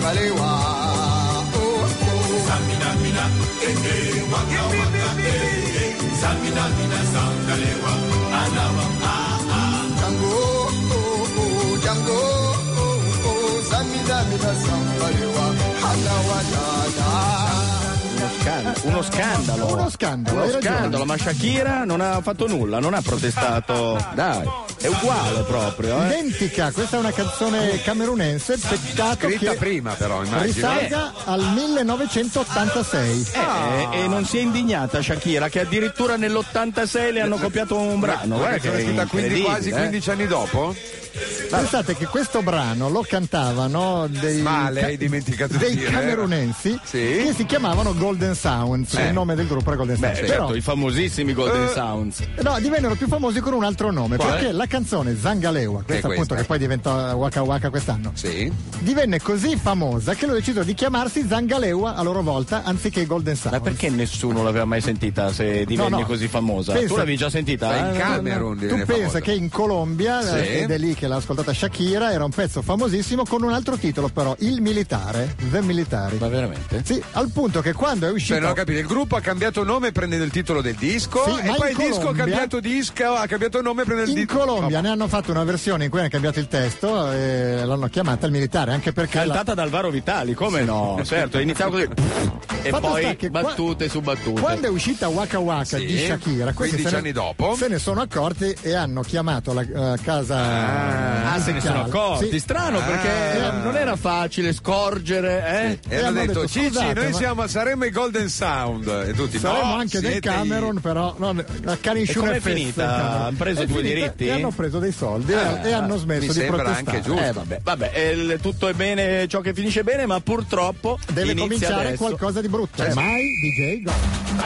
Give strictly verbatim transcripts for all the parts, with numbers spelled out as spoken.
Zangalewa. Oh, oh. Samina, mina, eh, eh, waka, waka, eh, eh. Samina, mina, Zangalewa. Anawa, ah, ah. Django, oh, oh, Django, oh, oh. Samina, mina, Zangalewa. Anawa, da, da. Uno scandalo, uno scandalo, uno scandalo, ma Shakira non ha fatto nulla, non ha protestato, dai, è uguale proprio. Eh? Identica, questa è una canzone camerunense, peccato scritta che prima però, immagino. risalga al millenovecentottantasei. Eh, ah. E non si è indignata Shakira, che addirittura nell'ottantasei le hanno copiato un brano. Guarda che è scritta quindi quasi quindici eh? anni dopo. Pensate che questo brano lo cantavano dei, Male, hai dimenticato dei di dire, camerunensi sì? che si chiamavano Golden Sounds, eh. il nome del gruppo era Golden Beh, Sounds. certo, Però, i famosissimi Golden uh, Sounds. No, divennero più famosi con un altro nome, Qual perché è? la canzone Zangalewa, questa che appunto questa? che poi diventò Waka Waka quest'anno, sì? divenne così famosa che hanno deciso di chiamarsi Zangalewa a loro volta anziché Golden Sounds. Ma perché nessuno l'aveva mai sentita se divenne no, no. così famosa? Pensa, tu l'avevi già sentita? in eh? Camerun Tu pensa famosa. che in Colombia, sì? eh, ed è lì che l'ha ascoltata Shakira, era un pezzo famosissimo con un altro titolo però, Il Militare, The Military. Ma veramente? Sì, al punto che quando è uscito... Cioè, non ho capito, il gruppo ha cambiato nome prendendo il titolo del disco, Sì, e ma poi in il disco ha Colombia- cambiato disco, ha cambiato nome prendendo il In disco. Colombia Oh. ne hanno fatto una versione in cui hanno cambiato il testo e l'hanno chiamata Il Militare, anche perché... Cantata la... dal Varo Vitali, come no? Certo, iniziava così e Fatto sta poi che battute qua... su battute. Quando è uscita Waka Waka Sì, di Shakira, questi quindici se ne... anni dopo. se ne sono accorti e hanno chiamato la uh, casa... Ah, se ne sono accorti. Sì. Strano, Ah. perché non era facile scorgere, eh? E, E hanno hanno detto, detto, Cici, scusate, noi ma- siamo, saremo i Golden Sound. E tutti, Saremo no, anche del siete Cameron, i- però no, la E Canisciura com'è è festa, finita? il Cameron. Han preso È due finita diritti? E hanno preso dei soldi Ah, e, e hanno smesso mi di sembra protestare. anche giusto. Eh, vabbè, vabbè, eh, tutto è bene ciò che finisce bene, ma purtroppo Deve inizia cominciare adesso. qualcosa di brutto. Certo. Mai D J Go.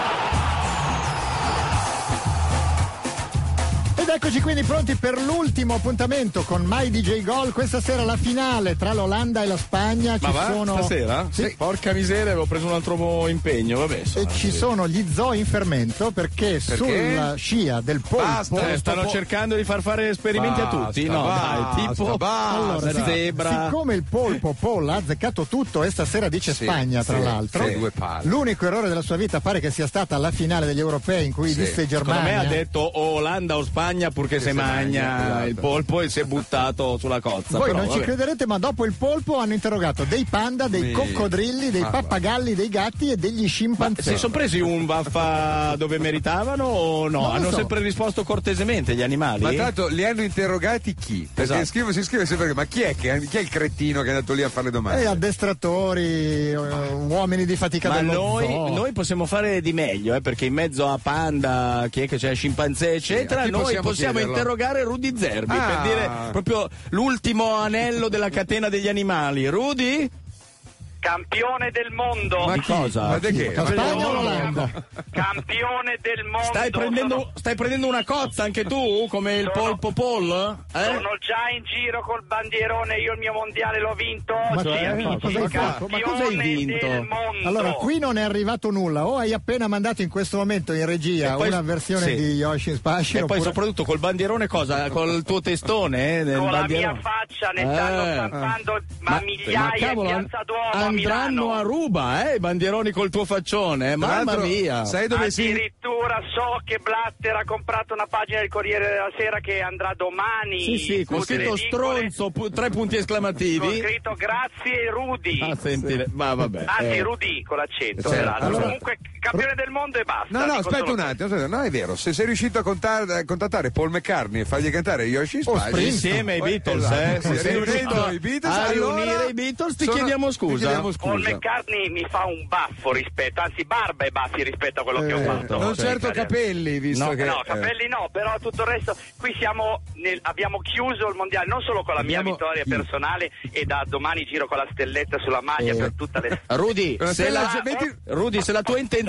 Ed eccoci quindi pronti per l'ultimo appuntamento con My D J Goal. Questa sera la finale tra l'Olanda e la Spagna. Ma ci va? sono... Stasera? Sì. Porca miseria, avevo preso un altro impegno, vabbè. E sarà ci così. sono gli zoo in fermento perché, Perché? sulla scia del polpo Basta, Eh, stanno po- cercando di far fare esperimenti Basta, a tutti? No, basta, dai, tipo basta. Allora, la sì, zebra. siccome il polpo Paul ha azzeccato tutto e stasera dice Sì, Spagna tra sì, l'altro, sì, due palle. l'unico errore della sua vita pare che sia stata la finale degli europei in cui Sì. disse Secondo Germania. me ha detto o Olanda o Spagna purché se se magna magna, il esatto. polpo e si è buttato sulla cozza. Voi però, non ci vabbè. crederete, ma dopo il polpo hanno interrogato dei panda, dei Mi- coccodrilli, dei Ah, pappagalli, dei gatti e degli Ma scimpanzé. si sono presi un vaffa dove meritavano o no? Non lo Hanno so. sempre risposto cortesemente gli animali? Ma tanto li hanno interrogati chi? Perché Esatto. scrive, si scrive sempre, ma chi è, che, chi è il cretino che è andato lì a fare le domande? E addestratori, eh, uomini di fatica Ma dello noi, zoo. noi possiamo fare di meglio, eh, perché in mezzo a panda, chi è che c'è, scimpanzé, eccetera, a chi noi possiamo possiamo chiederlo? interrogare Rudy Zerbi Ah. per dire proprio l'ultimo anello della catena degli animali. Rudy? Campione del mondo. Ma Di chi? cosa? Ma di che? La Ma- Spagna o l'Olanda? Campione del mondo. Stai prendendo, Sono, stai prendendo una cozza anche tu, come il Sono- polpo Paul? Eh? sono già in giro col bandierone. Io il mio mondiale l'ho vinto Ma oggi, cioè, amici. cosa hai fatto? Ma cosa hai Campione vinto? del mondo. Allora, qui non è arrivato nulla. O hai appena mandato in questo momento in regia E poi- una versione sì. di Yoshi's Passion, E poi oppure... soprattutto col bandierone cosa? Col tuo testone? Eh, del con la bandierone? mia faccia ne Eh. stanno stampando ma, migliaia ma cavolo, in an- Piazza Duomo a andranno Milano. a ruba, eh, i bandieroni col tuo faccione, eh, Tra mamma l'altro, mia. sai dove si... Addirittura so che Blatter ha comprato una pagina del Corriere della Sera che andrà domani. Sì, sì, con Tutte scritto edicole, stronzo, pu- tre punti Con esclamativi. scritto grazie Rudy. Ah, senti, le- ma vabbè. Anzi, eh. Rudy con l'accento, Certo. peraltro. Allora- Comunque, campione del mondo e basta. No, no, Dico aspetta solo un attimo, aspetta, no, è vero, se sei riuscito a, contar- a contattare Paul McCartney e fargli cantare Yoshi's Oh, Passion, Springsteen. Insieme ai Beatles, esatto. eh. Se Se sei riunendo riuscito i Beatles, a allora riunire i Beatles, ti sono- chiediamo scusa. ti chiediamo Paul scusa. McCartney mi fa un baffo rispetto, anzi barba e baffi rispetto a quello che ho Eh, fatto. Non Cioè, certo cari- capelli, visto No, che... No, eh, capelli no, però tutto il resto, qui siamo nel- abbiamo chiuso il mondiale non solo con la mia Abbiamo vittoria chiuso. personale e da domani giro con la stelletta sulla maglia Eh. per tutta le... Rudy, Eh, se se la, la- metti- Rudy, se la tua intenzione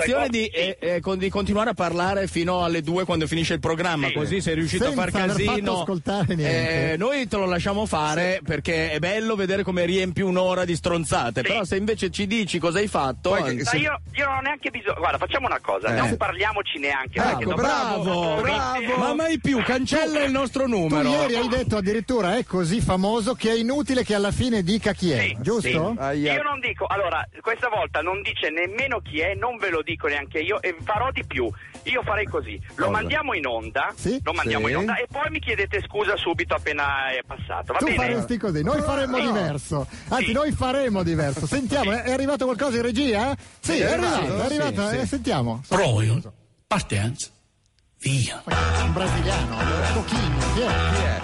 intenzione di, eh, eh, con- di continuare a parlare fino alle due quando finisce il programma, Sì. così sei riuscito Senza a far aver fatto casino. ascoltare niente. Eh, noi te lo lasciamo fare perché è bello vedere come riempi un'ora di stronzate, Sì. però se invece ci dici cosa hai fatto. Poi che- eh, Ma io, io non ho neanche bisogno. Guarda, facciamo una cosa, Eh. non parliamoci neanche. Ecco, perché dopo- bravo, dopo bravo. venti- Ma mai più, cancella il nostro Tu numero. ieri hai detto addirittura è così famoso che è inutile che alla fine dica chi è, Sì, giusto? sì. Aia. Io non dico, allora, questa volta non dice nemmeno chi è, non ve lo dico neanche io e farò di più. Io farei così, lo Cosa? mandiamo in onda, Sì. lo mandiamo Sì. in onda e poi mi chiedete scusa subito appena è passato, va Tu bene? faresti così, noi faremmo diverso. Anzi, Sì. noi faremo diverso. Sentiamo, è è arrivato qualcosa in regia? Sì, è arrivato, è arrivato, sì, eh, sì. sentiamo. Pronto? Partenza. Via. Un brasiliano, Tocchini, chi è?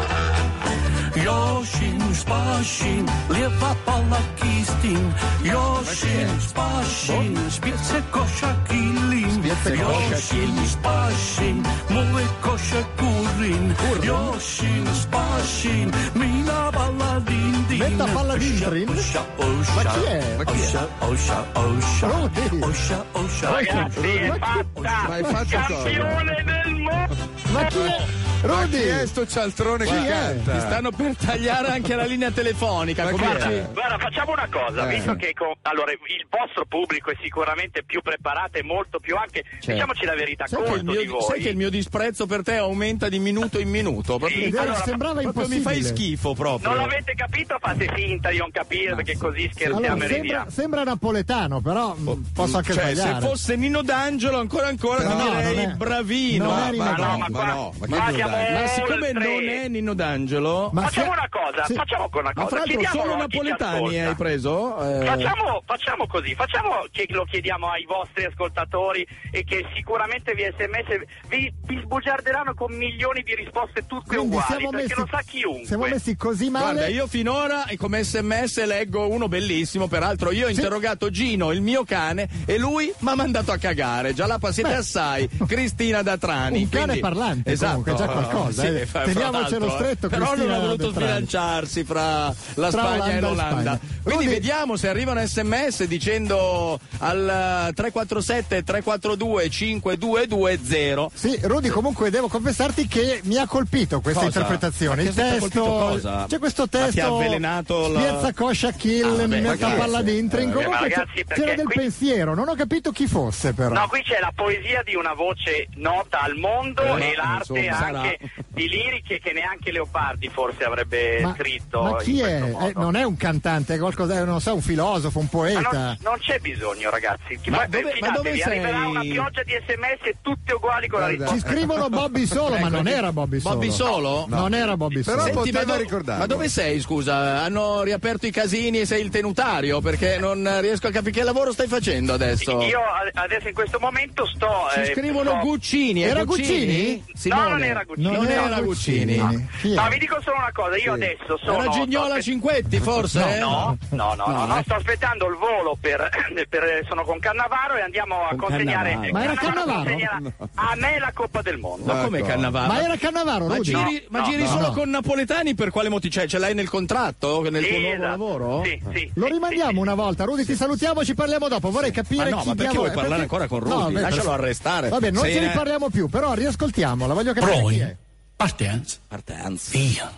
Yoshin, Spashin, leva palla kistin. Yoshin, Spashin, spiezze kosha killin. Spiezze kosha Yoshin, Spashin, muove kosha kurin. Yoshin, Spashin, mina palla din din. Metta palla dintrin? Osha, osha. Ma chi è? Ma chi è? Osha, osha, osha. Rudy. Osha, osha. Ragazzi, è fatta! Ma hai fatto Campione del mondo! Ma chi è? Ma chi è Rudy! sto cialtrone Chi che è? canta? Ti stanno per tagliare anche la linea telefonica. Ma chi cominci- è? Guarda, facciamo una cosa, Eh. visto che con- allora, il vostro pubblico è sicuramente più preparato e molto più anche, diciamoci la verità, Sai che, il colto di mio, voi. sai che il mio disprezzo per te aumenta di minuto in minuto? Proprio, Sì, allora, sembrava proprio mi impossibile. fai schifo proprio. Non l'avete capito? Fate finta di non capire perché così scherziamo Allora, e sembra, ridiamo. sembra napoletano, però mh, posso anche Cioè, se sbagliare. fosse Nino D'Angelo ancora ancora Però ti no, direi non è- bravino. non è Ma- Nino Ma no, D'Angelo. ma Ma qua, no, ma qua che siamo dai? Ma siccome oltre. non è Nino D'Angelo, Ma Facciamo se- una cosa, sì. facciamo una ma cosa. fra l'altro chiediamolo solo a chi ci napoletani ascolta. hai preso? Eh, Facciamo, facciamo così, facciamo che lo chiediamo ai vostri ascoltatori e che sicuramente via sms vi, vi sbugiarderanno con milioni di risposte tutte Quindi uguali, siamo perché messi, lo sa chiunque. siamo messi così male. Guarda, io finora eh, come sms leggo uno bellissimo, peraltro io ho interrogato Gino, il mio cane, e lui mi ha mandato a cagare. Già la passiete Beh. assai, Cristina da Trani. Un cane quindi- parlante, esatto, comunque, già qualcosa, eh. fra- Teniamocelo fra l'altro, stretto, però non Cristina ha voluto da Trani. sbilanciarsi fra la Tra Spagna e Olanda e l'Olanda. Spagna. Quindi Rudy- vediamo se arrivano sms dicendo al tre quattro sette tre quattro due cinque due due zero. Sì, Rudy, comunque devo confessarti che mi ha colpito questa Cosa? interpretazione. Ma Il che ti ha testo, colpito cosa? c'è questo Ma ti testo. ha avvelenato la- Spiezza coscia kill, Ah, vabbè, mi ma metta che- palla dentro. eh, Comunque ma c'è- ragazzi, perché c'era del qui- pensiero, non ho capito chi fosse però. No, qui c'è la poesia di una voce nota al mondo Eh, e l'arte insomma, anche sarà. di liriche che neanche Leopardi forse avrebbe ma, scritto. ma chi in è? questo modo. Eh, non è un cantante, è qualcosa, non so, un filosofo, un Ma non, poeta. non c'è bisogno, ragazzi. Ti Ma fai- dove- ma fidatevi, dove sei? arriverà una pioggia di sms tutte uguali con la Guarda, Ci risposta. scrivono Bobby Solo, ma Ecco, non era Bobby Solo. Bobby Solo? Non era Bobby Però Solo. poteva vedo- ricordarlo. Ma dove sei, scusa? Hanno riaperto i casini e sei il tenutario? Perché non riesco a capire che lavoro stai facendo adesso. Io a- adesso in questo momento sto. Ci eh, scrivono sto- Guccini. è Era Guccini? Simone. No, non era Guccini. Non Non era era Guccini. Guccini. Chi è? No, vi dico solo una cosa, io adesso sono. Era Gignola sto- Cinquetti, forse? No, no, no, no, No, no, eh. sto aspettando il volo per, per- sono con Cannavaro e andiamo a Con consegnare Cannavaro. Ma era Cannavaro? consegnerà a me la Coppa del Mondo. Ma come Ecco. Cannavaro? Ma era Cannavaro, Ma Rudy? giri, ma No, giri no, solo no. con napoletani per quale motivo? Cioè, ce l'hai nel contratto? Nel Sì, tuo nuovo esatto. lavoro? Sì, sì, Lo sì, rimandiamo sì, sì. una volta, Rudy, ti salutiamo, ci parliamo dopo. Vorrei capire Ma no, chi ma perché diavolo- vuoi parlare ancora con Rudy? No, beh, Lascialo per- arrestare. Va bene, non Sei ce ne in- parliamo più, però riascoltiamola, voglio capire chi Pronto? è. Partenza. Partenza. Via.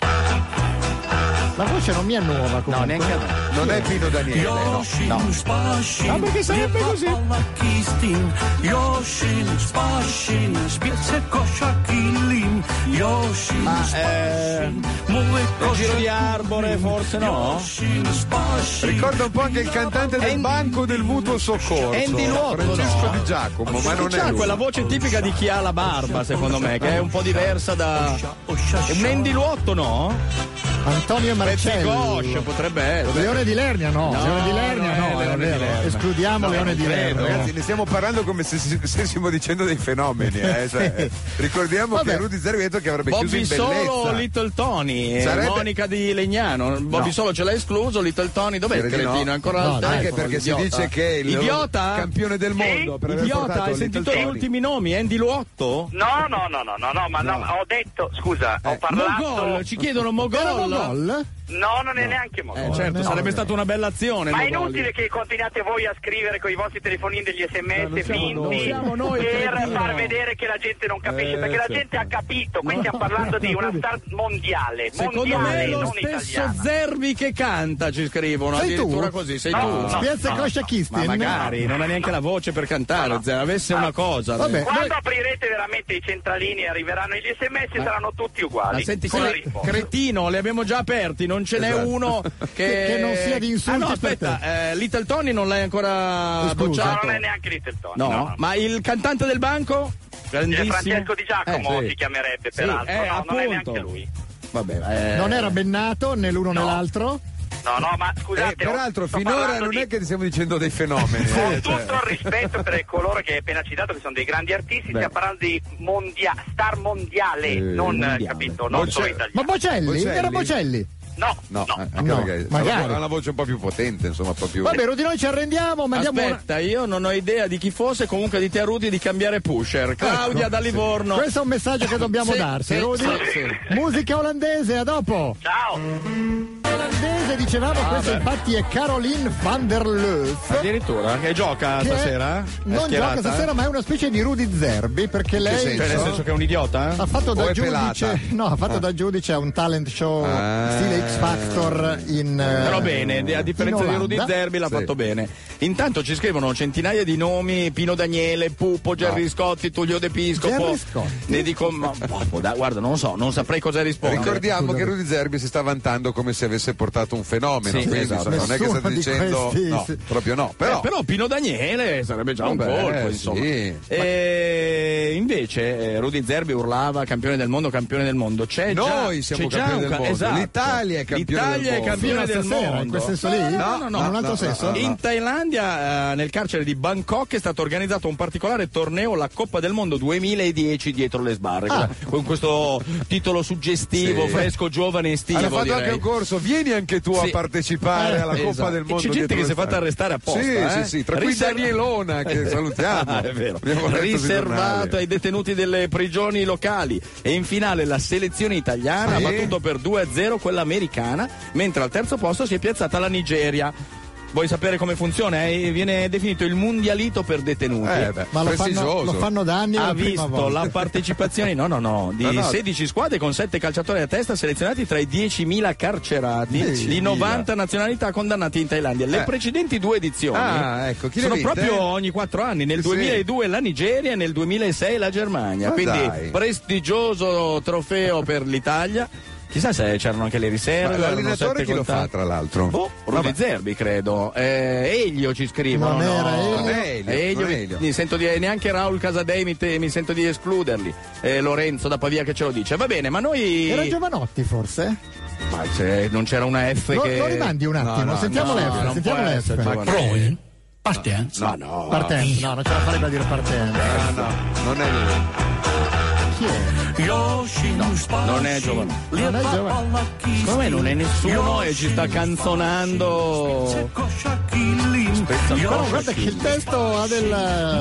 La voce non mi è nuova comunque. No, neanche a me. Non è Pino Daniele, no. Yoshin, Spashin. No, perché sarebbe leva così? palla kistin. Yoshin, Spashin. Spiezze kosha killin. Yoshin, Ma, eh, Spashin. Muove Il kosha giro di Arbore, forse no? Yoshin, Spashin. Ricorda un po' anche il cantante del Andy- Banco del Mutuo Soccorso. Andy Luotto, Francesco no? Di Giacomo, ma non è C'ha lui. quella voce tipica di chi ha la barba, secondo me, che è un po' diversa da. È un Andy Luotto, no? Antonio Marcelli. Pezzegoscia, potrebbe essere. Leone di Lernia no, No, Leone di Lernia non è no, è Leone di vero. Lernia. Escludiamo No, Leone non di credo, Lernia. Ragazzi, ne stiamo parlando come se si- stessimo dicendo dei fenomeni. Eh? Cioè, ricordiamo Vabbè. che Rudy Zervieto che avrebbe chiuso Bobby in Solo bellezza. Little Tony, eh, Sarebbe- Monica di Legnano. Bobby No. Solo ce l'ha escluso, Little Tony, dov'è il Direi di no. cretino? È ancora No, al dai, Anche telefono, perché si l'idiota. dice che è il Idiota? campione del mondo per aver Idiota, portato hai Little sentito gli Tony. ultimi nomi? Andy Luotto? No, no, no, no, no, no, ma no, ho detto, scusa, ho Eh, parlato. Mogol, ci chiedono Era Mogol. Mogol? No, non è neanche modo. Eh, certo, no, sarebbe no. stata una bella azione. Ma è Mogoli. inutile che continuate voi a scrivere con i vostri telefonini degli sms non siamo finti noi. Siamo noi, per cretino. far vedere che la gente non capisce, Eh, perché la sì. gente ha capito. Qui No, stiamo parlando di una no, star mondiale, Secondo mondiale, me è lo non stesso italiana. Zerbi che canta, ci scrivono. Sei tu? Addirittura così, sei No, tu. no. Spiazza Coscia Kistin. Ma magari, non ha neanche la voce per cantare, Zerbi. Avesse una cosa. Vabbè. Quando Noi- aprirete veramente i centralini e arriveranno gli sms saranno tutti uguali. Ma senti, Con la cre- risposta. cretino, li abbiamo già aperti, non ce n'è Esatto. uno che... Che non sia di insulti Ah no, per aspetta, eh, Little Tony non l'hai ancora Escluso. No, bocciato? non è neanche Little Tony. No, no, no. ma il cantante del banco? Eh, Grandissimo. Francesco Di Giacomo Eh, sì. si chiamerebbe, Sì, peraltro. eh, no, non è appunto. neanche lui. Vabbè, eh, Non era bennato né l'uno né No. l'altro? No, no, ma scusate. Eh, peraltro sto finora parlando non di- è che stiamo dicendo dei fenomeni. Con eh, tutto cioè. il rispetto per coloro che hai appena citato, che sono dei grandi artisti, Beh. stiamo parlando di mondia- star mondiale, Eh, non mondiale. capito, non Bocelli. solo italiano. Ma Bocelli? Bocelli? Era Bocelli? No, No, no. eh, anche No, perché magari. ha una voce un po' più potente, insomma, un po' più. Vabbè, Rudy, noi ci arrendiamo, mandiamo una... Aspetta, io non ho idea di chi fosse, comunque di te a Rudy di cambiare pusher. Claudia da Livorno. Questo è un messaggio che dobbiamo Sì, darti, sì, Rudy. sì, sì. Musica olandese, a dopo. Ciao. Olandese, dicevamo, questa infatti è Caroline van der Leuf. Addirittura, che gioca che stasera? È non schierata? gioca stasera, ma è una specie di Rudy Zerbi, perché lei senso? Cioè, nel senso che è un idiota? ha fatto O da è giudice, pelata? no, ha fatto da giudice a un talent show Ah. stile X Factor in eh, Però bene, a differenza in di Rudy Olanda. Zerbi l'ha Sì. fatto bene. Intanto ci scrivono centinaia di nomi: Pino Daniele, Pupo, Gerry Scotti, Tullio De Piscopo. Gerry Scotti? Ne dico, ma, boh, dai, guarda, non lo so, non saprei cosa rispondere. Ricordiamo che Rudy Zerbi si sta vantando come se avesse portato un fenomeno, Sì, quindi esatto. insomma, non è che Nessuno state di dicendo questi, no, sì. proprio no, Però, però, però Pino Daniele sarebbe già un Vabbè, colpo, sì. insomma. E invece eh, Rudy Zerbi urlava campione del mondo, campione del mondo. C'è Noi già, siamo c'è già campioni un del ca- mondo. esatto. L'Italia è campione L'Italia del è mondo. campione Fino a del stasera, mondo. in quel senso lì? No, no, no, in un altro no, senso? no, no. In Thailandia, eh, nel carcere di Bangkok, è stato organizzato un particolare torneo, la Coppa del Mondo duemiladieci, dietro le sbarre, Ah. con questo titolo suggestivo, Sì. fresco, giovane e estivo. hanno fatto direi. anche un corso, vieni anche tu Sì. a partecipare Eh, alla Coppa esatto. del E Mondo. c'è gente dietro che le si è fatta sbarre. arrestare apposta. Sì, eh? sì, sì, tra cui Riserva- Danielona che salutiamo. Ah, è vero. Abbiamo letto sui Riservato giornali. ai detenuti delle prigioni locali. E in finale la selezione italiana Sì. ha battuto per due a zero quella americana, mentre al terzo posto si è piazzata la Nigeria. Vuoi sapere come funziona? Eh, viene definito il mondialito per detenuti. Eh, beh, Ma lo fanno, prestigioso. lo fanno da anni, è Ha la prima visto volta. la partecipazione no no no di No, no. sedici squadre con sette calciatori a testa selezionati tra i diecimila carcerati diecimila. di novanta nazionalità condannati in Thailandia. Le Eh. precedenti due edizioni Ah, ecco, chi le sono vinte? proprio ogni quattro anni, nel Sì. duemiladue la Nigeria e nel duemilasei la Germania, Ma quindi dai. prestigioso trofeo per l'Italia. Chissà se c'erano anche le riserve. Ma erano l'allenatore sette chi lo fa, contatti. tra l'altro? Boh, Rudy Zerbi credo. Eh, Elio ci scrivono. Non era no. Elio? Non è Elio, Elio, non è mi- Elio. mi sento di, neanche Raul Casadei mi, te- mi sento di escluderli. Eh, Lorenzo da Pavia che ce lo dice. Va bene, ma noi. Era Giovanotti forse? Ma se non c'era una F Lo, che. lo rimandi un attimo, No, no, sentiamo no, l'F, non sentiamo può l'F. essere, Ma Giovanotti. Croin. Partenza. Ma no. Partendo, no, non ce la farebbe a dire partendo. Ah, no, non è lui. Chi è? Yoshin non è Giovanotti. Non è Giovanotti. Secondo me non è nessuno e ci sta canzonando. Però guarda che il testo ha del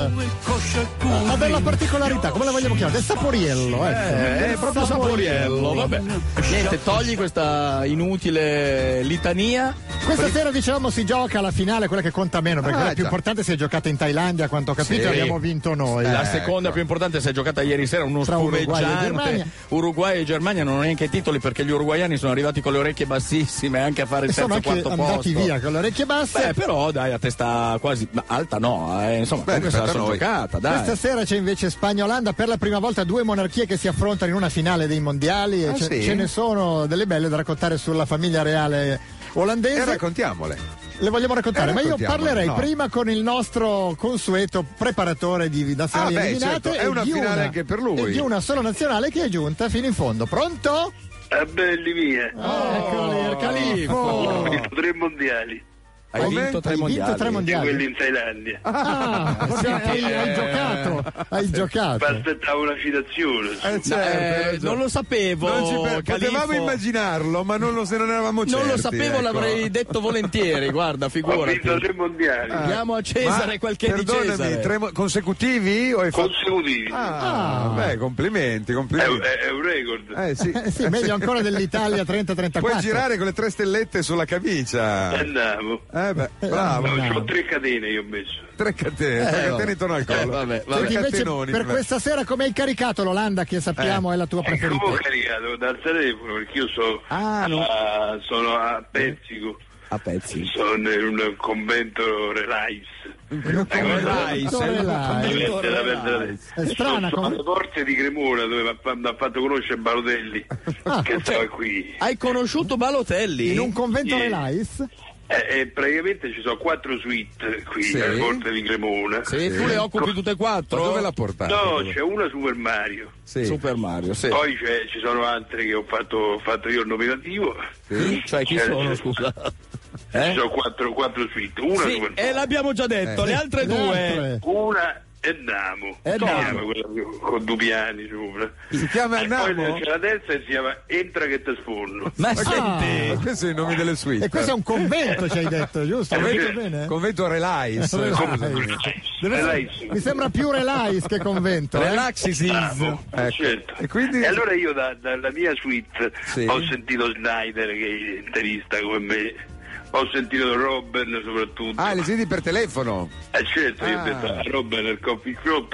ha della particolarità, come la vogliamo chiamare? Del saporiello, ecco. Eh, è Del proprio saporiello, vabbè. Niente, togli questa inutile litania. Questa sera dicevamo si gioca la finale, quella che conta meno, perché Ah, quella più già. importante si è giocata in Thailandia, a quanto ho capito, Sì. abbiamo vinto noi. La Eh, seconda ecco. più importante si è giocata ieri sera, uno Tra Uruguay e spumeggiante. Germania. Uruguay e Germania non hanno neanche titoli perché gli uruguaiani sono arrivati con le orecchie bassissime anche a fare il E sono terzo anche quarto andati posto. via con le orecchie basse. Beh, però dai, a testa quasi ma alta no, eh, insomma, Beh, comunque se la rispetto a sono noi. giocata, dai. Questa sera c'è invece Spagna-Olanda, per la prima volta due monarchie che si affrontano in una finale dei mondiali, e Ah, ce, sì? ce ne sono delle belle da raccontare sulla famiglia reale E olandese. raccontiamole. Le vogliamo raccontare, Eh, ma io raccontiamole, parlerei no. prima con il nostro consueto preparatore di nazionali Ah, beh, eliminate certo, è e una di finale anche per lui. e di una sola nazionale che è giunta fino in fondo. Pronto? Eh, belli mie, Eccoli, il Oh. Califfo. i tre mondiali. Hai Come? vinto tre Hai vinto mondiali. tre mondiali. Quelli in Thailandia. Ah, proprio hai, hai giocato, hai Mi giocato. aspettavo una citazione. Eh, certo, No, hai eh, ragione. non lo sapevo. Non ci per- Califfo. potevamo immaginarlo, ma non lo, se non eravamo certi. Non lo sapevo, ecco. l'avrei detto volentieri. Guarda, Ho figurati. vinto tre mondiali Diamo a Cesare Ma, quel che è di perdonami, Cesare. tre mo- consecutivi? O hai fatto... consecutivi. Ah, Ah. beh, complimenti, È, complimenti. è- è un record. Eh sì. Eh sì, meglio ancora dell'Italia trenta trentaquattro. Puoi girare con le tre stellette sulla camicia. Andiamo. Eh beh, bravo. No, no. Ho tre catene io ho messo. Tre catene, tre Eh, catene vabbè. intorno al collo. Eh, vabbè, vabbè. Tre Senti, invece catenoni. per questa sera come hai caricato l'Olanda, che sappiamo è la tua E come preferita? ho caricato dal telefono perché io so, Ah, no. a- sono a Pezzico, A pezzi. sono in un convento Relais. Relais, Convento eh, Relais. convento Della- Relais. della- È strana, sono come- alle porte di Cremona dove mi ha fa- mi ha fatto conoscere Balotelli Ah, che stava qui. Hai conosciuto Balotelli? In un convento Sì. Relais? E, e praticamente ci sono quattro suite qui Sì. alle porte di Cremona. Sì, tu le occupi tutte e quattro? Ma dove l'ha portato? No, c'è una Super Mario. Sì. Super Mario, sì. Poi c'è- ci sono altre che ho fatto, ho fatto io il nominativo. Sì? Cioè, chi C'è- sono, c'è- scusa? Ci Eh? sono quattro, quattro suite. Una Sì, Super e l'abbiamo già detto, Eh. le altre Le due. altre. Una è Namo, È si Namo. chiama quella più- con due piani sopra. Si chiama E poi Namo? c'è la terza che si chiama Entra che te sforno. Ma Ah. senti, Ma questi sono i nomi delle suite. E questo è un convento, ci hai detto, giusto? Ho Convento- detto bene? Convento Relais. Relais. Scusami. Deve Relais. essere- mi sembra più Relais che convento. eh? relaxis. Bravo, Ecco. certo. E quindi- E allora io da- dalla mia suite Sì. ho sentito Snyder che è interista come me, ho sentito Robin soprattutto. Ah, le senti per telefono? Eh certo, io ho Ah. detto a Robin nel coffee shop,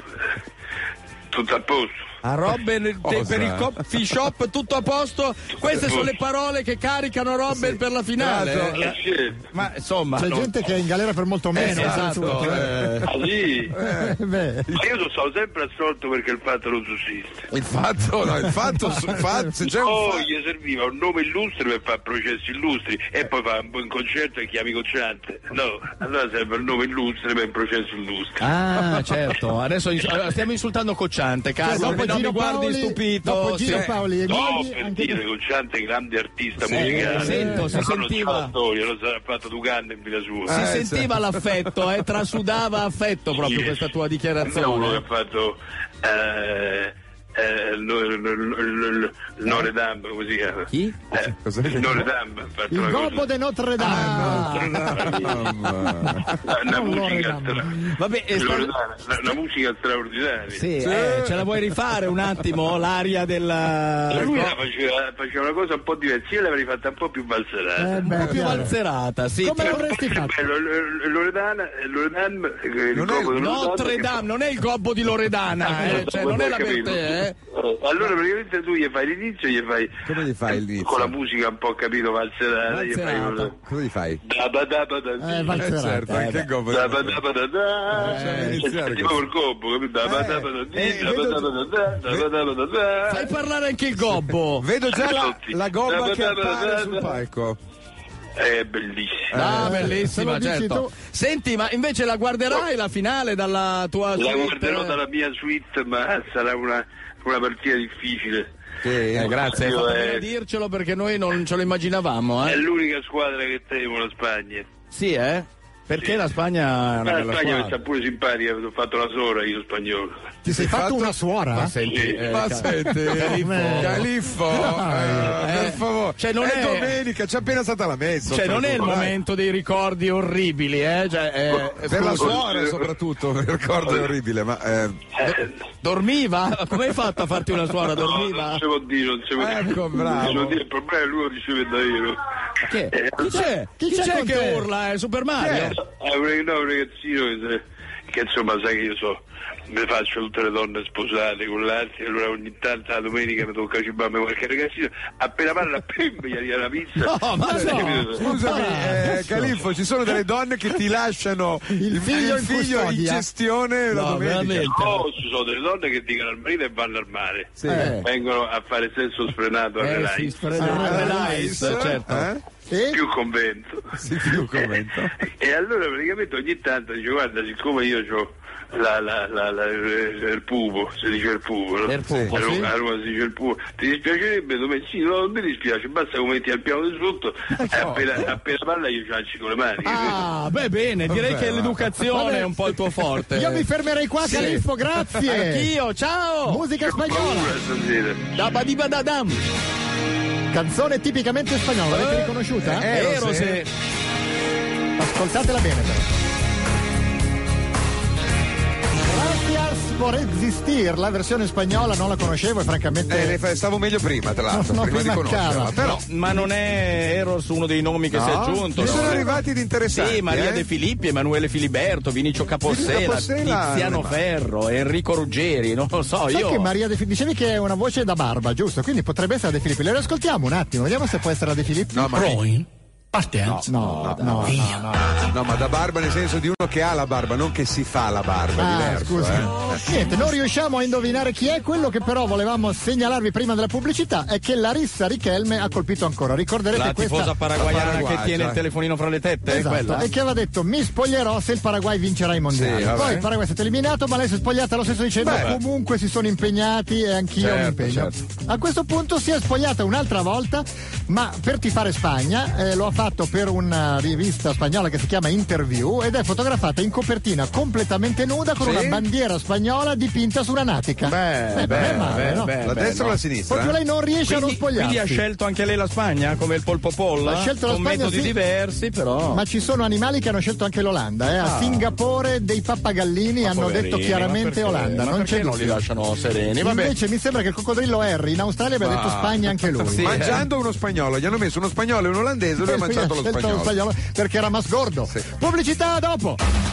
tutto a posto. A Robin te- Cosa? per il coffee shop tutto a posto. Queste sono le parole che caricano Robin per la finale. Tra l'altro, Eh, Eh, certo. Ma insomma, C'è no. gente che è in galera per molto meno. Esatto, eh. Ah, sì? Eh, beh. Ma io sono stato sempre assolto perché il fatto non sussiste. Il fatto, no, il fatto, il fatto se c'è un Poi fatto. gli serviva un nome illustre per fare processi illustri e poi fa un buon concerto e chiami Cocciante. No, allora serve un nome illustre per un processo illustre. Ah, certo. Adesso ins- allora, stiamo insultando Cocciante, Carlo. Cioè, dopo non mi Gino guardi Paoli- stupito. dopo Gino sì. Paoli e No, Migli, per anche dire, Cocciante grande artista Sì, musicale. sento, si Ma non sentiva. c'è la storia, lo sarà fatto Ducando in vita sua. Si Eh, sentiva l'affetto, eh, trasudava affetto proprio Sì. questa tua Uno che dichiarazione. ha fatto eh, eh, il no- il- il- il Notre Dame, come si chiama? Chi? Eh, Cos'è? il Notre Dame ha fatto il una gobbo cosa. de Notre Dame. Mamma. La, la Non musica Loredana. stra- Vabbè, e sta- Loredana, la, la musica straordinaria. Sì, eh, ce la vuoi rifare un attimo l'aria della. E lui la faceva, faceva una cosa un po' diversa, io l'avrei fatta un po' più valserata. Eh, Un beh, po' più chiaro. valzerata, sì. Come Ti- l'avresti fatto? Bello, l- l- Loredana, Loredana, eh, il Non è- gobbo di Notre che- Dame, non è il gobbo di Loredana, eh, cioè non è la per capito. te, eh. Eh, Allora praticamente tu gli fai l'inizio, gli fai Come gli fai l'inizio? con la musica un po' capito valserata, gli fai Valserata. quello- Cosa gli fai? Daba daba da Eh, Eh, valserata. certo, Eh, anche beh. il gobbo. daba daba da da. Facciamo Eh, iniziare tipo così. il gobbo, capito? Daba Eh, daba da di, eh, daba vedo- daba da da, daba daba da da. Fai parlare anche il gobbo. Vedo già la, Tutti. la gobba Da, che da, da, appare da, sul da. palco. È bellissimo. Ah, Eh, bellissima, se lo dici certo. tu. Senti, ma invece la guarderai la finale dalla tua La suite? guarderò dalla mia suite, ma sarà una, una partita difficile. Sì, Eh, grazie, hai Io, fatto eh, bene a dircelo perché noi non ce lo immaginavamo, È eh. l'unica squadra che temo, la Spagna. Sì, eh? Perché la Spagna è una Ma la bella Spagna mi squadra. sta pure simpatica, ho fatto la sora io spagnolo. Ti sei fatto una suora? Ma senti, Sì. eh, Ma ca- senti, Come? Califfo, eh, per Eh, favore. cioè, non è, è- domenica, c'è appena stata la messa. Cioè, non è il oltretutto, dai. momento dei ricordi orribili, eh? Cioè, eh, Per la scusa, suora soprattutto, mi ricordo è orribile, ma eh, Eh, dormiva? Come hai fatto a farti una suora? no, Dormiva? non si può dire, non si può dire. Ecco, bravo. Non si può dire, il problema è lui lo riceve davvero. Che? Eh, Chi c'è? Chi Chi c'è c'è con che te? urla? È Super Mario? È un, no, un ragazzino che, se- che insomma sai che io so, mi faccio tutte le donne sposate con l'altro, allora ogni tanto la domenica mi tocca cibarmi qualche ragazzino, appena parla pim gli arriva la pizza. No, ma no. scusami, eh, Califfo, ci sono delle donne che ti lasciano il, figlio il in figlio in custodia. gestione la No, domenica. veramente. No, ci sono delle donne che dicono al marito e vanno al mare. Sì. Eh. Vengono a fare sesso sfrenato a Eh, Relais. sì, sfrenato. Ah, Relais, Relais, certo. eh? E? Più convento. Sì, più commento. E allora praticamente ogni tanto dice guarda siccome io ho la, la, la, la, il pupo, si dice il pupo, no? Il pupo, a, sì. Roma, a Roma si dice il pupo. Ti dispiacerebbe? Sì, no, non mi dispiace, basta che metti al piano di sotto e appena, appena parla io ci con le mani. Ah, beh, bene, direi Vabbè, che l'educazione vabbè. è un po' il tuo forte. Io mi fermerei qua, Sì. Califfo, grazie. Anch'io, ciao! Musica spagnola. Paura stasera. Da badibadadam. Canzone tipicamente spagnola, l'avete Eh, riconosciuta? eh, Ero, se... Ascoltatela bene però. Gracias por existir, la versione spagnola non la conoscevo e francamente Eh, ne fa- stavo meglio prima, tra l'altro, No, prima di prima conoscerla. cava. Però Ma non è Eros uno dei nomi che no, si è aggiunto? ne no? sono arrivati di interessanti. Sì, Maria eh? De Filippi, Emanuele Filiberto, Vinicio Capossela, Vinicio Capossela, Tiziano ma- Ferro, Enrico Ruggeri, non lo so, sai io... che Maria De Filippi, dicevi che è una voce da barba, giusto? Quindi potrebbe essere la De Filippi. Le riascoltiamo un attimo, vediamo se può essere la De Filippi. No, ma Proin, partenza. no, no, no, Via. no. No, ma da barba nel senso di uno che ha la barba, non che si fa la barba, è Ah, diverso. scusi. Eh. Niente, non riusciamo a indovinare chi è. Quello che però volevamo segnalarvi prima della pubblicità è che Larissa Richelme ha colpito ancora. Ricorderete La questa tifosa paraguayana la che paraguagia. tiene il telefonino fra le tette, è Esatto, quella? e che aveva detto mi spoglierò se il Paraguay vincerà i mondiali. Sì, vabbè. Poi il Paraguay è stato eliminato, ma lei si è spogliata lo stesso dicendo Beh. comunque si sono impegnati e anch'io Certo, mi impegno. certo. A questo punto si è spogliata un'altra volta, ma per tifare Spagna, eh, lo ha fatto per una rivista spagnola che si chiama Interview ed è fotografata in copertina completamente nuda con Sì? una bandiera spagnola dipinta su una natica. Beh, Eh, beh, non è male, beh, no? beh. La destra o no. la sinistra? Proprio lei non riesce a non Quindi, spogliarsi. quindi ha scelto anche lei la Spagna come il polpo polla? Ha scelto la con Spagna, metodi sì. diversi, però. Ma ci sono animali che hanno scelto anche l'Olanda, eh? A Ah. Singapore dei pappagallini Ma hanno poverini, detto chiaramente ma perché? Olanda, Ma non perché c'è non li dubbio. lasciano sereni? Vabbè. Invece mi sembra che il coccodrillo Harry in Australia abbia detto Spagna anche lui. Sì. Mangiando uno spagnolo, gli hanno messo uno spagnolo e un olandese, lui ha mangiato lo scelto spagnolo. perché era masgordo. Sì. Pubblicità dopo.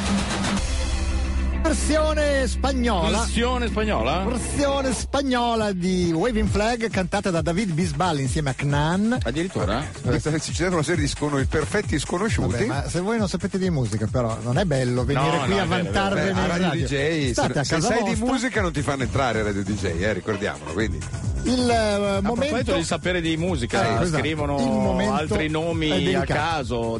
Versione spagnola. Versione spagnola? Versione spagnola di Waving Flag cantata da David Bisbal insieme a Knan. Addirittura? Eh, Ci sono una serie di scono- perfetti sconosciuti. Vabbè, ma se voi non sapete di musica, però non è bello venire No, qui no, a è vero, è vero. vantarvene Beh, a in Radio radio. D J, State se, a se casa sai di vostra. musica non ti fanno entrare a Radio D J, eh, ricordiamolo. Quindi. Il eh, A proposito momento di sapere di musica, Eh, esatto. scrivono Il momento altri è nomi a delicato. caso,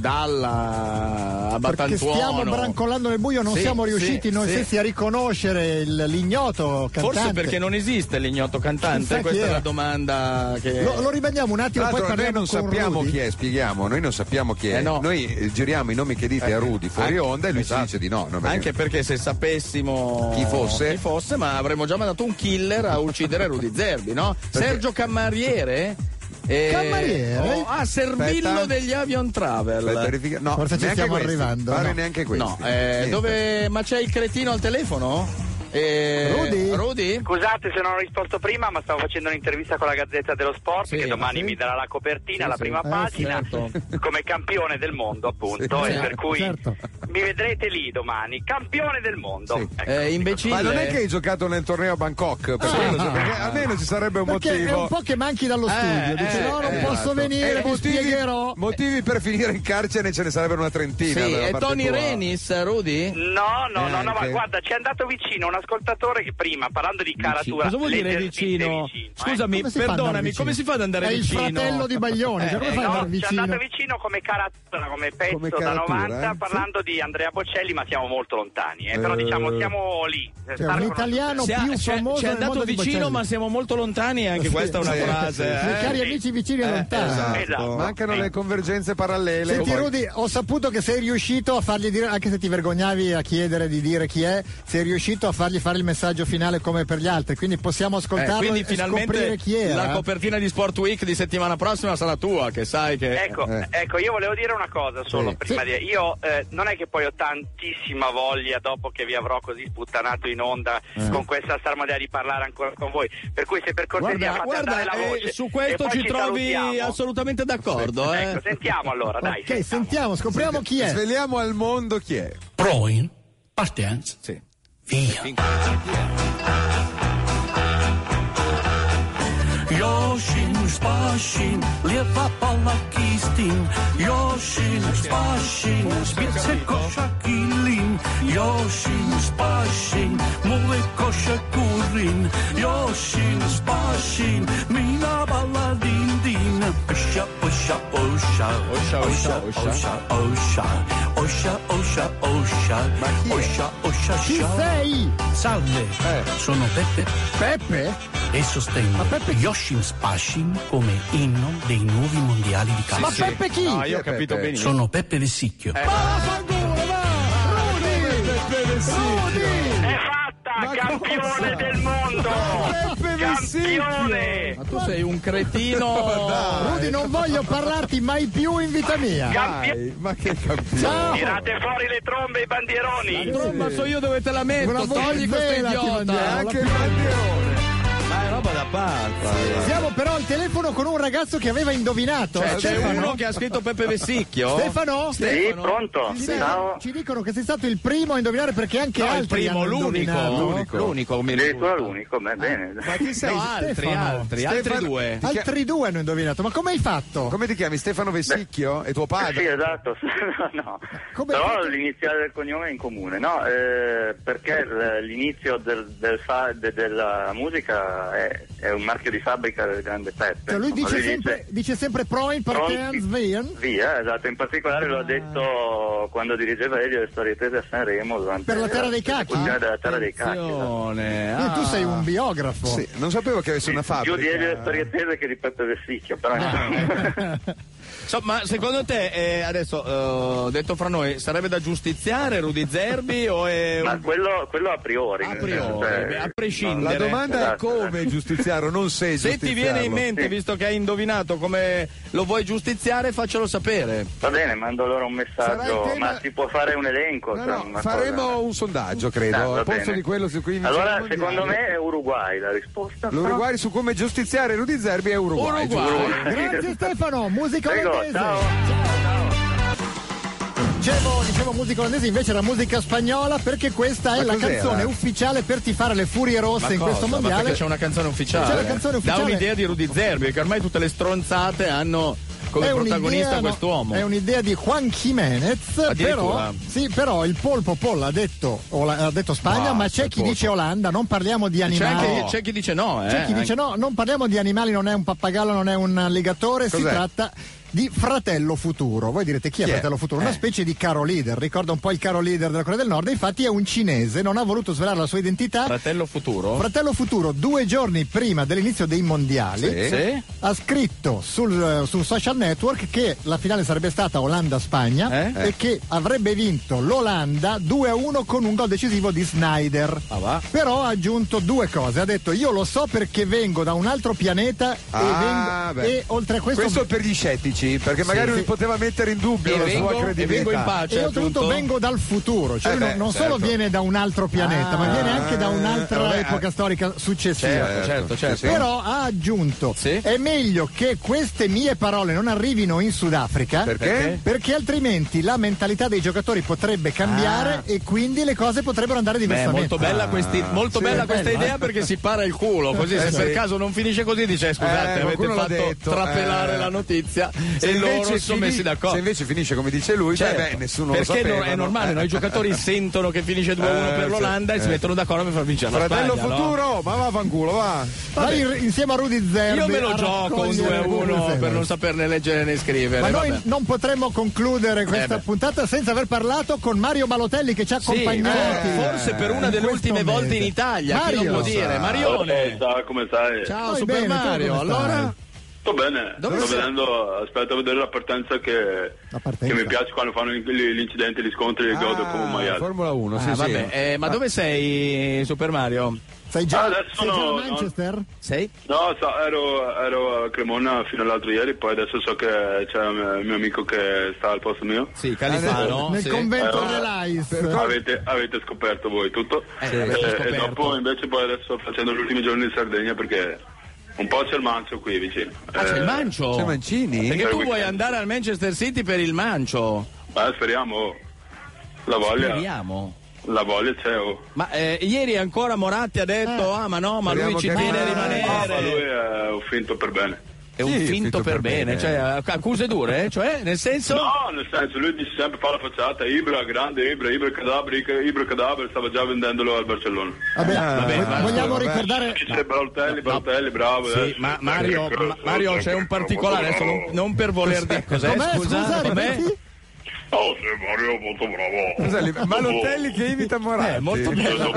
Dalla a perché Battantuono. stiamo brancolando nel buio, non Sì, siamo riusciti sì, noi sì. stessi a riconoscere il, l'ignoto cantante. Forse perché non esiste l'ignoto cantante, Chissà chi questa è era. la domanda che... Lo, lo rimandiamo un attimo, Tra poi l'altro noi parliamo non con sappiamo Rudy. chi è, spieghiamo, noi non sappiamo chi è. Eh, no. Noi eh, giriamo i nomi che dite a Rudy fuori Anche- onda e lui esatto. ci dice di no. no, Anche perché se sapessimo Chi fosse? chi fosse, ma avremmo già mandato un killer a uccidere Rudy Zerbi, no? Sergio Cammariere? Eh, Cammariere? oh, ah, Servillo Aspetta. degli Avion Travel. Aspetta, verifica- no, Forse ci neanche stiamo questi. arrivando, Pare no. neanche questi. No, eh, Niente. dove... ma c'è il cretino al telefono? Eh, Rudy? Rudy? Scusate se non ho risposto prima, ma stavo facendo un'intervista con la Gazzetta dello Sport Sì, che domani sì. mi darà la copertina, Sì, la sì. prima Eh, pagina, certo. come campione del mondo appunto, Sì, e certo, per cui certo. mi vedrete lì domani, campione del mondo. Sì. Ecco. Eh, imbecille. Ma non è che hai giocato nel torneo a Bangkok? Per Ah, quello, ah, perché ah. almeno ci sarebbe un Perché è motivo. un po' che manchi dallo Eh, studio. Dice eh, no, non eh, posso Esatto. venire, E vi motivi, spiegherò. motivi per finire in carcere ce ne sarebbero una trentina. Sì, da e parte Tony tua. Renis, Rudy? No, no, no, no, ma Neanche. guarda, ci è andato vicino un ascoltatore che prima, parlando di caratura, Cosa vuol dire leggermente vicino? vicino, eh. Scusami, Come si fa ad andare perdonami, vicino? come si fa ad andare È il vicino? fratello di Baglione, cioè come Eh, fai ad No, andare ci è vicino? andato vicino come caratura, come pezzo Come da caratura, novanta, eh? parlando di Andrea Bocelli, ma siamo molto lontani, eh. però Eh. diciamo siamo lì. Cioè, un italiano Sia- più c'è- famoso ci è nel andato mondo di vicino, Bocelli. ma siamo molto lontani, e anche Sì, questa è una sì, frase. sì, eh? cari amici vicini e Eh, lontani. Esatto. Esatto. Mancano Sì. le convergenze parallele. Senti Poi- Rudy, ho saputo che sei riuscito a fargli dire, anche se ti vergognavi a chiedere di dire chi è, sei riuscito a fargli fare il messaggio finale come per gli altri, quindi possiamo Eh, ascoltarlo quindi e scoprire finalmente chi era. la copertina di Sport Week di settimana prossima sarà tua, che sai che... Ecco, Eh. ecco, io volevo dire una cosa solo Sì. prima Sì. di. Io eh, non è che poi ho tantissima voglia, dopo che vi avrò così sputtanato in onda con questa salmodea, di parlare ancora con voi. Per cui se per cortesia Guarda, fate andare guarda la eh, voce. su e questo poi ci ci trovi salutiamo. assolutamente d'accordo. Eh? Ecco, sentiamo allora, dai. Ok, sentiamo, scopriamo chi è. Sveliamo al mondo chi è. Proin, partenza, Sì. via. Yoshin, spashin, lieva palakistin. Yoshin, spashin, spiece koshakilin. Yoshin, spashin, muove koshakurin. Yoshin, spashin, mina baladin din. Osha, osha, osha, Osha, osha, osha. osha, osha, osha, osha, oscia, oscia, oscia, oscia, Chi oscia. sei? Salve, Eh. sono Peppe Peppe? e sostengo Ma Peppe chi? Yoshin Spashin come inno dei nuovi mondiali di calcio. Ma Peppe chi? No, io ho Chi è capito Peppe? benissimo. Sono Peppe Vessicchio. Ma vaffanculo, va! Rudy! Rudy! È fatta, campione del mondo! Peppe Campione! Ma tu sei un cretino. Rudy, non voglio parlarti mai più in vita mia. Campione! Ma che campione. Ciao! Tirate fuori le trombe e i bandieroni! Tromba so io dove te la metto, Una togli questo vuvuzela ti idiota. mandiamo. Anche il bandione. Ma è roba da pazza. Siamo però al telefono con un ragazzo che aveva indovinato. Cioè, c'è Stefano? uno che ha scritto Peppe Vessicchio. Stefano? Sì, pronto? Ci dicono, Ciao! ci dicono che sei stato il primo a indovinare perché anche No, il altri primo, hanno l'unico. indovinato. L'unico. L'unico, mi Addirittura risulta. l'unico, beh, bene. Ma chi sei? No, altri, Stefano. altri, altri Stefano- due. Ti chia- Altri due hanno indovinato, ma come hai fatto? Come ti chiami? Stefano Vessicchio? E tuo Sì, padre? esatto, no, no. Come- Però l'iniziale del cognome è in comune, no? Eh, perché l- l'inizio del, del fa- de- della musica è, è un marchio di fabbrica del grande Peppe. Cioè lui insomma, dice sempre, dice sempre Proin, Partean, Svean. Via, esatto, in particolare lo ha detto quando dirigeva Elio le storie tese a Sanremo durante Per la terra dei cacchi? l'esecuzione della terra dei cacchi. esatto. Attenzione. Quindi tu Ah. sei un biografo. Sì, non sapevo che avesse una Più di Elio le fabbrica. storie tese che di Peppe Vessicchio, però Ah. insomma. So, ma secondo te, eh, adesso eh, detto fra noi, sarebbe da giustiziare Rudy Zerbi o è Ma un... quello, quello a priori. a nel priori, senso, cioè, beh, a La prescindere? domanda è Esatto, come giustiziarlo, non se Se ti viene in giustiziarlo. mente, Sì. visto che hai indovinato come lo vuoi giustiziare, faccelo sapere. Va bene, mando loro un Sarà il messaggio, tema- ma si può fare un elenco? No, cioè, no, una faremo cosa- un sondaggio, Ah, credo. va Al posto bene. di quello su cui vince Allora, il mondiale. secondo me è Uruguay la risposta. però- L'Uruguay su come giustiziare Rudy Zerbi è Uruguay. Uruguay. Grazie Stefano, musica Prego, olandese. ciao. Dicevo, dicevo musica olandese, invece era musica spagnola perché questa è Ma la cos'era? canzone ufficiale per tifare le Furie Rosse Ma in cosa? questo Ma mondiale. perché c'è una canzone ufficiale? C'è la canzone ufficiale. Dà un'idea di Rudy Zerbi, che ormai tutte le stronzate hanno come È protagonista un'idea, no, quest'uomo. è un'idea di Juan Jiménez, Addirittura. però, sì, però il polpo Paul ha detto, Ola- ha detto Spagna, No, ma c'è il chi polpo. dice Olanda, non parliamo di C'è, animali. anche, c'è chi dice no, eh. C'è chi dice no, non parliamo di animali, non è un pappagallo, non è un alligatore, si Cos'è? tratta di Fratello Futuro. Voi direte chi è Chi è? Fratello Futuro? Una Eh. specie di caro leader, ricorda un po' il caro leader della Corea del Nord, infatti è un cinese, non ha voluto svelare la sua identità. Fratello futuro? Fratello Futuro, due giorni prima dell'inizio dei mondiali, Sì. Sì? ha scritto sul, sul social network che la finale sarebbe stata Olanda-Spagna Eh? e che avrebbe vinto l'Olanda due a uno con un gol decisivo di Snyder. Ah, va. Però ha aggiunto due cose, ha detto io lo so perché vengo da un altro pianeta Ah, e, vengo, beh. e oltre a questo, Questo è per gli scettici, perché magari sì. lui poteva mettere in dubbio E la vengo, sua e credibilità. vengo in pace. e oltretutto appunto. vengo dal futuro, cioè Eh lui beh, non, non certo. solo viene da un altro pianeta, Ah, ma viene anche da un'altra eh, vabbè, epoca eh. storica successiva. Certo, certo, certo. sì. Però ha aggiunto Sì. è meglio che queste mie parole non arrivino in Sudafrica Perché? perché altrimenti la mentalità dei giocatori potrebbe cambiare e quindi le cose potrebbero andare Beh, diversamente. molto bella, questi- molto sì, bella è questa bello, idea eh. perché si para il culo, così Eh, se sì. per caso non finisce così dice scusate Eh, avete qualcuno l'ha fatto detto, trapelare eh. la notizia Se e loro invece sono fini- messi d'accordo. Se invece finisce come dice lui, Certo. beh, beh, nessuno perché lo sapeva. no- è normale, no? I giocatori sentono che finisce due a uno Eh, per sì, l'Olanda e si eh. mettono d'accordo per far vincere la Fratello Spagna, no? futuro, ma va fanculo, va. Vai in- insieme a Rudy Zerbi Io me lo a gioco un raccogliere due a uno Rudy per non Zerbi. saperne leggere né scrivere. Ma noi vabbè. non potremmo concludere questa Eh beh. puntata senza aver parlato con Mario Balotelli che ci ha Sì, accompagnati. eh, forse per una in delle questo ultime volte mese. in Italia, chi Mario. lo può dire? Marione. Ciao, come stai? Ciao Stai Super bene, tu Mario. come stai? Allora? Sto bene, Dove sto sei? vedendo, aspetto a vedere la partenza che, La partenza. che mi piace quando fanno gli gli incidenti, gli scontri, li godo come un maiale. Formula uno, sì, Ah, sì. vabbè, eh, ma dove sei Super Mario? Sei già, Ah, adesso sei già no, a Manchester? Sei? No, so, ero, ero a Cremona fino all'altro ieri, poi adesso so che c'è un mio amico che sta al posto mio. Sì, Califano. Nel sì. convento Eh, Relais. Avete, avete scoperto voi tutto. Eh, Eh, avete e scoperto. dopo invece poi adesso sto facendo gli ultimi giorni in Sardegna perché un po' c'è il mancio qui vicino. Ah, c'è il Eh, mancio? C'è Mancini? Perché tu Per vuoi weekend. andare al Manchester City per il mancio? Ma speriamo. La voglia. Speriamo. La voglia c'è. Oh. Ma eh, ieri ancora Moratti ha detto ah ma no, ma lui Speriamo ci che tiene a rimane. Ah, ma lui rimanere. è un finto per bene. È un Sì, finto per bene, cioè accuse dure, eh? Cioè nel senso... No, nel senso, lui dice sempre fa la facciata, Ibra, grande Ibra, Ibra Cadabra, Ibra Cadabra, stava già vendendolo al Barcellona. Vabbè, Ah, vabbè, vo- ma- vogliamo vabbè. ricordare Ci c'è Balotelli, Balotelli, bravo. Sì, eh. ma Mario, ma- Mario c'è un particolare, adesso non, non per voler dire cos'è, Com'è? scusa, Scusa, com'è? ripeti? Oh, sì, Mario è molto bravo. Cos'è, Balotelli che imita Moratti? Eh, molto bello.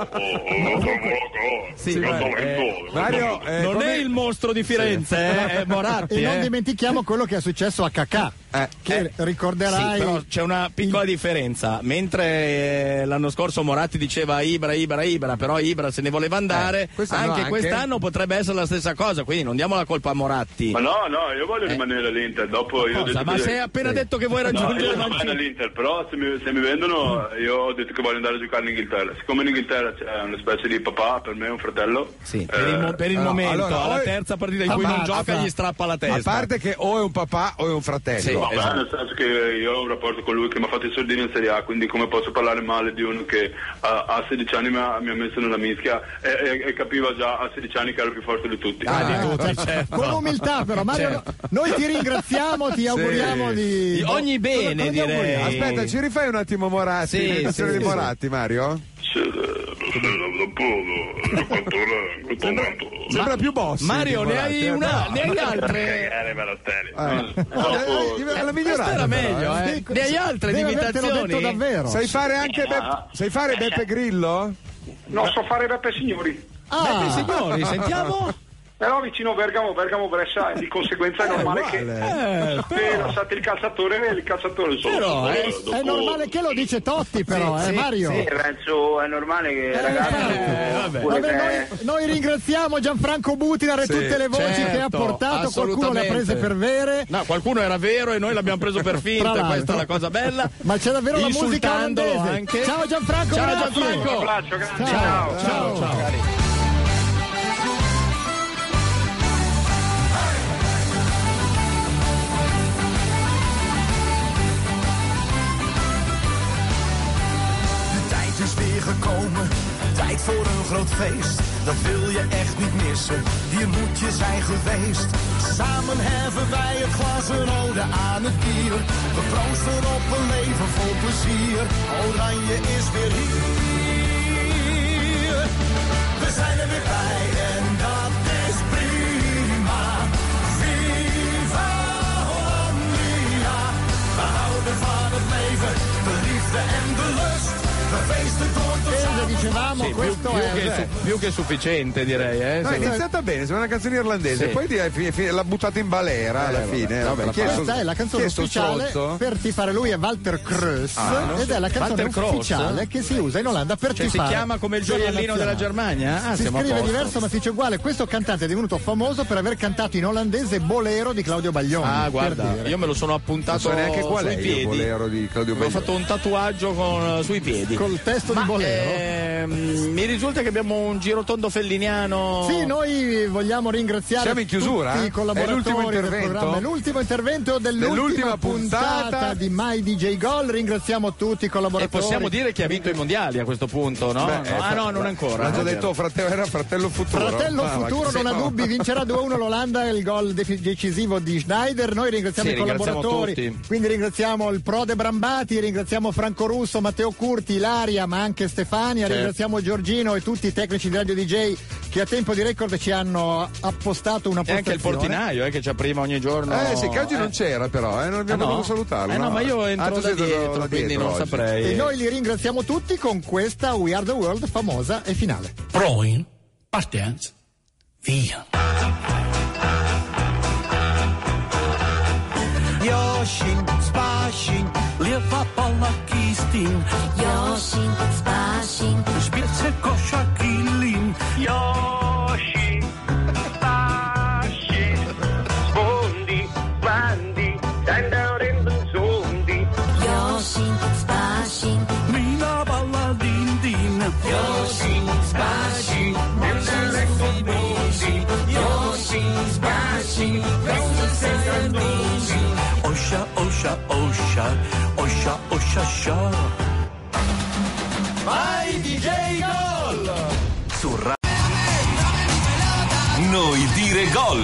Sì, Sì, ma, eh, Mario, eh, non come- è il mostro di Firenze, eh, è Moratti. E non eh. dimentichiamo quello che è successo a Cacà, Eh, che eh, ricorderai. Sì, però c'è una piccola differenza. Mentre eh, l'anno scorso Moratti diceva Ibra, Ibra, Ibra, però Ibra se ne voleva andare, Eh, quest'anno anche, anche. quest'anno potrebbe essere la stessa cosa, quindi non diamo la colpa a Moratti. Ma no, no, io voglio rimanere all'Inter. Dopo io ho Cosa? detto Ma che- sei appena Sì. detto che vuoi No, raggiungere io il non vado Mancini. all'Inter, però se mi, se mi vendono io ho detto che voglio andare a giocare in Inghilterra. Siccome in Inghilterra c'è una specie di papà, per me è un fratello. Sì, eh, per il, mo- per il no, momento, allora, alla o è- terza partita in cui non Ammazza. gioca gli strappa la a testa. parte che o è un papà o è un fratello. Sì. Vabbè, esatto. nel senso che io ho un rapporto con lui che mi ha fatto i soldini in Serie A, quindi come posso parlare male di uno che a, a sedici anni mi ha, mi ha messo nella mischia e, e- e capiva già a sedici anni che ero più forte di tutti. Ah, di Eh, tutti, certo. certo. Con umiltà però Mario, Certo. noi ti ringraziamo, ti auguriamo di Di ogni bene, Cosa- cosa direi. auguriamo? Aspetta, ci rifai un attimo Moratti, Sì, l'imitazione sì, di sì. Moratti, Mario? Sì, sì, dopo il giocatore in questo momento. Sembra più boss. Mario, di ne Moratti, hai eh, una, no. ne hai altre? Cagare Balotelli. Eh. Dopo- Eh, la migliorata, Questa era però, meglio, eh. eh. Ne hai altre di Deve avertelo imitazioni? detto davvero. Sai fare anche Beppe, sai fare Beppe Grillo? No, so fare Beppe Signori. Ah, Beppe Signori, sentiamo. Però vicino Bergamo, Bergamo Brescia, e di conseguenza è normale che Eh, se però, lasciate il calciatore, il calciatore solo. Però, Dopo- eh, dopo- è normale che lo dice Totti però, Sì, eh sì, Mario. Sì, penso è normale che Eh, ragazzi eh, vabbè. pure Vabbè, se- noi, noi ringraziamo Gianfranco Butinar e Sì, tutte le voci certo, che ha portato, qualcuno le ha prese per vere. No, qualcuno era vero e noi l'abbiamo preso per Tra finta, l'altro. questa è la cosa bella. Ma c'è davvero la musica Insultandolo olandese. anche. Ciao Gianfranco, Ciao grazie. Gianfranco. Un abbraccio, grande, Ciao, ciao. ciao. Ciao. De tijd is weer gekomen, tijd voor een groot feest. Dat wil je echt niet missen, hier moet je zijn geweest. Samen heffen wij het glas een ode aan het bier. We proosten op een leven vol plezier. Oranje is weer hier. We zijn er weer bij en dat is prima. Viva Hollandia. We houden van het leven, de liefde en de lust. We feesten door tot Cosa dicevamo, Sì, più, questo più è che, più che sufficiente, direi. Eh, No, è se- iniziata bene, sembra una canzone irlandese, Sì. poi di- fi- fi- l'ha buttata in balera alla vabbè, fine. vabbè, la Chi è sto- Questa è la chi canzone è sto ufficiale stronzo? per tifare lui è Walter Kroes non ed so. è la canzone Walter Kroes? ufficiale che si usa in Olanda per Cioè, si tifare. chiama come il per la gioiellino della nazionale. Germania? Ah, Si siamo a scrive posto. diverso ma si dice uguale. Questo cantante è divenuto famoso per aver cantato in olandese Bolero di Claudio Baglioni. Ah, per guarda, dire. io me lo sono appuntato Non so neanche qual è sui il piedi. bolero di Claudio Ho Baglioni. fatto un tatuaggio con, sui piedi. Col testo Ma, di Bolero. ehm, mi risulta che abbiamo un girotondo felliniano. Sì, noi vogliamo ringraziare Siamo in chiusura? tutti i È collaboratori l'ultimo del intervento? programma. È l'ultimo intervento dell'ultima, Dell'ultima puntata, puntata di My D J Goal. Ringraziamo tutti i E collaboratori. possiamo dire chi ha vinto i mondiali a questo punto, no? Beh, No? eh, Ah, no, fra- non ancora. L'ha già no, detto, fratello, era fratello futuro. Fratello Ma- ma- futuro, non ha sì, no. dubbi, vincerà due a uno l'Olanda e il gol defi- decisivo di Schneider. Noi ringraziamo Sì, i collaboratori, ringraziamo tutti. quindi ringraziamo il Prode Brambati, ringraziamo Franco Russo, Matteo Curti, Ilaria, ma anche Stefania, Certo. ringraziamo Giorgino e tutti i tecnici di Radio D J che a tempo di record ci hanno appostato una E anche il postazione. portinaio eh, che ci prima ogni giorno. Eh sì, che oggi non c'era però, eh, non abbiamo Ah, no? dovuto salutarlo. Eh no, ma io Ah, entro tu da sei stato dietro, da quindi dietro non oggi. saprei. E noi li ringraziamo tutti con questa We Are the World famosa e finale. Proin, partenza, via. Joshin, Spashin, Leva palla kistin, Joshin, Spashin, spitze kosha killin. Yoshi, Tashi, Spondi, Bandi, zijn daar in de zondi. Joshin, Spashin, Mina balla din din. Yoshi, Spashi, en de lekker bozi. Yoshi, Spashi, beste zijn bozi. Osha, osha, osha, osha, osha, sha. My D J Goal! Su Ra- Noi dire gol.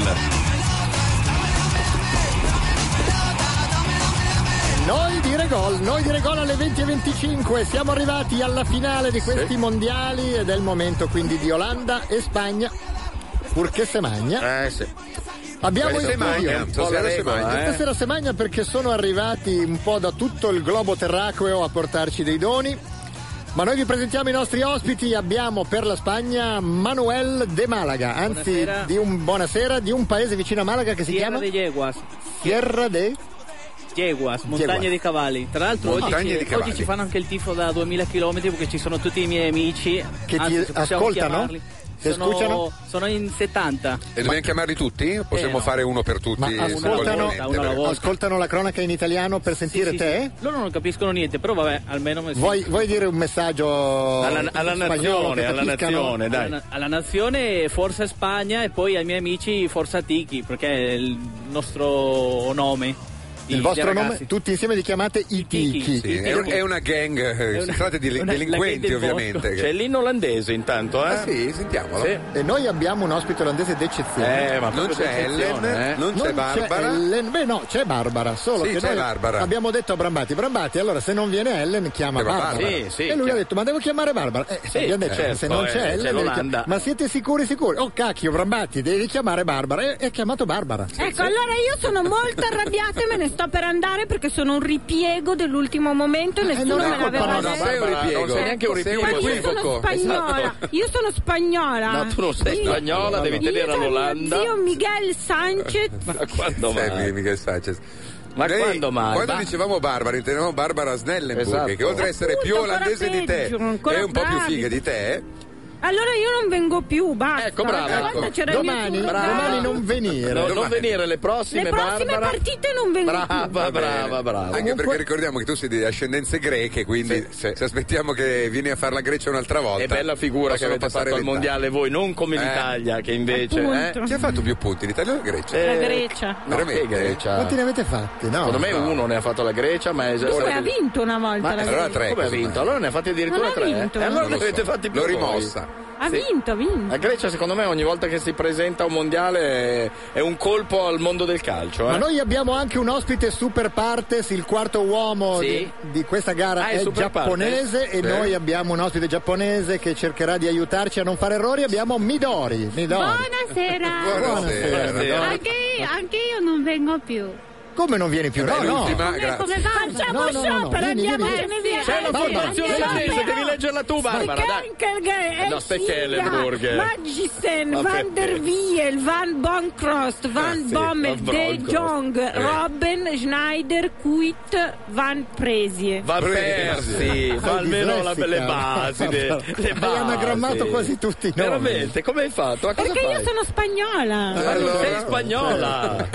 Noi dire gol, noi dire gol alle venti e venticinque, siamo arrivati alla finale di questi mondiali ed è il momento quindi di Olanda e Spagna, purché se magna. Eh sì. Abbiamo in Semagna, stasera Semagna. eh. Stasera Semagna perché sono arrivati un po' da tutto il globo terracqueo a portarci dei doni. Ma noi vi presentiamo i nostri ospiti. Abbiamo per la Spagna Manuel de Malaga, anzi Buonasera. di un buonasera di un paese vicino a Malaga che si Sierra chiama de Yeguas. Sierra de Yeguas, montagne Yeguas. di cavalli. Tra l'altro oggi Montagne ci, di cavalli. oggi ci fanno anche il tifo da duemila chilometri perché ci sono tutti i miei amici Che ti anzi, se possiamo ascoltano? chiamarli. Ti Sono, ascoltano? sono in settanta. E dobbiamo chiamarli tutti? Possiamo Eh, no. fare uno per tutti? Ma ascoltano, simultaneamente, uno alla perché- volta. ascoltano la cronaca in italiano per sentire Sì, sì, te? sì. Loro non capiscono niente, però vabbè, almeno mi Vuoi, vuoi dire un messaggio Alla, alla spagnolo che nazione, alla capiscano? nazione, dai. alla, alla nazione Forza Spagna e poi ai miei amici Forza Tiki, perché è il nostro nome. di- Il dei vostro nome, ragazzi. tutti insieme li chiamate i Tiki. Tiki. Sì, è, un- è una gang, eh, si una- tratta di una- delinquenti la gang del ovviamente. C'è l'inno olandese intanto, eh? Ah sì, sentiamolo. Sì. E noi abbiamo un ospite olandese d'eccezione. Eh, ma Non proprio c'è d'eccezione, Ellen, eh. non c'è Non Barbara. Ellen, beh no, c'è Barbara, solo Sì, che c'è noi Barbara. abbiamo detto a Brambati, Brambati, allora se non viene Ellen chiama Chiama Barbara. Barbara. Sì, sì, e lui chiaro. ha detto, ma devo chiamare Barbara? Eh, Sì, abbiamo detto, certo, se non eh, c'è c'è Ellen, devi l'Olanda. chiam- ma siete sicuri sicuri? Oh cacchio, Brambati, devi chiamare Barbara. E, e ha chiamato Barbara. Ecco, allora io sono molto arrabbiata e me ne sto per andare perché sono un ripiego dell'ultimo momento e nessuno non è me colpa l'aveva nostra, detto. sei un ripiego. Non sei neanche un Sei un Ma ripiego. io sono equivoco. spagnola, io sono spagnola. No, tu non sei Io- spagnola, devi Io tenere sono all'Olanda. Zio Miguel Sanchez. Ma quando Sei mai? Miguel Sanchez. Ma Noi, quando mai? Quando Ma- dicevamo Barbara, intendevamo Barbara Snellenburg, Esatto. che oltre a essere Appunto, più ancora olandese di te peggio, ancora è un po' più bravi. figa di te, Allora io non vengo più, basta. Ecco, brava. Una volta Ecco. c'era il mio Domani, turno. Brava. domani non venire. No, non Domani. venire le prossime, Le prossime Barbara. partite non vengo Brava, più. Va bene. brava, brava. Anche Comunque- perché ricordiamo che tu sei di ascendenze greche, quindi Sì, sì. se aspettiamo che vieni a fare la Grecia un'altra volta. È bella figura che possono avete passare fatto al vent'anni. mondiale voi, non come Eh. l'Italia che invece... Appunto. Eh? Chi ha fatto più punti, l'Italia o la Grecia? La Eh, Grecia. No, Veramente? che Grecia? Quanti ne avete fatti? No. Secondo me no. uno ne ha fatto la Grecia, ma è già Due stato- ha vinto una volta Ma la allora Grecia. tre. come ha casomai. vinto? Allora ne ha fatti addirittura Non ha tre. vinto. E allora Non ne lo avete so. fatti più L'ho voi. rimossa. Ha vinto, ha vinto. La Grecia secondo me ogni volta che si presenta a un mondiale è, è un colpo al mondo del calcio. Eh? Ma noi abbiamo anche un ospite super partes, il quarto uomo Sì. di, di questa gara Ah, è è super giapponese e Sì. noi abbiamo un ospite giapponese che cercherà di aiutarci a non fare errori. Abbiamo Midori. Midori. Buonasera. Buonasera. Buonasera. Anche io, anche io non vengo più. Come non vieni più? È No, no. l'ultima, Come, grazie. come va? Facciamo No, no, no, no, sciopero, vieni, andiamo vieni. a via. C'è la Barbara, formazione vieni. olandese, devi leggerla tu, Barbara, dai. Kerkerge, No, Speckellenburg. Magnussen, Ma Van der perché? Wiel, Van Bronckhorst, Van sì, Bommel, Van De Bronckhorst. Jong, Eh. Robben, Schneider, Kuit, Van Presie. Va persi, fa Sei almeno la, dislessica. le basi, le, le Hai basi. anagrammato quasi tutti i nomi. Veramente, come hai fatto? A cosa Perché fai? io sono spagnola. Ma non Allora- sei spagnola.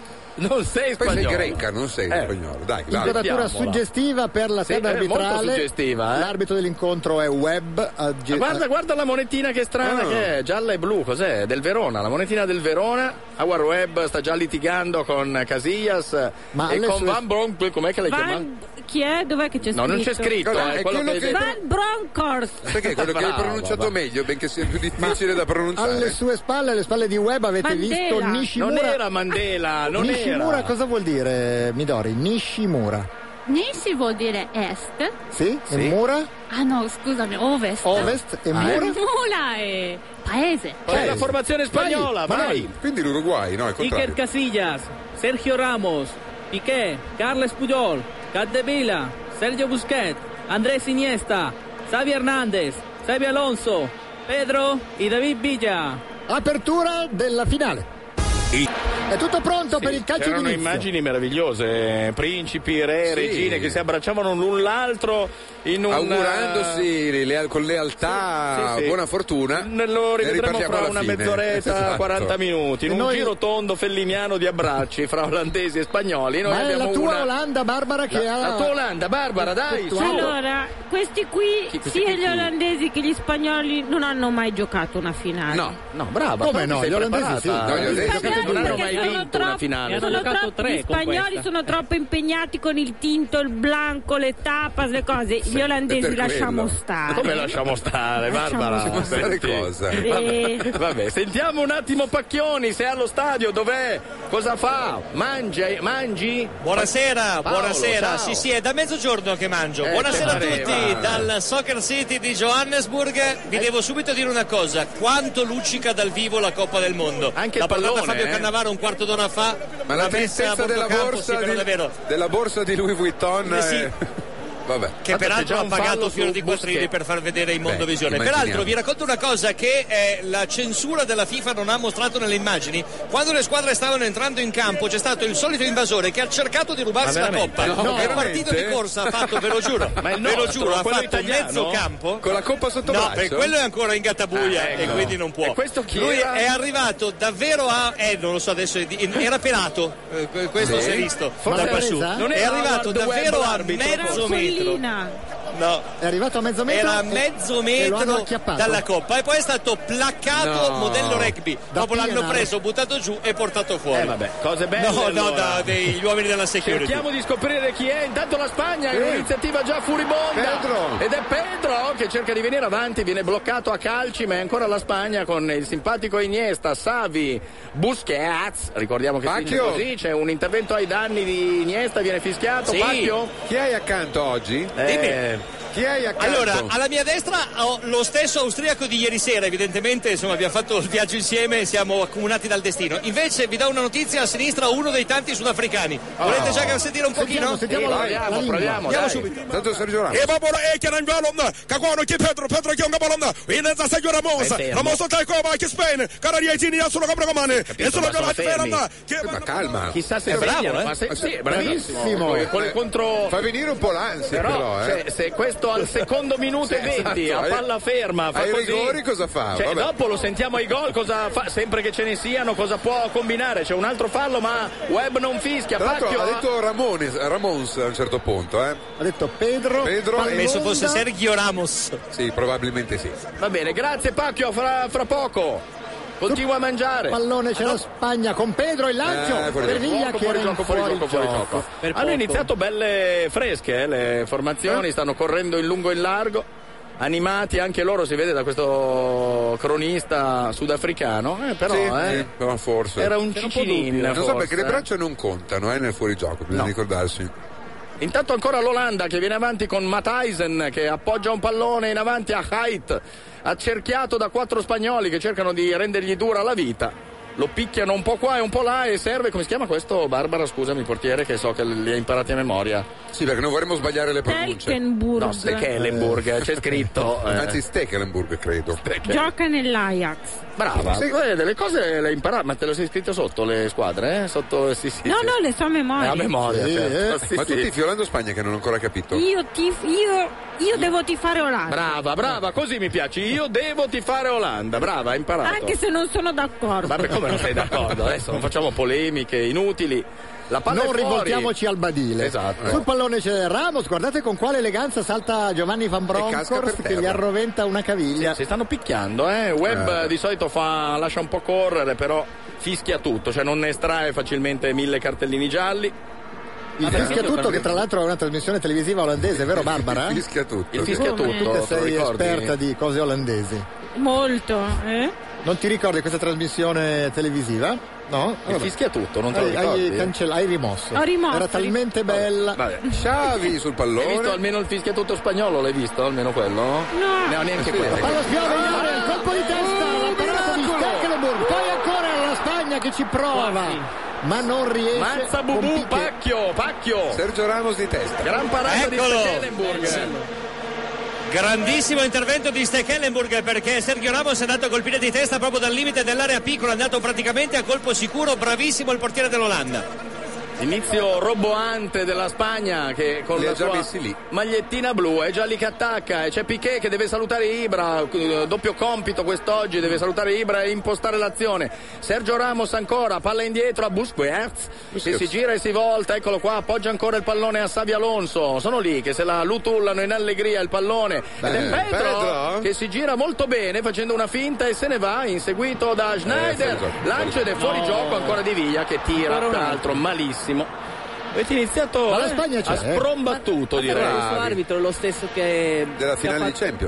Non sei Poi sei spagnola. greca, non sei Eh. spagnolo. Dai, dai. Inquadratura Mettiamola. suggestiva per la Sì, terra è molto arbitrale. suggestiva, eh. L'arbitro dell'incontro è Webb. agge- Ma guarda, guarda la monetina che strana Ah. che è, gialla e blu, cos'è? Del Verona, la monetina del Verona. Howard Webb sta già litigando con Casillas Ma e alle con sue- Van Bronk, com'è che l'hai chiamato? Van, chi è? Dov'è che c'è No, scritto? non c'è scritto, Guarda, è è quello quello che... che- Van Bronckhorst. Perché quello che hai Brava, pronunciato brava. meglio, benché sia più difficile da pronunciare. Alle sue spalle, alle spalle di Webb avete Mandela. visto Non Nishimura. era Mandela, non Nishimura era. cosa vuol dire, Midori? Nishimura. Nishi vuol dire est. Sì? Sì. E Mura? Ah no, scusami, ovest. Ovest e E Mura? Mula è paese. C'è la formazione spagnola, Vai, vai. Quindi l'Uruguay, no, è il Iker contrario. Casillas, Sergio Ramos, Piqué, Carles Puyol, Capdevila, Sergio Busquets, Andrés Iniesta, Xavi Hernández, Xavi Alonso, Pedro y David Villa. Apertura della finale. È tutto pronto per il calcio C'erano d'inizio. immagini meravigliose, principi, re, Sì. regine che si abbracciavano l'un l'altro in un... Augurandosi lea- con lealtà, Sì, sì. buona fortuna. Ne- Lo Ne rivedremo riparliamo fra alla una fine. mezz'oretta, Esatto. quaranta minuti, in E un noi- giro tondo felliniano di abbracci fra olandesi e spagnoli. Noi Ma è abbiamo la tua una... Olanda, Barbara, che La, ha... la tua Olanda, Barbara, dai, su. Allora, questi qui, Chi- questi sia qui gli chi? olandesi che gli spagnoli, non hanno mai giocato una finale. No, no, brava. Come però no? ti sei Gli olandesi preparata. sì. No, gli olandesi Gli Hai giocato spagnoli non hanno perché mai sono vinto una troppo- finale. Ne hanno sono giocato troppo- tre gli con spagnoli questa. sono troppo impegnati con il tinto, il blanco, le tapas, le cose. Gli olandesi per lasciamo quello. stare. Come lasciamo stare, Lasciamo Barbara? stare. Fare Senti. cosa? Eh, Vabbè, vabbè, sentiamo un attimo Pacchioni, se è allo stadio, dov'è? Cosa fa? Mangia, mangi? Buonasera, Paolo, buonasera. ciao. Sì, sì, è da mezzogiorno che mangio. Eh, Buonasera a che tutti pareva. dal Soccer City di Johannesburg. Vi devo subito dire una cosa: quanto luccica dal vivo la Coppa del Mondo. Anche L'ha il parlata pallone, Fabio eh. Cannavaro un quarto quarto d'ora fa. Ma la tristezza della borsa, sì, di, della borsa di Louis Vuitton eh sì. è... Vabbè. Che peraltro ha pagato fior di quattrini per far vedere in Mondovisione. Beh, peraltro vi racconto una cosa che eh, la censura della FIFA non ha mostrato nelle immagini. Quando le squadre stavano entrando in campo c'è stato il solito invasore che ha cercato di rubarsi la coppa. No, no, è partito di corsa, ha fatto, ve lo giuro, ma il ve lo nostro, giuro, ha fatto italiano? mezzo campo con la coppa sotto no, braccio. per quello è ancora in gattabuia ah, ecco. e quindi non può. E questo chi Lui era? È arrivato davvero a eh non lo so adesso, era pelato, eh, questo sì. si è visto Forse da quassù. non È arrivato davvero a l'arbitro, mezzo metro. No, è arrivato a mezzo metro. era a mezzo e lo hanno metro acchiappato. dalla coppa e poi è stato placcato No. modello rugby. Da Dopo l'hanno Pienaro. preso, buttato giù e portato fuori. Eh vabbè, cose belle. No, no, allora. da, degli uomini della security. Cerchiamo di scoprire chi è. Intanto la Spagna è Eh. un'iniziativa già furibonda. Pedro. Ed è Pedro che cerca di venire avanti, viene bloccato a calci, ma è ancora la Spagna con il simpatico Iniesta, Xavi, Busquets. Ricordiamo che si dice Pacchio. così, c'è un intervento ai danni di Iniesta, viene fischiato. Sì. Pacchio? Chi hai accanto oggi? Eh, Chi hai accanto? Allora, alla mia destra ho lo stesso austriaco di ieri sera, evidentemente, insomma, abbiamo fatto il viaggio insieme e siamo accomunati dal destino. Invece vi do una notizia, a sinistra uno dei tanti sudafricani. Volete già che sentire un pochino? Sentiamo, sentiamo Sì, la, proviamo, la lingua. proviamo, Andiamo dai. subito. Tanto Sergio Ramos. E babora e chiaran balon ka kwano ki Pedro Pedro ki onga balon ina za Sergio Ramos Stai fermo. Ramos ta ko ba ki Spain cara rietini ya solo kabra kamane e solo ma sono kabra fermi. ferma Ma calma. Chissà se È bravo, svegliano, eh? ma se, sì, è bravissimo. Bravissimo. Con- con- contro Fa venire un po' l'ansia Però, però, eh. se, se questo al secondo minuto e Sì, venti esatto. a palla ferma fa Ai così, rigori cosa fa? cioè, Vabbè. dopo lo sentiamo ai gol, cosa fa? Sempre che ce ne siano, cosa può combinare? C'è un altro fallo, ma Webb non fischia. Tra l'altro Pacchio ha detto Ramones, Ramons a un certo punto, eh. Ha detto Pedro. Pedro Pallonda. e- Penso fosse Sergio Ramos. Sì, probabilmente sì. Va bene, grazie Pacchio, fra, fra poco. Continua a mangiare. Pallone c'è la Spagna con Pedro il lancio Eh, fuori per gioco. Villa Fuori che era in gioco, fuori fuori gioco, fuori gioco. gioco. Per Hanno poco. iniziato belle fresche, eh, le formazioni, stanno correndo in lungo e in largo, animati anche loro, si vede da questo cronista sudafricano, eh, però sì, eh, sì, però forse. era un C'era un po' cicinin. dubbio. Non so forse, perché le eh. braccia non contano, eh, nel fuorigioco, bisogna No. ricordarsi. Intanto ancora l'Olanda che viene avanti con Matthijsen che appoggia un pallone in avanti a Haidt, accerchiato da quattro spagnoli che cercano di rendergli dura la vita. Lo picchiano un po' qua e un po' là e serve, come si chiama questo? Barbara, scusami, portiere, che so che li ha imparati a memoria. Sì, perché non vorremmo sbagliare le pronunce. Telkenburg. No, Stekelenburg, c'è scritto. eh. Anzi, Stekelenburg, credo. Gioca nell'Ajax. Brava, sì, eh, delle cose le hai imparate, ma te lo sei scritto sotto le squadre? Eh? Sotto, sì, sì, No, sì. no, le so a È memoria. a memoria, Sì, certo. eh. Sì, Ma sì. tutti fiorando Spagna che non ho ancora capito. Io, tif- io, io devo tifare Olanda. Brava, brava, così mi piace. Io devo tifare Olanda. Brava, hai imparato. Anche se non sono d'accordo. Ma per come non sei d'accordo? Adesso non facciamo polemiche inutili. La palla Non è fuori. rivoltiamoci al badile. Esatto. Sul pallone c'è Ramos, guardate con quale eleganza salta Giovanni Van casca Bronckhorst per che gli terra. arroventa una caviglia. Si stanno picchiando, eh? Webb Eh. di solito fa, lascia un po' correre, però fischia tutto, cioè non ne estrae facilmente mille cartellini gialli. Il fischia tutto, che tra l'altro è una trasmissione televisiva olandese, vero Barbara? Fischia tutto. Il sì. fischia Come? tutto, Tu che te lo sei ricordi? esperta di cose olandesi. Molto, eh? Non ti ricordi questa trasmissione televisiva? No? Il fischia tutto, non te lo Hai, ricordi? hai, cancella- hai rimosso. Ho rimosso. Era talmente bella. Vabbè. Xavi sul Hai visto pallone. almeno il fischia tutto spagnolo? L'hai visto almeno quello? No. No, neanche Sì. quello. Palla spiove in area, il colpo di testa, la parata di Stekelenburg, poi ancora la Spagna che ci prova, ma non riesce. Mazza con Bubù, Piqué. Pacchio, Pacchio. Sergio Ramos di testa. Gran parata Eccolo. di Stekelenburg. Grandissimo intervento di Stekelenburg perché Sergio Ramos è andato a colpire di testa proprio dal limite dell'area piccola, è andato praticamente a colpo sicuro, bravissimo il portiere dell'Olanda. Inizio roboante della Spagna che con Li la ha già sua messi lì. magliettina blu è già lì che attacca e c'è Piqué che deve salutare Ibra, eh, doppio compito quest'oggi, deve salutare Ibra e impostare l'azione. Sergio Ramos ancora, palla indietro a Busquets che si gira e si volta, eccolo qua, appoggia ancora il pallone a Xavi Alonso, sono lì che se la lutullano in allegria il pallone. Beh, ed è Pedro, Pedro che si gira molto bene facendo una finta e se ne va, inseguito da Schneider, fuori gioco. lancio ed è fuori No. gioco ancora di Villa che tira, Ancora un peraltro malissimo. Avete iniziato Ma la eh, Spagna c'è, a sprombattuto, direi. Il suo arbitro è lo stesso che Della che finale ha di fatto- Champions.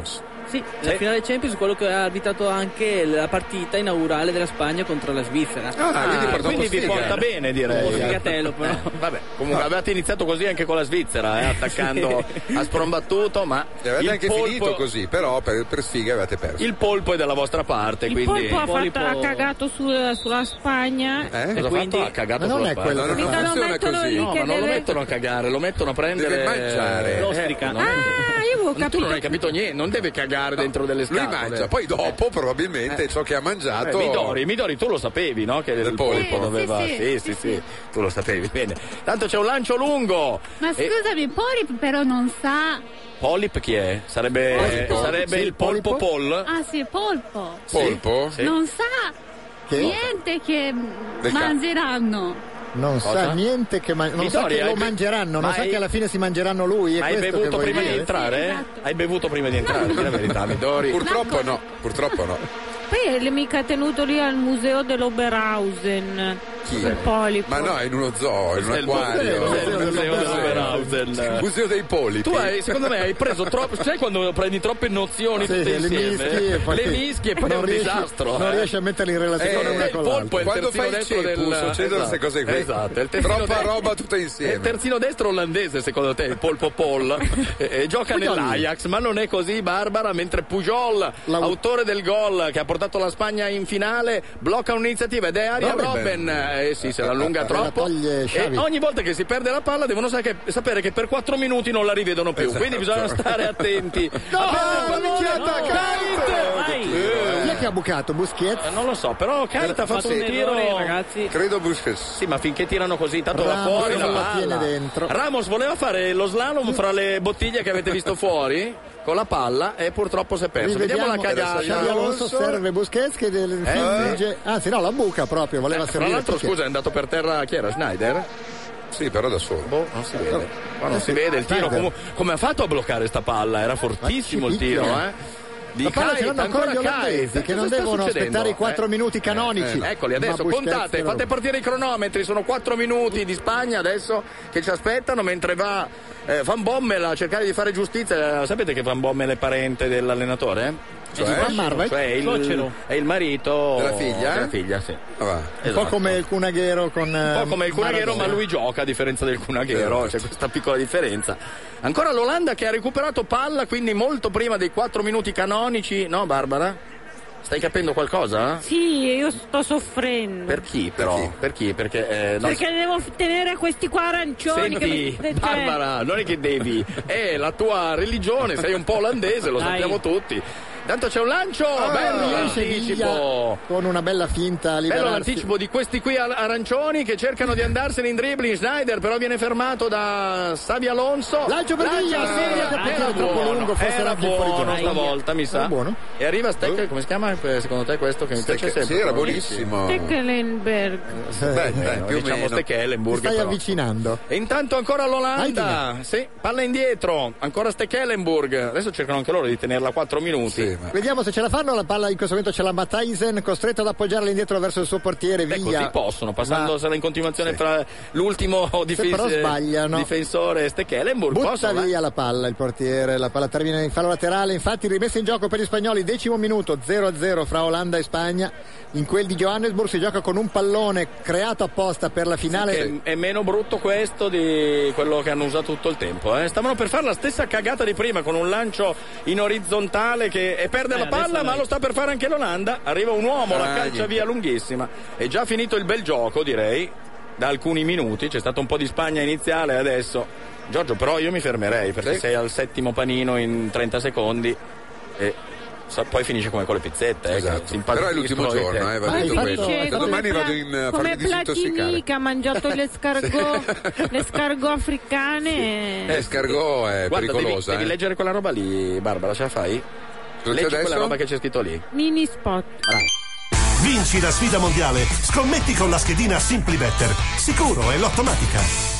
Sì, la sì. finale Champions, quello che ha arbitrato anche la partita inaugurale della Spagna contro la Svizzera. Ah, ah quindi vi porta bene, direi. Un po' figatello, però. Eh, vabbè, comunque no. avevate iniziato così anche con la Svizzera, eh, attaccando sì. a sprombattuto, ma e avete anche polpo... finito così, però per, per sfiga avete perso. Il polpo è dalla vostra parte, il quindi polpo ha, fatto, ha cagato su, sulla Spagna. Eh? Cosa quindi... ha fatto? Ha cagato ma non sulla è quello Spagna. che non funziona così. No, ma non deve... lo mettono a cagare, lo mettono a prendere. Deve mangiare. L'ostrica. Eh, ah, io avevo capito. Tu non hai capito niente, non deve cagare no, dentro delle scatole. Lui mangia, poi dopo probabilmente eh. ciò che ha mangiato. Eh, Midori, Midori, tu lo sapevi, no? Che il polpo doveva. Sì, sì, sì, sì, tu lo sapevi bene. Tanto c'è un lancio lungo. Ma scusami, e... Polip però non sa. Polip chi è? Sarebbe, Polpo. sarebbe sì, il polpo Pol? Ah sì, polpo. Polpo? Sì. Non sa che? niente che Del mangeranno. Non Cosa? sa niente che man- non Vittoria, sa che lo be- mangeranno, non hai... sa che alla fine si mangeranno lui. Hai bevuto prima dire? di entrare? Sì, esatto. Hai bevuto prima di entrare, di la verità, Midori. Purtroppo no, purtroppo no. Poi è mica tenuto lì al museo dell'Oberhausen. Chi? Il polipo. Ma no, è in uno zoo, in un È il acquario. museo, è il museo dell'Oberhausen. Il museo dei polipi. Tu hai, secondo me, hai preso troppo. Sai quando prendi troppe nozioni Sì, tutte le insieme? mischi e poi, le mischi e poi è un riesci, disastro. Non eh. riesci a metterle in relazione Eh, una il con polpo l'altra. è il Quando terzino fai il destro ceppu, del... succedono queste cose qui. Esatto, il terzino Troppa de- roba tutta È il insieme. terzino destro olandese, secondo te, il polpo Paul. e, e gioca Pujol. nell'Ajax, ma non è così, Barbara, mentre Pujol, La- autore del gol che ha portato la Spagna in finale, blocca un'iniziativa ed è Arjen Robben. Robben. Eh sì, se la allunga troppo. toglie E Xavi. ogni volta che si perde la palla devono sa- che- sapere che per quattro minuti non la rivedono più, Esatto. quindi bisogna stare attenti. No, A perdere il pallone, pallone, no, Kite! Vai. Chi è che ha bucato? Busquets? Eh, Non lo so, però Kite ha fatto un tiro, ragazzi. Credo Busquets. Sì, ma finché tirano così, tanto va Ramos fuori la non la palla. tiene dentro. Ramos voleva fare lo slalom fra le bottiglie che avete visto fuori con la palla e purtroppo si è perso. Vediamo la Rivediamo. cagata. Xabi Alonso serve Busquets che del Eh, finge. Anzi no, la buca proprio, voleva Eh, Tra servire. l'altro, Piqué. scusa, è andato per terra chi era? Schneider? Sì, però da solo. Boh, non si vede. Ma non si vede il tiro. Come, come ha fatto a bloccare sta palla? Era fortissimo il tiro, eh? Di La palla ce Kite, l'hanno ancora gli olandesi Kite. che Cosa non sta devono succedendo? aspettare i quattro Eh, minuti canonici. eh, Eccoli, adesso Ma Busquets contate, però- fate partire i cronometri, sono quattro minuti di Spagna adesso che ci aspettano mentre va eh, Van Bommel a cercare di fare giustizia. Sapete che Van Bommel è parente dell'allenatore? Eh? Cioè, Van Marwijk? Cioè è il, Suocero. è il marito Della figlia? Della figlia, sì. Ah, va. Un Esatto. po' come il Cunaghero con Un po' come il Cunaghero, ma lui gioca a differenza del Cunaghero, c'è questa piccola differenza. Ancora l'Olanda che ha recuperato palla, quindi molto prima dei quattro minuti canonici, no Barbara? Stai capendo qualcosa? Sì, io sto soffrendo. Per chi però? chi? Per chi? Perché, eh, no, Perché devo tenere questi qua arancioni che mi... Senti, Barbara, non è che devi, è la tua religione, sei un po' olandese, lo Dai. sappiamo tutti. Tanto c'è un lancio, Ah, bello riesce l'anticipo. Villa con una bella finta a Bello liberarsi. l'anticipo di questi qui al- arancioni che cercano di andarsene in dribbling. Schneider però viene fermato da Xabi Alonso. Lancio per Villa, Lancio, Villa che era applicava troppo buono, lungo, forse era era anche fuori buono gioco. stavolta mi sa. Era buono? E arriva Steck, come si chiama eh, secondo te questo che mi piace Steck- sempre? sì, era però. buonissimo. Stecklenberg. Eh, Beh, eh, dai, No, più o diciamo meno. Stekelenburg. Ti stai però. avvicinando. E intanto ancora l'Olanda. Sì, palla indietro, ancora Stekelenburg. Adesso cercano anche loro di tenerla quattro minuti. Sì, ma- Vediamo se ce la fanno, la palla in questo momento c'è la Matthijsen costretto ad appoggiarla indietro verso il suo portiere. Beh, Via. così possono, passando Ma in continuazione Sì. fra l'ultimo difes- però sbagliano. difensore e Stekelenburg. butta Possono, via eh? la palla il portiere, la palla termina in fallo laterale, infatti rimessa in gioco per gli spagnoli, decimo minuto, zero a zero fra Olanda e Spagna. In quel di Johannesburg si gioca con un pallone creato apposta per la finale. Che è meno brutto questo di quello che hanno usato tutto il tempo. Eh. Stavano per fare la stessa cagata di prima con un lancio in orizzontale che e perde Eh, la palla, adesso ma lei. lo sta per fare anche l'Olanda. Arriva un uomo, la Ah, calcia niente. via lunghissima. È già finito il bel gioco, direi. Da alcuni minuti c'è stato un po' di Spagna iniziale adesso. Giorgio, però io mi fermerei perché Sì. sei al settimo panino in trenta secondi e sa- poi finisce come con le pizzette. Eh, Esatto. che si impazziscono Però è l'ultimo i giorno, tempi. eh, va Ma detto infatti questo. c'è Da come domani Pla- vado in uh, come farmi disintossicare. Platini che ha mangiato le scargot, le scargot africane. Eh, Escargot è Guarda, pericolosa. devi, devi eh. leggere quella roba lì, Barbara, ce la fai? Cosa c'è Leggi quella adesso? roba che c'è scritto lì. Mini spot. Vinci la sfida mondiale. Scommetti con la schedina Simply Better. Sicuro è l'automatica.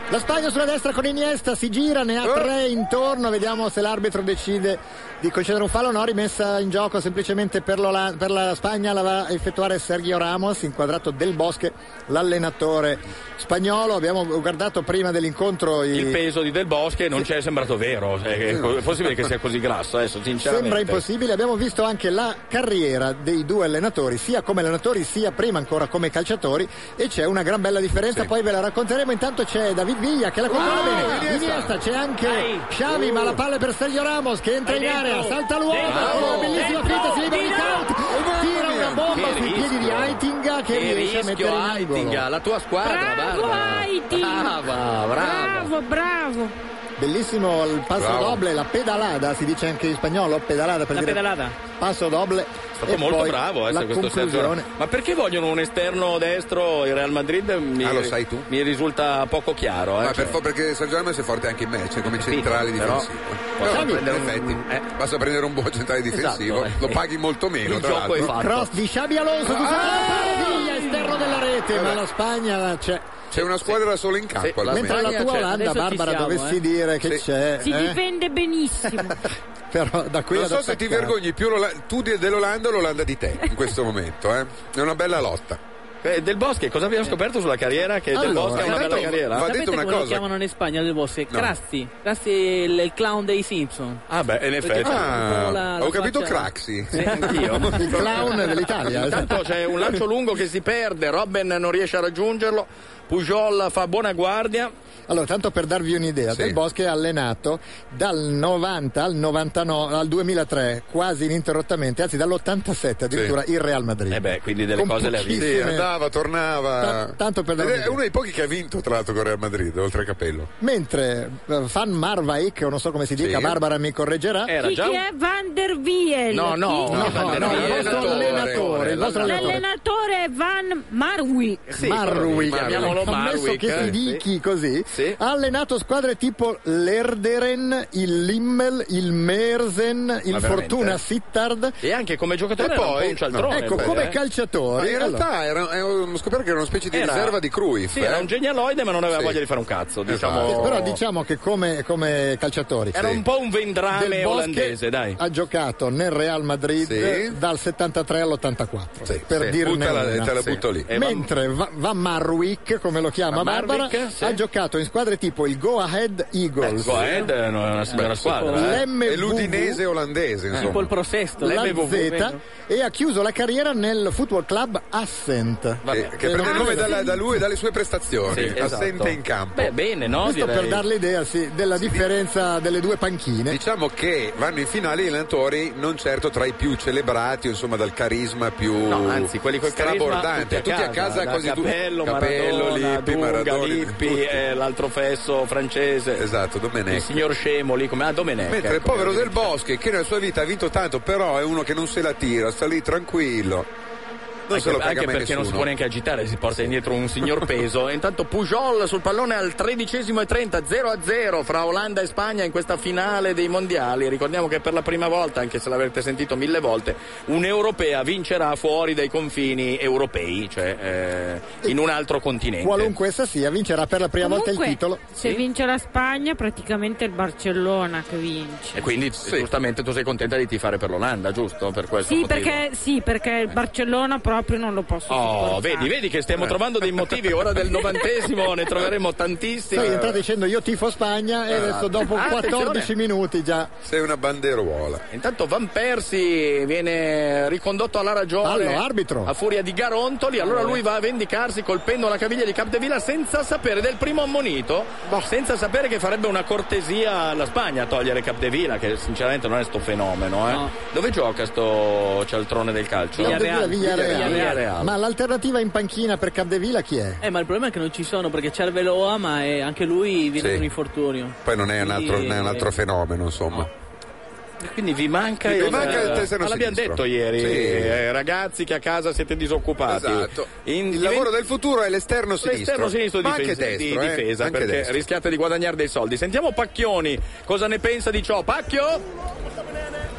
La Spagna sulla destra con Iniesta, si gira, ne ha Oh. tre intorno, vediamo se l'arbitro decide di concedere un fallo o no, rimessa in gioco semplicemente per, per la Spagna, la va a effettuare Sergio Ramos, inquadrato Del Bosque, l'allenatore spagnolo. Abbiamo guardato prima dell'incontro i... Il peso di Del Bosque non ci è sembrato vero, è possibile che sia così grasso adesso, sinceramente. Sembra impossibile. Abbiamo visto anche la carriera dei due allenatori, sia come allenatori sia prima ancora come calciatori, e c'è una gran bella differenza, sì. Poi ve la racconteremo. Intanto c'è David Villa che la controlla oh, bene, Iniesta. Iniesta, c'è anche Dai. Xavi, uh. ma la palla è per Sergio Ramos che entra Dai in area, dentro. Salta l'uomo, con una bellissima finta, si libera di Count, tira una bomba sui piedi di Aitinga che, che riesce a mettere in angolo. Aitinga, la tua squadra, bravo Aitinga, brava, bravo, bravo, bravo. Bellissimo il passo Bravo. doble, la pedalada, si dice anche in spagnolo, pedalada per La dire pedalada. passo doble. È stato molto bravo eh, la questo conclusione. Ma perché vogliono un esterno destro il Real Madrid? Mi, Ah, lo sai tu? Mi risulta poco chiaro. Eh, Ma cioè. per, perché Sergio Ramos è forte anche in match, come Sì, centrale però difensivo. posso Però, in prendere un- effetti, eh. basta prendere un buon centrale difensivo, Esatto, lo eh. paghi molto meno. Il tra gioco è l'altro. fatto. Cross di Xabi Alonso, Ah! Villa, esterno della rete, ma la Spagna c'è. C'è una squadra solo in campo. Sì, al la momento. Mentre la tua c'è. Olanda, Adesso ci Barbara, siamo, dovessi eh. dire che Sì. c'è. Si eh? difende benissimo. Però da qui Non ad so se ti attaccare. vergogni più l'Ola- tu di- dell'Olanda o l'Olanda di te in questo momento, eh? È una bella lotta. Eh, Del Bosque, cosa abbiamo scoperto sulla carriera? Che Del Allora, Bosque ha una intanto bella carriera? va Sapete detto una come lo cosa. chiamano in Spagna Del Bosque? No. Krusty. Krusty è il, il clown dei Simpson. Ah beh, in effetti. Perché- Ah, la- la ho capito faccia- Craxi. Sì, anch'io. Il clown dell'Italia. Intanto c'è un lancio lungo che si perde, Robben non riesce a raggiungerlo, Pujol fa buona guardia. Allora, tanto per darvi un'idea, Sì. Del Bosque è allenato dal novanta al novantanove al duemilatré, quasi ininterrottamente, anzi dall'ottantasette addirittura Sì. il Real Madrid. Eh beh, quindi delle Con cose le ha viste. Sì, pochissime- andava, tornava. Ta- tanto per dare Ed è un'idea. uno dei pochi che ha vinto, tra l'altro, con Real Madrid, oltre a Capello. Mentre eh, Van Marwijk, non so come si dica, Sì. Barbara mi correggerà. Era Chi, già chi un... è Van der Wiel? No, no, Chi? No, Van no, der no, il Wiel. vostro allenatore, il vostro allenatore. L'allenatore è Van Marwijk. Sì, Marwijk, chiamiamolo ammesso Marwijk, che eh, si dichi così, Sì. ha allenato squadre tipo l'Erderen, il Limmel, il Meersen, il Ma Fortuna veramente? Sittard. E anche come giocatore E era poi- un po' un cialtrone. Ecco, beh, come eh. calciatori. Ma in realtà era, era- ho scoperto che era una specie di Era- riserva di Cruyff. Sì, eh? era un genialoide ma non aveva Sì. voglia di fare un cazzo, Esatto. diciamo. Però diciamo che come, come calciatori Era un po' un vendrame Del Bosque olandese, dai. ha giocato nel Real Madrid Sì. dal settantatré all'ottantaquattro, Sì, per sì. dirne Buttala- una. te la Sì. butto lì. E Van- Mentre Va- Van Marwijk, come lo chiama Van Barbara, Marwijk, sì. ha giocato in squadre tipo il Go Ahead Eagles, Go Ahead è una signora Beh, squadra. sì. eh. l'M È V l'udinese V, olandese, Tipo insomma. il prosesto. la l'M V V, Z, vedo. e ha chiuso la carriera nel Football Club Assent. Vabbè, Che, che prende il nome dalla- da lui e dalle sue prestazioni. Sì, esatto. Assente in campo. Beh, bene, no? Questo Direi. per dar l'idea sì, della differenza delle due panchine. Diciamo che vanno in finale gli allenatori non certo tra i più celebrati, insomma, dal carisma più No, anzi, quelli col carisma strabordante. tutti a casa, da quasi tu- Capello, Capello, Maradona, Lippi, Dunga, Maradona, Lippi, tutti. eh, l'altro fesso francese. Esatto, Il Domenech. signor Scemo lì come ah, Domenech. Mentre il ecco, povero per Del Bosque, che nella sua vita ha vinto tanto, però è uno che non se la tira, sta lì tranquillo. Non se Anche, lo caga anche mai perché non si nessuno. può neanche agitare, si porta indietro un signor peso. E intanto Pujol sul pallone al tredicesimo e trenta, zero a zero fra Olanda e Spagna in questa finale dei mondiali. Ricordiamo che per la prima volta, anche se l'avete sentito mille volte, un'europea vincerà fuori dai confini europei, cioè eh, in un altro continente. Qualunque essa sia, vincerà per la prima Comunque, volta il titolo. se Sì. vince la Spagna, praticamente è il Barcellona che vince. E quindi giustamente tu sei contenta di tifare per l'Olanda, giusto? Per questo Sì, motivo. perché, sì, perché il Barcellona proprio non lo posso Oh, sopportare. vedi, vedi che stiamo trovando dei motivi. Ora del novantesimo ne troveremo tantissimi. Sei entrato dicendo io tifo Spagna e adesso dopo Ah, quattordici minuti già. Sei una banderuola. Intanto Van Persie viene ricondotto alla ragione. Fallo, arbitro. A furia di garontoli, allora lui va a vendicarsi colpendo la caviglia di Capdevila senza sapere del primo ammonito, senza sapere che farebbe una cortesia alla Spagna a togliere Capdevila, che sinceramente non è sto fenomeno. Eh. No. Dove gioca sto cialtrone del calcio? Villarreal. Villarreal. Villarreal. Ma l'alternativa in panchina per Capdevila chi è? Eh, ma il problema è che non ci sono perché Cerveloa, ma è, anche lui viene Sì. con infortunio. Poi non è un altro, Quindi, non è un altro fenomeno, insomma. Quindi vi manca, Vi il, manca il testerno ma l'abbiamo sinistro. detto ieri, Sì. eh, ragazzi che a casa siete disoccupati. Esatto. In- il lavoro del futuro è l'esterno sinistro. L'esterno sinistro di Ma anche difesa, destro, di eh, difesa anche perché destro. rischiate di guadagnare dei soldi. Sentiamo Pacchioni cosa ne pensa di ciò. Pacchio?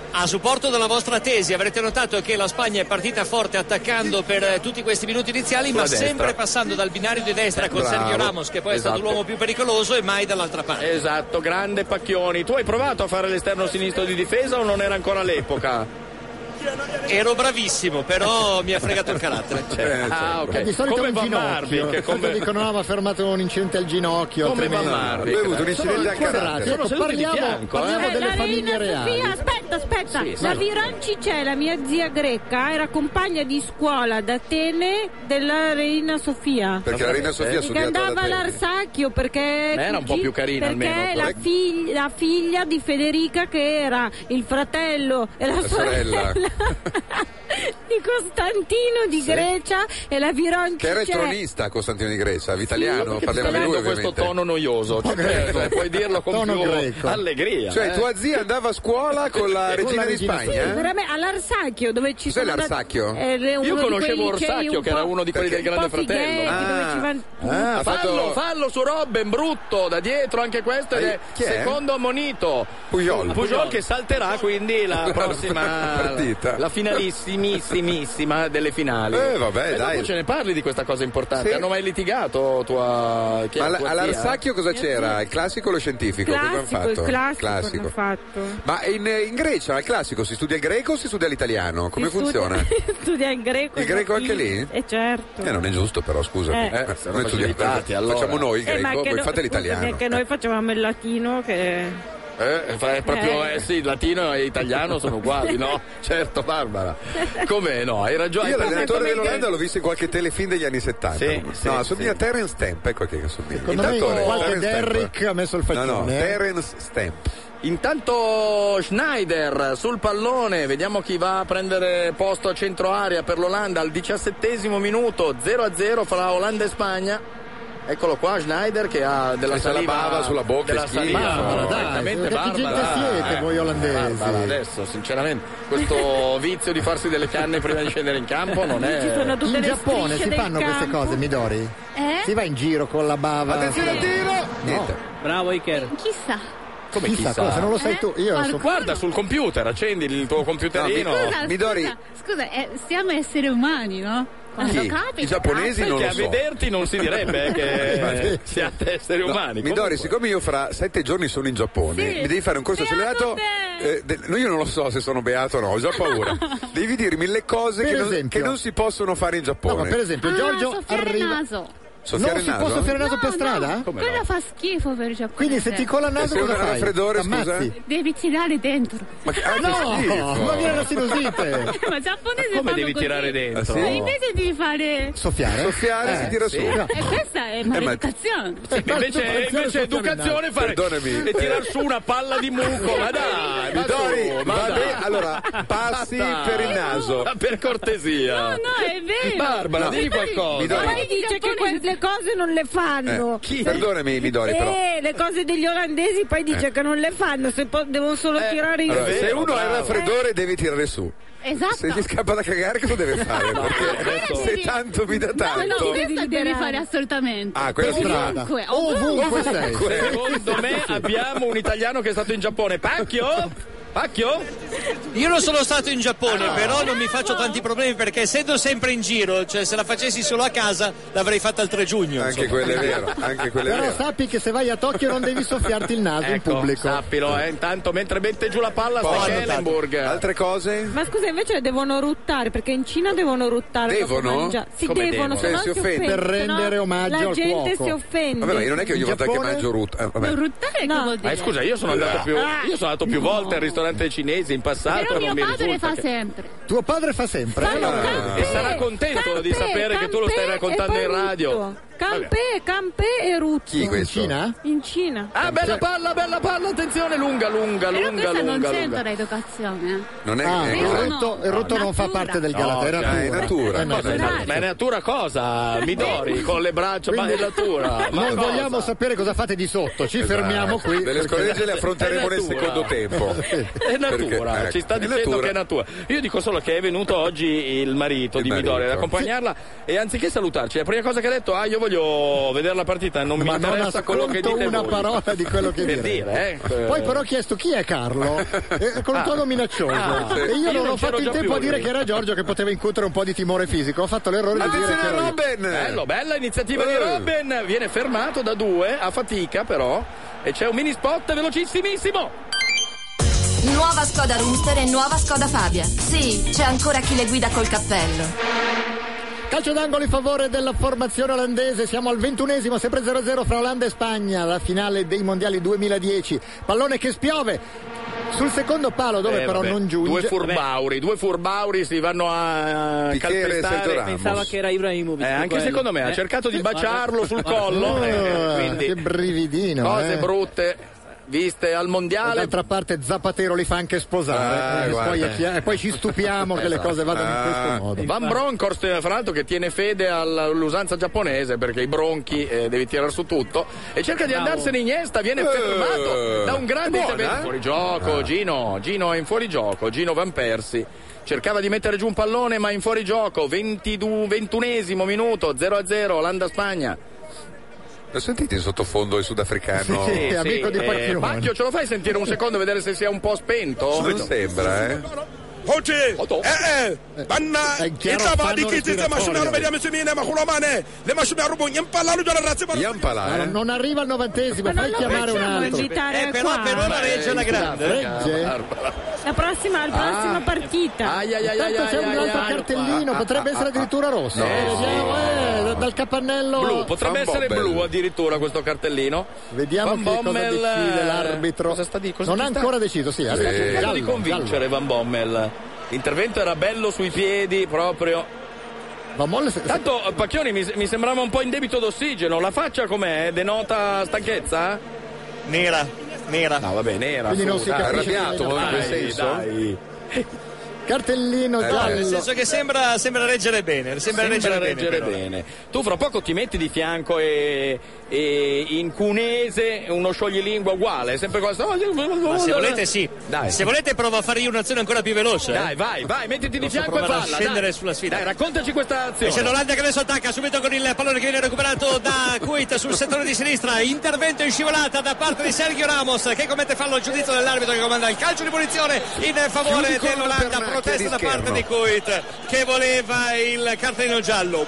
A supporto della vostra tesi avrete notato che la Spagna è partita forte attaccando per eh, tutti questi minuti iniziali, Sulla ma destra. sempre passando dal binario di destra con Bravo. Sergio Ramos, che poi Esatto. è stato l'uomo più pericoloso, e mai dall'altra parte. Esatto, grande Pacchioni. Tu hai provato a fare l'esterno sinistro di difesa o non era ancora l'epoca? Ero bravissimo, però mi ha fregato il carattere. Cioè, ah, ok. Di solito Come un va ginocchio. Marvic? Come... Come... dicono no, ma ha fermato un incidente al ginocchio. Come va tremendo. Marvic? Lui ha avuto un incidente al carattere. Sono Ecco, seduti di parliamo, fianco, parliamo eh. Eh, delle la famiglie Reina reali. Sofia, aspetta, aspetta. Sì, sì. La Virancicella, mia zia greca, era compagna di scuola ad Atene della Reina Sofia. Perché la Reina Sofia ha Che studiato andava ad Atene. all'Arsacchio perché Ma era un po' più carina, perché almeno, la, corretto. figlia, la figlia di Federica, che era il fratello e la, La sorella. di Costantino di Sì. Grecia, e la Che era Virancicella. il tronista Costantino di Grecia, italiano, Sì, parliamo di sta lui avendo questo ovviamente. tono noioso, cioè, cioè, puoi dirlo con Tono più greco. allegria. Cioè eh. tua zia andava a scuola con la Con regina la di regina Spagna? Sì, eh? veramente, all'Arsacchio, dove ci Cos'è sono andati- l'Arsacchio? eh, le- uno Io di conoscevo quelli che Orsacchio, un che era po'- uno di quelli del un Grande po' fighetti, Fratello. dove Ah. ci van- Ah, Ha fallo, fatto- fallo su Robben, brutto, da dietro anche questo, ed Eh, è chi è? secondo ammonito. Pujol. Pujol che salterà quindi la prossima partita. la finalissimissima delle finali. Eh, vabbè, e dai. dopo ce ne parli di questa cosa importante. Sì. Hanno mai litigato tua chi è Ma la alla- tua zia? all'Arsacchio cosa c'era? Il classico o lo scientifico? Cosa hanno Classico, fatto? il classico, hanno fatto. Ma in, in Grecia al classico si studia il greco o si studia l'italiano? Come Si studia- funziona? Studia il greco. Il greco anche lì? Eh certo. Eh, non è giusto però, scusa. Eh. Eh, sono noi studiamo, facilitati, allora. facciamo noi il Eh, ma greco, che voi no- fate l'italiano. scusi, che noi facevamo il latino che... Eh, fa- è proprio, Eh. eh sì, latino e italiano sono uguali, no? Certo, Barbara. Come no? Hai ragione. Io Hai l'allenatore presente dell'Olanda l'ho visto in qualche telefilm degli anni settanta. Sì, no, sì, assomiglia sì. a Terence Stamp, ecco che assomiglia. Secondo me Intanto, qualche Terence Stamp. Derrick ha messo il No, faccione. no, eh. Terence Stamp. Intanto Schneider sul pallone, vediamo chi va a prendere posto a centro area per l'Olanda al diciassettesimo minuto, zero a zero fra Olanda e Spagna. Eccolo qua Schneider che ha della E se la saliva bava sulla bocca, della schifo. saliva, Barbara, dai, perfettamente che Barbara. gente siete voi olandesi? Barbara, adesso sinceramente questo vizio di farsi delle canne prima di scendere in campo non è Ci sono tutte In le Giappone strisce si del fanno queste campo. cose, Midori? Eh? Si va in giro con la bava. Attenzione al tiro! Niente. Bravo Iker. Chissà. come Chissà chissà. cosa, non lo sai Eh? tu. Io Guarda, so- Guarda sul computer, accendi il tuo computerino. Scusa, Midori. scusa, scusa eh, siamo esseri umani, no? Quando Chi? capita. I giapponesi non Perché lo a so. vederti non si direbbe eh, che siate esseri No, umani. Midori, Comunque. siccome io fra sette giorni sono in Giappone, Sì. mi devi fare un corso Beato accelerato. te! eh, de- no, io non lo so se sono beato o no, ho già paura. Devi dirmi le cose Per che non, esempio. che non si possono fare in No, Giappone. ma per esempio Ah, Giorgio soffiare il arriva. naso. Soffiare Non il si naso? può soffiare il naso No, per no, strada? Come quello no? fa schifo per il Giappone. Quindi se ti cola il naso E se cosa uno ha fai? raffreddore, T'ammazzi? scusa? Devi tirare dentro. Ma che, ah, che No, schifo. ma viene la sinusite. Ma il giapponese Come fanno devi così. tirare dentro? Ah, sì? Ma invece di fare... Soffiare? Soffiare Eh, si tira sì. su. E questa è ma- maleducazione. Sì, invece, invece educazione fare Perdonami. e tirar su una palla di muco, ma dai, ma Midori, su, ma va dai. bene, allora passi Basta. per il naso. Ma per cortesia. No, no, è vero. Barbara, No. digli qualcosa. Midori. Poi dice che quelle cose non le fanno. Eh, perdonami, Midori, però. Eh, le cose degli olandesi poi dice che non le fanno, se po- devono solo Eh, tirare in Allora, su. se vero, uno ha il bravo. raffreddore deve tirare su. Esatto. Se gli scappa da cagare cosa deve fare? Perché adesso- se tanto mi dà No, no, tanto. questo devi liberare. fare assolutamente. Ah, quella Per si fa. strada. Ovunque, Ovunque sei. Secondo me abbiamo un italiano che è stato in Giappone. Pacchio? Pacchio? Io non sono stato in Giappone, però non mi faccio tanti problemi perché essendo sempre in giro, cioè se la facessi solo a casa l'avrei fatta il tre giugno. Anche insomma. quello è vero, anche quello è Però vero. sappi che se vai a Tokyo non devi soffiarti il naso in Ecco, pubblico. sappilo, eh. Intanto mentre mette giù la palla sta Poi, Schellenburg. altre cose? Ma scusa, invece devono ruttare, perché in Cina devono ruttare. Devono? dopo mangiare. Sì, Come devono, devono? se no Eh, si si offende. offende. Per se no rendere omaggio la al gente cuoco. si offende. Vabbè, ma io non è che ogni In volta che Giappone? mangio rut. eh, vabbè. Ruttare No. che vuol dire? Eh, scusa, io sono andato più io sono andato più volte al ristorante cinese in passato Però e non mio mi padre risulta fa che... sempre. Tuo padre fa sempre. Fanno eh? campè, E sarà contento di campè, sapere che tu lo stai campè raccontando e in poi radio. rutto. Campè, campè e rutto. Chi In questo? Cina? In Cina. Ah, bella palla, bella palla, attenzione, lunga, lunga, Però lunga, questa non lunga, c'entra lunga. l'educazione. eh. Non è Ah, è- il no, rutto, il rutto no, non fa natura. parte del No, Galata, è cioè, natura. è natura. Eh, no, Cosa è esatto. natura? Ma è natura cosa? Midori con le braccia, ma è Quindi- natura. Ma Noi cosa? vogliamo sapere cosa fate di sotto, ci fermiamo qui. Delle perché- scoregge le affronteremo È nel natura. secondo tempo. Eh, È natura, Perché, ci sta ecco, è dicendo natura. che è natura. Io dico solo che è venuto oggi il marito Il di Midori ad marito. accompagnarla e anziché salutarci, la prima cosa che ha detto, ah io voglio vedere la partita, non mi Ma non interessa quello che ascolto dite una voi. parola di quello che Per direi. dire, eh. Poi però ho chiesto chi è Carlo eh, con un Ah. tono minaccioso Ah, sì. e io, Io non non ho fatto c'ero in già tempo più a dire lì. che era Giorgio che poteva incutere un po' di timore fisico. Ho fatto l'errore di dire che Attenzione ero io. Robben! Bello, bella iniziativa di Eh. Robben, viene fermato da due, a fatica però, e c'è un mini spot velocissimissimo. Nuova Skoda Rooster e nuova Skoda Fabia. Sì, c'è ancora chi le guida col cappello. Calcio d'angolo in favore della formazione olandese, siamo al ventunesimo, sempre zero a zero fra Olanda e Spagna, la finale dei mondiali duemiladieci. Pallone che spiove sul secondo palo dove Eh, però vabbè, non giunge. Due furbauri, due furbauri si vanno a Piqué e Sergio calpestare. Ramos. Pensava che era Ibrahimovic. Eh, anche quello. secondo me ha Eh. cercato di Guarda. baciarlo sul collo, eh, Oh, quindi che brividino. cose eh. brutte viste al mondiale. D'altra parte Zapatero li fa anche sposare Ah, eh, guarda. poi è chiaro- e poi ci stupiamo che le Esatto. cose vadano in Ah. questo modo. Van Bronckhorst, fra l'altro, che tiene fede all'usanza giapponese perché i bronchi eh, devi tirare su tutto e cerca di Bravo. andarsene Iniesta, viene Eh. fermato da un grande Buona, intervento. eh? Fuori gioco, Ah. Gino, Gino è in fuorigioco, Gino Van Persie. Cercava di mettere giù un pallone ma in fuorigioco, ventidue, ventunesimo minuto, zero a zero, Olanda-Spagna. Lo sentite in sottofondo il sudafricano? Sì, amico di Pacchioni. Pacchio, ce lo fai sentire un secondo, vedere se sia un po' spento? Non sembra, eh? Hoci, eh eh, banna, È chiaro, ita ba fanno di kiti respiratorio. ma shuna vediamo se mine ma khulomane, le ma shuna rubo impalla lu jara razzi Ian Ma Palà, eh? non arriva al novantesimo, Ma fai non lo chiamare un facciamo altro. invitare Eh, però qua. per ora regge la grande. Regge? La prossima, la prossima Ah. partita. Ai, ai, ai, ai, Tanto c'è ai, un ai, altro ai. cartellino, potrebbe essere addirittura rosso. No. Eh, vediamo, eh, da- dal capannello. Blu, potrebbe Van essere Bommel. blu addirittura questo cartellino. Vediamo Van che cosa Bommel, decide eh, l'arbitro. cosa sta di- cosa non ci ha sta? ancora deciso, sì. Sta adesso- cercando giallo, di convincere giallo. Van Bommel. L'intervento era bello sui piedi proprio. Van Bommel se- Tanto eh, Pacchioni mi, mi sembrava un po' in debito d'ossigeno. La faccia com'è? Denota stanchezza? Nera, nera. No, vabbè, nera. Quindi non su, si dai. capisce arrabbiato, che- in quel Dai, senso? dai. Cartellino Eh, Nel giallo. senso che sembra, sembra reggere bene, sembra, Sembra reggere, reggere bene. bene. Tu fra poco ti metti di fianco e, e in cunese uno scioglilingua uguale, è sempre cosa. Ma se volete sì. Dai. Se volete provo a fare io un'azione ancora più veloce. Dai, eh. vai, vai, mettiti di Posso fianco e provare a falla. scendere dai. sulla sfida. Dai, raccontaci questa E c'è azione. l'Olanda che adesso attacca subito con il pallone che viene recuperato da Kuit sul settore di sinistra. Intervento in scivolata da parte di Sergio Ramos che commette fallo al giudizio dell'arbitro che comanda il calcio di punizione in favore Chiudi con dell'Olanda. la pernacchia Protesta di da parte schermo. di Kuit che voleva il cartellino giallo.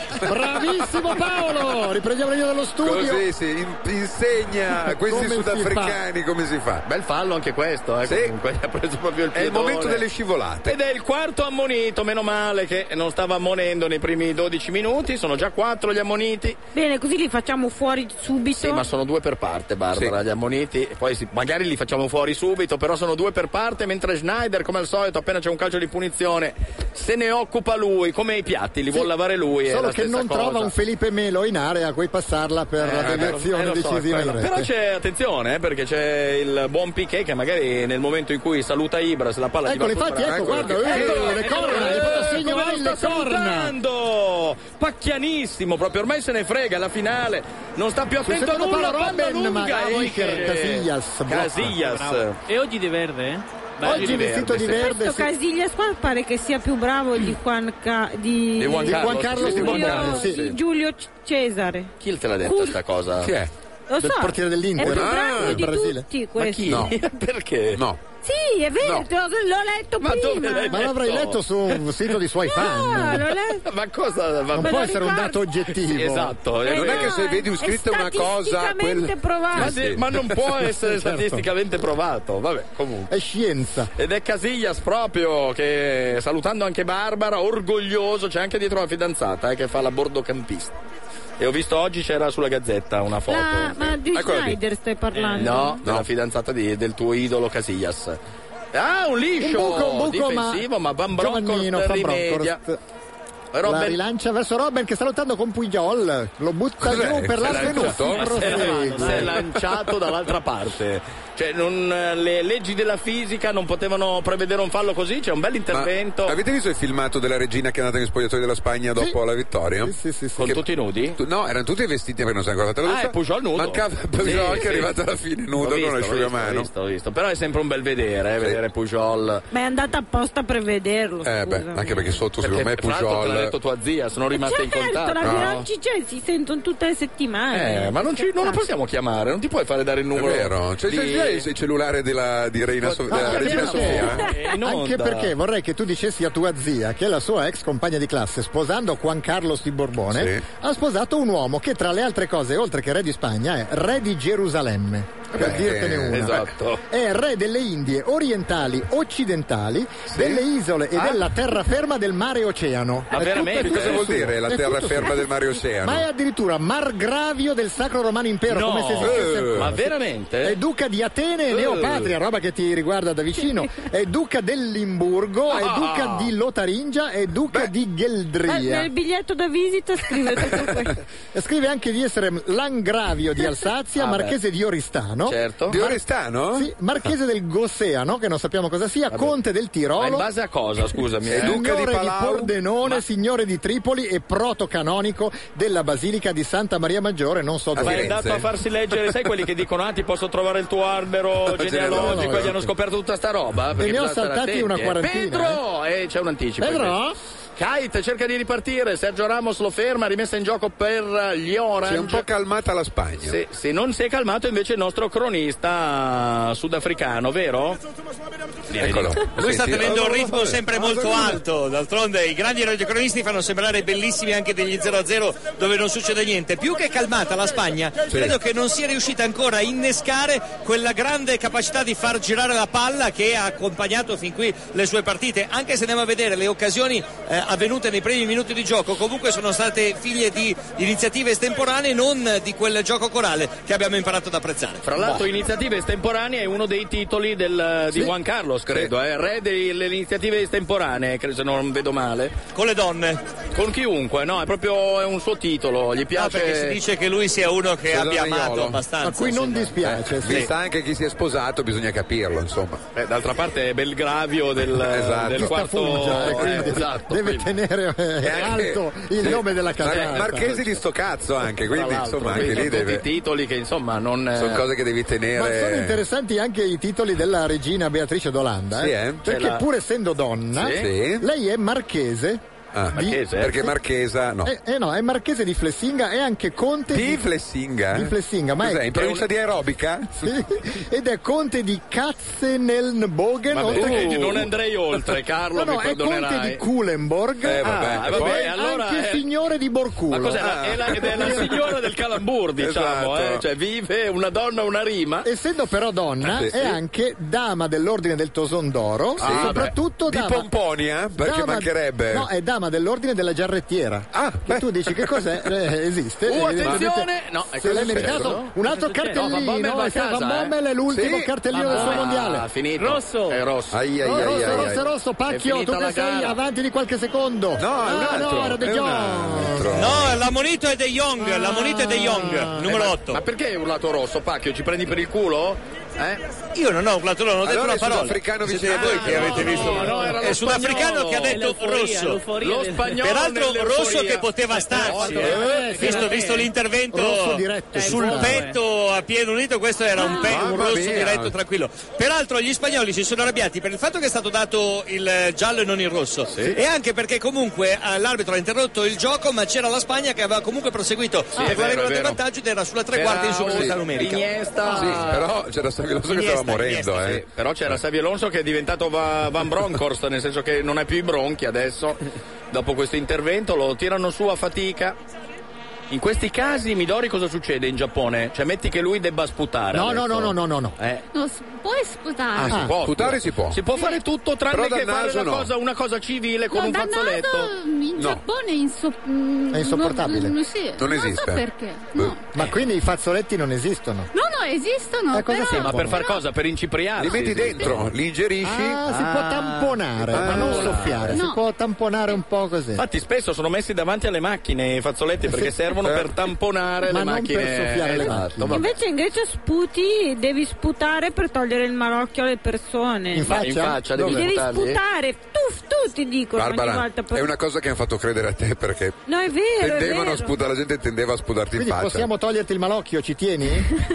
Bravissimo Paolo! Riprendiamo io dallo studio. Così si in- insegna a questi Come si sudafricani come si fa. Bel fallo anche questo, eh, Sì. comunque ha preso proprio il È il piedone. momento delle scivolate. Ed è il quarto ammonito, meno male che non stava ammonendo nei primi dodici minuti, sono già quattro gli ammoniti. Bene, così li facciamo fuori subito. Sì, ma sono due per parte, Barbara, Sì. gli ammoniti, e poi si- magari li facciamo fuori subito, però sono due per parte, mentre Schneider, come al solito, appena c'è un calcio di punizione, se ne occupa lui, come i piatti, li vuol lavare lui. è Solo la che stessa non cosa. trova un Felipe Melo in area a cui passarla per la Eh, deviazione eh, lo so, decisiva in quello. rete. Però c'è attenzione, eh, perché c'è il buon Piqué che magari nel momento in cui saluta Ibra, se la palla Eccolo, gli va infatti, sopra- ecco, guarda, eh, Eccolo, le eccolo, corna, eh, di Potosino come hai lo le sta corna. salutando, pacchianissimo proprio, ormai se ne frega, alla finale non sta più Sul attento a secondo nulla, palo palla Robben, ma lunga, Iker Iker. Casillas blocca. Casillas. E oggi di verde, eh? Oggi vestito di verde, Questo sì. Casillas qua pare che sia più bravo di Juan, Ca- di... Di Juan Di Juan Carlos, Carlos sì, di di Juan Giulio- Carlos, sì. di Giulio C- Cesare. Chi te l'ha detto sta cosa? Chi è? Lo Del so, portiere dell'Inter. è più Ah, bravo del di Brasile. tutti Ma questi. chi? No. Perché? No. Sì, è vero, No. l'ho, l'ho letto Ma dove prima. l'hai Ma l'avrei detto? letto su un sito di suoi No, fan. l'ho letto. Ma cosa? Va Non Me può lo essere un ricordo. dato oggettivo. Sì, esatto. Eh non è che se no, vedi è scritta una cosa, statisticamente quel- provato. Ma, Ah, sì, sì. ma non può essere Certo. statisticamente provato. Vabbè, comunque. È scienza. Ed è Casillas proprio che, salutando anche Barbara, orgoglioso, c'è anche dietro la fidanzata eh, che fa la bordocampista. E ho visto oggi c'era sulla Gazzetta una foto. La- ma di Eccola lì. Schneider stai parlando? No, della fidanzata di- del tuo idolo Casillas. Ah, un liscio Un buco, un buco, difensivo, ma, Van Giovannino, Bronckhorst Van rimedia. Bronckhorst. Robben... la rilancia verso Robben che sta lottando con Pujol, lo butta Cos'è? giù per la svenuta. Si è lanciato dall'altra parte. Cioè, non, le leggi della fisica non potevano prevedere un fallo così, c'è un bel intervento. Ma avete visto il filmato della regina che è andata in spogliatoio della Spagna dopo sì. la vittoria? Sì, sì, sì, sì. Con che... tutti nudi? Tu... No, erano tutti vestiti perché non si è ancora fatta la Ah, doccia. è Pujol nudo. Mancava Pujol sì, che sì. è arrivato alla fine nudo L'ho visto, con l'asciugamano. L'ho visto, l'ho visto. Però è sempre un bel vedere, eh, sì. vedere Pujol. Ma è andata apposta per vederlo. Eh beh, anche perché sotto Perché, secondo me tra l'altro, te l'ha Pujol. detto tua zia, sono rimaste certo, in contatto. la No? Bianchi c'è, si sentono tutte le settimane. Eh, ma non, ci, non la possiamo chiamare, non ti puoi fare dare il È numero. vero, c'è, di... c'è già il cellulare della, di Reina, so- No, della anche regina perché- Sofia. Eh, in onda. Anche perché vorrei che tu dicessi a tua zia che la sua ex compagna di classe, sposando Juan Carlos di Borbone, Sì. ha sposato un uomo che tra le altre cose, oltre che re di Spagna, è re di Gerusalemme. Per Beh, dirtene una. Esatto. È re delle Indie orientali occidentali, delle isole e Ah. della terraferma del mare e oceano. Ma È veramente? tutto- Cosa tutto vuol suo. dire la È tutto terraferma suo. del mare oceano? Ma è addirittura margravio del Sacro Romano Impero, No. come se esistesse. Eh. Ma veramente? È duca di Atene e Eh. Neopatria, roba che ti riguarda da vicino. È duca del Limburgo, è Ah. duca di Lotaringia, è duca di Eh, Gheldria. nel biglietto da visita scrive tutto questo. E scrive anche di essere Langravio di Alsazia, Ah, marchese di Oristano. Certo. Di Oristano? Sì, marchese del Gosseano, che non sappiamo cosa sia, conte del Ma in Tirolo, base a cosa, scusami? Sei eh? duca di signore di, Palau? Pordenone, Ma- signore di Tripoli e protocanonico della Basilica di Santa Maria Maggiore, non so A Ma dove. è Firenze. andato a farsi leggere, sai quelli che dicono ah ti posso trovare il tuo albero genealogico genealogico. e gli hanno scoperto tutta sta roba? Perché ne ho bisogna stare saltati attenti, una eh. quarantina, Pedro! Eh, c'è un anticipo. Pedro? invece. Kite cerca di ripartire, Sergio Ramos lo ferma, rimessa in gioco per gli Si è un Orange. po' calmata la Spagna. Se, se non si è calmato invece il nostro cronista sudafricano, vero? Eccolo. Lui sta Senti, tenendo oh, un ritmo oh, sempre oh, molto oh, alto, d'altronde i grandi radiocronisti fanno sembrare bellissimi anche degli zero a zero dove non succede niente. Più che calmata la Spagna, credo che non sia riuscita ancora a innescare quella grande capacità di far girare la palla che ha accompagnato fin qui le sue partite, anche se andiamo a vedere le occasioni eh, avvenute nei primi minuti di gioco, comunque sono state figlie di iniziative estemporanee, non di quel gioco corale che abbiamo imparato ad apprezzare. Fra l'altro iniziative estemporanee è uno dei titoli del, di Sì. Juan Carlos, credo, eh? Re delle iniziative estemporanee, credo, se non vedo male. Con le donne. Con chiunque, no, è proprio è un suo titolo, gli No, piace. perché si dice che lui sia uno che Cesare abbia amato Iolo. abbastanza. A cui non insomma. dispiace, sì. Vista anche chi si è sposato, bisogna capirlo, insomma. Beh, d'altra parte è Belgravio del, Esatto. del Chi sta quarto. Fungia, e quindi eh, esatto, deve quindi- tenere eh, E anche- alto il sì. nome della Mar- casata. Marchesi di sto cazzo anche, Tra quindi l'altro, insomma anche quindi lì sono tutti deve... titoli che insomma non. eh, Sono cose che devi Ma sono tenere. interessanti anche i titoli della regina Beatrice d'Olanda, Sì, eh? eh? Perché C'è la- pur essendo donna, Sì. Sì. lei è marchese. Ah, di- Marchese? Perché Marchesa no. Eh, eh no, è marchese di Flessinga e anche conte Di di, Flessinga? di Flessinga, ma Cos'è, è in provincia di Aerobica? Sì, ed è conte di Katzenelnbogen. Vabbè, oltre che- quindi non andrei oltre, Carlo, No, no, mi è conte perdonerai. di Kulenborg. Eh, vabbè, Ah, e vabbè, poi- e allora anche è- signore di Borculo. Ma cos'è? La- è, la, è la signora del calambur, diciamo, Esatto. eh? Cioè vive una donna una rima. Essendo però donna, Ah, sì, è sì. anche dama dell'ordine del Toson d'Oro Sì, e soprattutto di dama, Pomponia, perché dama- mancherebbe. No, è dama dell'ordine della giarrettiera. Ah, che beh. tu dici che cos'è? Eh, esiste. Uh, evidentemente attenzione! No, è se l'hai cosa meritato. successo? Un altro Cosa succede? cartellino. No, Van Bommel va a casa, Van eh. Bommel è l'ultimo Sì. cartellino del suo Ah, mondiale. finito. Rosso. È rosso. Ai, ai, Oh, ai, rosso, ai, rosso, ai. rosso, È Pacchio, finita tu la che sei gara. avanti di qualche secondo. No, è un ah, altro. no, era De è un Jong. altro. No, la monito è De Jong, la monito è De Jong, numero Eh, ma- otto. Ma perché hai urlato rosso, Pacchio? Ci prendi per il culo? Eh? Io non ho urlato, non ho detto Allora una è parola. sudafricano Siete vicino a voi voi che avete no, visto. no, no, era è lo sudafricano spagnolo. che ha detto L'euforia, rosso. l'euforia Lo del- spagnolo Peraltro nell'euforia. rosso che poteva starci, eh. Eh, sì, visto, sì. visto l'intervento Rosso diretto, sul sì. petto a piede unito, questo era un, pe- un mamma rosso mia. diretto tranquillo. Peraltro gli spagnoli si sono arrabbiati per il fatto che è stato dato il giallo e non il rosso, e anche perché comunque eh, l'arbitro ha interrotto il gioco, ma c'era la Spagna che aveva comunque proseguito è per la vero, regola è di vero. vantaggio ed era sulle tre Era quarti in superiorità un- numerica. Iniesta. Sì, però c'era Savioso che Iniesta, stava morendo, Iniesta, eh. Sì, però c'era Xabi Alonso che è diventato Va- Van Bronckhorst, nel senso che non ha più i bronchi adesso. Dopo questo intervento lo tirano su a fatica. In questi casi, Midori, cosa succede in Giappone? Cioè, metti che lui debba sputare. No, adesso. no, no, no, no, no. Eh. No, s- puoi sputare. Ah, si può, sputare si può. Si può fare tutto tranne Però che dal fare naso una, no. cosa, una cosa civile con No, un da fazzoletto. naso in No. Giappone è, inso- mm, È insopportabile. Non, sì, Non non esiste. so perché. No, Ma quindi i fazzoletti non esistono? no, no esistono. Eh, cosa però, si Ma per far però- cosa? Per incipriarsi? Li metti dentro, li ingerisci. Ah, si può tamponare, ma non allora. soffiare, si No. può tamponare un po' così. Infatti spesso sono messi davanti alle macchine i fazzoletti perché Sì. servono Eh. per tamponare Ma le non macchine. per soffiare le Esatto, macchine. vabbè. Invece in Grecia sputi, devi sputare per togliere il malocchio alle persone. In Ma in faccia? faccia devi Devi sputarli? sputare, tu, tu ti dicono ogni Barbara, volta. per- è una cosa che hanno fatto credere a te perché No, è vero, è tendevano a vero. sputare, la gente tendeva a sputarti in Quindi faccia. possiamo toglierti il malocchio, ci tieni?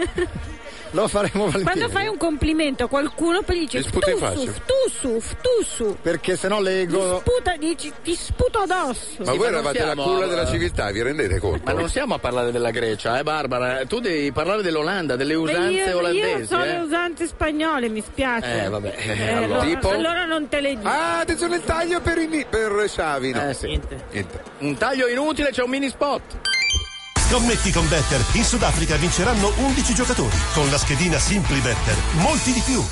Lo faremo volentieri. Quando fai un complimento a qualcuno, poi dici Ti sputa in tu faccia. su, tu su, tu su. Perché sennò Ti leggo. sputa, dici, ti sputo addosso. Ma Sì, voi ma non eravate la siamo- culla della civiltà, vi rendete conto? Ma non stiamo a parlare della Grecia, eh Barbara? Tu devi parlare dell'Olanda, delle Beh, usanze io, olandesi. io so le eh. usanze spagnole, mi spiace. Eh, vabbè, eh, Eh, allora. Tipo? allora non te le dico. Ah, attenzione il taglio per, i, per Xavi, no? Eh, sì. Niente. Un taglio inutile, c'è un mini spot. Scommetti con Better. In Sudafrica vinceranno undici giocatori. Con la schedina Simply Better. Molti di più.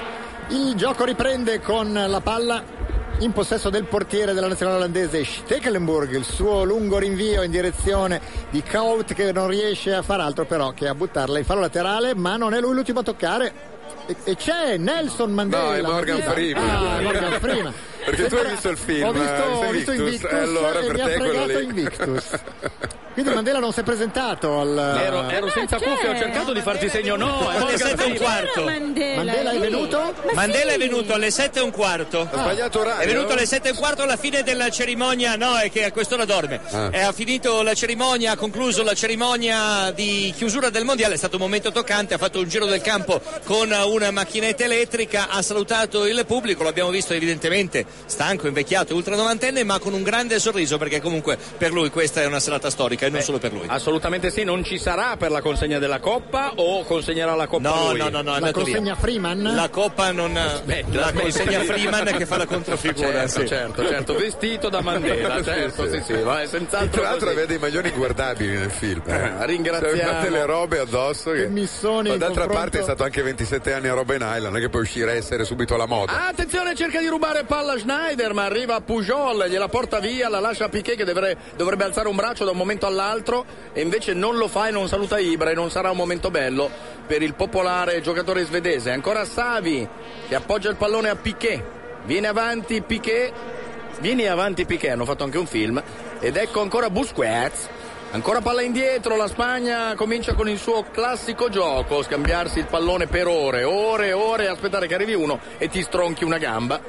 Il gioco riprende con la palla in possesso del portiere della nazionale olandese Stekelenburg, il suo lungo rinvio in direzione di Kout che non riesce a far altro però che a buttarla in fallo laterale, ma non è lui l'ultimo a toccare. E, e c'è Nelson Mandela. No, è Morgan Mandela. Freeman. Ah, Morgan Freeman. Perché tu hai visto il film, Ho visto, hai ho visto Invictus, Invictus e allora e per mi ha te quello fregato lì. Invictus. Quindi Mandela non si è presentato al... Ero, ero senza c'è. cuffie, ho cercato di farti segno no. È Alle Morgan sette e un Freeman. quarto. Mandela, Mandela è lì. venuto? Ma Mandela sì. è venuto alle sette e un quarto. Ha sbagliato orario. È venuto alle sette e un quarto alla fine della cerimonia, no, è che a quest'ora dorme. Ah. Eh, ha finito la cerimonia, ha concluso la cerimonia di chiusura del mondiale, è stato un momento toccante, ha fatto un giro del campo con una macchinetta elettrica, ha salutato il pubblico, l'abbiamo visto evidentemente stanco, invecchiato, ultra novantenne, ma con un grande sorriso perché comunque per lui questa è una serata storica e non solo per lui. Assolutamente sì, non ci sarà per la consegna della Coppa o consegnerà la Coppa No, lui? no, no, no, è La andato via. consegna Freeman? La Coppa non... Aspetta, la aspetta. consegna Freeman che fa la controfigura. Certo, sì. certo, certo, vestito da Mandela, certo, sì, sì, va, è E senz'altro tra l'altro così. aveva dei maglioni inguardabili nel film. Eh. Ringraziamo. Aveva delle robe addosso. Che... Che missoni Ma in d'altra confronto- parte è stato anche ventisette anni a Robben Island, non è che puoi uscire a essere subito alla moda. Attenzione, cerca di rubare palla Schneider, ma arriva Pujol, gliela porta via, la lascia a Piqué che dovrebbe, dovrebbe alzare un braccio da un momento all'altro e invece non lo fa e non saluta Ibra e non sarà un momento bello per il popolare giocatore svedese. Ancora Xavi che appoggia il pallone a Piqué, viene avanti Piqué, vieni avanti Piqué, hanno fatto anche un film ed ecco ancora Busquets. Ancora palla indietro, la Spagna comincia con il suo classico gioco, scambiarsi il pallone per ore, ore e ore, aspettare che arrivi uno e ti stronchi una gamba.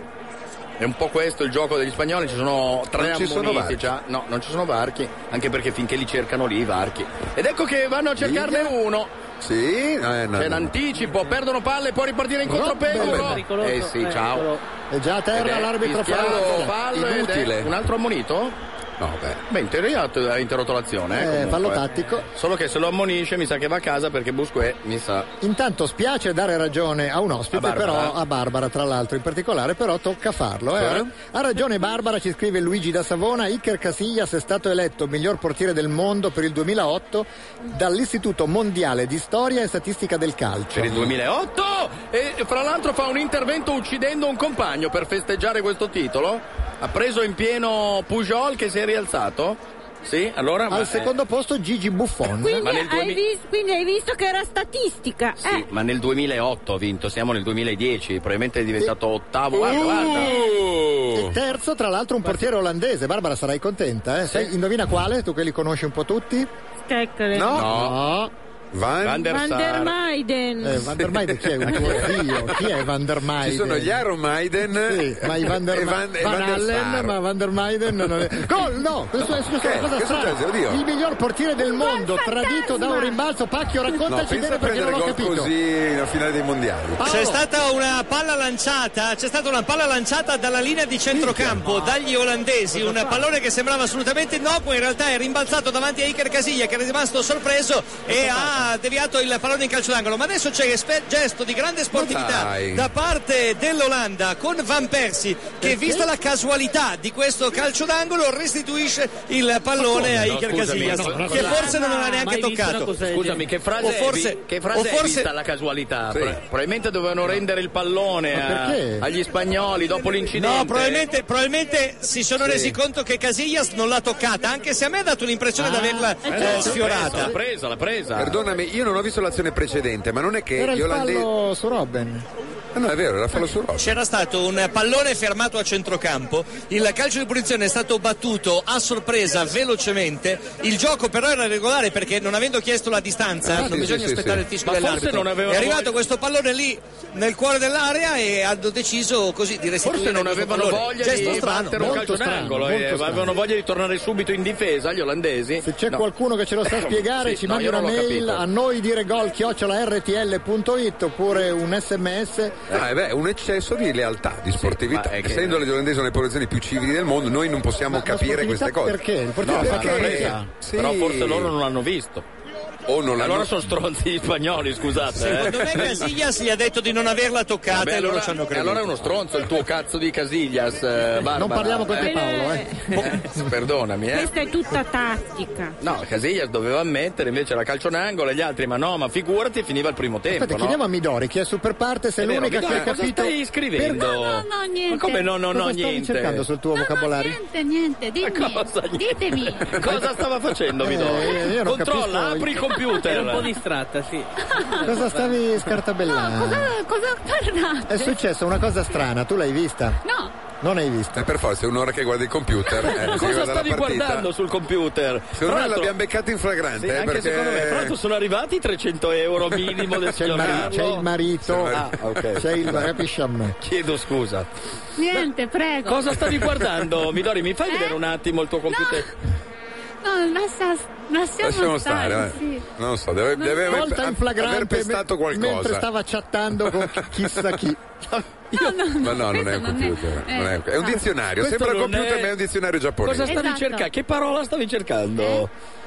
È un po' questo il gioco degli spagnoli, ci sono tre Non ci sono ammoniti varchi. già. No, non ci sono varchi, anche perché finché li cercano lì i varchi. Ed ecco che vanno a cercarne Viglia. uno. Sì, eh, no, C'è no. l'anticipo, perdono palle, può ripartire in contropiede. Pericoloso. Eh sì, ciao. È già a Ed terra è l'arbitro fischiato fa... fallo ed è Inutile. un altro ammonito? No, beh. Beh, in teoria ha interrotto l'azione. Eh, Eh, comunque. fallo tattico. Solo che se lo ammonisce mi sa che va a casa perché Busquets mi sa. Intanto spiace dare ragione a un ospite, A Barbara. però a Barbara tra l'altro in particolare, però tocca farlo. Eh? Cioè? Ha ragione Barbara, ci scrive Luigi da Savona. Iker Casillas è stato eletto miglior portiere del mondo per il duemilaotto dall'Istituto Mondiale di Storia e Statistica del Calcio. Per il duemilaotto e fra l'altro fa un intervento uccidendo un compagno per festeggiare questo titolo. Ha preso in pieno Pujol che si è rialzato. Sì, allora ma, Al eh, secondo posto Gigi Buffon. Quindi, Ma nel hai duemila vis- quindi hai visto che era statistica. sì, eh. ma nel duemilaotto ha vinto, siamo nel duemiladieci, probabilmente è diventato ottavo. Guarda, guarda. E terzo, tra l'altro, un portiere olandese. Barbara, sarai contenta, eh? Sai, indovina quale? Tu che li conosci un po' tutti? Steckele. No. No. Van... Van der Van der Sar. Maiden. Eh, Van der Maiden chi è? Un tuo zio? Chi è Van der Maiden? Ci sono gli Iron Maiden Sì, ma i Van der, e Ma- Van, e Van Van der Allen, Sar. ma Van der Maiden non è... Gol, no! Questo è successo Che? una cosa Che è strana. successo? Oddio. Il miglior portiere del mondo, fantasma! tradito da un rimbalzo. Pacchio, No, raccontaci pensa bene a perché non prendere ho gol capito. così nella finale dei mondiali. Paolo. C'è stata una palla lanciata, c'è stata una palla lanciata dalla linea di centrocampo dagli olandesi, un pallone che sembrava assolutamente innocuo, in realtà è rimbalzato davanti a Iker Casillas che è rimasto sorpreso e ha ha deviato il pallone in calcio d'angolo, ma adesso c'è spe- gesto di grande sportività da parte dell'Olanda con Van Persie che, vista la casualità di questo calcio d'angolo, restituisce il pallone a Iker no, Casillas, no, no, che no, forse non aveva neanche toccato. Scusami, che frase, o forse, che frase o forse... è vista la casualità? Sì. Pro- probabilmente dovevano rendere il pallone a, agli spagnoli dopo l'incidente. No, probabilmente, probabilmente si sono Sì. resi conto che Casillas non l'ha toccata, anche se a me ha dato l'impressione Ah, di averla Eh, eh, sfiorata. L'ha presa, l'ha presa. Perdonami, io non ho visto l'azione precedente, ma non è che Era gli il olandesi. fallo su Robben. Ah, no, è vero, era fallo su Robben. C'era stato un pallone fermato a centrocampo, il calcio di punizione è stato battuto a sorpresa velocemente, il gioco però era regolare perché non avendo chiesto la distanza Ah, non sì, bisogna sì, aspettare sì, il fischio Ma forse dell'arbitro. non avevano È arrivato voglia- questo pallone lì nel cuore dell'area e hanno deciso così di restituire Forse non questo avevano pallone. voglia Gesto di strano. battere un molto calcio strano, d'angolo, molto eh, strano. avevano voglia di tornare subito in difesa gli olandesi. Se c'è No. qualcuno che ce lo sa spiegare, Sì, ci no, mandi io una non l'ho mail capito. a noi dire gol chiocciola R T L punto it oppure un sms. Ah, eh beh, un eccesso di lealtà, di sportività. ma è che- Essendo gli olandesi una delle popolazioni più civili del mondo, noi non possiamo Ma capire sportività queste cose. perché? Il portiere No, ha fatto perché- una rete. sì. Però forse loro non l'hanno visto. O non l'hanno... Allora sono stronzi gli spagnoli, scusate. Secondo eh. me Casillas gli ha detto di non averla toccata Vabbè, e loro allora, ci hanno e creduto. allora è uno stronzo il tuo cazzo di Casillas, eh, Barbara. Non parliamo con te Eh, Paolo, eh. eh, Perdonami, eh. Questa è tutta tattica. No, Casillas doveva ammettere, invece era calcio d'angolo e gli altri, ma no, ma figurati, finiva il primo tempo. Aspetta, no? chiediamo a Midori che è super parte se è È vero, l'unica Midori, che ha cosa capito. stai scrivendo? Per- No, no, niente. Ma come no, no, no, Cosa stavi niente? cercando sul tuo vocabolario? Niente, niente, dimmi. Cosa? Ditemi. Cosa stava facendo Midori? Eh, io non Controlla, capisco. apri il computer. Era un po' distratta, sì. Cosa stavi scartabellando? Cosa, cosa parlate? È successa una cosa strana, tu l'hai vista? No. Non hai vista? Eh, per forza, è un'ora che guardi il computer. Eh, si Cosa guarda stavi la partita. guardando sul computer? Secondo Fra me l'altro- l'abbiamo beccato in flagrante. Sì, eh, anche perché... secondo me. Fra l'altro sono arrivati i trecento euro minimo del C'è il, mari- signor c'è il Carlo. marito, Ah, ok. c'è il capisci a me. Chiedo scusa. Niente, prego. Cosa stavi guardando? Midori, mi fai Eh? vedere un attimo il tuo computer? No, lascia, lasciamo, Lasciamo stare, eh. sì. Non so, deve, deve aver, Volta in aver flagrante pestato me- mentre qualcosa. stava chattando con chissà chi. No, no, Ma no, non è un questo computer. è- non è, un- è un eh. dizionario. Questo Sembra un non computer, è- ma è un dizionario giapponese. Cosa stavi Esatto. cercando? Che parola stavi cercando?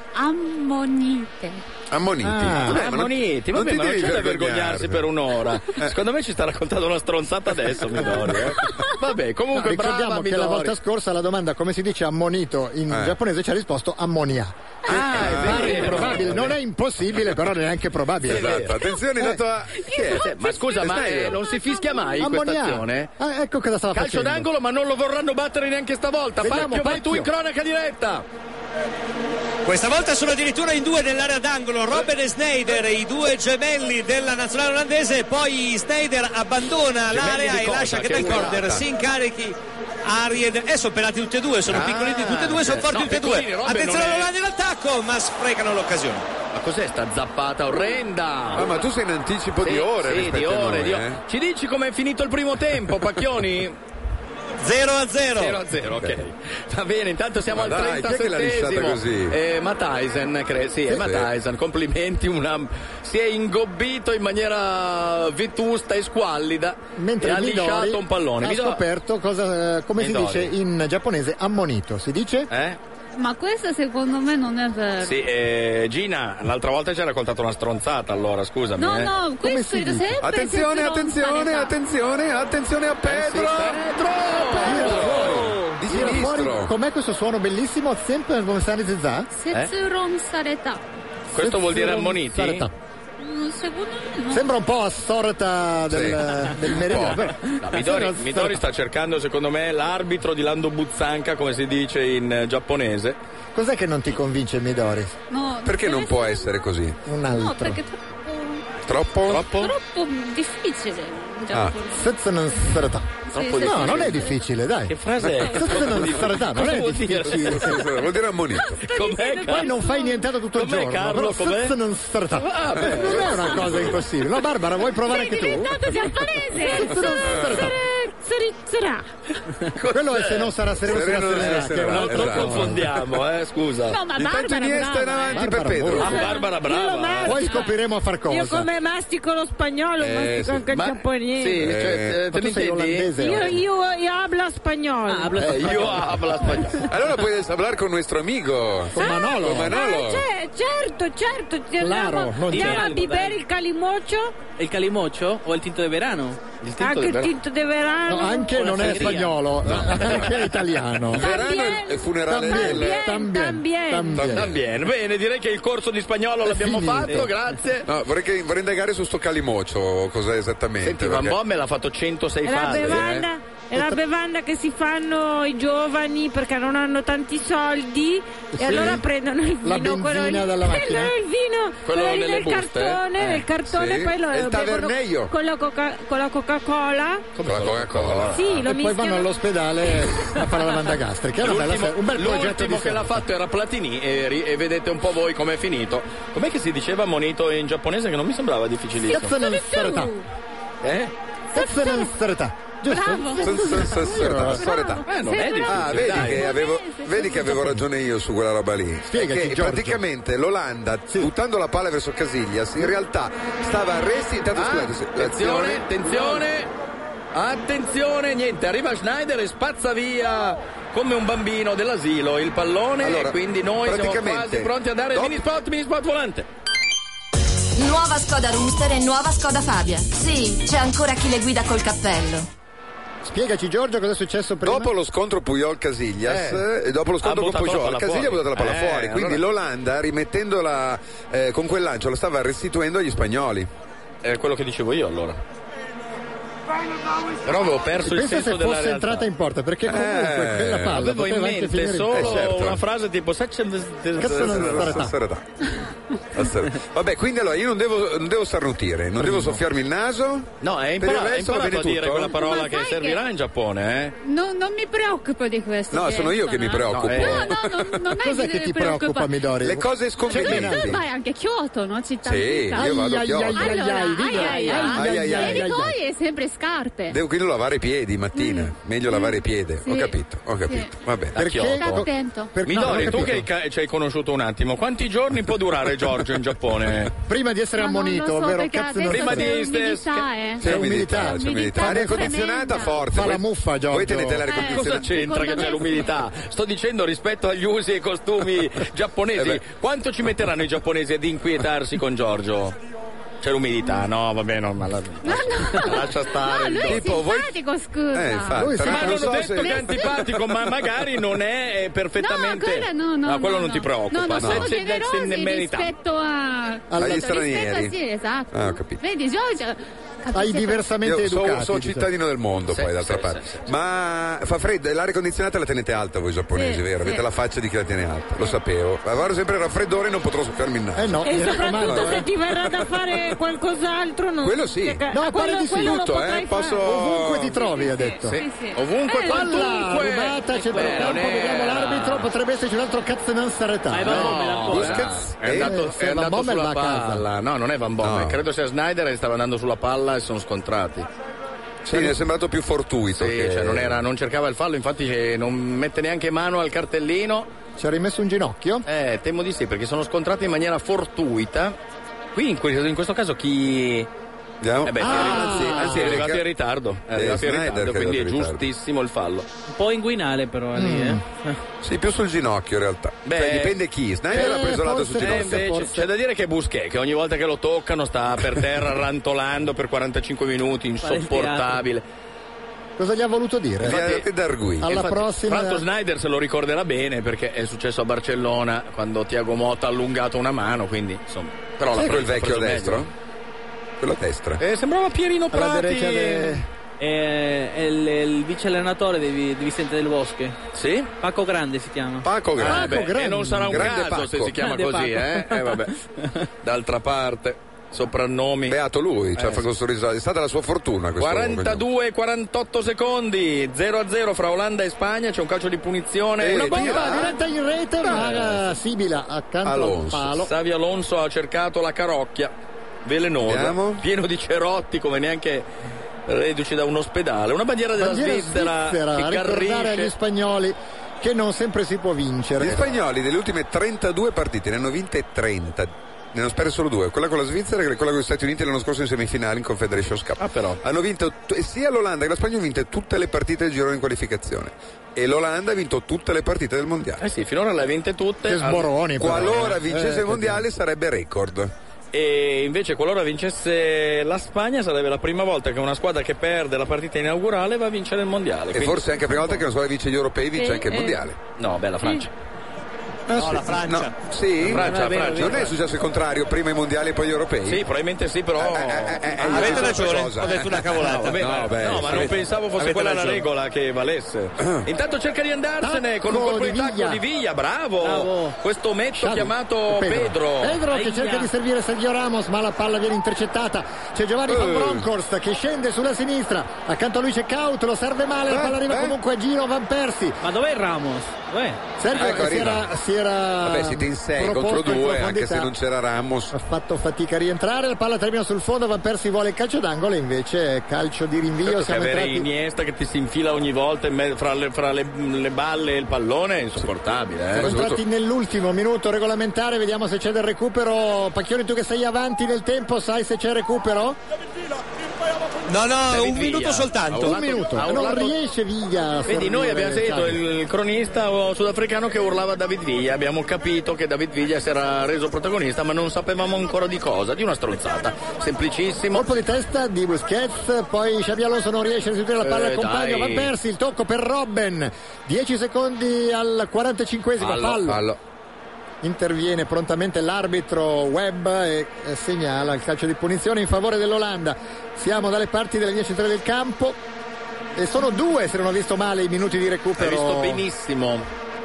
Ammonite. Ammoniti. Ah, Vabbè, ma non- ammoniti, non vabbè, ti ma non devi c'è da vergognare. vergognarsi per un'ora. Secondo me ci sta raccontando una stronzata adesso, Midori. Eh? Vabbè, comunque Ricordiamo brava che Midori. la volta scorsa alla domanda come si dice ammonito in Eh. giapponese ci ha risposto ammonia. Ah, è Pare vero. probabile, non è impossibile, però neanche probabile. Esatto, attenzione, dato a... Chi è? Eh, ma scusa, ma eh, non si fischia mai in questa Ammonia. azione? Ah, ecco cosa stava Calcio facendo. d'angolo, ma non lo vorranno battere neanche stavolta. Vediamo, Pacchio, vai tu Pacchio. in cronaca diretta. Questa volta sono addirittura in due nell'area d'angolo, Robben e Sneijder, i due gemelli della nazionale olandese, poi Sneijder abbandona Gemelli l'area di e cosa? lascia che Che Del Corder figurata. si incarichi. Aried, eh, sono pelati tutti e due, sono Ah, piccolini tutti e due, sono eh, forti no, tutti e piccolini, due. Robben Attenzione non è- all'Olanda in attacco, ma sprecano l'occasione. Ma cos'è sta zappata orrenda? Ah, ma tu sei in anticipo di Sì, ore sì, rispetto di a ore, noi, di ore. eh? Ci dici com'è finito il primo tempo, Pacchioni? zero a zero. zero a zero, ok. Va bene, intanto siamo Ma al dai, chi è che l'ha lisciata trentasettesimo. così? Eh, Matthijsen, cre- sì, è Sì, Matthijsen, complimenti, una... si è ingobbito in maniera vetusta e squallida Mentre e ha Midori lisciato un pallone. ha Midori- scoperto cosa, eh, come Midori. si dice in giapponese ammonito. Si dice? Eh? Ma questo secondo me non è vero. Sì, eh, Gina, l'altra volta ci ha raccontato una stronzata, allora scusami. No, eh. no, questo si è dice? sempre Attenzione, che attenzione, stronza, attenzione, attenzione a Pedro! Tira fuori. Di Tira fuori. sinistro! Com'è questo suono bellissimo? Sempre come sta Zezà? Setsuron sareta. Questo vuol dire ammoniti? Sareta. Mm, Secondo me no. Sembra un po' assorta del, Sì. del meridiano. Un po'. però- No, Midori, Sembra Midori sta cercando secondo me l'arbitro di Lando Buzzanca, come si dice in eh, giapponese. Cos'è che non ti convince Midori? No, Perché non deve può essere- essere così? Un No, altro. perché è Troppo? troppo, Troppo? troppo difficile. in Ah. Giappone. Setsunan sareta. Troppo No, non è difficile, dai. Che frase è? Setsunan sareta, non Cosa è vuol dire? difficile. Vuol dire ammonito. Com'è, Poi Carlo? non fai nient'altro tutto il Com'è, giorno. Carlo? però Com'è? Setsunan sareta. Ah, beh. Non è una cosa impossibile. No, Barbara, vuoi provare Sei anche tu? diventato giapponese. Setsunan sareta. Sarà. Quello è se non sarà sereno, sarà Sereno, serena, sarà che è un serena, altro Non esatto. confondiamo, eh, scusa. No, ma Intanto Barbara Iniesta in brava. avanti per Barbara, Pedro. Ah, Barbara Io brava. mastico. Poi scopriremo a far cosa. Io come mastico lo spagnolo, Eh, mastico sì. anche il Ma- giapponese. sì, cioè, Eh, eh, Ma te tu mi sei intendi? olandese. Io, oggi. io, io hablo habla spagnolo. Ah, habla eh, io habla spagnolo. Allora puedes hablar con nuestro amigo. Con Manolo. Con Manolo. Ah, cioè, certo, certo. Claro, andiamo andiamo a bere il calimocho. Il calimocho o il tinto de verano? Il tinto anche de il verano. tinto de verano. No, anche non è spagnolo, no. Anche è italiano. Verano è il funerale del... Tambien, tambien. Tambien. Bene, direi che il corso di spagnolo l'abbiamo fatto, grazie. No, vorrei, che, vorrei indagare su sto calimocio, cos'è esattamente. Senti, Van perché... Bommel ha fatto centosei È la fasi. bevanda, Eh. è la bevanda che si fanno i giovani perché non hanno tanti soldi Sì. e allora prendono il vino, La benzina quello lì, dalla macchina. prendono il vino, Quello quello lì nelle nel buste, cartone, eh. nel cartone Sì. poi lo E il bevono taverneio. con la, coca, con la Coca-Cola. Con la Coca-Cola. Sì, lo E poi mischiano. vanno all'ospedale a fare la lavanda gastrica. È una bella L'ultimo, fe- un bel progetto l'ultimo di che l'ha festa. fatto era Platini e, ri- e vedete un po' voi com'è finito. Com'è che si diceva monito in giapponese che non mi sembrava difficilissimo? Setzenensterta. Eh? Setzenensterta. Giusto? Eh, non è difficile. Ah, vedi dai. che, avevo, vedi che avevo ragione io su quella roba lì. Spiegaci, Perché Giorgio. praticamente l'Olanda, buttando la palla verso Casillas, in realtà stava recitando. Ah, scusate, attenzione, attenzione. Attenzione, niente, arriva Schneider e spazza via come un bambino dell'asilo il pallone Allora, e quindi noi siamo praticamente, quasi pronti a dare il dopo- mini spot, mini spot volante. Nuova Skoda Rooster e nuova Skoda Fabia. Sì, c'è ancora chi le guida col cappello. Spiegaci Giorgio cosa è successo prima. Dopo lo scontro Puyol-Casillas Eh. e dopo lo scontro Ha con buttato la Puyol, palla Casillas ha fuori. buttato la palla Eh, fuori, quindi allora- l'Olanda, rimettendola eh, con quel lancio, la stava restituendo agli spagnoli. È quello che dicevo io allora. Però avevo perso il Pensa senso se della fosse realtà. entrata in porta, perché comunque Eh, quella palla Avevo in poteva anche mente finire in solo Eh, certo. una frase tipo Cazzo Vabbè, quindi allora io non devo, non devo starnutire, non devo soffiarmi il naso. No, è Per il imparato, è resto va imparato bene a dire tutto? quella parola Ma che sai servirà che- in Giappone, eh? No, non mi preoccupo di questo. No, sono io che mi preoccupo. No, eh. No, no, no, non è Cos'è che ti preoccupa, Midori? Le cose sconvenienti. Tu vai anche a Kyoto, no? Città Sì, amica. io vado a Ai, Kyoto. ai, ai, Allora, ai, ai, dica. ai, ai. Ai, ai, ai, E ai. poi è sempre scarpe. Devo quindi lavare i piedi mattina, meglio lavare i piedi. Sì. Ho capito, ho capito. Va bene. Perché? Kyoto. Sta attento. Per- no, Midori, non ho tu che capito. hai ca- ci hai conosciuto un attimo, quanti giorni può durare Giorgio in Giappone? Prima di essere Ma non ammonito, lo so, vero? perché Cazzo non adesso Prima c'è di- umidità, eh. C'è C'è umidità, umidità. c'è umidità. Aria condizionata tremenda. forte. Fa Voi- la muffa, Giorgio. Voi tenete l'aria Eh. Cosa condizionata. c'entra che c'è l'umidità? Sto dicendo rispetto agli usi e costumi giapponesi. Eh beh. Quanto ci metteranno i giapponesi ad inquietarsi con Giorgio? C'è l'umidità, no, va bene, ma la... No, no. lascia stare. No, lui è Tipo, voi- simpatico, scusa. Eh, infatti, Lui però Ma sì, non non ho so detto se- che è antipatico, ma magari non è eh, perfettamente. No, quello no, no. Ah, quello no, non no. ti preoccupa. No, no, Se sono c'è- generosi se ne merita. rispetto a... Alla- Agli rispetto- stranieri. Sì, esatto. Ah, ho capito. Vedi, Giorgio... Ai diversamente Io sono, educati. sono diciamo. cittadino del mondo, Sì, poi d'altra sì, parte. sì, sì. Ma fa freddo, l'aria condizionata la tenete alta voi giapponesi, Sì, vero? sì. Avete la faccia di chi la tiene alta, lo sapevo. Avrò sempre il raffreddore e non potrò soffiarmi il naso. Eh no, E mi soprattutto raccomando, se eh. ti verrà da fare qualcos'altro non... Quello sì. perché- No, ah, pare quello, di sì. quello lo Tutto, potrai eh, posso- fare. Ovunque ti trovi, ha detto. Sì. Sì, sì. Ovunque, Eh, Palla quantunque. rubata, Eh, centrocampo, non è- vediamo l'arbitro, potrebbe esserci un altro cazzo non sareta. Vai, Van Bommel ancora. Busquets? È andato, Eh, se è Van andato Bommel sulla va a casa. palla. No, non è Van Bommel, No. credo sia Schneider e stava andando sulla palla e sono scontrati. Sì, mi è sembrato più fortuito. Sì, che... cioè non, era, non cercava il fallo, infatti eh, non mette neanche mano al cartellino. Ci ha rimesso un ginocchio? Eh, temo di sì, perché sono scontrati in maniera fortuita. Qui in, que- in questo caso chi... Andiamo. Eh beh, Ah, si è arrivati, sì, anzi, è sì, arrivato che- in ritardo. È eh, arrivato in Schneider ritardo, che è quindi è arrivato in ritardo. giustissimo il fallo. Un po' inguinale però lì, eh. Sì, più sul ginocchio in realtà. Beh, Cioè, dipende chi. Schneider eh, ha preso lato forse sul Eh, ginocchio. forse, invece, forse. c'è da dire che Busquets, che ogni volta che lo toccano sta per terra rantolando per quarantacinque minuti, insopportabile. Cosa gli ha voluto dire? Via e Dargui. Alla Infatti, prossima. Fra l'altro Schneider se lo ricorderà bene perché è successo a Barcellona quando Thiago Motta ha allungato una mano, quindi insomma. Però Chi l'ha è quel preso- vecchio a preso destra? meglio. Quello a destra. Eh, sembrava Pierino alla Prati. derecha de- È, è il, il vice allenatore di, di Vicente del Bosque. Sì? Paco Grande si chiama. Paco Ah, Grande. beh, Grande. e non sarà un Grande caso Paco. se si chiama Grande così, Paco. eh? Eh, vabbè. D'altra parte, soprannomi. Beato lui, cioè, Eh, fa questo risultato. È stata la sua fortuna questo. quarantadue quarantotto secondi, zero a zero fra Olanda e Spagna, c'è un calcio di punizione. Eh, Una Bomba bomba! diretta in rete, ma Sibila accanto Alonso. al palo. Savi Alonso ha cercato la carocchia velenosa, Vediamo. pieno di cerotti come neanche reduci da un ospedale. Una bandiera della Bandiera Svizzera, svizzera, a che ricordare agli garrisce. spagnoli che non sempre si può vincere. Gli spagnoli delle ultime trentadue partite ne hanno vinte trenta. ne hanno perse solo due, quella con la Svizzera e quella con gli Stati Uniti l'anno scorso in semifinale in Confederations Cup. Ah, però. Hanno vinto t- sia l'Olanda che la Spagna hanno vinto tutte le partite del girone in qualificazione e l'Olanda ha vinto tutte le partite del mondiale. Eh sì, finora le ha vinte tutte. Che sboroni, però. Qualora Eh, vincesse eh, il mondiale sarebbe record. E invece qualora vincesse la Spagna sarebbe la prima volta che una squadra che perde la partita inaugurale va a vincere il mondiale. E quindi... forse anche la prima volta che una squadra vince gli europei vince Eh, anche il eh. mondiale. No, beh, la Francia. Ah, No, sì. la Francia. No. Sì? La Francia, No, la Francia. non è successo il contrario, prima i mondiali e poi gli europei? Sì, probabilmente sì, però. Eh, eh, eh, eh, Avete ragione, cosa? ho detto una cavolata. No, vabbè, No, ma, beh, no, ma non avete- pensavo fosse avete quella la ragione. regola che valesse. Intanto cerca di andarsene con un Tacco colpo di di tacco Villa. di Villa, bravo. Bravo. Questo metto Xavi. chiamato Pedro. Pedro che Aia. cerca di servire Sergio Ramos, ma la palla viene intercettata. C'è Giovanni Eh. Van Bronckhorst che scende sulla sinistra. Accanto a lui c'è Kaut, lo serve male, la Eh, palla arriva eh. comunque a giro Van Persie. Ma dov'è Ramos? Dov'è? Sergio Ecco, si arriva. era, si era Vabbè, siete in sei proposto contro in due, anche profondità. se non c'era Ramos. Ha fatto fatica a rientrare, la palla termina sul fondo, Van Persie vuole il calcio d'angolo, invece calcio di rinvio. Certo che Siamo avere entrati... Iniesta che ti si infila ogni volta in me- fra, le, fra le, le balle e il pallone è insopportabile. Eh? Siamo entrati nell'ultimo minuto regolamentare, vediamo se c'è del recupero. Pacchioni, tu che sei avanti nel tempo, sai se c'è recupero? No, no, David un Villa. minuto soltanto. Ha Un minuto, ha non urlato- riesce Viglia a Vedi, noi servire abbiamo sentito Xavi. il cronista sudafricano che urlava David Villa, abbiamo capito che David Villa si era reso protagonista, ma non sapevamo ancora di cosa, di una stronzata, semplicissimo. Colpo di testa di Busquets, poi Xabi Alonso non riesce a restituire la palla Eh, al compagno, dai. Van Persie, il tocco per Robben, dieci secondi al quarantacinquesimo, Fallo, fallo. Fallo. Interviene prontamente l'arbitro Webb e, e segnala il calcio di punizione in favore dell'Olanda. Siamo dalle parti delle dieci e tre del campo e sono due, se non ho visto male, i minuti di Hai recupero. visto benissimo.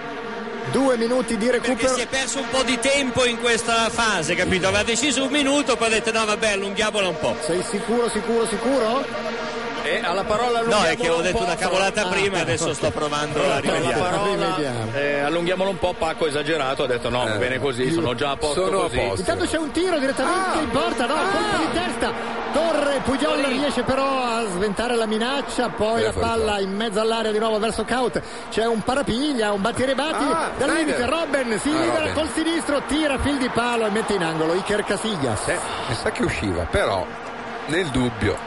Due minuti di Perché recupero. si è perso un po' di tempo in questa fase, capito? Aveva deciso un minuto, poi ha detto no vabbè, allunghiamola un po'. Sei sicuro, sicuro, sicuro? E alla parola No, è che allunghiamolo ho un detto po'. una cavolata Ah, prima e adesso sto provando a Alla rimediare. parola, Rimediamo. eh, allunghiamolo un po', Paco ha esagerato, ha detto no, va Eh. bene così, sono già a posto Sono a così. posto. Intanto c'è un tiro direttamente Ah! in porta, no, colpo di testa. Torre, Pujol riesce però a sventare la minaccia, poi Eh, la fuori palla fuori. in mezzo all'area di nuovo verso Kaut. C'è un parapiglia, un battirebatti Ah, dal Snyder. limite. Robben si Ah, libera Robben. col sinistro, tira fil di palo e mette in angolo Iker Casillas. Eh, mi sa che usciva, però nel dubbio.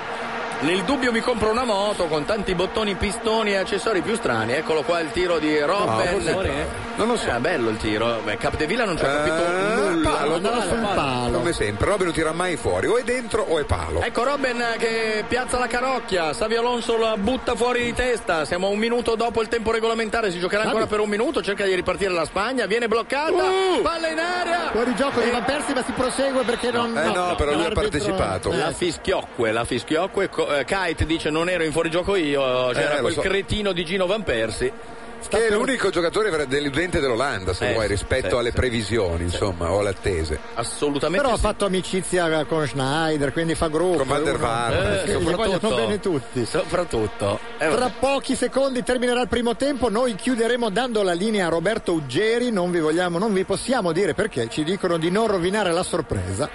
Nel dubbio mi compro una moto con tanti bottoni, pistoni e accessori più strani. Eccolo qua il tiro di Robben. forse- non lo so. È bello il tiro. Beh, Capdevilla non ci ha capito Eh, nulla. palo, andava sul palo. Come sempre, Robben non tira mai fuori, o è dentro o è palo. Ecco Robben che piazza la carocchia, Xavi Alonso la butta fuori di testa, siamo a un minuto dopo il tempo regolamentare, si giocherà ancora per un minuto, cerca di ripartire la Spagna, viene bloccata, Uh! palla in aria. Fuori gioco di Van Persie, ma si prosegue perché non. Eh no, però lui ha l'arbitro- partecipato. La fischiocque, la fischiocque, co- eh, Kite dice non ero in fuorigioco io, c'era Eh, lo quel so. cretino di Gino Van Persie. Che è l'unico giocatore vera- deludente dell'Olanda, se Eh, vuoi, sì, rispetto sì, alle sì. previsioni, insomma, o alle attese. Assolutamente Però ha sì. fatto amicizia con Schneider, quindi fa gruppo. Con Van der è uno- Vaart. Eh, Sì, gli vogliono bene tutti. Soprattutto. Eh, Tra vabbè. pochi secondi terminerà il primo tempo, noi chiuderemo dando la linea a Roberto Uggeri, non vi vogliamo, non vi possiamo dire perché, ci dicono di non rovinare la sorpresa.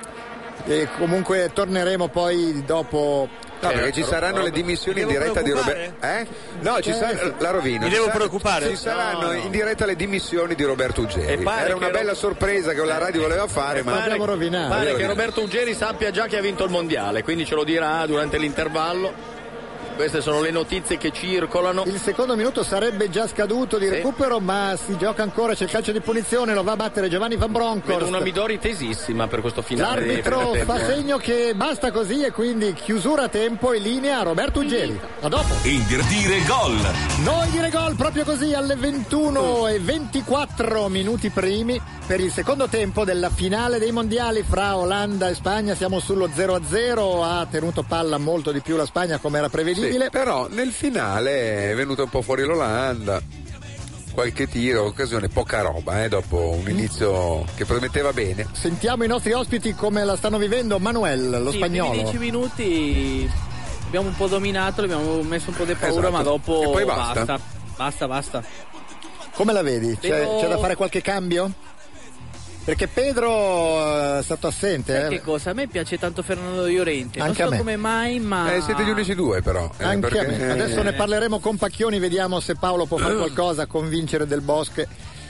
E comunque torneremo poi dopo. No, perché ci saranno le dimissioni in Mi devo diretta di preoccupare? Roberto. Eh? No, ci saranno la rovina. Mi Ci devo sa- preoccupare? Ci saranno No, no. in diretta le dimissioni di Roberto E Uggeri. pare Era una che bella Ro- sorpresa che la radio voleva fare, ma L'abbiamo rovinato. Pare Abbiamo che rovinato. Roberto Uggeri sappia già che ha vinto il mondiale, quindi ce lo dirà durante l'intervallo. Queste sono le notizie che circolano. Il secondo minuto sarebbe già scaduto di Sì. recupero, ma si gioca ancora, c'è il calcio di punizione, lo va a battere Giovanni Van Vedo Bronckhorst. una Midori tesissima per questo finale. di L'arbitro primo fa tempo. segno che basta così e quindi chiusura a tempo in linea a Roberto Uggeri. A dopo. Invertire gol. Noi dire gol proprio così alle ventuno e ventiquattro minuti primi per il secondo tempo della finale dei mondiali fra Olanda e Spagna. Siamo sullo zero a zero, ha tenuto palla molto di più la Spagna come era sì, prevedibile. però nel finale è venuta un po' fuori l'Olanda. Qualche tiro, occasione, poca roba, eh, dopo un inizio che prometteva bene. Sentiamo i nostri ospiti come la stanno vivendo. Manuel, lo Sì, spagnolo. I dieci minuti abbiamo un po' dominato, abbiamo messo un po' di paura, Esatto. ma dopo E poi basta. basta. Basta, basta. Come la vedi? C'è, Vedo- c'è da fare qualche cambio? Perché Pedro è stato assente. Sai eh. che cosa? A me piace tanto Fernando Llorente. Anche non a so me. come mai, ma. Eh, siete gli unici due però. eh, Anche perché- a me. Adesso ne parleremo con Pacchioni, vediamo se Paolo può fare qualcosa a convincere Del Bosque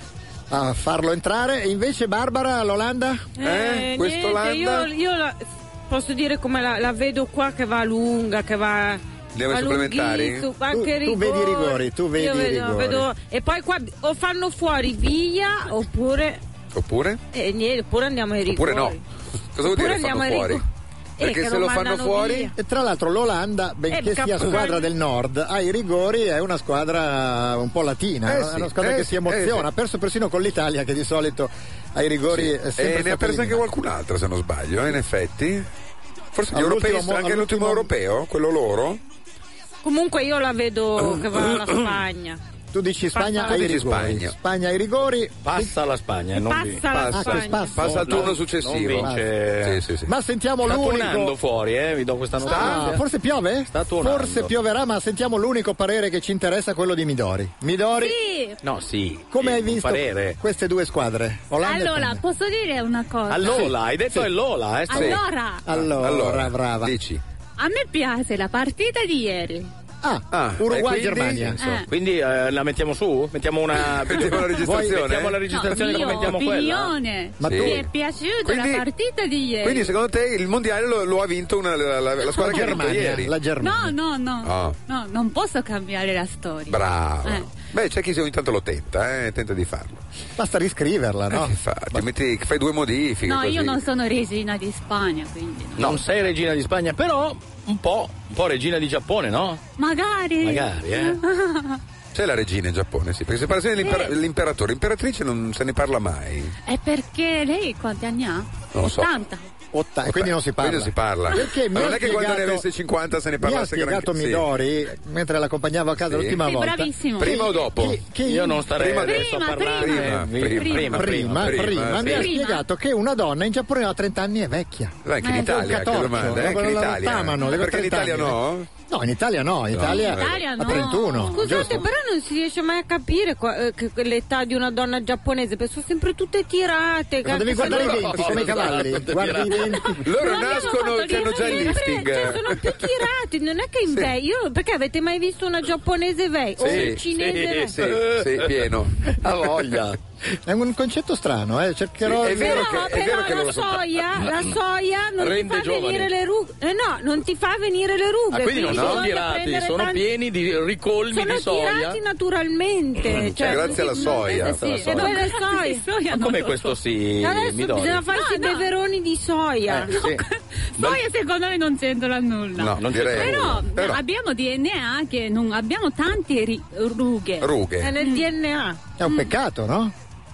a farlo entrare. E invece Barbara, l'Olanda? Eh, Eh, questo niente, io, Olanda? io la, posso dire come la, la vedo qua che va lunga, che va. Andiamo ai va supplementari? lunghissimo, Tu- anche tu vedi i rigori, tu vedi Io i vedo- rigori. vedo- e poi qua o fanno fuori via oppure. Oppure? Eh, niente, oppure andiamo ai rigori. Oppure no. Cosa vuol Oppure dire fanno andiamo ai fuori? rigori. Eh, Perché che se lo lo fanno mandano fuori, via. e tra l'altro l'Olanda, benché Eh, sia cap- squadra del nord, ai rigori è una squadra un po' latina, Eh no? sì, è una squadra eh che sì, si emoziona, eh sì. ha perso persino con l'Italia che di solito ai rigori è sempre E ne ha stata perso anche eliminata. qualcun altro, se non sbaglio, eh, in effetti. Forse gli All'ultimo europei, mo- anche l'ultimo all'ultimo- europeo, quello loro. Comunque io la vedo che va alla Spagna. Tu dici Spagna Passa- ai Tu dici rigori. Spagna. Spagna ai rigori. Passa la Spagna, non Passa vi- la Passa, Spagna. passa. Passa al turno non- successivo. non vince. Sì, sì, sì. Ma sentiamo Sta l'unico. tuonando fuori, eh, vi do questa notizia. Ah, forse piove? Sta tuonando. Forse pioverà, ma sentiamo l'unico parere che ci interessa, quello di Midori. Midori, Sì. No, sì. come sì, hai un visto parere. queste due squadre? Olanda e Allora, Spagna. posso dire una cosa? Allora, hai detto Sì. è Lola, eh? sta- Allora, Allora, Allora, brava. dici. a me piace la partita di ieri. Ah, Ah, Uruguay-Germania. e quindi? Eh. Quindi eh, la mettiamo su? Mettiamo una Mettiamo la registrazione? Mettiamo la registrazione No, come mia mettiamo quella? opinione. Ma Sì. tu- Mi è piaciuta Quindi- la partita di ieri. Quindi secondo te il mondiale lo, lo ha vinto una, la, la- la squadra che ha vinto Germania, ieri? la Germania. No, no, no. Ah. No, non posso cambiare la storia. Bravo. Eh. Beh, c'è chi ogni tanto lo tenta, eh, tenta di farlo. Basta riscriverla, no? Eh, che fa? Ti metti, fai due modifiche. No, così. io non sono regina di Spagna, quindi. no. Non sei regina di Spagna, però un po', un po' regina di Giappone, no? Magari. Magari, eh. C'è la regina in Giappone, sì, perché si parla sempre dell'impera- dell'imperatore, l'imperatrice non se ne parla mai. È perché lei quanti anni ha? Non lo so. ottanta. Otta- e quindi non si parla. Quindi non si parla. Perché mi Ma non ha è che quando ne spiegato- avesse cinquanta se ne Mi ha parlasse spiegato granché. Sì. Midori, mentre l'accompagnavo a casa Sì. l'ultima Sì, volta. bravissimo. Prima o dopo? Che, che Io non starei Prima- adesso a prima, parlare. prima. eh, vi- Prima, prima, prima, prima, prima, sì. mi ha Prima. spiegato che una donna in Giappone a trenta anni è vecchia. Beh, anche in Eh, Italia, un che catorcio, domanda, eh, anche in la- la Italia. rottamano, le Perché in trenta Italia anni. no? No, in Italia no, in Italia, In Italia a no. trentuno. Scusate, giusto? però non si riesce mai a capire qua- eh, che- che l'età di una donna giapponese, perché sono sempre tutte tirate. Ma devi che- guardare i che- denti come i cavalli. Guardi i denti. Loro Non abbiamo nascono, fatto che hanno già il sempre- lifting. cioè, sono più tirati, non è che in ve- io perché avete mai visto una giapponese vecchia o Sì, un cinese sì, vecchio? sì, sì, pieno. Ha voglia. È un concetto strano, eh? Cercherò. Sì, è vero Però, che- è però vero che la loro sono- soia, la soia non Rende ti fa giovani. venire le rughe. Eh no, non ti fa venire le rughe. Ah, quindi non sono bisogna tirati, prendere sono tanti- pieni di ricolmi sono di soia. tirati naturalmente. Cioè, Grazie alla non- soia. eh, sì, alla e soia. poi le soie. Soia Ma come questo sì, Adesso Midori? bisogna farsi i No, no. beveroni di soia. Eh, sì. Soia secondo me non c'entra nulla. No, non c'è direi. Però, Però- abbiamo D N A che non abbiamo tante ri- rughe. È Rughe. nel D N A. È un peccato, no?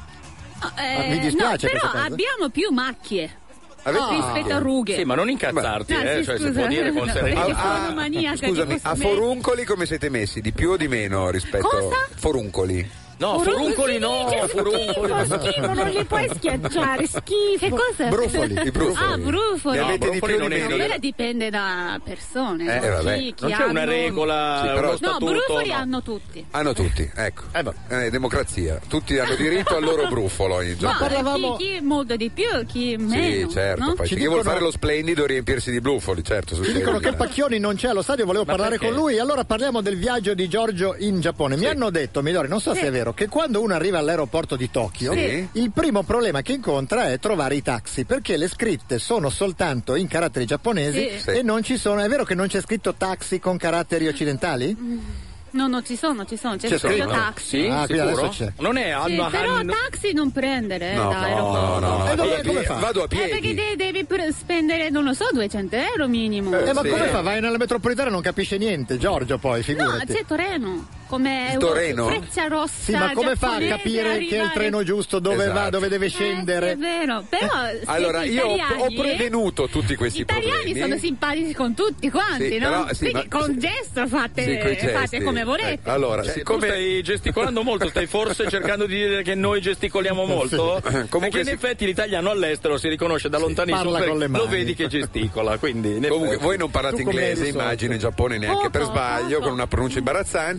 Eh, mi dispiace no, però questa cosa. abbiamo più macchie Avete- rispetto a rughe. Sì, ma non incazzarti, Ah, eh, sì, cioè si scusa. può dire con No, serenità. perché Ah, sono ah, maniaca scusami, di a questo- foruncoli come siete messi? Di più o di meno rispetto Cosa? foruncoli? No, foruncoli no, foruncoli. Schifo, schifo, non li puoi schiacciare, schifo. Che cosa? Brufoli. I brufoli. Ah, brufoli. Ne avete di brufoli più o non di è meno? Quella dipende da persone. Eh, no? vabbè. Chi- chi Non c'è una hanno- regola, Sì, però- uno No, statuto. brufoli no. hanno tutti. Hanno tutti, ecco. Eh, beh. Eh, democrazia. Tutti hanno diritto al loro brufolo in Ma Giappone. parlavamo- chi, chi molto di più, chi meno. Sì, certo. no? Poi Ci chi vuole dicono- fare lo splendido riempirsi di brufoli, certo. Ci succede. dicono che Pacchioni non c'è allo stadio, volevo Ma parlare perché? con lui, allora parliamo del viaggio di Giorgio in Giappone. Mi Sì. hanno detto, Midori, non so se è vero, che quando uno arriva all'aeroporto di Tokyo, Sì. il primo problema che incontra è trovare i taxi, perché le scritte sono soltanto in caratteri giapponesi Sì. Sì. e non ci sono. È vero che non c'è scritto taxi con caratteri occidentali? No, no, ci sono, ci sono. C'è, C'è scritto scritto? taxi. Sì, Ah, qui sicuro? adesso c'è. Non è Sì, hanno, però hanno- taxi non prendere eh, No, da no, aeroporto. no, no. E dove- A piedi- come fa? Vado a Eh, perché piedi. de- devi pr- spendere, non lo so, duecento euro minimo. Eh, ma sì. come fa? Vai nella metropolitana e non capisce niente, Giorgio poi, No, figurati. c'è Torino. Come Il Torino? Freccia rossa. Sì, ma come fa a giapponese, capire che è il arrivare- treno giusto, dove Esatto. va, dove deve Eh, scendere? sì, è vero, però Allora, siete io ho, italiani, ho prevenuto tutti Gli questi italiani problemi. sono simpatici con tutti quanti, Sì, no? però- sì, Quindi ma- con gesto fate, Sì, coi fate gesti. come volete. Ecco, allora, Cioè, siccome tu stai gesticolando molto, stai forse cercando di dire che noi gesticoliamo molto? Sì. Comunque Perché in sì. effetti l'italiano all'estero si riconosce da lontanissimo, Parla perché con le lo mani. vedi che gesticola, quindi in Comunque, effetti- voi non parlate Tu come inglese, hai risolto? immagino, in Giappone neanche per Poco, sbaglio, poco. con una pronuncia imbarazzante. Ecco, Sì, allora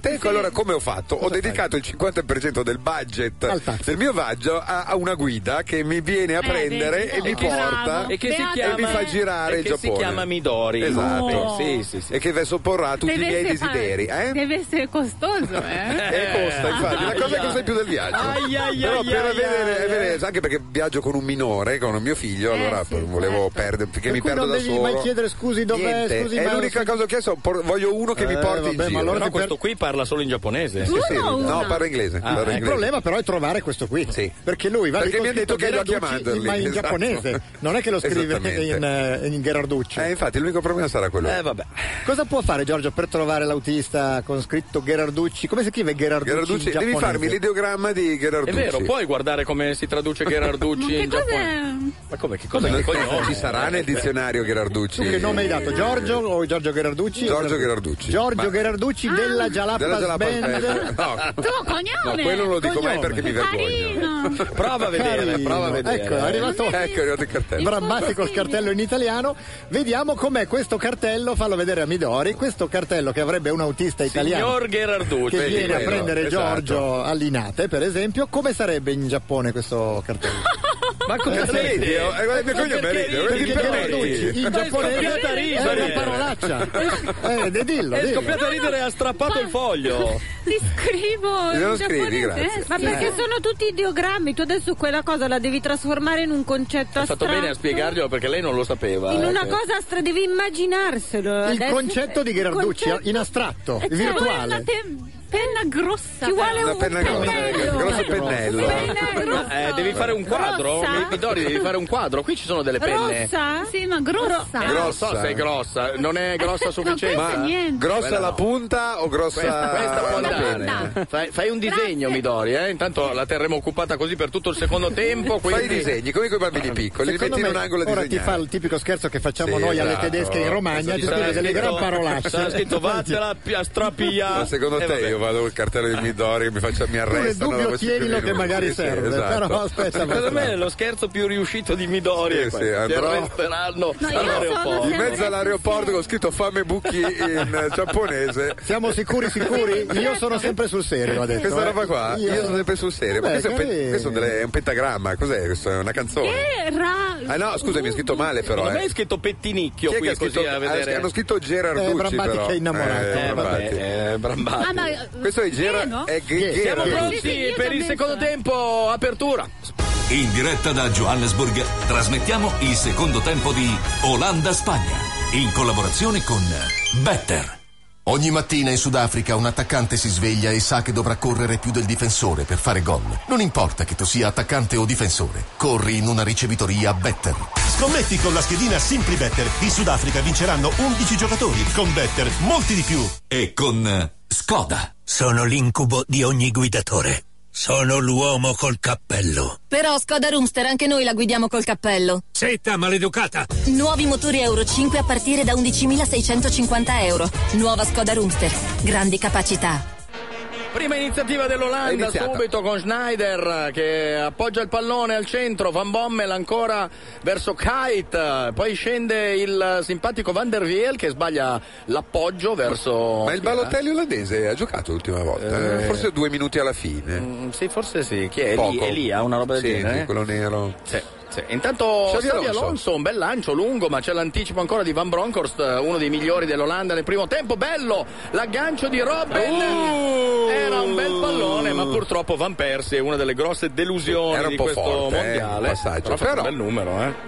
allora come ho fatto? Ho dedicato il cinquanta per cento del budget del mio viaggio a, a una guida che mi viene a Eh, prendere vedi, e mi che porta bravo. E che si e chiama- mi fa girare e il che si Giappone. chiama Midori. Esatto. Oh. Sì, sì, sì. E che sopporrà tutti Deve i miei essere- desideri. Eh? Deve essere costoso, eh? E costa, infatti, la cosa che costa di più del viaggio. Ai, ai, Però ai, per ai, vedere, ai, vedere- anche perché viaggio con un minore, con un mio figlio, allora volevo perdere, perché Per mi cui perdo non da devi solo. mai chiedere scusi dov'è, Niente, scusi, è ma- l'unica cosa che so, por- voglio uno che mi Eh, porti vabbè, in ma giro. allora Però ti questo qui parla solo in giapponese. Sì, sì, no, parla inglese. Ah, parla ecco. Il inglese. problema però è trovare questo qui, perché lui va Perché lì mi con ha detto scritto che è già Gherarducci, chiamandoli, ma in esatto. giapponese, non è che lo scrive Esattamente. in, eh, in Gherarducci. Eh, infatti l'unico problema sarà quello. Eh, vabbè. Cosa può fare Giorgio per trovare l'autista con scritto Gherarducci? Come si scrive Gherarducci, Gherarducci, in devi giapponese? farmi l'ideogramma di È Gherarducci. vero, puoi guardare come si traduce Gherarducci in giapponese. Ma come? Che cosa? Che cognome? Ci sarà nel dizionario Gherarducci? Tu che nome hai dato? Giorgio o Giorgio Gherarducci? Giorgio Gherarducci. Giorgio Ma- Gherarducci Ah. della Jalapas Della Jalapas Band. Band. No. Tu, cognome! No, quello non lo dico mai Cognome. perché mi vergogno. Carino! Prova a vedere, Carino. prova a vedere. Ecco, è arrivato Ecco, è arrivato il cartello. Brambati col cartello in italiano. Vediamo com'è questo cartello, fallo vedere a Midori. Questo cartello che avrebbe un autista italiano Signor Gherarducci. che Vedi, viene a quello, prendere esatto. Giorgio a Linate, per esempio, come sarebbe in Giappone questo cartello? Ma cosa Eh, vedi? vedi? Eh, guarda il mio cognome, vedi? Perché Vedi, Gherarducci in Ma è giapponese scoppiata a è ridere. una parolaccia. Eh, de- dillo, È dillo. scoppiato a ridere e ha strappato il foglio. Li scrivo Li in non scrivi, giapponese. grazie. Ma perché sono tutti ideogrammi, tu adesso quella cosa la devi trasformare in un concetto Hai fatto astratto. bene a spiegarglielo perché lei non lo sapeva. In eh, una che- cosa astra, devi immaginarselo. Il Adesso- concetto di Gherarducci il concetto- in astratto, Eh, Ci vuole una virtuale. pe- penna grossa. Ci vuole però. un Una penna grossa, pennello. grosso pennello. Penna grossa. Eh, devi fare un quadro? Rossa? Mi- Midori, devi fare un quadro. Qui ci sono delle penne. Rossa? Sì, ma grossa. Eh, non lo so Grossa. se è grossa, non è grossa a sufficienza. questa Ma niente. grossa Quella la no. punta o grossa Questa, questa può la andare. penna? Fai, fai un disegno, Midori, eh? Intanto la terremo occupata così per tutto il secondo tempo. Fai i Quindi... disegni, come con i bambini piccoli, li Secondo metti in me, un angolo a ora ti disegnare. fa il tipico scherzo che facciamo Sì, noi alle esatto. tedesche in Romagna, Ci ti sarà scrive delle scritto- gran parolacce. Sarà scritto vattela a strapia. Ma secondo Eh, te vabbè. io vado col cartello di Midori che mi faccia mi Tu nel arrestano dubbio dopo cinque tienilo che minuti. magari Sì, sì, serve, esatto. però aspetta. Secondo me è lo scherzo più riuscito di Midori. Sì, è sì, questo. Ti andrò- arresteranno No, io all'aeroporto. In mezzo all'aeroporto con scritto fame buchi in giapponese. Siamo sicuri sicuri? Io sono sempre sul serio, ha detto. Questa eh. roba qua, io, sono sempre sul serio. Ma Vabbè, questo, è un, pe- carino. questo è delle- è un pentagramma, cos'è? Questo è una canzone. Era... Ah no, scusa, mi è scritto male però. Secondo me Eh. è scritto pettinicchio Chi è qui che ha scritto? così a vedere. Hanno scritto Gerarducci Eh, Brambati però. che è innamorato. Eh, vabbè, Brambati. eh, Brambati. Ah, ma... Questo è Gera, no? è Ge- Che- Siamo Gerarducci. pronti Sì, sì, io per ci ho il messo, secondo eh. tempo, apertura. In diretta da Johannesburg trasmettiamo il secondo tempo di Olanda-Spagna in collaborazione con Better. Ogni mattina in Sudafrica un attaccante si sveglia e sa che dovrà correre più del difensore per fare gol. Non importa che tu sia attaccante o difensore, corri in una ricevitoria Better. Scommetti con la schedina Simply Better. In Sudafrica vinceranno undici giocatori. Con Better, molti di più. E con Skoda. Sono l'incubo di ogni guidatore. Sono l'uomo col cappello. Però Skoda Roomster anche noi la guidiamo col cappello. Setta maleducata! Nuovi motori Euro cinque a partire da undicimilaseicentocinquanta euro. Nuova Skoda Roomster. Grandi capacità. Prima iniziativa È dell'Olanda iniziata. subito con Schneider che appoggia il pallone al centro, Van Bommel ancora verso Kite, poi scende il simpatico Van der Wiel che sbaglia l'appoggio verso... Ma il Balotelli olandese ha giocato l'ultima volta, Eh. forse due minuti alla fine. Mm, sì, forse sì. Chi è? Poco. Elia, una roba del Sì, genere? sì, quello nero. Sì. Sì. Intanto Xavi Xavi Alonso. Alonso, un bel lancio lungo, ma c'è l'anticipo ancora di Van Bronckhorst, uno dei migliori dell'Olanda nel primo tempo. Bello l'aggancio di Robben. Uh! Era un bel pallone, ma purtroppo Van Persie è una delle grosse delusioni Era un di po' questo forte, eh, mondiale. il passaggio, Però ha fatto però- un bel numero, eh.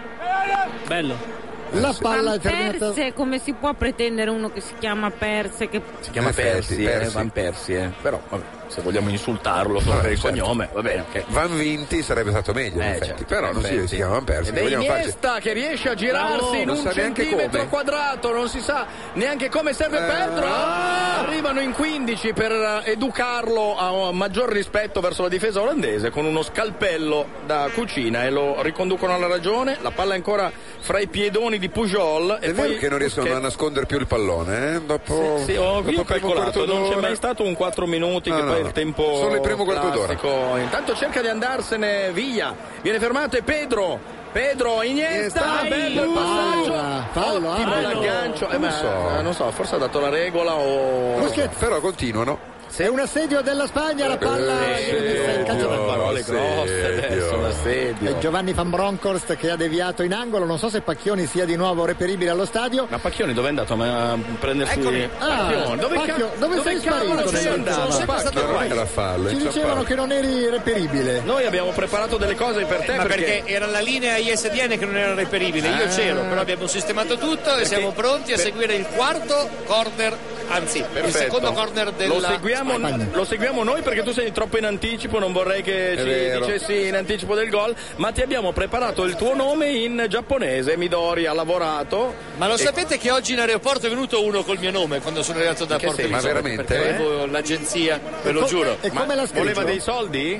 Bello. La palla Van è terminata. Persie, come si può pretendere uno che si chiama Perse? Che... Si chiama In effetti, Persie, eh, Persie. Van Persie. Però vabbè, se vogliamo insultarlo solo per il certo. cognome, va bene, ok. Van Vinti sarebbe stato meglio, in Eh, effetti. certo, però in non si, effetti. si chiama Van Persie. Ed è vogliamo farci- Iniesta che riesce a girarsi Bravo, in non un sa neanche centimetro come. quadrato, non si sa neanche come serve Eh, Pedro. ah! Arrivano in quindici per eh, educarlo a un maggior rispetto verso la difesa olandese con uno scalpello da cucina e lo riconducono alla ragione. La palla è ancora fra i piedoni di Pujol. È e vero poi che non riescono Busquets- a nascondere più il pallone, eh? Dopo, Sì, ho, dopo io ho il primo calcolato, quarto non c'è d'ora. mai stato un quattro minuti No, che no, poi è no. il tempo Solo il primo quarto d'ora. classico. Intanto cerca di andarsene via, viene fermato e Pedro, Pedro Iniesta, Iniesta. bello il passaggio, Fallo, fallo, ottimo ah, l'aggancio, eh, non ma, so. eh, non so, forse ha dato la regola o... Busquets, però continuano. È un assedio della Spagna, la palla viene messa in calcio d'angolo. Parole grosse adesso, l'assedio. È Giovanni Van Bronckhorst che ha deviato in angolo, non so se Pacchioni sia di nuovo reperibile allo stadio. Ma Pacchioni dove è andato a prendersi? Eccoli. Ah, Pacchioni, dove, Pacchio, ca- dove, dove sei sparito? sei andato? Pacchio non era fallo. Ci dicevano che non eri reperibile. Noi abbiamo preparato delle cose per te. Ma perché... perché era la linea I S D N che non era reperibile, io Ah. c'ero, però abbiamo sistemato tutto e Perché- siamo pronti a per- seguire il quarto corner, anzi Perfetto. il secondo corner della lo seguiamo, Spagna. lo seguiamo noi perché tu sei troppo in anticipo, non vorrei che È ci vero. dicessi in anticipo del gol, ma ti abbiamo preparato il tuo nome in giapponese. Midori ha lavorato. Ma lo e- sapete che oggi in aeroporto è venuto uno col mio nome quando sono arrivato da che Porto senso? Ma veramente? Perché avevo l'agenzia, ve lo co- giuro. E come l'ha scritto? Voleva dei soldi?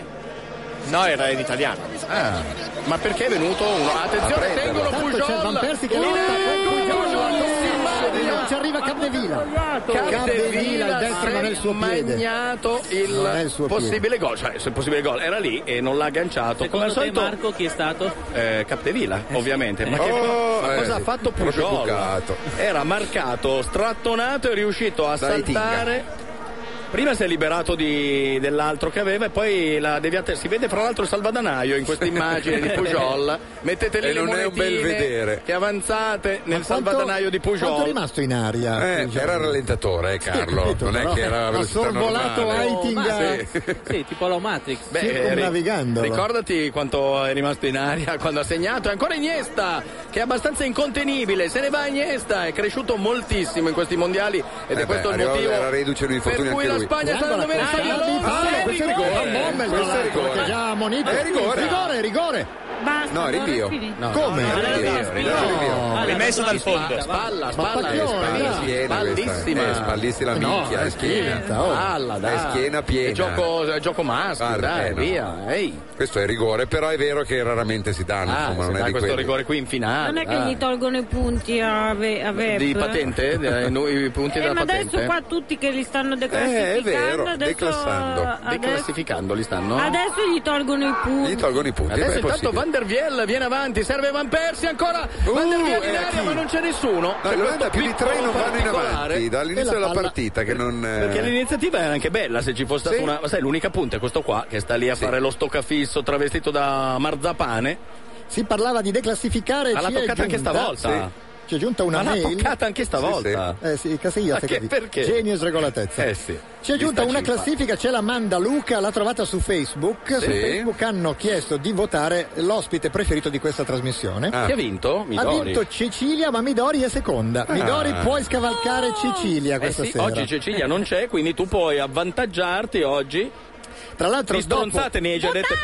No, era in italiano. Ah, ma perché è venuto uno? Attenzione, A tengono Tanto Pujol. c'è Van Persie che Uh, lotta con Pujol, Pujol, non ci arriva Capdevila. Capdevila, il destro non è il suo piede. magnato il, Non è il suo possibile gol, cioè il possibile gol era lì e non l'ha agganciato. Come Secondo al te, solito Marco, chi è stato? eh, Capdevila, ovviamente. Ma, che, Oh, ma eh, cosa ha fatto proprio Pujol? bucato. Era marcato, strattonato e è riuscito a Dai, saltare. Prima si è liberato di, dell'altro che aveva e poi la deviata. Si vede fra l'altro il salvadanaio in questa immagine di Pujol. Mettete lì E le non è un bel monetine vedere. che avanzate nel Ma quanto- salvadanaio di Quanto è Pujol. rimasto in aria? Eh, Pujol? era rallentatore, eh, Carlo. capito, non è però che era a ha velocità sorvolato normale. Heitinga. Sì. Sì, tipo la Matrix. Beh, ri- circumnavigandolo. ricordati quanto è rimasto in aria quando ha segnato. È ancora Iniesta, che è abbastanza incontenibile. Se ne va Iniesta, è cresciuto moltissimo in questi mondiali ed Eh è questo beh, il arrivava- motivo era reduce di per infortuni cui anche la lui. Spagna sta Triangola, andando bene. calcio Xabi di Alonso, fallo, è questo è rigore. rigore. Bommel, Questo è rigore. che già ammonito. È rigore. rigore, rigore. Basta. No, rinvio. No, Come? no, no, Allora, rinvio, no, rinvio, no. rinvio. Ah, Rimesso dal fondo. Spalla, Ma spalla, Pacchioni, è dai. Schiena questa. spallissima. Eh, spallissi la No, minchia, è è schiena. schiena, oh. Palla, dai. È schiena piena. È gioco, è gioco maschio, Guarda, dai, eh, no. via. Ehi. Questo è rigore, però è vero che raramente si danno, Ah, insomma, se non è dai di questo quelli. rigore qui in finale. Non è che dai. gli tolgono i punti a, Ve- a Vep. Di patente? Eh, no, I punti Eh, della ma patente? adesso qua tutti che li stanno declassificando. Eh, è vero, adesso, declassando. adesso, Declassificando li stanno? adesso gli tolgono i punti. Gli tolgono i punti. Adesso beh, è intanto possibile. Van der Viel viene avanti, serve Van Persie ancora. Van der Viel in e a aria, chi? ma non c'è nessuno. No, C'è l'Olanda questo più di tre piccolo non vanno in particolare. avanti dall'inizio E la della palla- partita che non eh, Perché l'iniziativa è anche bella se ci fosse stata Sì. una. Ma sai, l'unica punta è questo qua che sta lì a Sì. fare lo stoccafisso travestito da marzapane. Si parlava di declassificare. Ma l'ha ci è toccata anche giunta- stavolta. Sì. Ci è giunta una Ma l'ha mail. toccata anche stavolta. Eh sì, Casillas, Ma che- perché? Genio e sregolatezza. Eh sì. Ci è Gli giunta sta una simpatico. classifica, ce la manda Luca, l'ha trovata su Facebook. Su Sì. Facebook hanno chiesto di votare l'ospite preferito di questa trasmissione. Chi ha vinto? Ha Midori. vinto Cecilia, ma Midori è seconda. Midori puoi scavalcare Cecilia Eh questa sì, sera. oggi Cecilia non c'è, quindi tu puoi avvantaggiarti oggi. Tra l'altro, Di stronzate ne hai già dette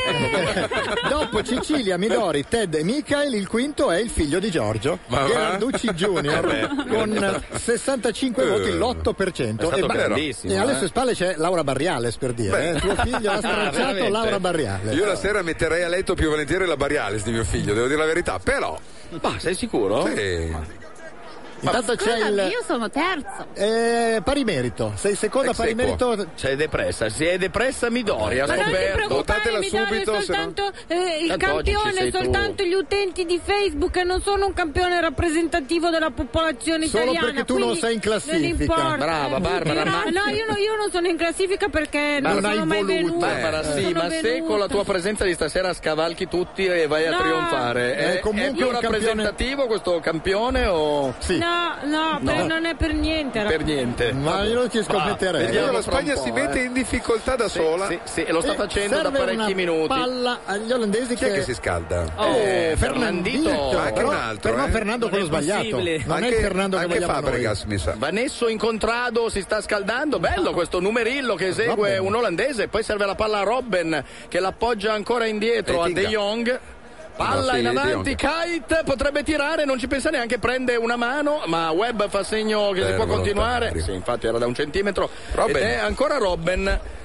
qua. dopo Cecilia, Midori, Ted e Michael, il quinto è il figlio di Giorgio, Ma va? Gerarducci Junior, Vabbè. con sessantacinque Eh. voti, l'otto per cento. È stato e, ba- grandissimo, e alle eh. sue spalle c'è Laura Barriales, per dire. Beh. Eh. Tuo figlio ha stracciato veramente? Laura Barriales. Io la sera metterei a letto più volentieri la Barriales di mio figlio, devo dire la verità, però Ma sei sicuro? sì. Intanto c'è Scusa, il io sono terzo. eh, pari merito. Sei seconda Ex pari equo. merito. Sei depressa, si è depressa Midori, ha Ma non ti scoperto. preoccupare, Votatela mi dare subito, se no- soltanto eh, il Tanto oggi ci campione, sei tu. soltanto gli utenti di Facebook e non sono un campione rappresentativo della popolazione Solo italiana. perché tu non quindi sei in classifica. non importa. Brava, Barbara, No, ma- no, io, no, io non sono in classifica perché non, Non hai sono mai voluto. venuta. Barbara, Non sì, sono ma se venuta. con la tua presenza di stasera scavalchi tutti e vai a No. trionfare, È è, comunque è più un campione- rappresentativo questo campione o Sì. No, no, per- No. non è per niente. per niente? Ma io non ti scommetterei. vediamo la fra un Spagna po', si eh. mette in difficoltà da Sì, sola. sì, sì, e lo sta E facendo da serve parecchi una minuti. palla agli olandesi Chi è che che si scalda? Oh, Eh, Fernandito, Fernandito. Anche però, un altro, però eh. Fernando quello Non è sbagliato. possibile. Non è anche il Fernando che anche vogliamo Fabregas, noi. mi sa. Vanesso incontrato si sta scaldando, bello questo numerillo che esegue Robben. un olandese, poi serve la palla a Robben che l'appoggia ancora indietro a E De Tinga. Jong. Palla No, sì, in De avanti, Jong. Kite potrebbe tirare, non ci pensa neanche, prende una mano, ma Webb fa segno che si Beh, può volontario. continuare. Sì, infatti era da un centimetro. Robben. Ed è ancora Robben.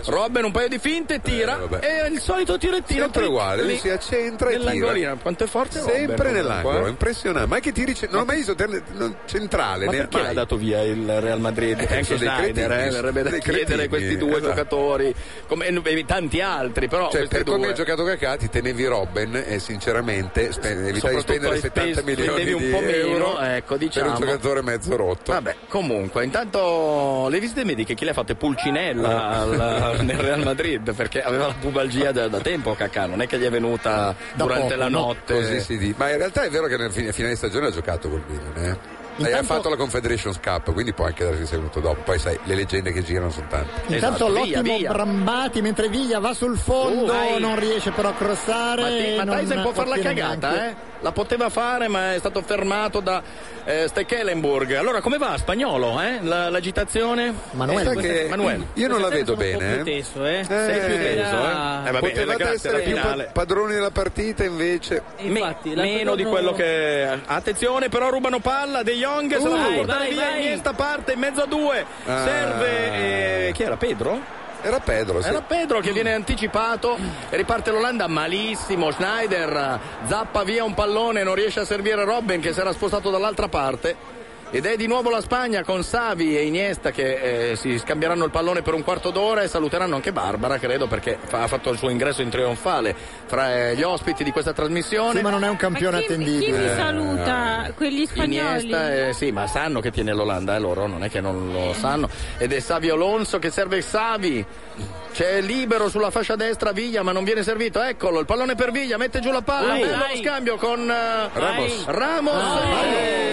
Robben un paio di finte, tira eh, e il solito tirettino sempre uguale, lui si accentra e tira quanto è forte sempre Robben, nell'angolo, eh? impressionante. Ma che tiri, non ho mai visto ter- non, centrale, ma perché mai. l'ha dato via il Real Madrid? Eh, E anche sono dei Schneider, cretini, eh, verrebbe da dei chiedere cretini, questi due esatto. giocatori come e tanti altri, però cioè, questi per due. come hai giocato Kakà ti tenevi Robben e sinceramente spe- evitavi di spendere hai settanta speso- milioni spendevi un di po' meno, euro ecco, diciamo. per un giocatore mezzo rotto. Vabbè, comunque, intanto le visite mediche chi le ha fatte? Pulcinella al, nel Real Madrid, perché aveva la pubalgia da, da tempo Kakà, non è che gli è venuta Da durante poco, la no? notte. Così si dice. Ma in realtà è vero che nel fine, fine di stagione ha giocato col Milan, eh? E Intanto- ha fatto la Confederations Cup, quindi può anche darsi seguito dopo. Poi sai, le leggende che girano sono tante. Intanto Esatto, l'ottimo via, via. Brambati mentre Viglia va sul fondo, Uh, non riesce però a crossare. Ma, ti- ma non Tyson può fare la ottiene cagata, neanche. eh? La poteva fare, ma è stato fermato da eh, Stekelenburg. Allora, come va? Spagnolo, eh? La, l'agitazione? Manuel. Eh, Che Manuel. io non la vedo Sono un po' bene. più eh. teso, eh? Sei più teso, eh? Eh, vabbè, Potevate grazie essere alla più finale. pa- padroni della partita, invece. Infatti, Me- la meno di vedono- quello che. Attenzione, però rubano palla. De Jong se la Vai, può portare vai, via. vai. Iniesta parte in mezzo a due. Ah. Serve. eh, chi era? Pedro? Era Pedro, sì. Era Pedro che viene anticipato e riparte l'Olanda malissimo. Schneider zappa via un pallone, non riesce a servire Robben che si era spostato dall'altra parte. Ed è di nuovo la Spagna con Xavi e Iniesta che eh, si scambieranno il pallone per un quarto d'ora e saluteranno anche Barbara, credo, perché fa- ha fatto il suo ingresso in trionfale fra eh, gli ospiti di questa trasmissione. Sì, ma non è un campione Ma chi, chi attendibile. mi saluta? Quelli spagnoli? Iniesta, eh, sì, ma sanno che tiene l'Olanda, eh, loro non è che non lo sanno. Ed è Xavi Alonso che serve Xavi. C'è libero sulla fascia destra Viglia, ma non viene servito. Eccolo, il pallone per Viglia, mette giù la palla. Vai, bello vai. lo scambio con eh, Ramos. Ramos. Ah,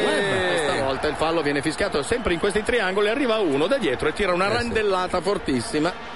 Eh, stavolta il fallo viene fischiato sempre in questi triangoli. Arriva uno da dietro e tira una Eh, sì. randellata fortissima.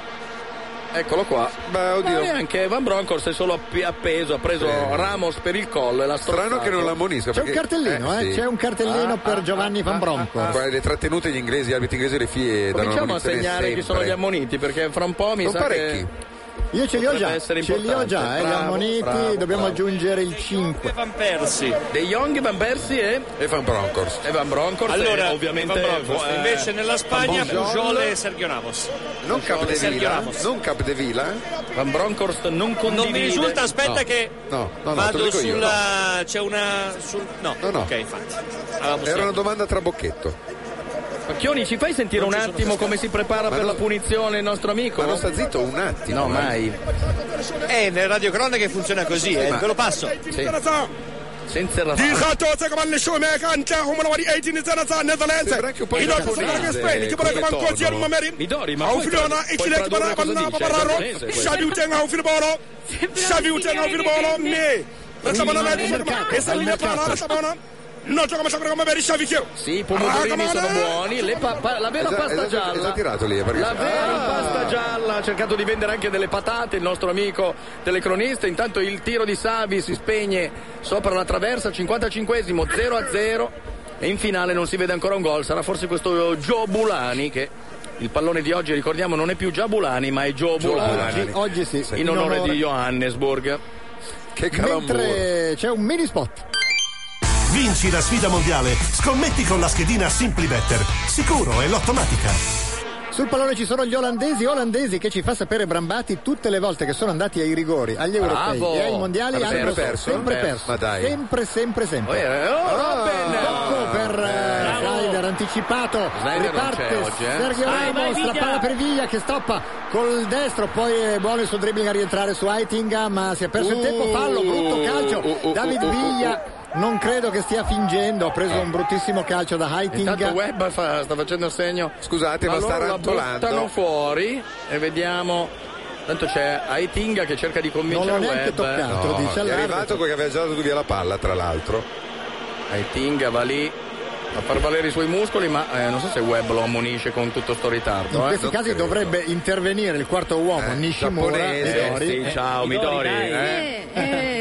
Eccolo qua. Beh, oddio. Ma anche Van Bronckhorst è solo appi- appeso, ha preso Sì. Ramos per il collo e l'ha Strano strozzato. che non l'ammonisca. C'è un perché- cartellino, eh? sì. C'è un cartellino Ah, per ah, Giovanni ah, Van ah, Bronckhorst. Guarda, le trattenute gli inglesi, gli arbitri inglesi le fie danno Cominciamo a l'ammonizione segnare chi sempre. sono gli ammoniti, perché fra un po' mi Sono sa parecchi. che Io ce li ho potrebbe già, essere ce li ho importante. già, eh, gli Bravo, ammoniti, bravo, dobbiamo bravo. aggiungere il cinque. Van Persie. De Jong, Van Persie e, E Van Bronckhorst. e Van Bronckhorst. Allora, e ovviamente Van Bronckhorst. eh, invece nella Spagna Van Pujol e Sergio Ramos. Non Capdevila? Sergio Ramos. Non Capdevila? Van Bronckhorst non condivide. Non mi risulta, aspetta No. che No, no, no, te lo vado dico io, sulla. C'è una. Sul... No, No, no. ok, infatti. Avevamo Era una sempre. domanda tra bocchetto. Chioni, ci fai sentire Non un ci sono attimo stato. come si prepara Ma per no- la punizione il nostro amico? Ma non sta zitto un attimo. No, eh. mai. Eh, nelle radiocronache funziona così, eh, ma- ve lo passo. Senza la Die gaat dood, zeg maar, show me kan tegen hoe maar die eten in zijn Nederlands. Sembra anche un po' Ik dacht dat giapponese, ze spelen. Ik ben come gewoon kort hier tono. maar met Midori, ma Hou puoi je nou, tra- ik puoi zie tradurre maar cosa maar dice? maar È maar giapponese questo. Shabi uteng hou je de ball. Shabi uteng hou je de ball. Nee. Dat is maar Al net. mercato, Is al er niet mercato. van, dat is maar. No, gioca ma sapere come per Shabi che. Sì, i pomodorini Ah, sono come- buoni, le pa- pa- la vera È già- pasta è già- gialla. è già tirato lì, perché- La vera Ah. pasta gialla, ha cercato di vendere anche delle patate il nostro amico telecronista. Intanto il tiro di Xavi si spegne sopra la traversa, cinquantacinquesimo, zero a zero. E in finale non si vede ancora un gol, sarà forse questo Gio Bulani che il pallone di oggi, ricordiamo, non è più Giabulani ma è Gio Bulani, Oggi, oggi sì, in onore di Johannesburg. Che calambur. Mentre c'è un mini spot. Vinci la sfida mondiale. Scommetti con la schedina SimpliBetter. Sicuro e l'automatica. Sul pallone ci sono gli olandesi, olandesi che ci fa sapere Brambati tutte le volte che sono andati ai rigori, agli europei Bravo. e ai mondiali Ma hanno sempre perso? sempre Perso. perso. Ma dai. Sempre, sempre, sempre. Eh, oh, Robben! Tocco per eh, Schneider anticipato, Schneider non riparte c'è oggi, eh. Sergio Vai, vai, Ramos, la Viglia. palla per Viglia che stoppa col destro, poi è buono il suo dribbling a rientrare su Aitinga, ma si è perso il tempo, fallo, brutto calcio, uh, uh, David uh, uh, Viglia. Non credo che stia fingendo, ha preso un bruttissimo calcio da Intanto Aitinga. Webb fa- sta facendo il segno. Scusate, ma loro sta la rantolando. buttano fuori e vediamo. Tanto c'è Aitinga che cerca di convincere Non l'ho neanche Webb. toccato. No, dice è all'arbitro. arrivato perché aveva già dato via la palla, tra l'altro. Aitinga va lì a far valere i suoi muscoli, ma eh, non so se Webb lo ammonisce con tutto sto ritardo. In eh. questi non casi credo. dovrebbe intervenire il quarto uomo, Eh, Nishimura. giapponese, Midori. Sì, ciao Midori. Midori, dai. eh. Eh, eh,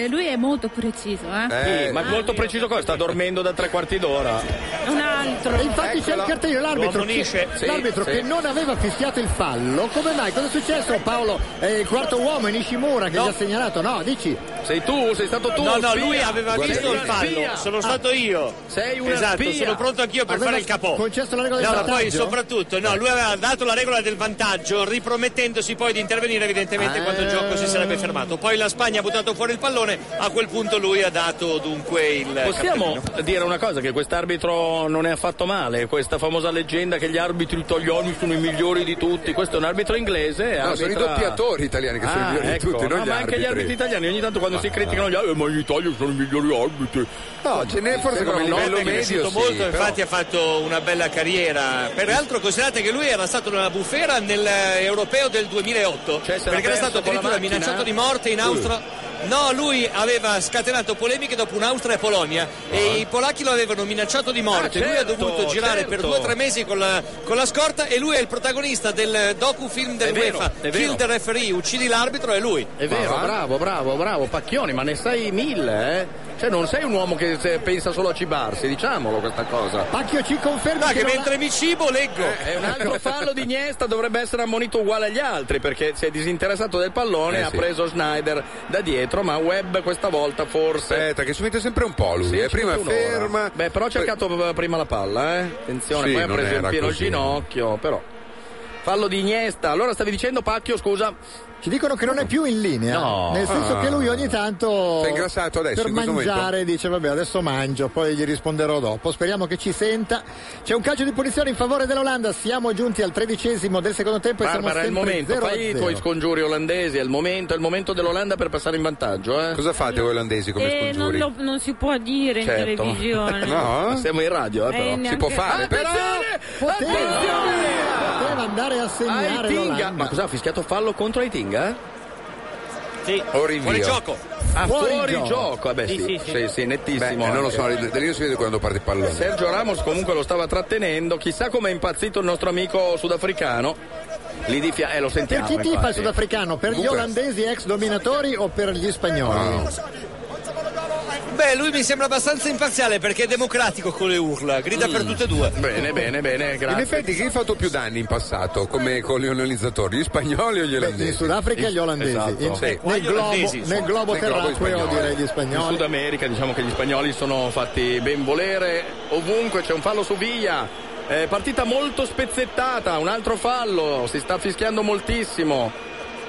che lui è molto preciso, eh? Sì, ma molto preciso cosa? Sta dormendo da tre quarti d'ora. Un altro. E infatti c'è il cartellino, l'arbitro, che, Sì, l'arbitro sì. che non aveva fischiato il fallo. Come mai? Cosa è successo, Paolo? Eh, il quarto uomo è Nishimura che No. gli ha segnalato, no? Dici? Sei tu? Sei stato tu? No, no, spia? lui aveva Guarda, visto sei il una fallo, spia. sono stato io. Sei una Esatto, spia. sono pronto anch'io per Aveva fare il capò. concesso la regola del No, ma vantaggio? poi soprattutto, no, lui aveva dato la regola del vantaggio, ripromettendosi poi di intervenire evidentemente Ah. quando il gioco si sarebbe fermato. Poi la Spagna ha buttato fuori il pallone, a quel punto lui ha dato dunque il Possiamo cartellino. dire una cosa, che quest'arbitro non è affatto male, questa famosa leggenda che gli arbitri italiani sono i migliori di tutti. Questo è un arbitro inglese. No, sono i arbitra- doppiatori italiani che sono i Ah, migliori ecco. di tutti, non No, gli ma anche gli arbitri. arbitri italiani ogni tanto quando si criticano gli arbitri, ma gli italiani sono i migliori arbitri. No, ce n'è forse come Sembrano livello note che medio, È cresciuto sì, molto, però- infatti ha fatto una bella carriera. Peraltro considerate che lui era stato una bufera nell'Europeo del duemilaotto, Cioè, se l'ha perché era perso stato con la addirittura macchina? minacciato di morte in Austria. No, lui aveva scatenato polemiche dopo un'Austria e Polonia e i polacchi lo avevano minacciato di morte. Ah, lui ha certo, dovuto girare per certo. due o tre mesi con la, con la scorta e lui è il protagonista del docufilm È vero, dell'UEFA. è Kill vero. the referee, uccidi l'arbitro, è lui. È vero, bravo, bravo, bravo, Pacchioni, ma ne sai mille, eh? Cioè non sei un uomo che se- pensa solo a cibarsi, diciamolo questa cosa. Pacchio ci confermi No, che che non ha- mentre mi cibo leggo. È un altro fallo di Iniesta, dovrebbe essere ammonito uguale agli altri perché si è disinteressato del pallone, Eh, ha sì. preso Schneider da dietro, ma Webb questa volta forse. Aspetta, che ci mette sempre un po' lui. Sì, eh. ci Prima mette un'ora. ferma. Beh, però ha cercato prima la palla, eh. Attenzione, Sì, poi ha non preso in era pieno il così. ginocchio, però. Fallo di Iniesta. Allora stavi dicendo, Pacchio, scusa? Ci dicono che non è più in linea, No. nel senso Ah. che lui ogni tanto Si è ingrassato adesso, per in questo mangiare momento? dice vabbè adesso mangio, poi gli risponderò dopo. Speriamo che ci senta. C'è un calcio di punizione in favore dell'Olanda, siamo giunti al tredicesimo del secondo tempo e Barbara, è siamo il sempre momento, zero a fai i zero. tuoi scongiuri olandesi, è il momento, è il momento dell'Olanda per passare in vantaggio, eh? Cosa fate voi olandesi come Eh, non, scongiuri? lo- non si può dire in Certo. televisione. No? Siamo in radio, eh, Eh, però. neanche- Si può fare, però... Poteva, Attenzione! poteva andare a segnare Aitinga. l'Olanda. Ma cosa ha fischiato fallo contro Aitinga? Sì, O rinvio. fuori gioco. Ah, Fuori fuori, gioco. gioco. Vabbè, sì, Sì, sì, sì, sì, sì. nettissimo. Beh, non lo anche. so, da lì non si vede quando parte il pallone. Sergio Ramos comunque lo stava trattenendo, chissà come è impazzito il nostro amico sudafricano. Lì di fia- eh, lo Per sentiamo. chi tifa il infatti. sudafricano? Per gli Comunque- olandesi ex dominatori o per gli spagnoli? Beh, lui mi sembra abbastanza imparziale perché è democratico con le urla, grida per tutte e due. Bene, bene, bene, In grazie. effetti chi ha fatto più danni in passato come con gli colonizzatori? Gli spagnoli o gli Beh, olandesi? in Sudafrica gli olandesi, Esatto. in- Sì. nel, Qua gli globo, olandesi, nel insomma. globo Nel globo terracqueo spagnolo. direi gli In spagnoli. Sud America diciamo che gli spagnoli sono fatti ben volere ovunque, c'è un fallo su Villa, eh, partita molto spezzettata, un altro fallo, si sta fischiando moltissimo.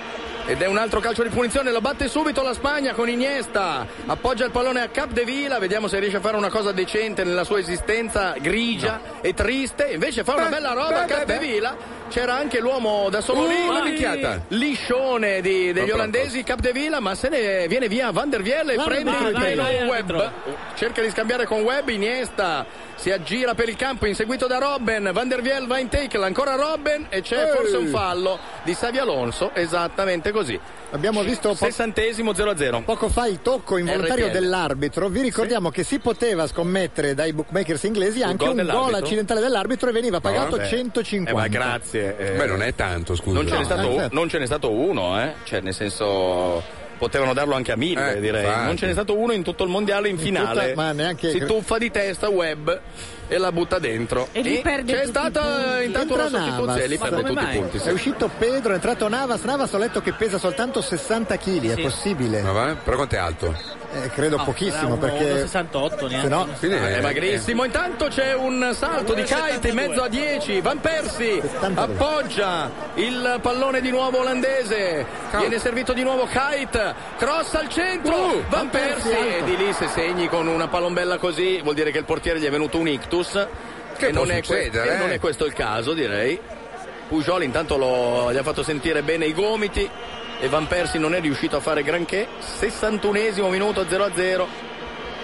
Ed è un altro calcio di punizione, lo batte subito la Spagna con Iniesta, appoggia il pallone a Capdevila, vediamo se riesce a fare una cosa decente nella sua esistenza grigia e triste, invece fa una Beh, bella roba beh, beh, Capdevila. C'era anche l'uomo da solo lì, Uh, la minchiata. liscione di- degli Ma olandesi, Capdevila, ma se ne viene via Van der Wiel e Vai, prende vai, il vai, pelo vai, Webb. arbitro. Cerca di scambiare con Webb, Iniesta si aggira per il campo inseguito da Robben, Van der Wiel va in tackle, ancora Robben e c'è Ehi. forse un fallo di Xavi Alonso, esattamente così. Abbiamo visto po- Sessantesimo zero a zero. poco fa il tocco involontario R T L. dell'arbitro. Vi ricordiamo che si poteva scommettere dai bookmakers inglesi anche gol un gol dell'arbitro? accidentale dell'arbitro e veniva pagato Vabbè. centocinquanta. Eh, ma grazie. eh. Beh, non è tanto, scusa. Non ce, n'è No, stato, eh, un- certo. non ce n'è stato uno, eh? Cioè, nel senso, potevano darlo anche a mille, Eh, direi. infatti. Non ce n'è stato uno in tutto il mondiale in, In finale. tutta- ma neanche- Si tuffa di testa Webb e la butta dentro. E li perde c'è tutti stata i punti. intanto Entra una sostituzione, Navas. li Ma perde come tutti mai? i punti. sì. È uscito Pedro, è entrato Navas. Navas ho letto che pesa soltanto sessanta chili, è Sì. possibile? Ma va? Però quanto è alto? Eh, credo No, pochissimo era uno- perché uno sessantotto se neanche. no Quindi È magrissimo. Intanto c'è un salto di Kite in mezzo a dieci. Van Persie settantadue. appoggia il pallone di nuovo olandese. Viene servito di nuovo Kite. Cross al centro. Uh, Van Van Persie Persie. alto. E di lì se segni con una palombella così vuol dire che il portiere gli è venuto un ictus. Che e può non è, que- succedere, e non eh? è questo il caso, direi. Pujol intanto lo- gli ha fatto sentire bene i gomiti e Van Persie non è riuscito a fare granché. sessantunesimo minuto, zero a zero.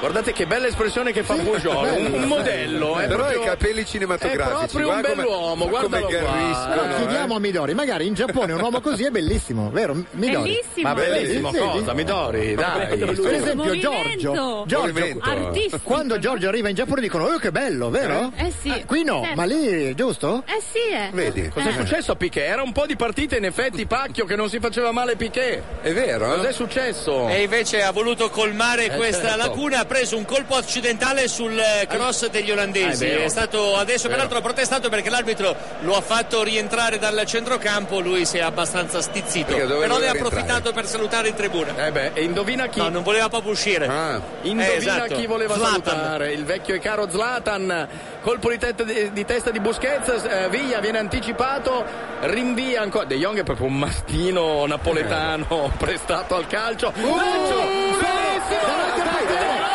Guardate che bella espressione che fa Pujol, un, un modello. È però proprio, i capelli cinematografici. È proprio un bell'uomo, guardalo qua. Allora, chiediamo a Midori, magari in Giappone un uomo così è bellissimo, vero Midori? Bellissimo. Ma bellissimo Sì, cosa, Midori, dai. Per esempio Giorgio, Giorgio quando Giorgio arriva in Giappone dicono oh che bello, vero? Eh sì. Ah, qui no, certo. ma lì giusto? Eh sì, eh. Vedi? Cos'è Eh. successo a Piquet? Era un po' di partita in effetti Pacchio che non si faceva male Piquet. È vero? Cos'è successo? E invece ha voluto colmare Eh, questa certo. lacuna, ha preso un colpo accidentale sul eh, cross degli olandesi. Ah, è vero. È stato adesso Vero. peraltro ha protestato perché l'arbitro lo ha fatto rientrare dal centrocampo, lui si è abbastanza stizzito. Perché dove Però ne ha voleva approfittato rientrare? per salutare in tribuna. Eh beh, e indovina chi? No, non voleva proprio uscire. Ah. Indovina Eh, esatto. chi voleva Zlatan. salutare? Il vecchio e caro Zlatan. Colpo di, testa di, di testa di Busquets, eh, via, viene anticipato, rinvia ancora. De Jong è proprio un mastino napoletano prestato al calcio. Uh, Calcio! Bellissimo!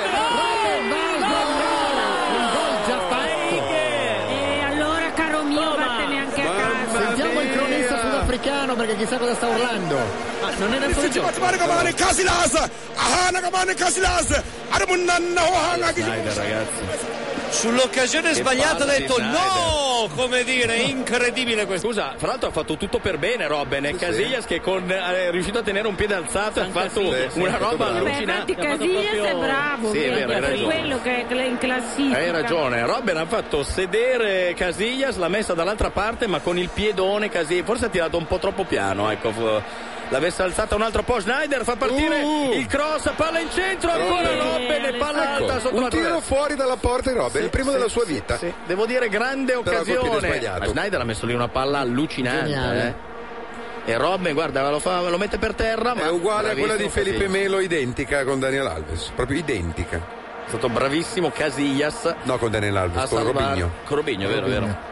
E allora, caro mio, vattene anche a casa. Sentiamo il cronista sudafricano perché chissà cosa sta urlando. Ma non era fuori gioco. Casillas, Ahana Kamane Casillas, Armunanna Ohanga. Snyder, ragazzi. Sull'occasione Che sbagliata ha palla di detto Snyder. no, come dire, incredibile questo. Scusa, fra l'altro ha fatto tutto per bene Robben e Casillas che con, è riuscito a tenere un piede alzato e ha fatto sì, sì, una sì, roba bravo. Beh, allucinante. infatti Casillas è bravo, Sì, è vedi, vero, hai per ragione. quello che è in classifica. Hai ragione, Robben ha fatto sedere Casillas, l'ha messa dall'altra parte ma con il piedone Casillas, forse ha tirato un po' troppo piano, ecco, fu- l'avesse alzata un altro po', Snyder fa partire Uh. il cross, palla in centro, ancora Sì, Robben e palla Ecco, alta sotto un la tiro traversa. fuori dalla porta di Robben, Sì, il primo sì, della sua sì, vita. sì. Devo dire grande Però col piede occasione. sbagliato. Ma Snyder ha messo lì una palla allucinante, Geniale. eh. E Robben, guarda, lo, fa, lo mette per terra. Ma È uguale a quella di bravissimo Felipe Casillas. Melo, identica con Daniel Alves, proprio identica. È stato bravissimo Casillas No, con Daniel Alves, a con salvare. Robinho. Con Robinho, vero, Robinho. vero.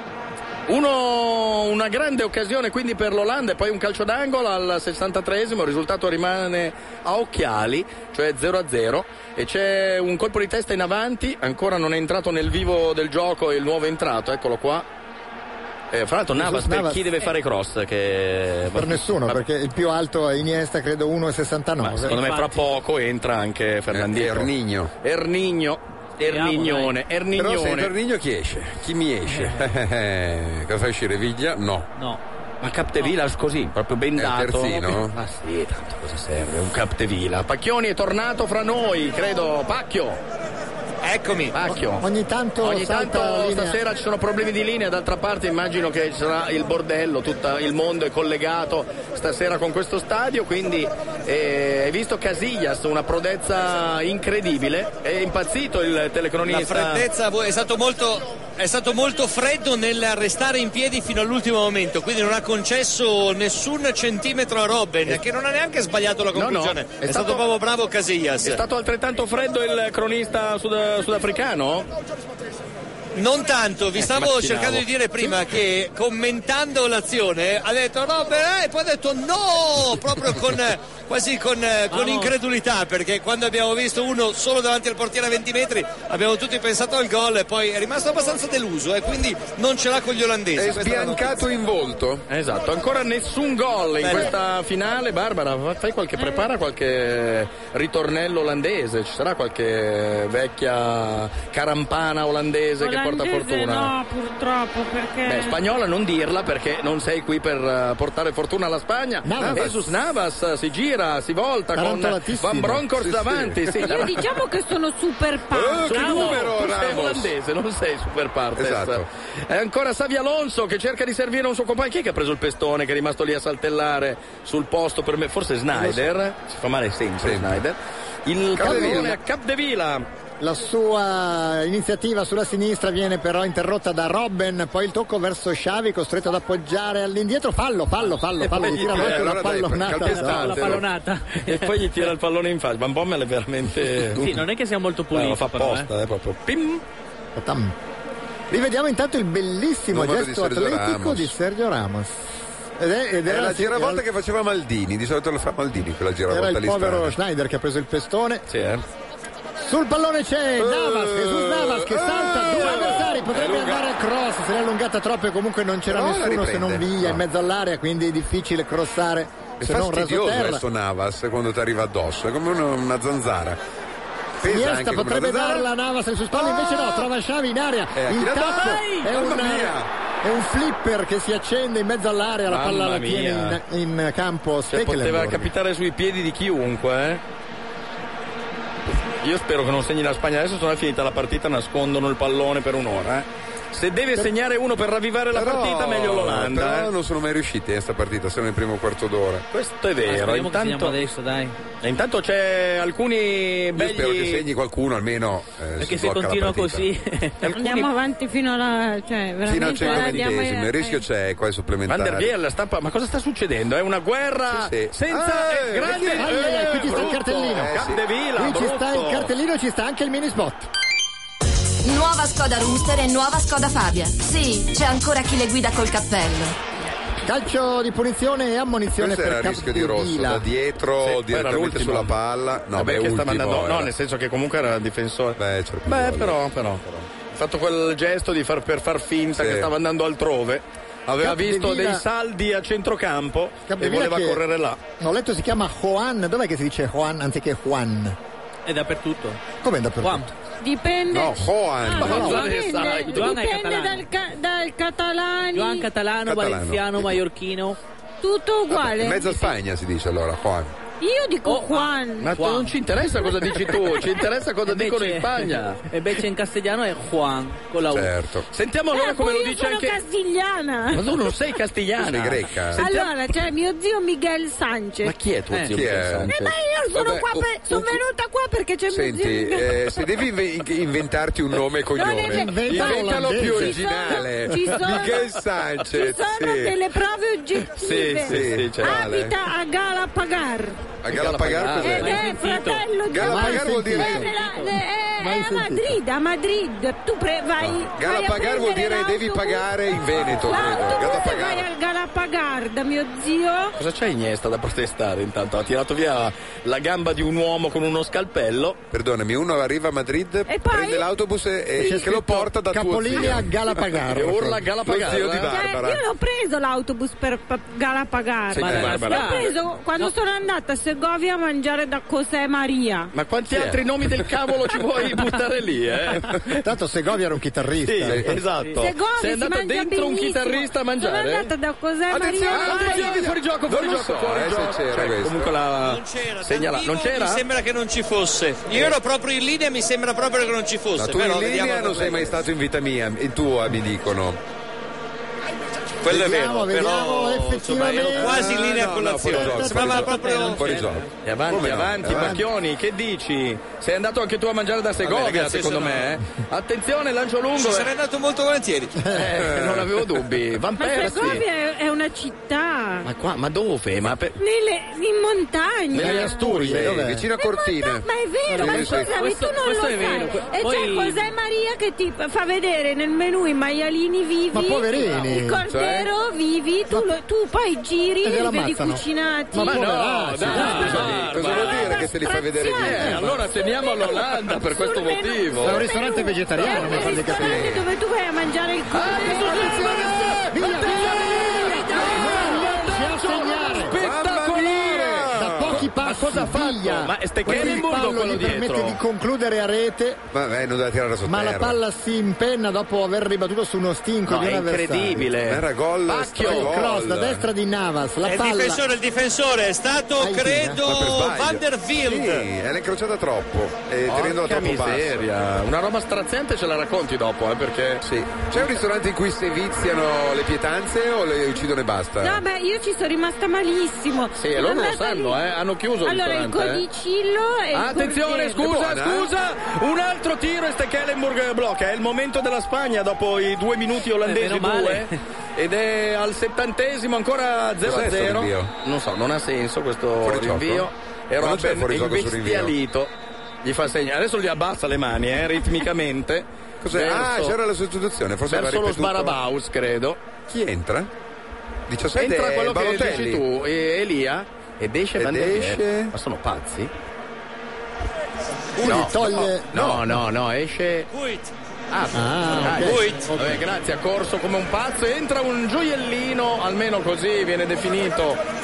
Uno, una grande occasione quindi per l'Olanda e poi un calcio d'angolo al sessantatreesimo, il risultato rimane a occhiali, cioè zero a zero, e c'è un colpo di testa in avanti, ancora non è entrato nel vivo del gioco il nuovo entrato, eccolo qua. Eh, fra l'altro Navas, per Navas. chi deve fare cross? Che... Per nessuno, Ma- perché il più alto è Iniesta, credo uno virgola sessantanove. ma secondo me fra poco entra anche Fernandino. Ernigno. Ernigno. Ernignone, Però se Ernignone. Ernigno chi esce? Chi mi esce? Eh, Cosa fa uscire Viglia? No. No. Ma Capdevila così, proprio È il bendato. terzino? Ma sì, tanto cosa serve? Un Capdevila. Pacchioni è tornato fra noi, credo. Pacchio. Eccomi. Pacchio. Ogni tanto Ogni salta la tanto linea. stasera ci sono problemi di linea, d'altra parte immagino che ci sarà il bordello, tutto il mondo è collegato stasera con questo stadio, quindi eh, hai visto Casillas, una prodezza incredibile, è impazzito il La telecronista. freddezza è stato molto è stato molto freddo nel restare in piedi fino all'ultimo momento, quindi non ha concesso nessun centimetro a Robben, che non ha neanche sbagliato la No, no, conclusione. è è, stato, stato- proprio bravo Casillas. È stato altrettanto freddo il cronista sud- sudafricano? Non tanto, vi Eh, stavo immaginavo. cercando di dire prima che commentando l'azione ha detto Robben eh, e poi ha detto no, proprio con quasi con, con incredulità, perché quando abbiamo visto uno solo davanti al portiere a venti metri abbiamo tutti pensato al gol e poi è rimasto abbastanza deluso e quindi non ce l'ha con gli olandesi. È Questa è la sbiancato in volto. Esatto, ancora nessun gol in Bene. questa finale. Barbara, fai qualche, prepara qualche ritornello olandese, ci sarà qualche vecchia carampana olandese, che porta Olandese fortuna? no, purtroppo, perché... Beh, spagnola non dirla perché non sei qui per eh, portare fortuna alla Spagna. Navas. Jesus Navas si gira, si volta con Tarantolatissimo. Van Bronckhorst Sì, sì. davanti. Sì, Io diciamo che sono super Eh, pazzo. che numero, tu sei Ramos. olandese, non sei super partes. Esatto. È ancora Xavi Alonso che cerca di servire un suo compagno. Chi è che ha preso il pestone, che è rimasto lì a saltellare sul posto per me? Forse Snyder. Si fa male sempre, Sempre. Snyder. Il Capdevila. pallone a Capdevila. La sua iniziativa sulla sinistra viene però interrotta da Robben, poi il tocco verso Xavi, costretto ad appoggiare all'indietro. Fallo, fallo, fallo, E fallo. poi Gli gli tirano tira- anche una allora dai, pallonata. calpestate. La pallonata. E poi gli tira il pallone in faccia. Van Bommel è veramente. Sì, non è che sia molto Beh, pulito. lo fa però, apposta, eh. è proprio. Pim. Tam. Rivediamo intanto il bellissimo Numero di gesto Sergio atletico Ramos. di Sergio Ramos. Ed, è, ed Era era, la giravolta era, che faceva Maldini, di solito lo fa Maldini quella era giravolta il lì povero strana. Schneider che ha preso il pestone. Sì, eh. Sul pallone c'è Navas, Jesus Navas che eh, salta, due avversari, potrebbe allunga- andare al cross, se l'è allungata troppo e comunque non c'era Però la nessuno se non riprende. Viglia in No. mezzo all'area, quindi è difficile crossare È se non fastidioso rasoterra. questo Navas quando ti arriva addosso, è come una, una zanzara. pesa Iniesta anche come potrebbe una zanzara. darla a Navas alle sue spalle, invece no, Travasciavi in aria, Eh, il chi l'ha tappo dato? è Mamma un, mia. è un flipper che si accende in mezzo all'area, la palla Mamma la tiene in, in campo Cioè, poteva Stekelenburg. capitare sui piedi di chiunque, eh? Io spero che non segni la Spagna. Adesso sono finita la partita, nascondono il pallone per un'ora, eh? Se deve segnare uno per ravvivare la Però- partita, meglio l'Olanda. Però eh. non sono mai riusciti in questa partita, sono nel primo quarto d'ora. Questo è vero. Speriamo che Intanto, finiamo adesso, dai. e intanto c'è alcuni Io begli. spero che segni qualcuno almeno. Eh, Perché si se blocca la continua partita. così. Andiamo avanti fino alla. Cioè, veramente. Fino al eh, centoventesimo, andiamo- il rischio c'è, qua è supplementare. Van der Biel stampa. Ma cosa sta succedendo? È una guerra Sì, sì. senza Ah, eh, grandi. perché- Ai, ai, ai, qui ci sta il brutto. cartellino. Eh, Capdevila, Qui ci sta il brutto. cartellino, ci sta anche il mini spot. Nuova Skoda Rooster e nuova Skoda Fabia. Sì, c'è ancora chi le guida col cappello. Calcio di punizione e ammonizione Questo era per il rischio di rosso, Capdevila. da dietro, Sì, poi era direttamente l'ultimo. sulla palla. No, Vabbè, beh, che ultimo, sta mandando, no, era. nel senso che comunque era difensore. Beh, c'era più Beh, gol. però, però, però. Ha fatto quel gesto di far, per far finta Sì. che stava andando altrove. Aveva Capdevila- visto dei saldi a centrocampo e Capdevila voleva che- correre là. Ho letto si chiama Juan, dov'è che si dice Juan anziché Juan? È dappertutto. Come dappertutto? Juan. Dipende. No, Juan. Ah, Ma no, dipende, ne sai? Juan è dipende catalano. dal, ca- dal catalani. Juan catalano, Catalano. valenciano, maiorchino. Tutto uguale. Mezza Spagna si dice allora, Juan. Io dico Oh, Juan. Ma Juan. non ci interessa cosa dici tu, ci interessa cosa dicono in Spagna. E invece in castigliano è Juan con la U. Certo. Sentiamo allora Eh, come poi lo io dice sono anche. castigliana. Ma tu non sei castigliana. Tu sei greca. Sentiamo- Allora, c'è mio zio Miguel Sanchez. Ma chi è tuo Eh, zio chi Miguel è? Sanchez? Eh, ma io sono Vabbè, qua per, un- sono un- venuta qua perché c'è mio zio Senti, Miguel. eh, se devi inve- inventarti un nome e Non è cognome, vero. inventalo Ci più sono- originale. ci sono- Miguel Ci Sanchez. sono sì. delle prove oggettive. Sì, sì, sì, c'è. Abita a Galapagar. A Galapagar Ed cos'è? Mai è sentito? fratello di Galapagar vuol dire- È, nella- è- Mai è a sentito. Madrid, a Madrid. Tu pre- vai. vai a Galapagar vuol prendere dire devi l'autobus. pagare in Veneto, credo. L'autobus e vai Galapagar. al Galapagar da mio zio. Cosa c'è Iniesta da protestare intanto? Ha tirato via la gamba di un uomo con uno scalpello. Perdonami, uno arriva a Madrid, E poi? prende l'autobus e, e C'è che lo porta da tuo Capolinea zio. Galapagar. E urla Lo Galapagar. zio di eh? Barbara. Cioè, io l'ho preso l'autobus per pa- Galapagar. Sì, Ma eh, dai, Barbara. L'ho preso quando sono andata a Segovia a mangiare da José Maria. Ma quanti altri nomi del cavolo ci vuoi buttare lì, eh? Tanto Segovia era un chitarrista. Sì, esatto. Segovia Sei si andata mangia dentro un benissimo. chitarrista a Sono mangiare? andata da José Attenzione, Maria. Attenzione, fuori gioco, fuori Non lo gioco, so, fuori eh, se gioco. c'era Cioè, questo. comunque la Non c'era, segnala, dal non vivo c'era? Mi sembra che non ci fosse. Io ero proprio in linea, mi sembra proprio che non ci fosse. Ma tu però in vediamo linea non come- sei mai stato in vita mia, in tua mi dicono. Quello Vediamo, è vero, vediamo però insomma, ero effettivamente. quasi in linea No, con no, l'azione. fuori gioco, Sembrava fuori proprio gioco. Fuori gioco. E avanti, Come no? avanti, Avanti. Bacchioni, che dici? Sei andato anche tu a mangiare da Segovia, Vabbè, ragazzi, secondo sono- me. eh? Attenzione, lancio lungo. Ci eh. sarei andato molto volentieri. Eh, non avevo dubbi. Van Ma Persie. Segovia è- è una città. Ma qua, ma dove? Ma per... Nelle, in montagna. Nelle Asturie, Sì, dov'è? vicino a Cortina. Ma è vero, Sì, ma sì. scusami, Questo- tu non questo lo è sai. vero. E Poi- c'è José Maria che ti fa vedere nel menù i maialini vivi, Ma poverini. il cordero vivi, tu, lo- tu poi giri E e glielo li vedi ammazzano. cucinati. Ma Ma no, poveracci, dai, dai, scusami, Cosa vuol Barbara. dire che se li fai vedere Straziante. vivi? Eh, allora teniamo l'Olanda per questo Sul menù- motivo. È un sul ristorante menù. vegetariano, È mi un pare di capire. ristorante dove tu vai a mangiare il cordero. Via, via, ci a segnare. Spettacolare! Da pochi passi, Ma cosa ha fatto? via. Ma è Il Stekelenburg o fallo quello gli permette dietro? di concludere a rete, Vabbè, non doveva tirare sotto ma la terra. palla si impenna dopo aver ribattuto su uno stinco No, di un è avversario. incredibile. Era gol, Pacchio, stragol. Cross da destra di Navas, la È il palla. difensore, il difensore è stato, Ai, credo, Ma per sbaglio. Van der Wield. Sì, è l'ha incrociata troppo e tenendola Porca troppo bassa. miseria. Una roba straziante ce la racconti dopo, eh, perché... Sì. C'è un ristorante in cui seviziano le pietanze o le uccidono e basta? No, beh, io ci sono rimasta malissimo. Sì, e loro lo sanno, eh, hanno chiuso il Allora, il ristorante, eh. codicillo e il Attenzione, cordero. scusa, È buona, eh? scusa, un altro tiro e Stekelenburg blocca, è il momento della Spagna dopo i due minuti olandesi, Eh, meno male. due, ed è al settantesimo ancora zero a Cos'è sto zero. rinvio? Non so, non ha senso questo Fuori gioco? rinvio. E Ma non c'è Robben fuori gioco sul rinvio? imbestialito gli fa segno, adesso gli abbassa le mani, eh, ritmicamente. Cos'è? Ah, verso- c'era la sostituzione, forse aveva verso lo ripetuto. Sbarabaus, credo. Chi entra? diciassette Entra quello che Balotelli. dici tu, e- Elia, ed esce Ed Van der Beek. esce- Ma sono pazzi? Quindi toglie. No, no, no, esce. Ah, Ah, dai. ok. Vabbè, grazie, ha corso come un pazzo. Entra un gioiellino, almeno così viene definito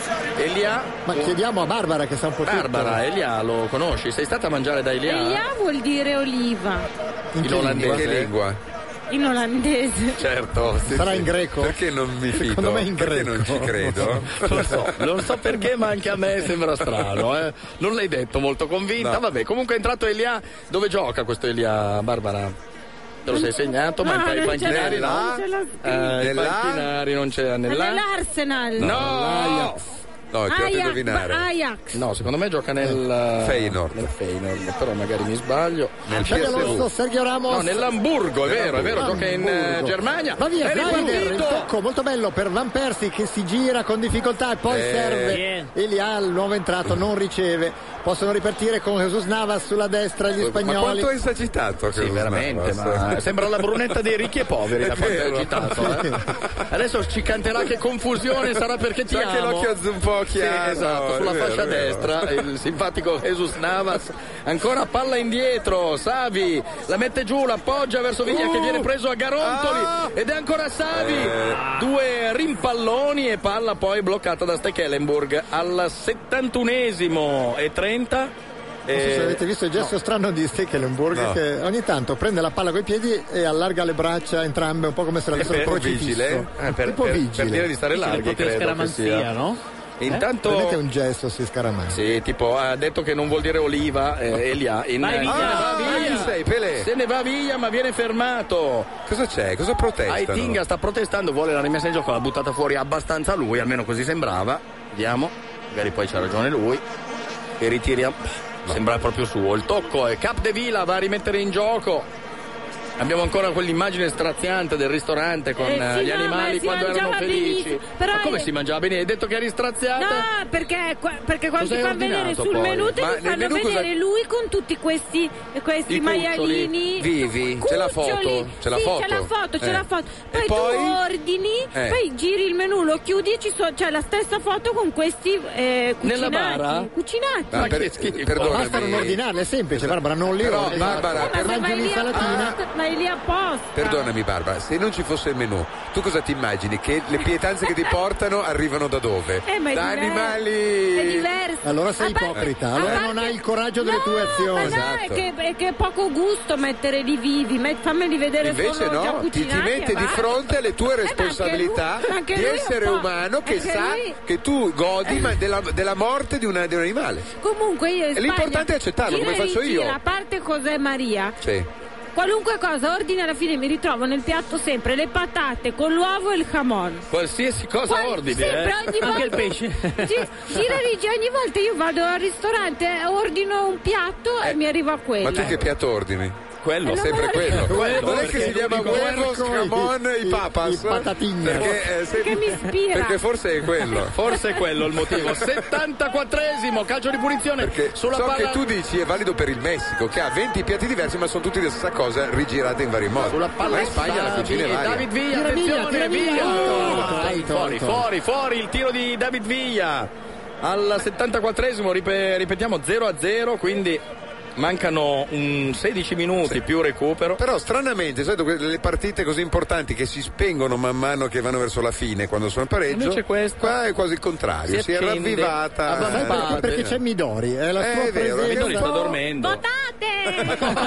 Elia. Ma chiediamo a Barbara che sa un po' Barbara, tutto. Elia lo conosci? Sei stata a mangiare da Elia? Elia vuol dire oliva. In, in olandese? Che lingua? In olandese. Certo. Sì, sarà sì. in greco? Perché non mi fido? Secondo me in greco. Perché non ci credo? Non so, non so perché, ma anche a me sembra strano, eh. Non l'hai detto molto convinta. No. Vabbè, comunque è entrato Elia. Dove gioca questo Elia, Barbara? Te lo sei segnato, no, ma i panchinari no? Eh, I panchinari non c'era nella... nell'Arsenal. No! no. No, è Ajax, indovinare. Ajax. No, secondo me gioca nel Feyenoord. Nel Feyenoord, però magari mi sbaglio. Nel Alonso, Sergio Ramos. No, nell'Hamburgo, è vero, è vero, gioca in uh, Germania. Va via, Snyder, il tocco molto bello per Van Persie che si gira con difficoltà e poi eh. serve. Yeah. Elia, il nuovo entrato, non riceve. Possono ripartire con Jesus Navas sulla destra gli spagnoli. Ma quanto è esagitato? Sì, veramente, ma sembra la brunetta dei ricchi e poveri da quanto è agitato. Eh? Adesso ci canterà che confusione sarà perché ti amo. Anche l'occhio un po' chiaro. Sì, esatto, sulla vero, fascia vero. destra il simpatico Jesus Navas, ancora palla indietro, Savi la mette giù, l'appoggia verso Vigna uh, che viene preso a garontoli ah, ed è ancora Savi, eh. due rimpalloni e palla poi bloccata da Stekelenburg al settantunesimo e trenta. Non so se avete visto il gesto strano di Stekelenburg no. che ogni tanto prende la palla coi piedi e allarga le braccia entrambe un po' come se l'avessero crocifisso. Eh, per, tipo per, vigile. per dire di stare larghi, credo che sia, no? Intanto vedete un gesto si scaramazza. Sì, tipo ha detto che non vuol dire oliva, eh, Elia in, vai via, se ne va via, ah, sei, Pelé. se ne va via ma viene fermato. Cosa c'è? Cosa protesta? Aitinga sta protestando, vuole la rimessa in gioco, l'ha buttata fuori abbastanza lui, almeno così sembrava. Vediamo, magari poi c'ha ragione lui e ritiriamo. No. Sembra proprio suo. Il tocco è Capdevila, va a rimettere in gioco. Abbiamo ancora quell'immagine straziante del ristorante con eh sì, gli no, animali quando erano felici. Però ma come è... si mangiava bene? Hai detto che eri straziata? No, perché, perché quando ti fanno vedere sul poi? menù ti fanno vedere cosa... lui con tutti questi, questi I maialini vivi, cuccioli. C'è la foto, c'è la sì, foto. c'è la foto, c'è eh. la foto. Poi, poi tu ordini, eh. poi giri il menù, lo chiudi e ci so, c'è la stessa foto con questi eh, cucinati. Nella bara? Cucinati. Ma ma per, che basta non ordinarle, è semplice, Barbara, non li però, ordini. Barbara, per... mangi un'insalatina. Ma è lì apposta. Perdonami Barbara, se non ci fosse il menù, tu cosa ti immagini? Che le pietanze che ti portano arrivano da dove? Eh, ma è da diverso. animali. È diverso. Allora sei parte, ipocrita, allora parte, non hai il coraggio delle no, tue azioni. Ma no, esatto. è che, è che è poco gusto mettere li vivi, met, fammeli vedere invece solo già no, ti, ti mette di fronte alle tue responsabilità eh, anche lui, di anche essere umano che sa lui. che tu godi ma della, della morte di, una, di un animale. Comunque io in e l'importante è accettarlo, come faccio io. A parte cos'è Maria. Sì. Qualunque cosa ordini alla fine mi ritrovo nel piatto sempre le patate con l'uovo e il jamon. Qualsiasi cosa Qual- ordini, sempre, eh? ogni volta, anche il pesce. Gi- gira ogni volta io vado al ristorante, ordino un piatto eh, e mi arriva quello. Ma tu che piatto ordini? Quello, eh, sempre quello. quello. Non è che si chiama uovo, scamon, i papas. I patatine. Perché, eh, se, Perché mi ispira. Perché forse è quello. Forse è quello il motivo. settantaquattresimo calcio di punizione. Perché sulla so palla... che tu dici è valido per il Messico, che ha venti piatti diversi, ma sono tutti la stessa cosa, rigirate in vari modi. Sulla palla ma in Spagna la cucina è varia. David Villa, tira attenzione, via, tira via. via. Fuori, fuori, fuori, fuori il tiro di David Villa. Al settantaquattresimo rip- ripetiamo zero a zero, quindi mancano un sedici minuti sì. più recupero. Però stranamente, sai, le partite così importanti che si spengono man mano che vanno verso la fine quando sono in pareggio, invece questa qua è quasi il contrario, si, si è ravvivata. Ah, ma perché, perché c'è Midori, è la eh, sua è vero, presenza. Midori sta dormendo. Votate!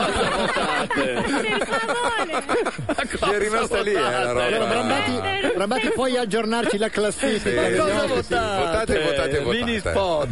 Votate! Per favore! Ci è rimasta lì eh, la roba. Allora, Brambati, Brambati puoi aggiornarci la classifica. Sì, cosa sì, sì. Votate, votate, votate. Mini spot.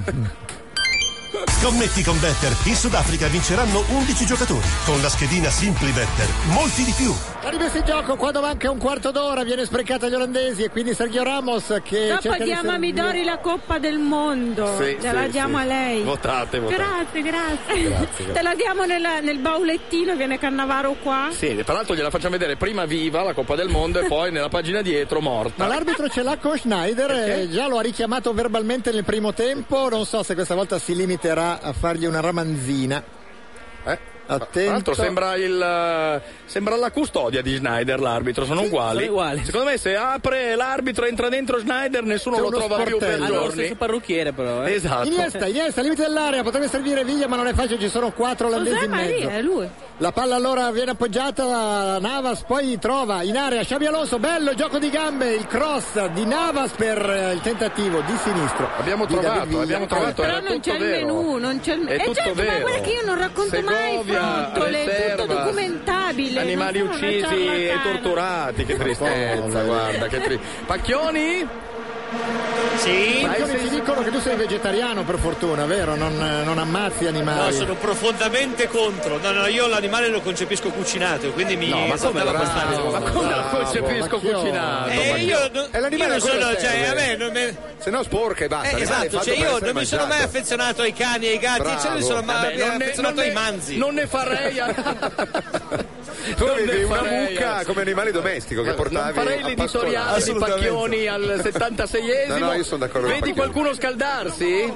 Scommetti con Better. In Sudafrica vinceranno undici giocatori. Con la schedina Simply Better. Molti di più. La rimessa in gioco quando manca un quarto d'ora, viene sprecata agli olandesi e quindi Sergio Ramos che dopo cerca di diamo a Midori la Coppa del Mondo. Sì, Te la sì, diamo sì. a lei. Votate, votate. Grazie, grazie. Grazie, grazie. Te la diamo nella, nel baulettino, viene Cannavaro qua. Sì, tra l'altro gliela facciamo vedere prima viva la Coppa del Mondo e poi nella pagina dietro morta. Ma l'arbitro ce l'ha con Schneider, eh, già lo ha richiamato verbalmente nel primo tempo, non so se questa volta si limiterà a fargli una ramanzina. Eh? Attento. Tra l'altro sembra il sembra la custodia di Schneider, l'arbitro, sono uguali. Sono uguali. Secondo me se apre l'arbitro e entra dentro Schneider nessuno C'è lo uno trova più per sportello. Hanno lo giorni. stesso parrucchiere però, eh. Esatto. Iniesta, Iniesta, limite dell'area, potrebbe servire Viglia ma non è facile, ci sono quattro olandesi José in mezzo. Maria, è lui. La palla allora viene appoggiata da Navas, poi trova in area Xabi Alonso, bello gioco di gambe, il cross di Navas per eh, il tentativo di sinistro. Abbiamo di David trovato, Villa. abbiamo trovato, Però era non tutto c'è il vero. menù, non c'è il menù. È Eh tutto certo, vero. ma guarda che io non racconto mai Segovia, frottole, è tutto riserva, documentabile. animali non sono una uccisi e ciarlatana. torturati, che tristezza, guarda, che tri... Pacchioni? Sì. Ma ci dicono che tu sei vegetariano per fortuna, vero? Non, non ammazzi animali. No, sono profondamente contro. No, no, io l'animale lo concepisco cucinato, quindi mi No, ma come esaltava abbastanza. bravo, ma come lo concepisco cucinato? Eh, io, no- E l'animale io non cosa sono, cioè, serve? a me non me- Se no sporca e basta. Eh, l'animale è esatto, fatto cioè per io essere non mi sono mai mangiato. affezionato ai cani e ai gatti, Bravo. cioè, mi sono mai Vabbè, non ne- affezionato non ai ne- manzi. Non ne farei a... Tu Non avevi ne una farei, mucca eh. come animale domestico che Non portavi farei a l'editoriale pascolare. di Pacchioni al settantaseiesimo. No, no, io sono d'accordo con Vedi Pacchioni. qualcuno scaldarsi?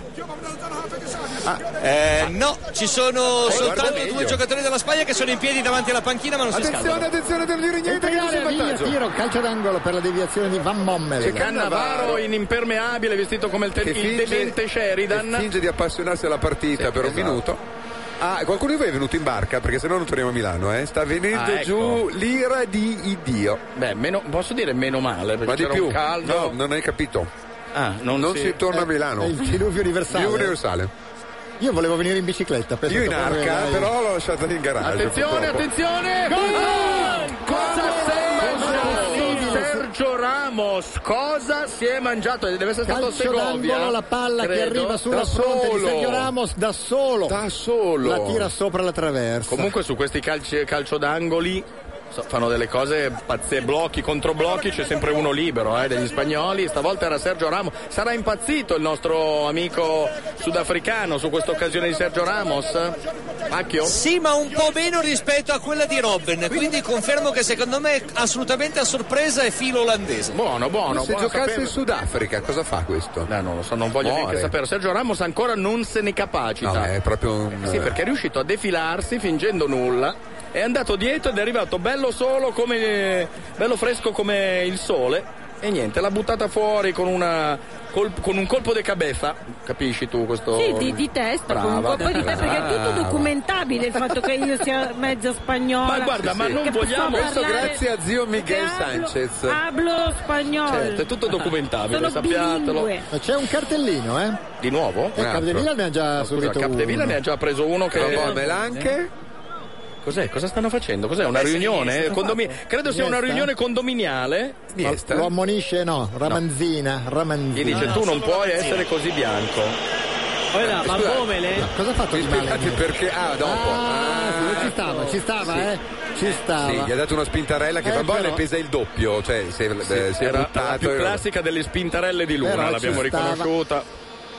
Eh, no, ci sono Eh, guarda soltanto meglio. due giocatori della Spagna che sono in piedi davanti alla panchina ma non si Attenzione, scaldano. attenzione, devi dire niente Entra che in non sei area, in Viglia, vantaggio. tiro, calcio d'angolo per la deviazione di Van Bommel. C'è Cannavaro in impermeabile vestito come il, te- Che il finge- demente Sheridan. che finge di appassionarsi alla partita Sì, per un esatto. minuto. Ah, qualcuno di voi è venuto in barca? Perché se no non torniamo a Milano, eh? Sta venendo Ah, ecco. giù l'ira di Iddio. Beh, meno, posso dire meno male perché Ma di c'era più? un caldo. No, non hai capito. Ah, non, Non si torna a Milano. È il diluvio universale. Diluvio universale. Io volevo venire in bicicletta. penso Io in che arca, vorrei- però l'ho lasciata in garage. Attenzione, purtroppo. attenzione! Gol! Cosa si è mangiato possibile? Sergio Ramos? Cosa si è mangiato? Deve essere stato Calcio Segovia. d'angolo, la palla che credo. arriva sulla Da fronte di solo. Sergio Ramos da solo. Da solo. La tira sopra la traversa. Comunque su questi calci, calcio d'angoli so- fanno delle cose pazze, blocchi contro blocchi, c'è sempre uno libero eh, degli spagnoli. Stavolta era Sergio Ramos. Sarà impazzito il nostro amico sudafricano su questa occasione di Sergio Ramos? Pacchio? Sì, ma un po' meno rispetto a quella di Robben, quindi confermo che secondo me assolutamente a sorpresa è filo olandese. Buono, buono. Se buono giocasse saperlo. in Sudafrica, cosa fa questo? No, non lo so, non voglio Muore. neanche sapere. Sergio Ramos ancora non se ne capacita. No, è proprio un... Sì, perché è riuscito a defilarsi fingendo nulla. È andato dietro ed è arrivato bello solo come bello fresco come il sole. E niente, l'ha buttata fuori con una col- con un colpo di cabeza, capisci tu questo? Sì, di, di testa, con un Brava. colpo di testa, perché è tutto Brava. documentabile il fatto che io sia mezza spagnola. Ma guarda, ma non che vogliamo- so Questo parlare- grazie a zio Miguel che hablo- Sanchez. Hablo spagnolo. Certo, è tutto documentabile, Sono sappiatelo. bilingue. Ma c'è un cartellino, eh? Di nuovo? E Capdevilla ne ha già No, subito scusa, Capdevilla uno. ne ha già preso uno che Bommel anche? Cos'è? Cosa stanno facendo? Cos'è? Una Vabbè, se riunione? Iniesta. Condomi- Credo sia una Iniesta? riunione condominiale. Iniesta? Lo ammonisce, no, Ramanzina, Ramanzina. Gli dice no, tu non solo puoi Ramanzina. essere così bianco. Poi la Van Bommel, eh? Cosa ha fatto Mi di male? spiegate perché? Ah, dopo. Ah, sì, Ah, ci stava, ci stava, sì. eh. Ci stava. Sì, gli ha dato una spintarella che Eh, Van Bommel però- pesa il doppio, cioè si è, eh, si è Era la buttato. più e- classica delle spintarelle di Luna, Però l'abbiamo ci stava. riconosciuta.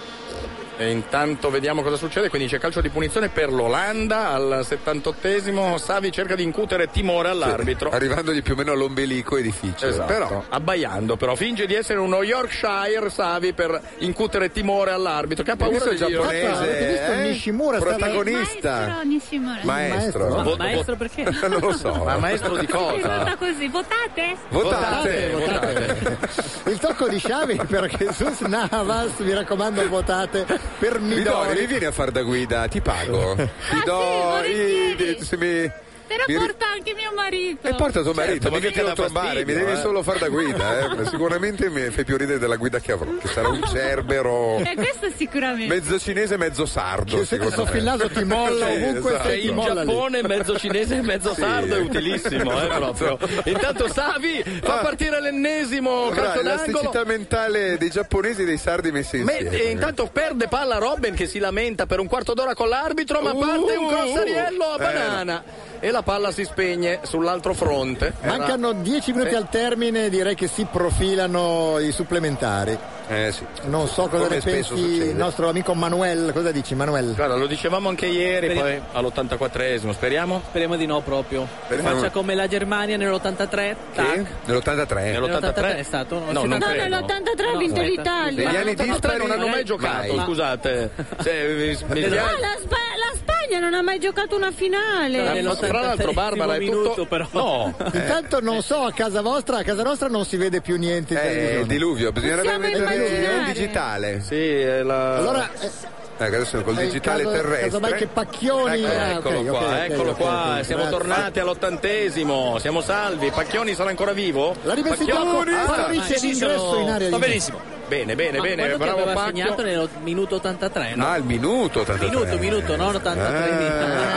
E intanto vediamo cosa succede, quindi c'è calcio di punizione per l'Olanda al settantottesimo. Savi cerca di incutere timore all'arbitro. Arrivandogli più o meno all'ombelico è difficile. Esatto, Però abbaiando però, finge di essere uno Yorkshire Savi per incutere timore all'arbitro che ha hai paura visto il di dire- Avete giapponese? visto eh? Nishimura? Stava- Protagonista. Maestro Nishimura. Maestro. Maestro. Vo- Maestro perché? Non lo so. Ma maestro di È venuta cosa? così, votate? Votate, Votate, votate. Il tocco di Xavi per Jesus Navas, mi raccomando, votate per Midori, Midori. vieni a far da guida, ti pago. Ti Ah, do sì, volentieri. i- se mi- Però mi ri- porta anche mio marito. E porta tuo marito, Certo, ma mica ti mica devo dà trombare, mi fastidio, devi eh. solo far da guida, eh. Sicuramente mi fai più ridere della guida che avrò, che sarà un cerbero E questo sicuramente. mezzo cinese, mezzo sardo. Che se secondo questo me. fillato ti molla Sì, ovunque esatto. sei, ti in molla lì. Giappone mezzo cinese e mezzo Sì. sardo è utilissimo eh, proprio. Intanto Savi fa Ah. partire l'ennesimo Avrà calcio d'angolo. l'elasticità mentale dei giapponesi e dei sardi messi Me- insieme. e intanto perde palla Robben che si lamenta per un quarto d'ora con l'arbitro, ma Uh, parte un crossariello a eh, banana e la palla si spegne sull'altro fronte. Mancano dieci minuti Sì. al termine, direi che si profilano i supplementari. Eh sì. Non so cosa Come ne spesso pensi succede. il nostro amico Manuel. Cosa dici, Manuel? Guarda, lo dicevamo anche ieri, Speriamo- poi all'ottantaquattresimo, speriamo? Speriamo di no proprio. Speriamo- Faccia come la Germania nell'ottantatré. Tac. Che? Nell'ottantatré. Nell'ottantatré è stato? No, No, sì, non No, credo. nell'ottantatré ha No, vinto aspetta. l'Italia. Negli anni L'ottantatré non hanno mai giocato, Ma- scusate. Se, mi- mi No, spiace. la, Spa- la Spagna Spagna non ha mai giocato una finale. Eh, ma tra l'altro Barbara è minuto, tutto però. no. Intanto non so, a casa vostra, a casa nostra non si vede più niente in Eh, il televisione. diluvio, bisognerebbe Possiamo mettere immaginare. un digitale. Sì, è la... Allora, eh, Ecco, adesso col è il digitale caso- terrestre. casomai che Pacchioni. Ecco, ah, eccolo ok, qua, ok, ok, eccolo ok, qua, ok, siamo grazie. tornati all'ottantesimo, siamo salvi. Pacchioni sarà ancora vivo? La rimessa in gioco, Pacchioni! favorisce Ah, sì, l'ingresso sono- in area Va di benissimo. Bene, bene, Ma bene, quello che bravo aveva Pacchio. segnato nel minuto ottantatré, no? Ah, il minuto ottantatré. Minuto, minuto, non ottantatré.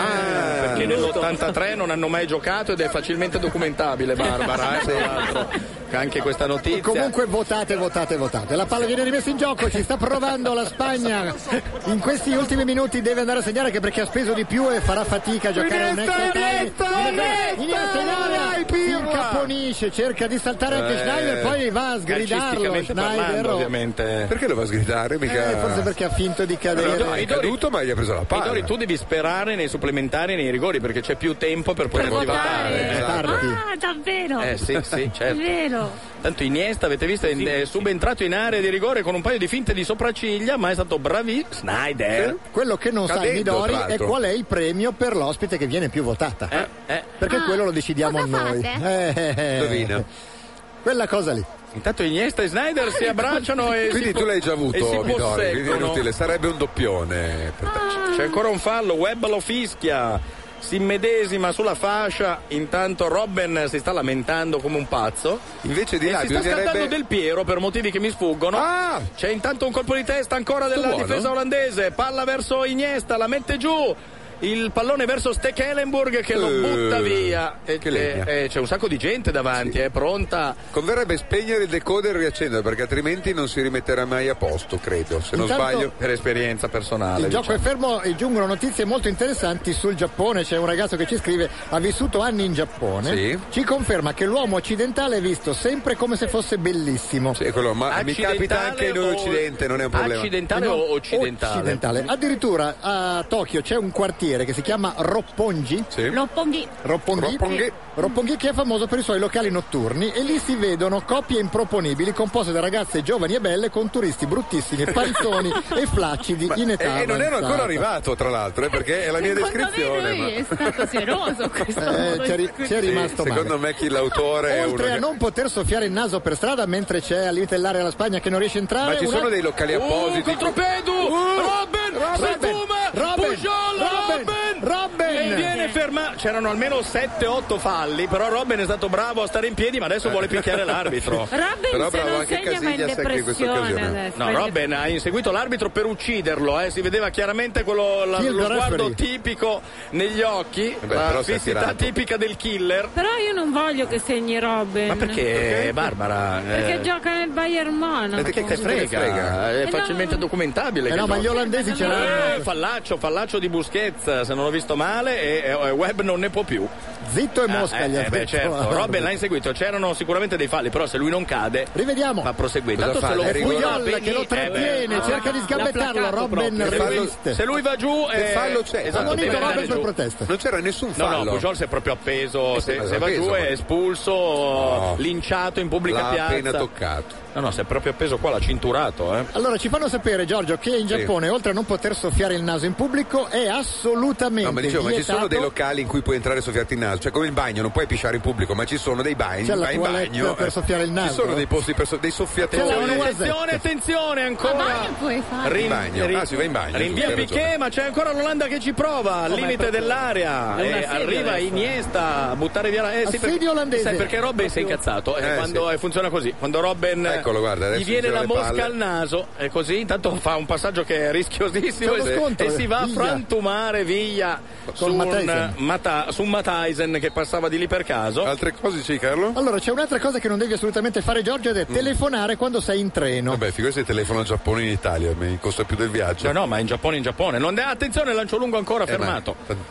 Ah, perché nell'ottantatré non hanno mai giocato ed è facilmente documentabile, Barbara, eh, tra l'altro. Anche questa notizia. E comunque votate, votate, votate. La palla viene rimessa in gioco, ci sta provando la Spagna. In questi ultimi minuti deve andare a segnare anche perché ha speso di più e farà fatica a giocare un extra time. Iniesta in area, si incaponisce, cerca di saltare anche Eh, Schneider, poi va a sgridarlo. Calcisticamente parlando, Schneider. ovviamente. Perché lo va a sgridare? Mica... Eh, forse perché ha finto di cadere. No, è caduto ma gli ha preso la palla. Idori, tu devi sperare nei supplementari e nei rigori perché c'è più tempo per poter Per votare. votare. Esatto. Ah, davvero? Eh sì, sì, certo. È vero. Tanto Iniesta, avete visto, è subentrato in area di rigore con un paio di finte di sopracciglia, ma è stato bravissimo. Schneider. Quello che non sa Cadendo, Midori tra è l'altro. qual è il premio per l'ospite che viene più votata. Eh, eh. Perché Ah, quello lo decidiamo cosa noi. fate? Eh, eh, Indovina. Quella cosa lì. Intanto Iniesta e Schneider si abbracciano e Quindi si tu po- l'hai già e avuto, si Midori, quindi è posseggono. inutile, sarebbe un doppione per te. C'è ancora un fallo, Webb lo fischia. Si immedesima sulla fascia, intanto Robben si sta lamentando come un pazzo. Invece di e là si sta bisognerebbe... scattando Del Piero per motivi che mi sfuggono. Ah! C'è intanto un colpo di testa ancora della buono. difesa olandese, palla verso Iniesta, la mette giù. Il pallone verso Stekelenburg che lo Eh, butta via. E che c'è, legna. eh, c'è un sacco di gente davanti, è pronta. Converrebbe spegnere il decoder e riaccendere perché altrimenti non si rimetterà mai a posto, credo, se non Intanto- sbaglio. Per esperienza personale. Il gioco diciamo. è fermo e giungono notizie molto interessanti sul Giappone. C'è un ragazzo che ci scrive: ha vissuto anni in Giappone, Sì. ci conferma che l'uomo occidentale è visto sempre come se fosse bellissimo. Sì, quello, ma mi capita anche in o- Occidente, non è un problema. Accidentale No, o occidentale? occidentale. Addirittura a Tokyo c'è un quartiere che si chiama Roppongi. Sì. Lopponghi. Roppongi, Roppongi. Roppongi che è famoso per i suoi locali notturni e lì si vedono coppie improponibili composte da ragazze giovani e belle con turisti bruttissimi, panzoni e flaccidi in età E, e non ero avanzata. ancora arrivato, tra l'altro, eh, perché è la mia Secondo descrizione. me lui ma- è stato seroso questo Eh, modo c'è, di- ri- c'è rimasto Sì, male. secondo me chi l'autore è uno Oltre a che- non poter soffiare il naso per strada mentre c'è al limite dell'area la Spagna che non riesce a entrare. Ma ci una- sono dei locali Uh, appositi. contropedu! Robben! Robben! Si fuma! Robben! Pujol! Robben! Robben! E viene fermato. C'erano almeno sette otto falli, però Robben è stato bravo a stare in piedi, ma adesso vuole picchiare l'arbitro. Robben Però se bravo non anche segna va in Casillas anche in questa depressione occasione. adesso. No, Robben ha inseguito l'arbitro per ucciderlo, eh. Si vedeva chiaramente quello, la- Kill lo the sguardo referee. tipico negli occhi, beh, la però si è fissità tirato. tipica del killer. Però io non voglio che segni Robben. Ma perché, Barbara? Perché eh, gioca nel Bayern Monaco. Perché te frega? frega? È Eh, facilmente no. documentabile. Eh che no, ma gioca. gli olandesi Eh, c'erano. Eh, fallaccio, fallaccio di Busquets, se non ho visto male, e, e Webb non ne può più. Zitto e Mosca Ah, gli eh, ha eh, beh, detto. certo, Robben l'ha inseguito, c'erano sicuramente dei falli, però se lui non cade Rivediamo. va proseguendo. Cosa Tanto fa? se lo È rigore? Pujol Pujol che lo trattiene, eh, beh, cerca di l'ha sgambettarlo. placato Robben proprio. resiste. se lui va giù Che eh, fallo c'è? esatto, Ammonito deve andare Robben per giù. protesta. Non c'era nessun No, fallo. no, Pujol si è proprio appeso, se, Eh, se va appeso, giù ma- è espulso, No. linciato in pubblica L'ha piazza. appena toccato. No, no, si è proprio appeso qua, l'ha cinturato, eh. Allora ci fanno sapere, Giorgio, che in Giappone, oltre a non poter soffiare il naso in pubblico, è assolutamente No, ma dicevo, ma ci sono vietato- dei locali in cui puoi entrare e soffiarti il naso, cioè come il bagno, non puoi pisciare in pubblico, ma ci sono dei bagni, C'è la vai in toilette bagno per eh. soffiare il naso? Ci sono dei posti per so- dei soffiatori. C'è la Attenzione, noisette. attenzione, attenzione, A ancora. bagno puoi fare. Rin- In bagno. rin- Ah, si va in bagno, Rinvia giusto, hai Piqué, ragione. ma c'è ancora l'Olanda che ci prova al ma è limite proprio- dell'area. è un E assedio arriva adesso. Iniesta a buttare via la. Eh, sì, Assedio perché- olandese. Sai perché Robben si è incazzato? Eh, Eh, quando sì. eh, funziona così. Quando Robben eh, Eccolo, guarda, adesso gli viene gira la le mosca palle. al naso, e così intanto fa un passaggio che è rischiosissimo C'è uno e, scontro, e si va a via. frantumare via su un, Matthijsen. Mata, su un Matthijsen che passava di lì per caso. Altre cose sì, Carlo? Allora c'è un'altra cosa che non devi assolutamente fare, Giorgio, ed è telefonare quando sei in treno. Vabbè, figurati se telefono al Giappone in Italia, mi costa più del viaggio. No, no, ma in Giappone, in Giappone. Non de- attenzione, lancio lungo ancora, Eh, ma- fermato.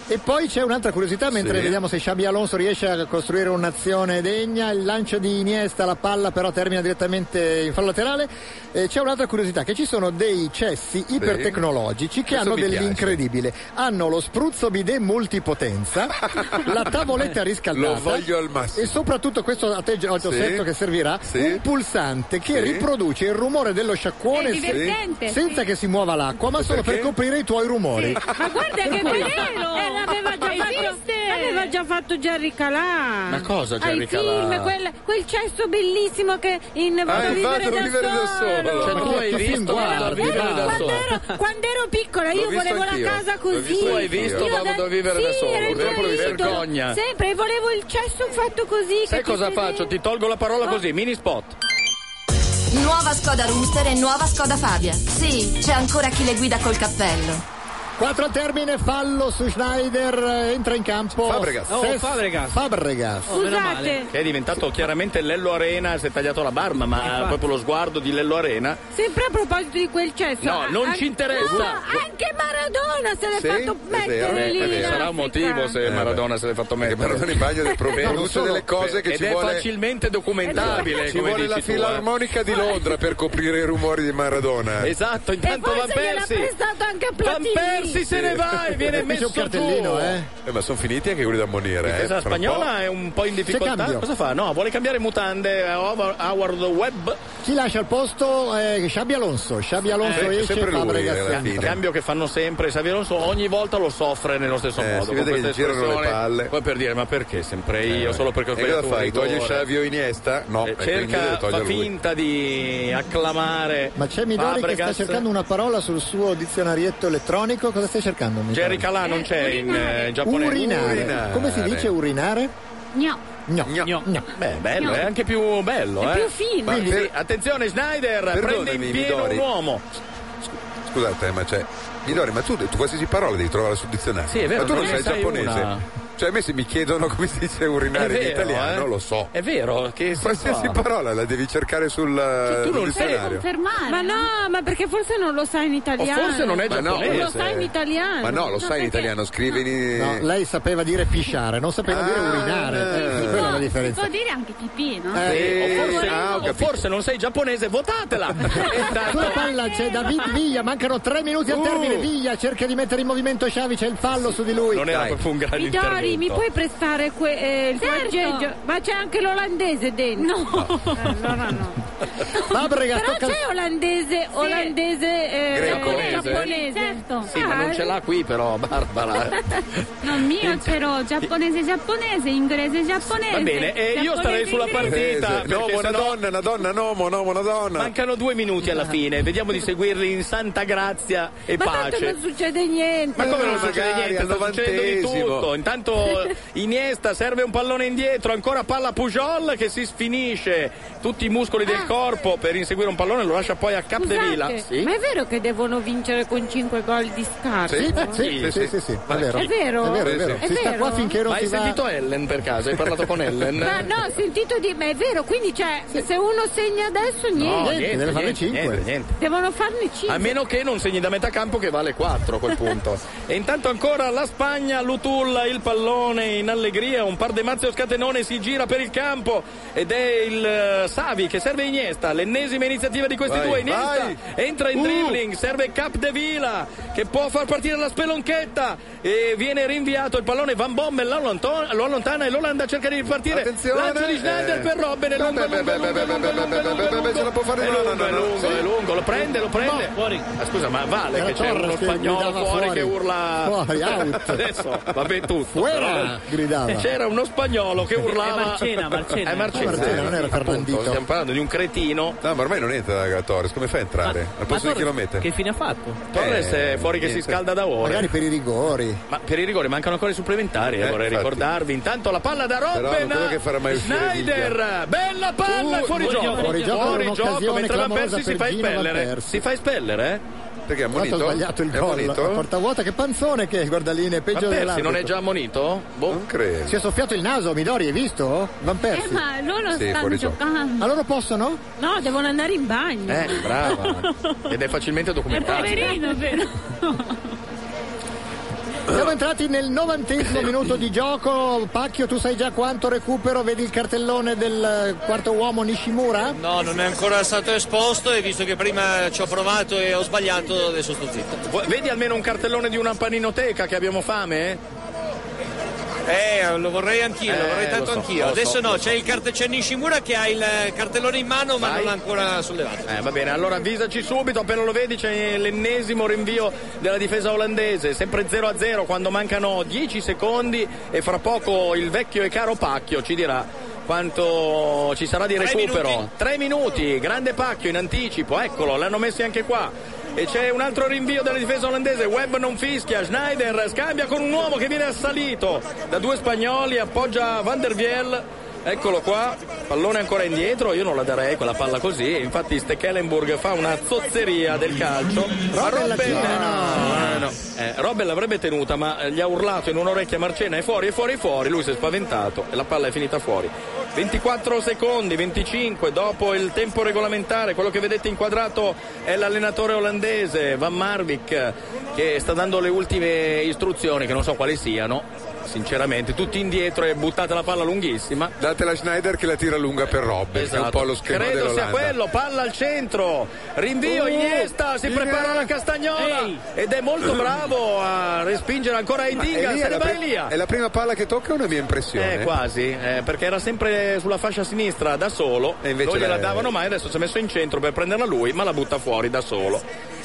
E poi c'è un'altra curiosità, mentre Sì. vediamo se Xabi Alonso riesce a costruire un'azione degna, il lancio di Iniesta, la palla però termina direttamente in fallo laterale. Eh, c'è un'altra curiosità, che ci sono dei cessi ipertecnologici che Questo hanno mi dell'incredibile. Hanno lo spruzzo bidet multipotenza, la tavoletta riscaldata. Lo voglio al massimo. E soprattutto questo a te ho Sì. detto che servirà, Sì. un pulsante che Sì. riproduce il rumore dello sciacquone È se- divertente, senza sì. che si muova l'acqua, ma solo Perché? per coprire i tuoi rumori. Ma guarda che cui- vero! Eh, l'aveva già fatto, l'aveva già fatto Jerry Calà. Ma cosa Jerry Ai Calà? film, quel, quel cesso bellissimo che in Vado Ah, a in vivere, Vado a da, vivere da solo. solo. Cioè, Ma tu che- hai che film visto guardi? Vado a vivere da Quando solo? ero, quando ero piccola io L'ho visto volevo la anch'io. casa L'ho così. visto Tu hai visto Io Vado da- a vivere da sì, solo? era il mio Sempre idolo. vergogna. Sempre, e volevo il cesso fatto così. Sai che cosa ti faccio? vede- Ti tolgo la parola così, mini spot. Nuova Skoda Rooster e nuova Skoda Fabia. Sì, c'è ancora chi le guida col cappello. quattro al termine, fallo su Schneider, entra in campo Fabregas. Oh, Cesc Fabregas. Fabregas. Oh, meno male. Scusate, Che è diventato chiaramente Lello Arena, si è tagliato la barba, ma Infatti. proprio lo sguardo di Lello Arena. sempre a proposito di quel cesso. No, non an- ci interessa. No, anche Maradona se l'è Sì, fatto è mettere vero, lì. è in vero. Sarà un Africa. motivo se Eh, Maradona se l'è fatto Perché mettere. Maradona in bagno del non produce solo- delle cose che Ed ci è vuole. facilmente documentabile. Ci come vuole la dici tu, eh. filarmonica di Londra per coprire i rumori di Maradona. Esatto, E intanto Van forse gliel'ha Persi. prestato anche a Van Platini. Persi se ne va e viene Qui c'è messo un cartellino, giù. eh. Eh, ma sono finiti anche quelli da ammonire. La Eh. difesa Fra un spagnola è un po' in difficoltà. cambio. Cosa fa? No, vuole cambiare mutande. eh, Howard Webb. Chi lascia il posto è Xabi Alonso. Xabi Alonso Eh, esce, sempre lui, Fabregas alla entra. fine. Cambio che fanno sempre. Xabi Alonso ogni volta lo soffre nello stesso Eh, modo. si con vede che queste gli girano le espressioni. palle. Poi per dire, ma perché sempre io? Eh, Solo perché ho e cosa sbagliato un fai? Togli rigore. Xavi o Iniesta? No, Eh, e quindi cerca, deve togliere fa lui. finta di acclamare. Ma c'è Midori che sta Fabregas. cercando una parola sul suo dizionarietto elettronico. Cosa stai cercando, Midori? Jerry Calà non c'è in eh, giapponese. Urinare. Urinare. Come si dice urinare? No. No. No. No. Beh, bello, No. è anche più bello, È eh. più fino. Quindi, Ma per- attenzione, Schneider prende Perdonami, in pieno Midori. un uomo. Scusate, ma c'è. Midori, ma tu, tu qualsiasi parola devi trovare sul dizionario. Sì, è vero, Ma tu non non ne sai sai giapponese. una. Cioè, a me se mi chiedono come si dice urinare È in vero, italiano, eh. lo so. È vero che si Qualsiasi fa. parola la devi cercare sul, tu sul non sai dizionario. Confermare. Ma no, ma perché forse non lo sai in italiano. O forse non è Ma no, giapponese. Non lo sai in italiano. Ma no, lo sai in perché- italiano, scrivi in... No, lei sapeva dire pisciare, non sapeva dire Ah, urinare. eh, Eh, Si quella è può, la si differenza. può dire anche pipì, no? Eh, Sì, o, Eh, forse, ah, ho o capito. forse non sei giapponese, votatela! Intanto- Sulla palla c'è David Villa, mancano tre minuti al Uh. termine. Villa cerca di mettere in movimento Xavi, c'è il fallo su di lui. non era Dai. proprio un grande Midori, intervento. mi puoi prestare que- eh, il tuo Certo. aggeggio? Ma c'è anche l'olandese dentro. No. Eh, allora no. Fabregas Però tocca al- c'è olandese, olandese, eh, Greco. giapponese. Certo. Sì, ma non ce l'ha qui però, Barbara. No, mio ce l'ho, giapponese giapponese, inglese giapponese. Va bene, e io giapponese, starei sulla inglese. partita. No, perché una sennò- donna, una donna, nomo, nomo, una donna. Mancano due minuti alla fine, vediamo di seguirli in santa grazia e Ma tanto pace. non succede niente. Ma come non Eh, succede magari niente? al Sta succedendo di novantesimo. tutto. Intanto Iniesta serve un pallone indietro, ancora palla a Pujol che si sfinisce tutti i muscoli del corpo per inseguire un pallone, lo lascia poi a Capdevila. Scusate, ma è vero che devono vincere con cinque gol di scarto? Sì, sì, sì, sì, sì, è vero. È vero? È vero, è vero. È Si sta vero? qua finché non Ma hai si va. sentito Ellen per caso? Hai parlato con Ellen? Ma no, ho sentito di... Ma è vero, quindi cioè, se uno segna adesso No, niente. niente, deve farne niente, cinque. niente, niente. Devono farne cinque. A meno che non segni da metà campo che vale quattro a quel punto. E intanto ancora la Spagna, Lutulla, il pallone in allegria, un par de Mazio Scatenone si gira per il campo ed è il eh, Savi che serve Iniesta, l'ennesima iniziativa di questi Vai, due. Iniesta vai. entra in Uh. dribbling, serve Capdevila che può far partire la spelonchetta e viene rinviato il pallone, Van Bommel lo allontana, lo allontana e l'Olanda cerca di ripartire. Attenzione, Lancio di Schneider eh. per Robben, è lungo, è lungo, è lungo, è lungo, è lungo, è lungo, è lungo. Ce la può fare, È no, no, lungo, no, è no. lungo, Sì. è lungo, lo prende, lo prende. Fuori. Ah, scusa, ma vale Era che c'è Torres uno che spagnolo gridava fuori, fuori. che urla Fuori, out. adesso va bene tutto. Fuera, però- gridava. C'era uno spagnolo che urlava. È Marcena, Marcena. È Marcena, Ah, Marcena, non era appunto, Fernandito. stiamo parlando di un cretino. No, ma ormai non entra da Torres, come fai a entrare? Al posto di Torres, chi lo mette? Che fine ha fatto? Torres Eh, è fuori che si niente. scalda da ore. Magari per i rigori. Ma per i rigori mancano ancora i supplementari, eh, Eh, vorrei infatti. ricordarvi. Intanto la palla da Però non Robben. credo che farà mai uscire Schneider, bella palla, Uh, fuori fuori gioco. gioco, fuori gioco, Fuori era gioco, un'occasione mentre Van clamorosa Persie si per fa Gino Van espellere. Persie. Si fa espellere, eh? Perché ha Quanto ha ammonito? sbagliato il È gol ammonito? a porta vuota, che panzone che guarda lì, è peggio Van Persie dell'arbitro. non è già ammonito? Boh. Non credo. Si è soffiato il naso, Midori, hai visto? Van Eh, Persie. ma loro Sì, stanno fuori gioco. giocando. Allora possono? No, devono andare in bagno. Eh, brava. Ed è facilmente È documentato. poverino, però. Siamo entrati nel novantesimo minuto di gioco. Pacchio, tu sai già quanto recupero? Vedi il cartellone del quarto uomo Nishimura? No, non è ancora stato esposto e visto che prima ci ho provato e ho sbagliato, adesso sto zitto. Vedi almeno un cartellone di una paninoteca, che abbiamo fame? Eh, lo vorrei anch'io, Eh, lo vorrei tanto lo so, anch'io. lo Adesso so, no, lo c'è il carte- c'è Nishimura che ha il cartellone in mano ma Vai. non l'ha ancora sollevato. Eh, va bene, allora avvisaci subito, appena lo vedi c'è l'ennesimo rinvio della difesa olandese, sempre zero a zero quando mancano dieci secondi e fra poco il vecchio e caro Pacchio ci dirà quanto ci sarà di Tre recupero. minuti. Tre minuti, grande Pacchio in anticipo, eccolo, l'hanno messi anche qua. E c'è un altro rinvio della difesa olandese, Webb non fischia, Schneider scambia con un uomo che viene assalito da due spagnoli, appoggia Van der Viel, eccolo qua, pallone ancora indietro, io non la darei quella palla così, infatti Stekelenburg fa una zozzeria del calcio, ma Robben, no, no, eh, Robben l'avrebbe tenuta ma gli ha urlato in un'orecchia Marcena, è fuori, è fuori, è fuori, lui si è spaventato e la palla è finita fuori. ventiquattro secondi, venticinque dopo il tempo regolamentare, quello che vedete inquadrato è l'allenatore olandese Van Marwijk che sta dando le ultime istruzioni che non so quali siano sinceramente, tutti indietro e buttate la palla lunghissima. Datela a Schneider che la tira lunga per Robben, Esatto. che è un po' lo schema credo sia dell'Olanda. quello, palla al centro, rinvio Uh, Iniesta, si Iniesta. prepara la Castagnola Ehi. ed è molto bravo a respingere ancora Idinga, Elia se è ne la va pri- Elia. È la prima palla che tocca, una mia impressione. Eh, quasi, eh, perché era sempre sulla fascia sinistra da solo, E invece non gliela lei- davano mai, adesso si è messo in centro per prenderla lui, ma la butta fuori da solo.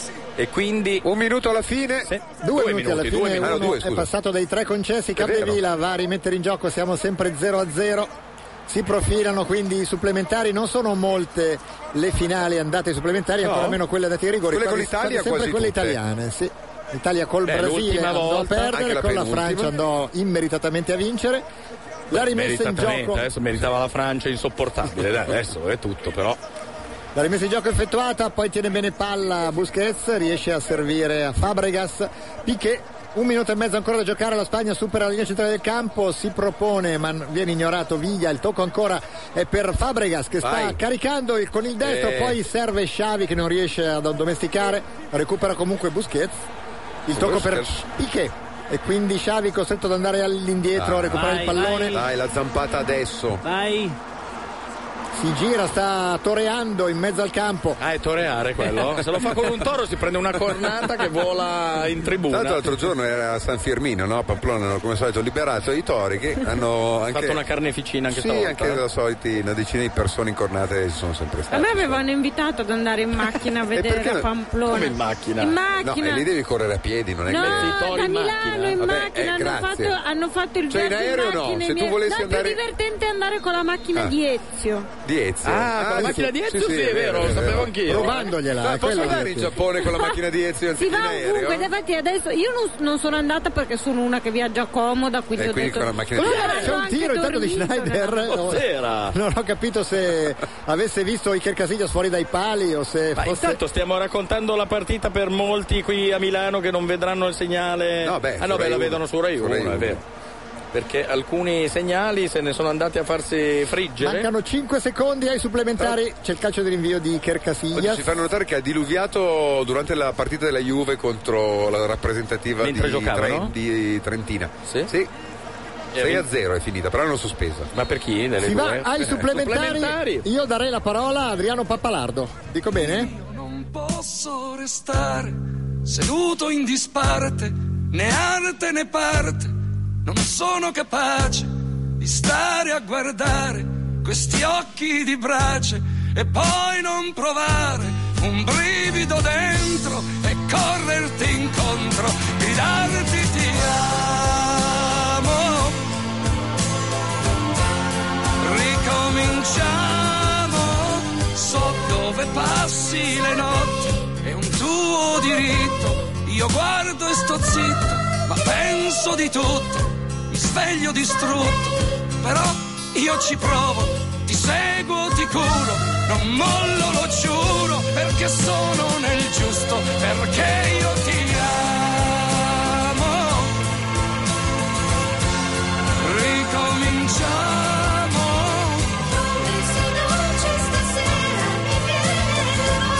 E quindi un minuto alla fine, Due, Due minuti, minuti, alla due fine, minuti. uno Ah, no, due, è scusa. passato dai tre concessi, È vero. Capdevila va a rimettere in gioco, siamo sempre zero a zero. Si profilano quindi i supplementari, non sono molte le finali andate ai supplementari, No. ancora meno quelle andate ai rigori. Quelle con quasi- l'Italia sempre quasi quelle tutte. italiane, sì. L'Italia col Beh, Brasile l'ultima andò volta, a anche perdere, la con la penultima. Francia andò immeritatamente a vincere. La rimessa in meritatamente, gioco, adesso meritava la Francia, insopportabile, dai, adesso è tutto però. la rimessa in gioco effettuata, poi tiene bene palla Busquets, riesce a servire a Fabregas, Piqué. Un minuto e mezzo ancora da giocare, la Spagna supera la linea centrale del campo, si propone ma viene ignorato Viglia, il tocco ancora è per Fabregas che sta Vai. caricando il- con il destro, Eh. poi serve Xavi che non riesce ad addomesticare, recupera comunque Busquets, il tocco per Busquets. Piqué e quindi Xavi costretto ad andare all'indietro a Ah. recuperare Vai, il pallone. Dai, la zampata adesso. Vai. Si gira, sta toreando in mezzo al campo. Ah, è toreare quello? Se lo fa con un toro si prende una cornata che vola in Tra tribuna. l'altro l'altro giorno era a San Firmino, no? A Pamplona hanno come solito liberato i tori che hanno Ha anche fatto una carneficina anche sì, stavolta. anche da soliti una decina di persone incornate ci sono sempre A state. me avevano invitato ad andare in macchina a vedere perché a no? Pamplona. Come in macchina? In No, macchina. e lì devi correre a piedi, non è No, che i tori da in Milano macchina? in Vabbè, macchina eh, hanno, grazie. fatto, hanno fatto il Cioè, in viaggio aereo no, macchina se in tu mia- volessi no, andare- è più divertente andare con la macchina Ah. di Ezio. di Ezio. Ah, con la sì, macchina sì. di Ezio Sì, sì, sì, è vero, lo sapevo anch'io. Rubandogliela, Ma è posso quello andare in che- Giappone con la macchina di Ezio Si anziché in va ovunque, aereo? infatti adesso io non, non sono andata perché sono una che viaggia comoda, quindi E ho quindi detto con la macchina di Comunque aereo. C'è un anche tiro intanto di dormito Schneider. nella- No, Cos'era? non ho capito se avesse visto Iker Casillas fuori dai pali o se Ma fosse... intanto stiamo raccontando la partita per molti qui a Milano che non vedranno il segnale. No, beh, ah no, su beh, Rai la uno. vedono su Rai Su uno, Rai è uno. vero. Perché alcuni segnali se ne sono andati a farsi friggere. Mancano cinque secondi ai supplementari, c'è il calcio di rinvio di Iker Oggi Casillas. ci fanno notare che ha diluviato durante la partita della Juve contro la rappresentativa Mentre di, giocavano? di Trentina. Sì? Sì. sei a zero è finita, però l'hanno sospesa. Ma per chi? Delle Si due? va ai Eh, supplementari. supplementari. Io darei la parola a Adriano Pappalardo. Dico bene? Non posso restare seduto in disparte, né arte né parte. Non sono capace di stare a guardare questi occhi di brace e poi non provare un brivido dentro e correrti incontro, gridarti ti amo. Ricominciamo, so dove passi le notti, è un tuo diritto. Io guardo e sto zitto, ma penso di tutto, mi sveglio distrutto, però io ci provo, ti seguo, ti curo, non mollo, lo giuro, perché sono nel giusto, perché io ti amo. Ricominciamo.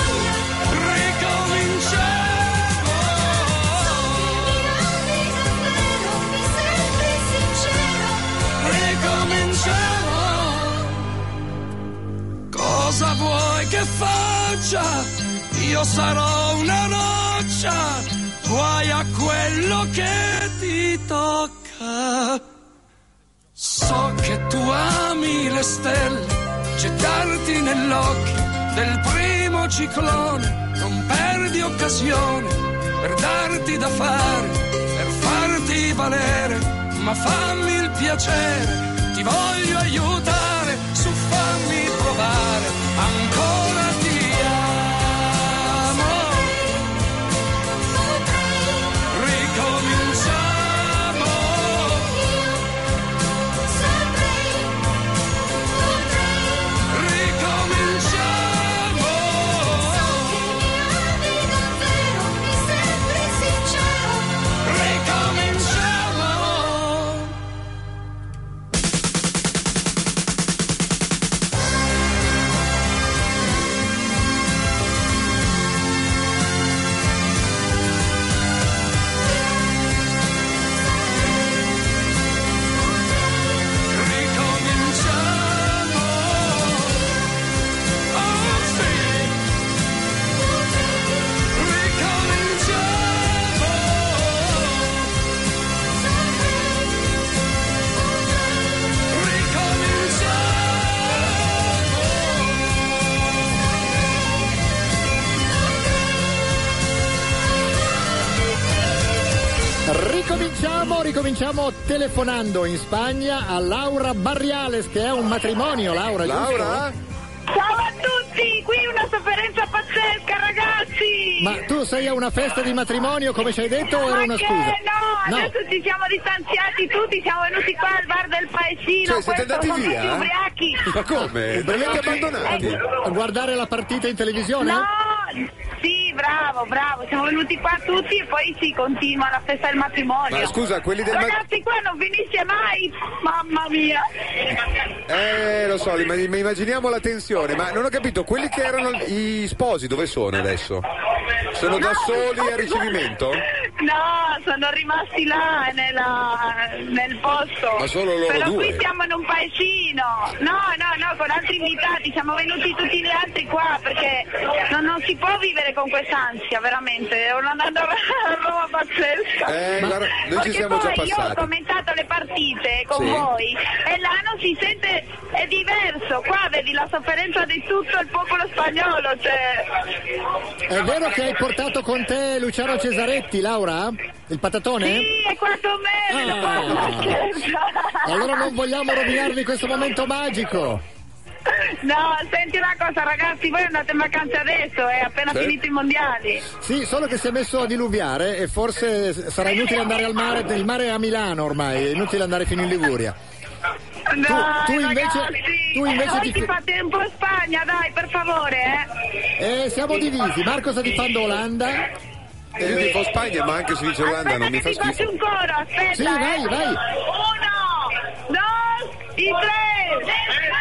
Ricominciamo. io sarò una roccia, guai a quello che ti tocca. So che tu ami le stelle, gettarti nell'occhio del primo ciclone, non perdi occasione per darti da fare, per farti valere, ma fammi il piacere, ti voglio aiutare, su fammi provare, ancora ti amo. Ricominciamo. Ricominciamo. Ricominciamo. Ricominciamo, ricominciamo telefonando in Spagna a Laura Barriales, che è un matrimonio. Laura, Laura? giusto? Ciao a tutti, qui una sofferenza pazzesca, ragazzi! Ma tu sei a una festa di matrimonio, come ci hai detto, o era una che scusa? No, adesso ci siamo distanziati tutti, siamo venuti qua al bar del paesino, Cioè, siete questo, andati sono via? tutti ubriachi. Ma come? Veramente abbandonati? A guardare la partita in televisione? No, sì, bravo, bravo, siamo venuti qua tutti e poi si continua la festa del matrimonio. Ma scusa, quelli del matrimonio... Ragazzi, qua non finisce mai, mamma mia. Eh, lo so, ma ma immaginiamo la tensione, ma non ho capito, quelli che erano i sposi dove sono adesso? Sono da soli a ricevimento? No, sono rimasti là nella, nel posto. Ma solo loro Però due? qui siamo in un paesino. No, no, no, con altri invitati. Siamo venuti tutti gli altri qua perché non, non si può vivere con quest'ansia, veramente. È una, una roba pazzesca. Eh, guarda, noi ci Perché siamo già poi io ho passati. commentato le partite con Sì. voi e là non si sente, è diverso. Qua vedi la sofferenza di tutto il popolo spagnolo. Cioè... È vero che hai portato con te Luciano Cesaretti, Laura? Il patatone? Sì, è qua con me. Ah. Allora non vogliamo rovinarvi questo momento magico. No, senti una cosa ragazzi, voi andate in vacanza adesso, è appena Sì. finito i mondiali. Sì, solo che si è messo a diluviare e forse sarà inutile andare al mare, il mare è a Milano ormai, è inutile andare fino in Liguria. Dai, tu invece- ragazzi, tu invece voi ti ti fi- fate un po' Spagna, dai, per favore, eh. E siamo divisi, Marco sta tifando Olanda. Eh, io tifo Spagna, ma anche se dice Olanda non mi fa Ti faccio schifo. un coro, aspetta. Sì, vai, eh. vai. Uno, dos y tres.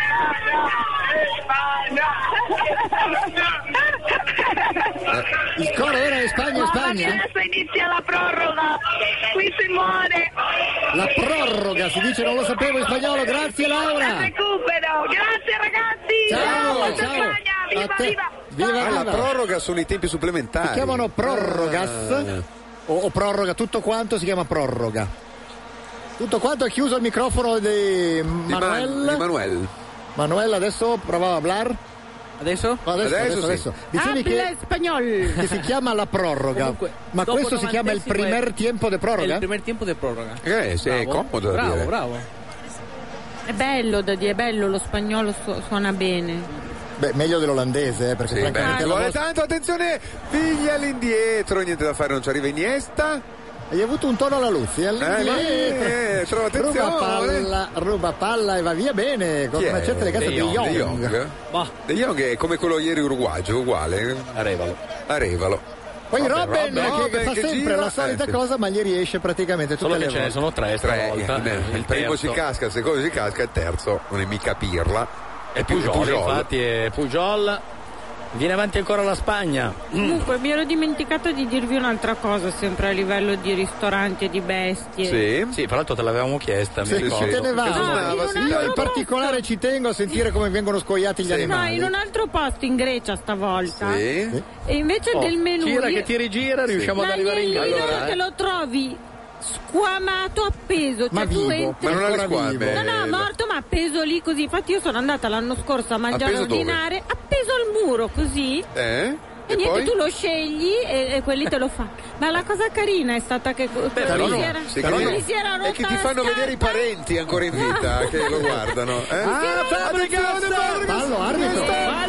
Il coro era in Spagna, in Mamma Spagna? mia, adesso inizia la proroga. Qui si muore. La proroga si dice, non lo sapevo in spagnolo, grazie Laura. Recupero. Grazie ragazzi. Ciao, Forza ciao. Spagna, viva, A te. viva. Viva, Ah, la viva. proroga sono i tempi supplementari. Si chiamano prorogas Ah. o, o proroga, tutto quanto si chiama proroga. Tutto quanto è chiuso il microfono di Di Man- Manuel. di Manuel. Manuel adesso provava a hablar. Adesso? No, adesso, Adesso adesso, sì. adesso. Dicevi Habla che, español. che si chiama la proroga. Comunque, Ma dopo questo si chiama il novantesimo primer è- tiempo de È proroga? il primer tempo di proroga. Eh, sì, è Bravo. comodo da bravo, dire. Bravo, È bello da dire, è bello, lo spagnolo su- suona bene. Beh, meglio dell'olandese, eh, perché Sì, francamente beh, la vuole vostra- tanto, attenzione, figli all'indietro, niente da fare, non ci arriva Iniesta. Hai avuto un tono alla Luzzi, all'indietro. Eh, trova attenzione. Ruba palla, ruba palla e va via bene, con Chi una è? certa eleganza De di Jong, Jong. De Jong? De Jong è come quello ieri uruguagio, uguale. Arevalo. Arevalo. Poi Vabbè, Robben, Robben, che, Robben che fa che sempre gira. la solita Eh, sì. cosa, ma gli riesce praticamente tutte Solo le che ce ne volte. sono tre stavolta. Tre, il, il primo si casca, il secondo si casca, il terzo non è mica pirla. E Pujol, infatti, è Pujol. Viene avanti ancora la Spagna. Comunque mi ero dimenticato di dirvi un'altra cosa, sempre a livello di ristoranti e di bestie. Sì, sì, fra l'altro te l'avevamo chiesta. Sì, mi sì, te ne va. No, Io in, in particolare ci tengo a sentire come vengono scoiati gli No, animali. in un altro posto in Grecia stavolta. Sì. E invece Oh, del menù. gira che ti rigira, riusciamo ad arrivare in L'agnellino Grecia. te eh. lo trovi squamato appeso, cioè Ma tu vivo, entri. ma non ha le squame. No, no, morto, ma appeso lì così. Infatti io sono andata l'anno scorso a mangiare Appeso dove? ordinare, appeso al muro così. Eh? E, E niente, poi? tu lo scegli e, e quelli te lo fanno. Ma la cosa carina è stata che quello però mi no. si era, Sì, quello che- mi si era rotta E che ti la fanno scarpa. vedere i parenti ancora in vita che lo guardano. Eh? Ah, Fabregas! Fallo, arbitro.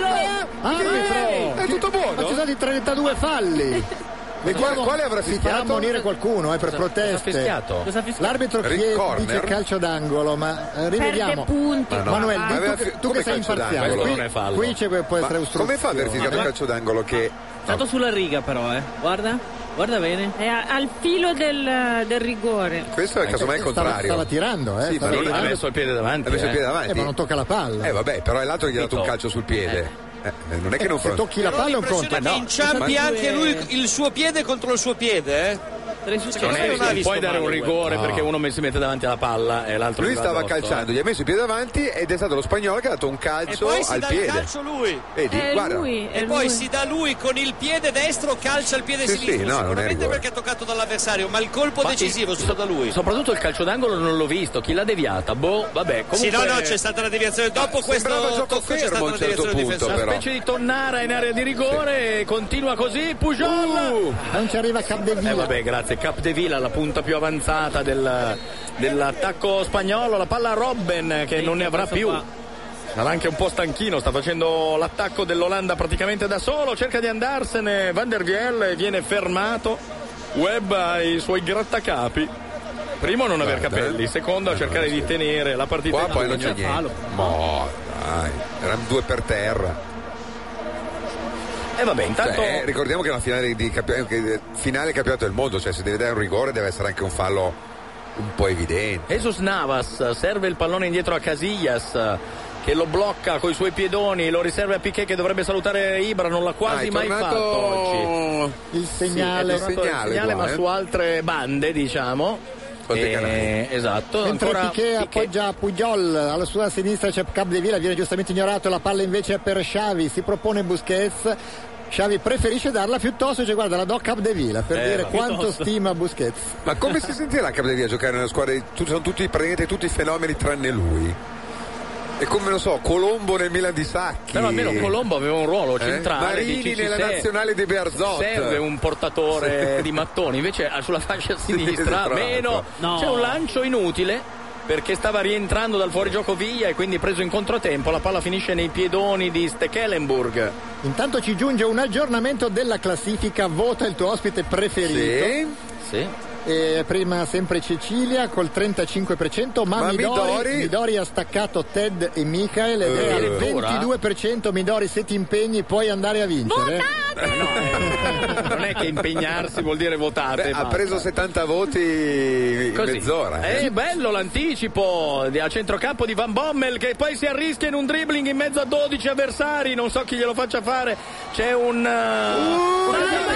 Arbitro. È tutto buono? Ma ci sono stati trentadue falli. E quale, quale avrà Si farà fischiato? ammonire qualcuno eh, per proteste. fischiato? Cosa ha fischiato? L'arbitro Rick chiede, Corner? dice calcio d'angolo, ma eh, rivediamo. Perde punti. Ma no. Manuel, Ma di aveva tu, fi- che- tu come che sei calcio imparziale, d'angolo? qui, Non è fallo. qui c'è, può essere Ma ostruzione. come fa a aver fischiato un calcio d'angolo che... È stato sulla riga però, eh. Guarda, guarda bene. È a- al filo del, del rigore. Questo è casomai il Stava, contrario. stava tirando, eh. Sì, stava ma non tirando. Ha messo il piede davanti. Ha messo il eh. piede davanti. Eh, ma non tocca la palla. Eh vabbè, però è l'altro che gli ha dato un calcio sul piede. Eh, non è che non Se fa... tocchi la palla è un conto. Che inciampi Ma- anche lui il suo piede contro il suo piede, eh? Non, Secondo me è, non ha non visto puoi dare un male, rigore no. perché uno si mette davanti alla palla e l'altro Lui gli va stava addosso, calciando, eh. gli ha messo i piedi davanti ed è stato lo spagnolo che ha dato un E calcio poi si al dà piede. il calcio lui. Vedi, È guarda. lui, è E poi lui. si dà lui con il piede destro, calcia il piede Sì, sinistro. sì, no, non è Sicuramente rigore. perché è toccato dall'avversario, ma il colpo Ma decisivo è stato da lui. Soprattutto il calcio d'angolo non l'ho visto, chi l'ha deviata? Boh, vabbè, comunque Sì, no, no, c'è stata una deviazione. Dopo questo sembrava gioco tocco c'è fermo stata a una un certo deviazione punto, difensiva. una però. specie di tonnara in area di rigore, continua così, Pujol. Uh, Non ci arriva Capdevila. Eh vabbè, grazie, Capdevila, la punta più avanzata del, dell'attacco spagnolo, la palla a Robben che non ne avrà più. Sarà anche un po' stanchino, sta facendo l'attacco dell'Olanda praticamente da solo, cerca di andarsene, Van der Wiel viene fermato, Webb ha i suoi grattacapi. Primo a non aver Guarda, capelli, eh. secondo a cercare di tenere la partita qua in poi non pugno. c'è niente. Mo, dai, erano due per terra. E vabbè, intanto Cioè, ricordiamo che la finale di campi- che- finale campionato del mondo, cioè se deve dare un rigore deve essere anche un fallo un po' evidente. Jesus Navas serve il pallone indietro a Casillas che lo blocca coi suoi piedoni, lo riserva a Piqué che dovrebbe salutare Ibra, non l'ha quasi Ah, è mai tornato fatto oggi. Il segnale. Sì, è tornato il segnale segnale qua, ma eh. su altre bande, diciamo. Oltre ai Eh, canali. esatto, Mentre ancora Piqué appoggia Pujol, alla sua sinistra c'è Capdevila, viene giustamente ignorato, la palla invece è per Xavi, si propone Busquets. Xavi preferisce darla piuttosto, cioè guarda la do Capdevila per Eh, dire ma quanto piuttosto. stima Busquets. Ma come si sentirà Capdevila a giocare nella squadra? di- tu- Sono tutti praticamente tutti fenomeni tranne lui. È come, non so, Colombo nel Milan di Sacchi. Però almeno Colombo aveva un ruolo Eh? centrale. Marini dici, ci nella serve- nazionale di Bearzot. Serve un portatore Sì. di mattoni, invece ah, sulla fascia Sì, sinistra tra meno. l'altro. No. C'è un lancio inutile perché stava rientrando dal fuorigioco via e quindi preso in controtempo, la palla finisce nei piedoni di Stekelenburg. Intanto ci giunge un aggiornamento della classifica, vota il tuo ospite preferito. Sì. Sì. E prima sempre Cecilia col trentacinque per cento, ma, Ma Midori, Midori? Midori ha staccato Ted e Michael ed è Eh, al addirittura? ventidue per cento. Midori, se ti impegni puoi andare a vincere. Eh, no, eh, non è che impegnarsi vuol dire votate. Beh, ha basta. preso settanta voti in Così. mezz'ora. eh. È bello l'anticipo di- a centrocampo di Van Bommel che poi si arrischia in un dribbling in mezzo a dodici avversari, non so chi glielo faccia fare. C'è un uh,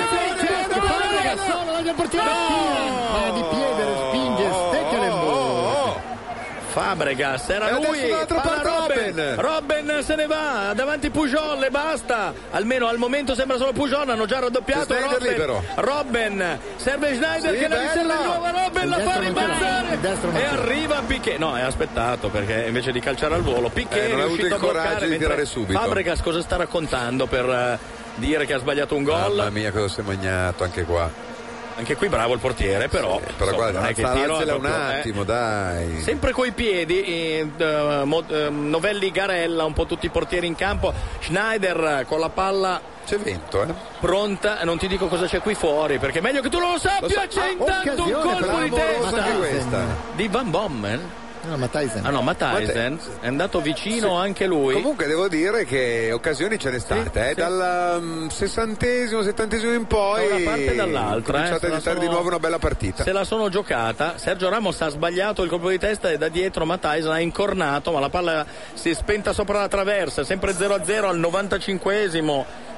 Solo davanti al portiere, ma di piede respinge Stekelenburg. Fabregas, era E lui, adesso dall'altra palla parte Robben. Robben. Robben se ne va, davanti Pujol e basta. Almeno al momento sembra solo Pujol, hanno già raddoppiato. Schneider Robben. libero. Robben serve Schneider Sì, che la riserva bella. di nuovo a Robben, Il la fa destro non ce l'ha. rimbalzare Il destro non e ce l'ha. arriva Piqué. No, è aspettato perché invece di calciare al volo Piqué Eh, non è ha avuto riuscito il a bloccare, coraggio di mentre tirare subito. Fabregas cosa sta raccontando per eh, dire che ha sbagliato un gol? Mamma mia, cosa si è magnato anche qua. Anche qui bravo il portiere, però, Però insomma, guarda, non è che alza- tiro è alzala un proprio, eh. attimo, dai. Sempre coi piedi, eh, eh, Mo- eh, Novelli, Garella, un po' tutti i portieri in campo. Schneider con la palla C'è vento, eh? pronta, non ti dico cosa c'è qui fuori perché è meglio che tu non lo sappia. Lo so. C'è Ah, intanto un occasione colpo di clamorosa testa anche questa. di Van Bommel. No, ma Tyson. Ah no, Matthijsen è andato vicino anche lui. Comunque devo dire che occasioni ce n'è state, eh? sì. Dal um, sessantesimo, settantesimo in poi. Da una parte e dall'altra, È eh, cominciata se a la diventare sono- di nuovo una bella partita. Se la sono giocata. Sergio Ramos ha sbagliato il colpo di testa e da dietro Matthijsen ha incornato, ma la palla si è spenta sopra la traversa, sempre zero a zero al novantacinquesimo.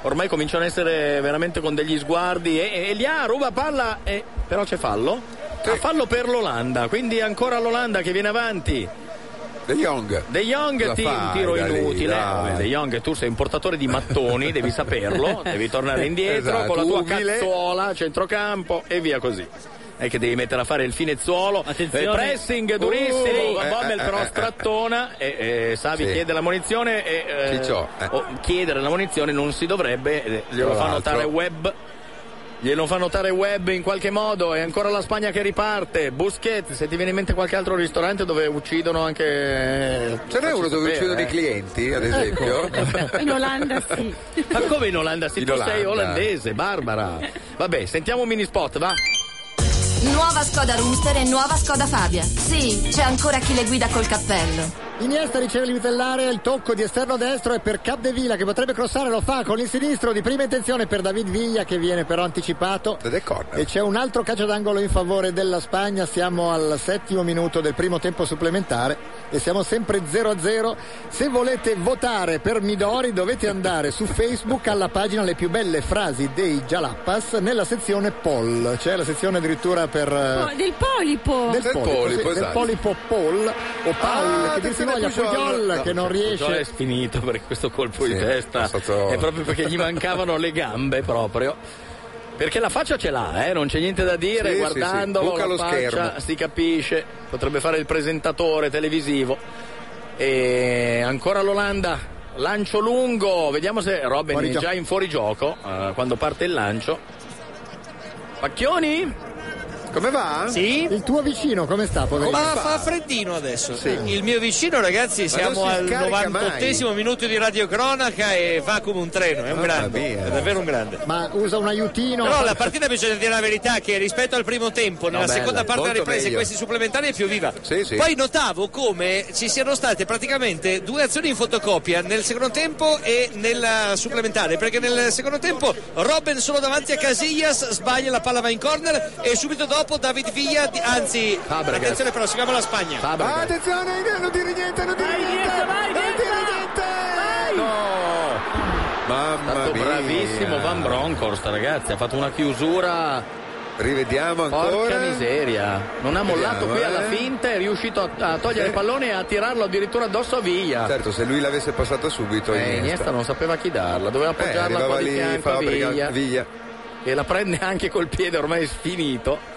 ormai cominciano a essere veramente con degli sguardi e, e lì ha ruba palla e però c'è fallo ha fallo per l'Olanda, quindi ancora l'Olanda che viene avanti. De Jong De Jong ti, un tiro inutile. Lì, De Jong, tu sei un portatore di mattoni, devi saperlo, devi tornare indietro esatto, con la tua umile. Cazzola, centrocampo e via così. È che devi mettere a fare il finezuolo, eh, pressing durissimo, uh, Van Bommel eh, però eh, strattona e eh, Savi sì. chiede la munizione e eh, eh. oh, chiedere la munizione non si dovrebbe, eh, glielo fa notare Webb. Glielo fa notare Webb in qualche modo. È ancora la Spagna che riparte. Busquets, se ti viene in mente qualche altro ristorante dove uccidono anche... Ce n'è uno dove uccidono eh. i clienti, ad esempio? Ecco. In Olanda sì. Ma come in Olanda sì? In tu Olanda. Sei olandese, Barbara. Vabbè, sentiamo un mini spot, va. Nuova Skoda Rooster e nuova Skoda Fabia. Sì, c'è ancora chi le guida col cappello. Iniesta riceve limite dell'area, il tocco di esterno destro e per Capdevila che potrebbe crossare, lo fa con il sinistro di prima intenzione per David Villa che viene però anticipato e c'è un altro calcio d'angolo in favore della Spagna. Siamo al settimo minuto del primo tempo supplementare e siamo sempre zero a zero. Se volete votare per Midori dovete andare su Facebook alla pagina Le più belle frasi dei Jalapas nella sezione poll, c'è la sezione addirittura per oh, del polipo del, del polipo, polipo, sì, esatto. del polipo poll o pal ah, che dir si voglia Pujol no, che non riesce. Pujol è finito perché questo colpo sì, di testa è, stato... è proprio perché gli mancavano le gambe proprio. Perché la faccia ce l'ha, eh? Non c'è niente da dire, sì, guardandolo sì, sì. la faccia schermo. Si capisce, potrebbe fare il presentatore televisivo. E ancora l'Olanda, lancio lungo, vediamo se Robben è già in fuorigioco uh, quando parte il lancio. Pacchioni? Come va? Sì. Il tuo vicino come sta, poverino? Ma fa freddino adesso. Sì. Il mio vicino, ragazzi, siamo al novantottesimo minuto di radiocronaca e va come un treno, è un oh, grande, è davvero un grande. Ma usa un aiutino. Però la partita bisogna dire la verità che rispetto al primo tempo, nella no, seconda parte della ripresa e questi supplementari è più viva. Sì, sì. Poi notavo come ci siano state praticamente due azioni in fotocopia nel secondo tempo e nella supplementare, perché nel secondo tempo Robben solo davanti a Casillas sbaglia, la palla va in corner e subito dopo David Villa, anzi Fabregas. Attenzione però, si chiama la Spagna. Ah, attenzione, non dire niente, non dire niente, vai, non dire niente. No. Mamma è stato mia. Bravissimo Van Bronckhorst, ragazzi, ha fatto una chiusura. Rivediamo ancora. Porca miseria, non ha mollato Vediamo, qui eh. alla finta, è riuscito a, a togliere il pallone e a tirarlo addirittura addosso a Villa. Certo, se lui l'avesse passato subito eh, Iniesta. Iniesta non sapeva chi darla, doveva appoggiarla eh, qua di lì, fianco a Villa. Villa E la prende anche col piede, ormai è finito.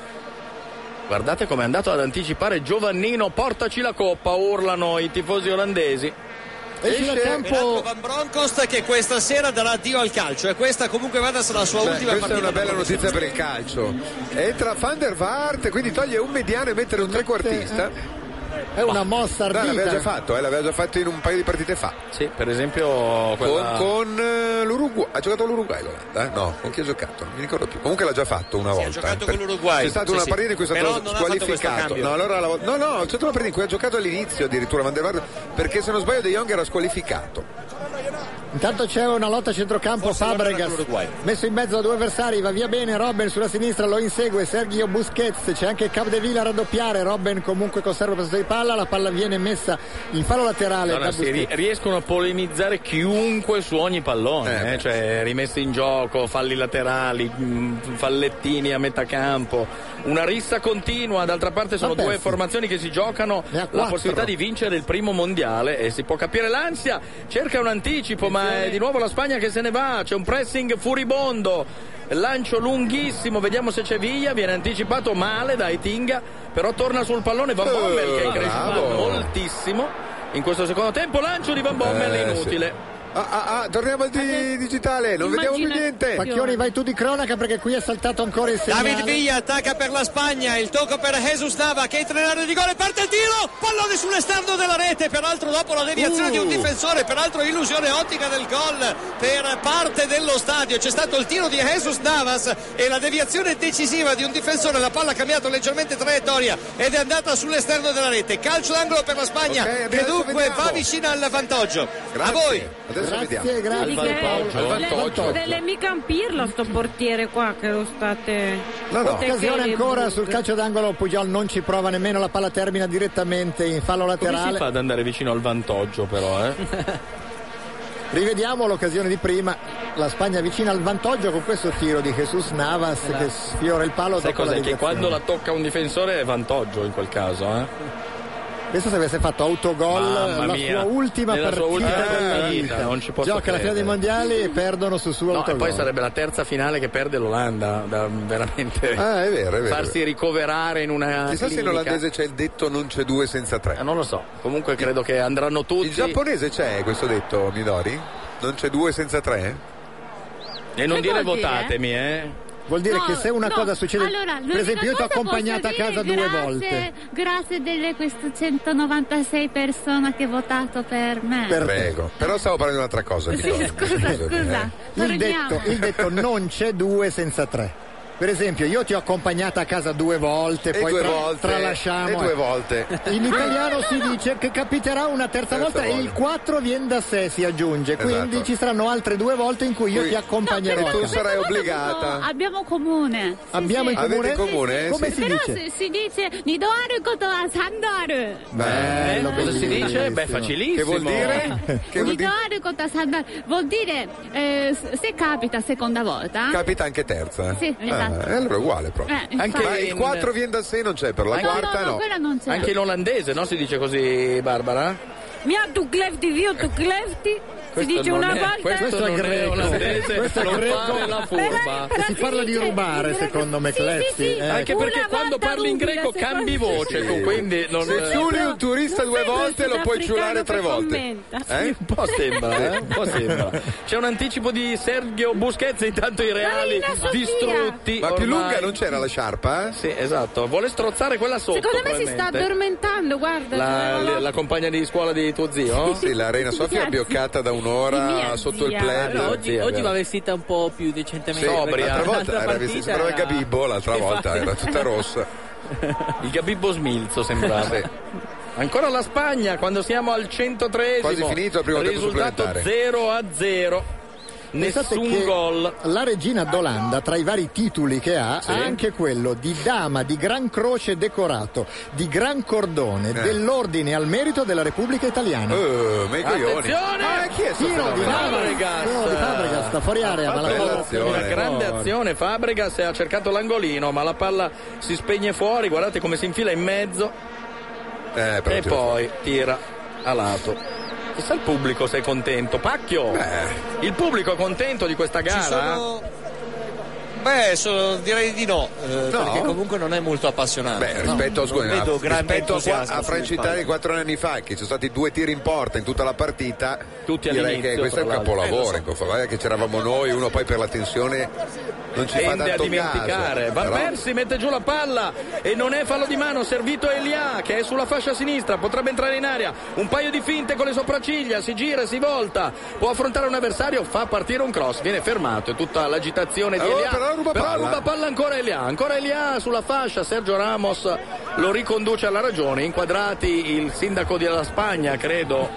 Guardate come è andato ad anticipare Giovannino, portaci la coppa, urlano i tifosi olandesi. Esce campo Van Bronckhorst che questa sera darà addio al calcio e questa comunque va a essere la sua Beh, ultima questa partita. Questa è una bella notizia per il calcio. Entra Van der Vaart, quindi toglie un mediano e mette un trequartista. È una mossa ardita. No, l'aveva già fatto, eh, l'aveva già fatto in un paio di partite fa. Sì, per esempio quella... con, con uh, l'Uruguay. Ha giocato l'Uruguay l'Olanda? Eh? No, con chi ha giocato? Non mi ricordo più. Comunque l'ha già fatto una sì, volta. Ha giocato per... con l'Uruguay. C'è stata sì, una sì. partita in cui è stato Però squalificato. No, allora la... no, no, c'è stata una partita in cui ha giocato all'inizio addirittura Van der Vaart, perché se non sbaglio De Jong era squalificato. Intanto c'è una lotta a centrocampo. Forse Fabregas messo in mezzo a due avversari, va via bene Robben sulla sinistra, lo insegue Sergio Busquets, c'è anche Capdevila a raddoppiare. Robben comunque conserva il possesso di palla, la palla viene messa in fallo laterale. Allora, da si ri- riescono a polemizzare chiunque su ogni pallone, eh, eh, cioè rimessi in gioco, falli laterali, mh, fallettini a metà campo, una rissa continua. D'altra parte sono Vabbè, due sì. formazioni che si giocano la possibilità di vincere il primo mondiale e si può capire l'ansia. Cerca un anticipo, ma è di nuovo la Spagna che se ne va, c'è un pressing furibondo, lancio lunghissimo, vediamo se c'è Villa, viene anticipato male da Itinga, però torna sul pallone Van Bommel che è cresciuto moltissimo in questo secondo tempo. Lancio di Van Bommel eh, inutile. Sì. Ah, ah, ah, torniamo al di- digitale, non vediamo più niente. Pacchioni, vai tu di cronaca perché qui è saltato ancora il segnale. David Villa attacca per la Spagna, il tocco per Jesus Nava che entra nell'area di gol, parte il tiro, pallone sull'esterno della rete, peraltro dopo la deviazione uh. di un difensore, peraltro illusione ottica del gol per parte dello stadio. C'è stato il tiro di Jesus Navas e la deviazione decisiva di un difensore, la palla ha cambiato leggermente traiettoria ed è andata sull'esterno della rete. Calcio d'angolo per la Spagna, okay, che dunque va vicina al vantaggio. Grazie. A voi. Adesso Grazie, vediamo. grazie. Al vantaggio, al vantaggio. Delle mica un pirlo sto portiere qua che lo state. No, no. Occasione ancora sul calcio d'angolo, Pujol non ci prova nemmeno, la palla termina direttamente in fallo laterale. Come si fa ad andare vicino al vantaggio però, eh? Rivediamo l'occasione di prima, la Spagna vicina al vantaggio con questo tiro di Jesus Navas Eh, che sfiora il palo. Sai dopo la cos'è? Che deviazione. quando la tocca un difensore è vantaggio in quel caso, eh? Penso se avesse fatto autogol Mamma la mia. sua ultima Nella sua partita ultima della partita, vita. non ci posso Gioca la finale dei credere. mondiali e perdono sul suo No, e autogol. poi sarebbe la terza finale che perde l'Olanda, da veramente Ah, è vero, è vero. farsi ricoverare in una Chissà se in clinica. olandese c'è il detto non c'è due senza tre. Eh, non lo so, comunque credo che andranno tutti. Il giapponese c'è questo detto, Midori? Non c'è due senza tre? E non Che dire vuol dire? votatemi, eh? Vuol dire No, che se una no, cosa succede, allora, per esempio io ti ho l'unica cosa accompagnata a posso casa dire, due grazie, volte. Grazie delle queste centonovantasei persone che hanno votato per me. Per- Prego. Però stavo parlando di un'altra cosa. Sì, Midori. scusa, Scusami, scusa. eh. Il detto, il detto non c'è due senza tre. Per esempio io ti ho accompagnata a casa due volte, E poi due tra- volte. tralasciamo. E due eh. volte. In italiano si dice che capiterà una terza, Terza volta e volta. il quattro viene da sé, si aggiunge, quindi Esatto. ci saranno altre due volte in cui io Cui- ti accompagnerò. E a tu casa. sarai Questa cosa obbligata. no, abbiamo comune. Sì, Abbiamo sì. in comune? Avete in comune? Come Sì. si Però dice? si, si dice nidoaru koto wa sandaru. Bello, Eh, cosa si bellissimo. dice? Beh, facilissimo. Che vuol dire? Che vuol dire? Nidoaru koto wa sandaru vuol dire eh, se capita seconda volta. Capita anche terza? Sì, esatto. Ah, e allora è uguale proprio. Eh, Anche infatti. Ma il in- quattro viene da sé non c'è, per la Anche- No, quarta no, no, no. quella non c'è. Anche in olandese, no? Si dice così, Barbara? Mia tu clefti, io tu clefti. Si Questo dice non una è- volta. Questo, Questo è non è greco. olandese, Questo è non greco. fare la furba. Che si parla di rubare, secondo me, Sì, sì, Clefti. sì. eh. Anche Una perché quando volta parli in rubile, greco secondo- cambi voce, Sì. quindi non... Se ciuli un turista Non due sei volte quel lo puoi ciulare sudafricano tre che volte. commenta. Eh? Un po' sembra, eh? Un po' sembra. C'è un anticipo di Sergio Busquets, intanto i reali Marina Sofia. distrutti. Ma più ormai. lunga non c'era la sciarpa? eh? Sì, esatto. Vuole strozzare quella sotto. Secondo me si sta probabilmente. addormentando, guarda. La, cioè, la compagna di scuola di tuo zio? Sì, la Reina Sofia è abbioccata da Di un'ora mia sotto il zia. plaid. Però oggi, Sì, è oggi vero. va vestita un po' più decentemente. Sì, sobria. l'altra volta L'altra era vestita, partita sembrava il era- Gabibbo, l'altra Infatti. volta era tutta rossa. Il Gabibbo Smilzo sembrava. Sì. Ancora la Spagna quando siamo al centotreesimo. Quasi finito il primo tempo Risultato supplementare. zero a zero. Pensate Nessun che gol. La regina d'Olanda, tra i vari titoli che ha, Sì. ha anche quello di dama di Gran Croce decorato, di Gran Cordone, Eh. dell'Ordine al merito della Repubblica Italiana. Oh, ma i coglioni. Attenzione! Ah, chi è sto Tiro di fenomeno? Fabregas. Tiro di Fabregas, sta fuori area, ma la Bella palla azione. Una grande azione, Fabregas ha cercato l'angolino, ma la palla si spegne fuori, guardate come si infila in mezzo Eh, però e tiro poi tira a lato. Chissà il pubblico se è contento. Pacchio! Il pubblico è contento di questa Ci gara? sono... Beh, so- direi di no, eh, No? perché comunque non è molto appassionante. Beh, No, rispetto, non scusa, vedo a, grande rispetto a, qua- entusiasmo a sulle Francia spalle. Italia quattro anni fa, che ci sono stati due tiri in porta in tutta la partita, Tutti direi all'inizio, che questo è un tra l'altro. capolavoro. Eh, in questo, guarda che c'eravamo noi, uno poi per la tensione non ci fa Tende a tanto dimenticare. caso. Van però- Persie mette giù la palla e non è fallo di mano, servito Elia che è sulla fascia sinistra, potrebbe entrare in aria. Un paio di finte con le sopracciglia, si gira, si volta, può affrontare un avversario, fa partire un cross, viene fermato, è tutta l'agitazione di Oh, Elia. però ruba palla. ruba palla ancora Elia, ancora Elia sulla fascia, Sergio Ramos lo riconduce alla ragione, inquadrati il sindaco della Spagna, credo,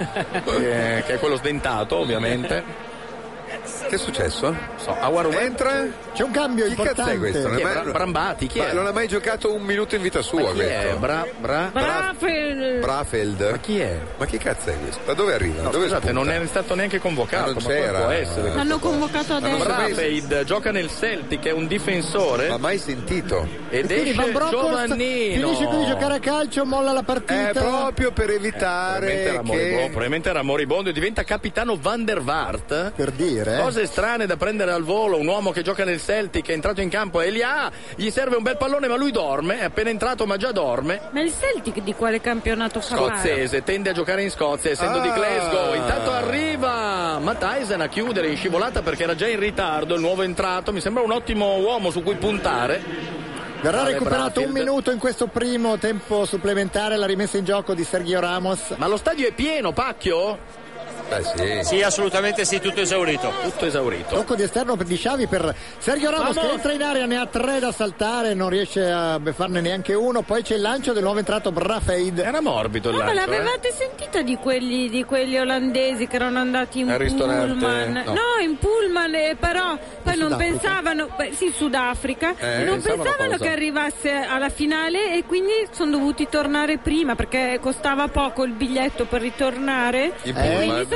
eh, che è quello sdentato ovviamente. Che è successo? So, Aouar Entra? C'è un cambio Chi cazzo importante. è questo? Non Chi è è? mai- Bra- Brambati, chi Ma è? non ha mai giocato un minuto in vita sua Ma chi è? questo. Bra, bra, Brafel. Brafeld. Ma chi è? Ma chi cazzo è questo? Da dove arriva? No, dove scusate, spunta? non è stato neanche convocato, Ah, non ma come c'era. può essere? L'hanno convocato adesso. Brafeid gioca nel Celtic, è un difensore. Ma mai sentito? Ed Quindi esce Van Bronckhorst Giovannino. finisce qui di giocare a calcio, molla la partita. È proprio per Probabilmente evitare era moribondo, che... probabilmente era moribondo e diventa capitano Van der Vaart. Per dire, eh. Cose strane da prendere al volo, un uomo che gioca nel Celtic è entrato in campo e lì ha, gli serve un bel pallone ma lui dorme, è appena entrato ma già dorme. Ma il Celtic di quale campionato fa parte? Scozzese, tende a giocare in Scozia essendo Ah. di Glasgow. Intanto arriva Matthijsen a chiudere in scivolata perché era già in ritardo, il nuovo entrato, mi sembra un ottimo uomo su cui puntare. Verrà Vale recuperato Braffield. un minuto in questo primo tempo supplementare, la rimessa in gioco di Sergio Ramos. Ma lo stadio è pieno, Pacchio? Beh sì. Sì, assolutamente sì, tutto esaurito. Tutto esaurito. Tocco di esterno per di Xavi per Sergio Ramos che entra in area, ne ha tre da saltare, non riesce a farne neanche uno. Poi c'è il lancio del nuovo entrato Brafeid. Era morbido il Ma lancio, eh? l'avevate sentita di quelli, di quelli olandesi che erano andati in Al ristorante? pullman? No. No, in pullman, eh, però poi non Sudafrica. pensavano, beh, sì, Sudafrica, Eh, non pensavano pensavano cosa? che arrivasse alla finale e quindi sono dovuti tornare prima perché costava poco il biglietto per ritornare In e pullman? quindi sono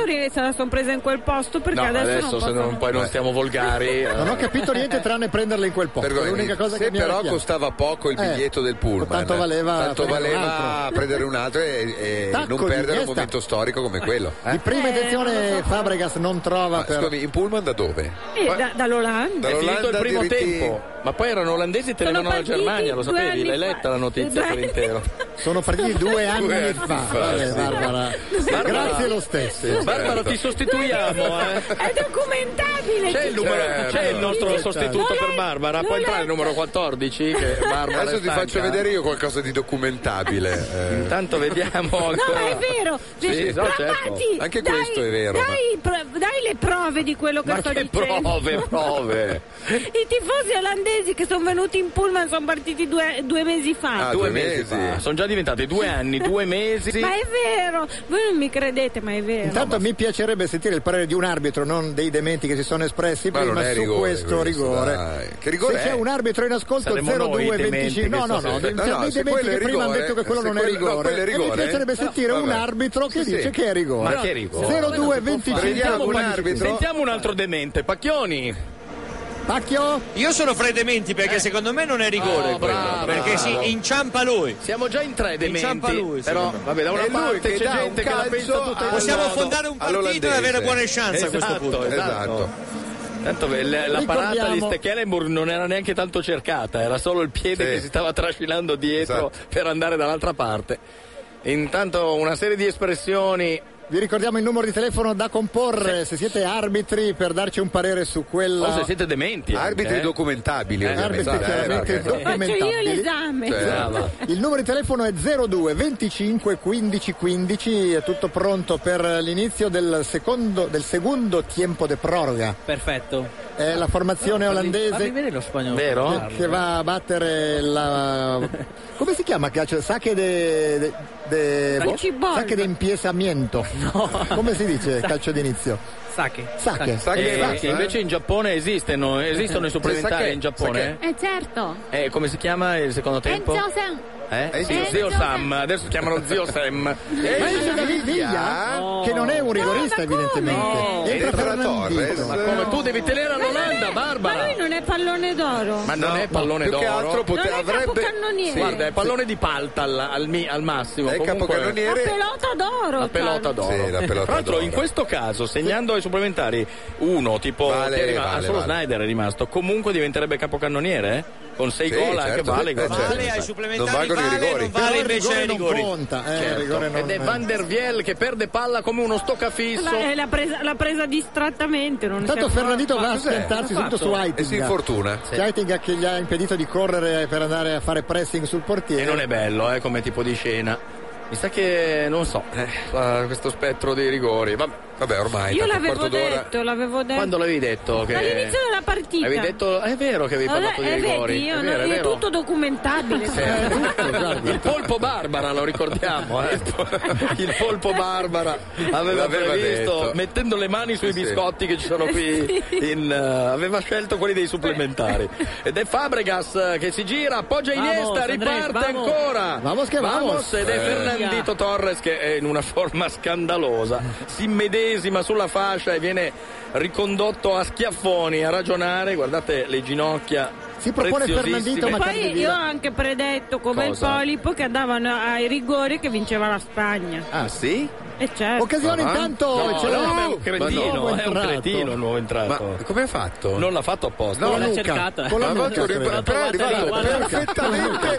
ri- se la sono presa in quel posto perché No, adesso, adesso non se posso. non, poi non stiamo volgari. eh. Non ho capito niente tranne prenderla in quel posto. Vergogna. L'unica cosa Se che mi era però chiaro. costava poco il Eh, biglietto del pullman, tanto valeva tanto prendere un valeva altro. prendere un altro e, e Tacco non di perdere un Iniesta. momento storico come quello. eh? Di prima intenzione Fabregas non trova Ma, per... scusami, in pullman da dove? Eh, da- dall'Olanda. È finito il Dall'Olanda primo diritti- tempo, ma poi erano olandesi e tenevano la partiti Germania, lo due sapevi? anni L'hai fa. letta la notizia Due per anni intero? Sono partiti due anni Due anni fa. fa, Vabbè, sì. Barbara. Barbara. Grazie lo stesso. Barbara, ti sostituiamo, eh. È documentabile. C'è il, numero, Certo. c'è il nostro Certo. sostituto Non per l'hai- Barbara, non può entrare il l'hai- numero quattordici che Barbara Adesso è ti faccio stanca. vedere io qualcosa di documentabile. eh. Intanto vediamo No, ancora. ma è vero. Sì, Cioè, no, certo. provati, Anche dai- questo è vero, Dai, pro- dai le prove di quello che Ma sto che dicendo. prove, prove. I tifosi olandesi che sono venuti in pullman sono partiti due, due mesi fa. Ah, due due mesi mesi. fa. Sono già diventati due anni, due mesi. Ma è vero, voi non mi credete, ma è vero. Intanto mi piacerebbe sentire il parere di un arbitro, non dei dementi che si sono espressi Ma prima non è su rigore, questo questo, rigore. dai. Che rigore Se è? c'è un arbitro in ascolto Saremo zero noi due i dementi venticinque. No, che no, sto no, sentendo. c'è No, no, dei se dementi quello è che prima hanno rigore, detto che quello se non è quello- no, rigore. quello è E mi rigore, piacerebbe eh? sentire un Vabbè. arbitro che Sì, dice sì. che è rigore. Ma che rigore? zero due venticinque. Prendiamo un Sentiamo- arbitro. Sentiamo un altro demente, Pacchioni. Pacchio? Io sono fra i dementi perché secondo me non è rigore Oh, quello, bravo, perché bravo. si inciampa lui. Siamo già in tre dementi. Inciampa lui, però secondo me. vabbè, da una È lui parte che c'è dà un gente che la calcio pensa tutta in Possiamo un modo. fondare un partito e all'olandese. avere buone chance a questo Esatto, punto. esatto. Tanto beh, la, la parata di Ricordiamo- Stekelenburg non era neanche tanto cercata, era solo il piede Sì. che si stava trascinando dietro Esatto. per andare dall'altra parte. Intanto una serie di espressioni. Vi ricordiamo il numero di telefono da comporre se siete arbitri per darci un parere su quella. O se siete dementi. anche, Arbitri eh. documentabili, Eh, ovviamente. arbitri Eh, chiaramente perché- Faccio io documentabili. l'esame. Cioè, Brava. Il numero di telefono è zero due venticinque quindici quindici, è tutto pronto per l'inizio del secondo, del secondo tempo de proroga. Perfetto. È la formazione Parli olandese bene lo spagnolo. Vero? che va a battere la... come si chiama calcio? Sacche de... de, de Calcibol. sacche de impiesamiento. Come si dice calcio d'inizio? Sacche. Sacche. Sacche. E, Esatto, e invece in Giappone esistono, esistono i supplementari Sacche, in Giappone? Eh certo. Eh, come si chiama il secondo tempo? Enzo-san. Eh? Eh, Sì, sì. Zio Sam, adesso si chiamano Zio Sam. Ma esce David Villa, No. che non è un rigorista evidentemente. No. Entra Entra Fernandito. Torres. Ma come tu devi tenere all'Olanda, Ma Barbara? lui non è pallone d'oro. Ma non è pallone più d'oro. che altro pote- Non è avrebbe capocannoniere. Guarda, è pallone di palta al, al mi- al massimo. è Comunque- La capocannoniere. pelota d'oro. La pelota d'oro. Sì, la pelota Tra l'altro, d'oro. in questo caso, segnando ai supplementari uno, tipo Vale, che è rima- vale, solo vale. Snyder è rimasto, comunque diventerebbe capocannoniere? Eh? Con sei Sì, gol anche certo. vale. Eh, come- certo. Vale ai supplementari, Non valgono i vale, rigori. non Però vale il invece rigore ai non rigori. conta, eh, il Certo. rigore non- Ed è Van der Viel che perde palla come uno stoccafisso. La- L'ha presa, l'ha presa distrattamente. Non Intanto si è Fernandito va a accorto. schiantarsi Cosa ha subito su fatto? Aitinga. E si infortuna. Aitinga che gli ha impedito di correre per andare a fare pressing sul portiere. E non è bello, eh, come tipo di scena. Mi sa che non so, eh, fa questo spettro dei rigori. Va- Vabbè, ormai. Io tanto un l'avevo quarto d'ora. detto, l'avevo detto. Quando l'avevi detto? Che... All'inizio della partita. Avevi detto, è vero che avevi Allora, parlato di eh, rigori. vedi, io è vero, non- è è vero. tutto documentabile. Sì, è tutto, guarda. Il polpo Barbara, lo ricordiamo, eh? Il polpo Barbara aveva, L'aveva previsto, detto. mettendo le mani sui Sì. biscotti che ci sono qui, in, uh, aveva scelto quelli dei supplementari. Ed è Fabregas uh, che si gira, appoggia Iniesta, Vamos, Andrés, riparte vamos. ancora. Vamos che vamos. Ed è Eh. Fernandito Torres che è in una forma scandalosa. Si immedesima sulla fascia e viene ricondotto a schiaffoni a ragionare. Guardate le ginocchia. Si propone preziosissime. Fernandito, ma Poi io ho anche predetto come Cosa? il polipo che andavano ai rigori che vinceva la Spagna. Ah, sì? E certo. Occasione Ah. intanto No, c'è no, la- ma è un cretino, nuovo è un entrato. cretino il nuovo entrato. Ma come ha fatto? Non l'ha fatto apposta. No, L'ha Luca, cercata. con la Ma nuca, molto credo. rib- però è arrivato Guarda, perfettamente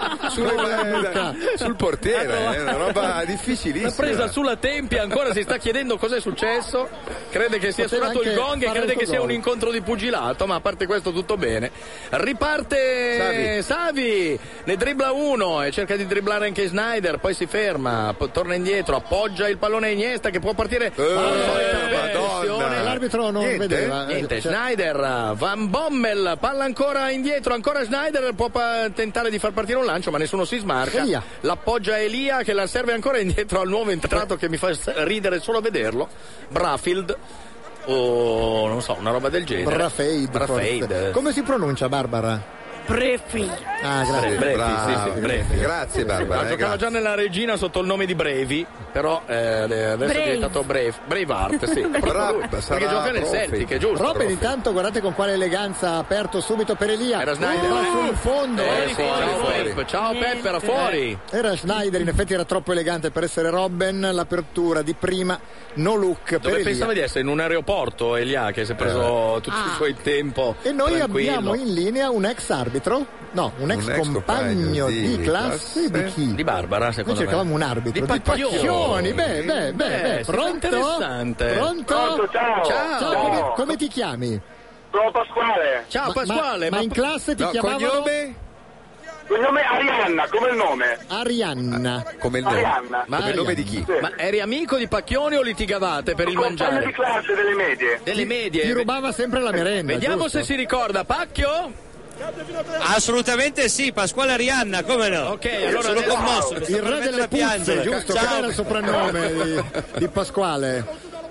sul, sul portiere, è una roba L'ha difficilissima. presa sulla tempia, ancora si sta chiedendo cos'è successo. Crede che sia Poteva suonato il anche gong e fare crede il che suo sia gol. un incontro di pugilato, ma a parte questo tutto bene. Riparte Savi. Savi, ne dribbla uno e cerca di dribblare anche Snyder, poi si ferma, po- torna indietro, appoggia il pallone a Iniesta che può partire. Eh, Attenzione. Madonna. L'arbitro non Niente? vedeva. eh, Niente, cioè- Snyder, Van Bommel, palla ancora indietro, ancora Snyder, può pa- tentare di far partire un lancio ma nessuno si smarca. Elia. L'appoggia Elia che la serve ancora indietro al nuovo entrato che mi fa s- ridere solo a vederlo, Brafield o non so, una roba del genere. Brafaid, Brafaid. forse. Come si pronuncia Barbara? Brefi. Ah, grazie. Brevi, Bravo. sì, sì, Brevi. Grazie Barbara. Ma eh, giocava grazie. già nella Regina sotto il nome di Brevi, però eh, adesso Brave. è diventato Brave. Braveheart, sì. È proprio Bra- lui, sarà perché gioca nel profi. Celtic, è giusto. Robben intanto guardate con quale eleganza ha aperto subito per Elia. Era Snyder. Va sul fondo. Eh, eh, sì, fuori, ciao fuori. Pep, ciao Pep, era fuori. Era Schneider, in effetti era troppo elegante per essere Robben. L'apertura di prima, no look per Dove Elia. pensava di essere? In un aeroporto, Elia, che si è preso tutto Ah. il suo tempo. E noi tranquillo. abbiamo in linea un ex arbitro, no, un ex Un ex compagno compagno di di classe classe. di chi? Di Barbara, Noi secondo me. cercavamo un arbitro Di di Pacchioni. Pacchioni. Beh, beh, beh, beh. Eh, Pronto? interessante. Pronto? Pronto, ciao. Ciao. Ciao, come, come ti chiami? Sono Pasquale. Ciao Ma- Pasquale, ma, ma in classe ti No, chiamavano cognome? Cognome Arianna, come il nome? Arianna. Come il nome? Arianna. Ma- Come il nome di chi? Sì. ma eri amico di Pacchioni o litigavate per il Compagno di mangiare? classe delle medie. Delle medie. Ti rubava sempre la merenda. Vediamo giusto? se si ricorda. Pacchio? Assolutamente sì, Pasquale Arianna, come no? Ok, allora sono adesso- commosso, mi sto Il re per mettere delle a piangere. puzze, giusto? Ciao. Qual era il soprannome di, di Pasquale?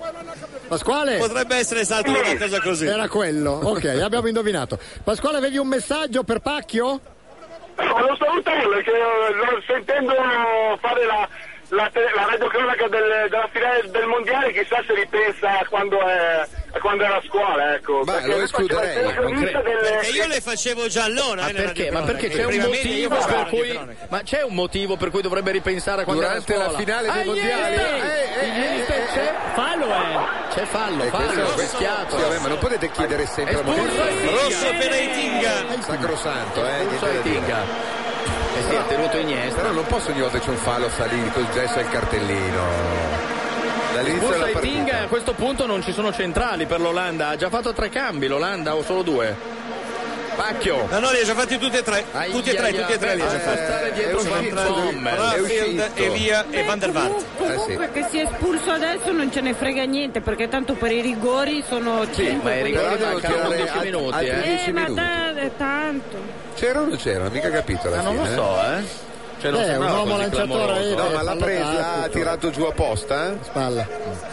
Pasquale? Potrebbe essere stato una cosa così. Era quello, ok, abbiamo indovinato. Pasquale, avevi un messaggio per Pacchio? Volevo salutarlo, che eh, sentendo fare la, la, te- la radiocronaca del, della finale del mondiale, chissà se ripensa a quando, è, a quando era a scuola, ecco. Ma Perché lo lui escluderei, faceva sempre non lista credo. delle- Perché io le facevo già allora. Ma eh, le perché? Ma perché c'è radiocronache. un Prima media io motivo facevo per cui. radiocronache. Ma c'è un motivo per cui dovrebbe ripensare a quando Durante era a la scuola? finale dei Ah, mondiali. yeah! Eh, eh, Il mister c'è? Fallo, eh. C'è fallo, Eh, questo- fallo, questo- fischiato. sì, vabbè, ma non potete chiedere sempre la Espulso motivazione. Rosso per Eitinga. Sacrosanto, eh. Espulso niente da dire. Eitinga. Eh sì, ha tenuto Iniesta. Però non posso ogni volta che c'è un fallo salire col gesto al cartellino. Dall'inizio Espulso della Eitinga e partita. a questo punto non ci sono centrali per l'Olanda. Ha già fatto tre cambi l'Olanda o solo due? Pacchio. No, no, li ha già fatti tutti e tre. Ai, Tutti e tre, ai, tutti e tre li ha già ai, fatti. stare dietro è Van uscito, Sommer. è Rafield, uscito. Elia e Van der Vaart. Comunque Eh sì. che sia espulso adesso non ce ne frega niente, perché tanto per i rigori sono Sì, cinque. ma i quindi- rigori Però devo mancano tirare undici alt- minuti, altri eh. dieci Eh, ma minuti. da- è tanto. C'era o non c'era? Mica capito alla Ma non lo fine. so, eh. Cioè, non Eh, sembrava un uomo così lanciatore, clamoroso. eh, No, ma l'ha fallo presa, tattico. ha tirato giù apposta, eh? Spalla.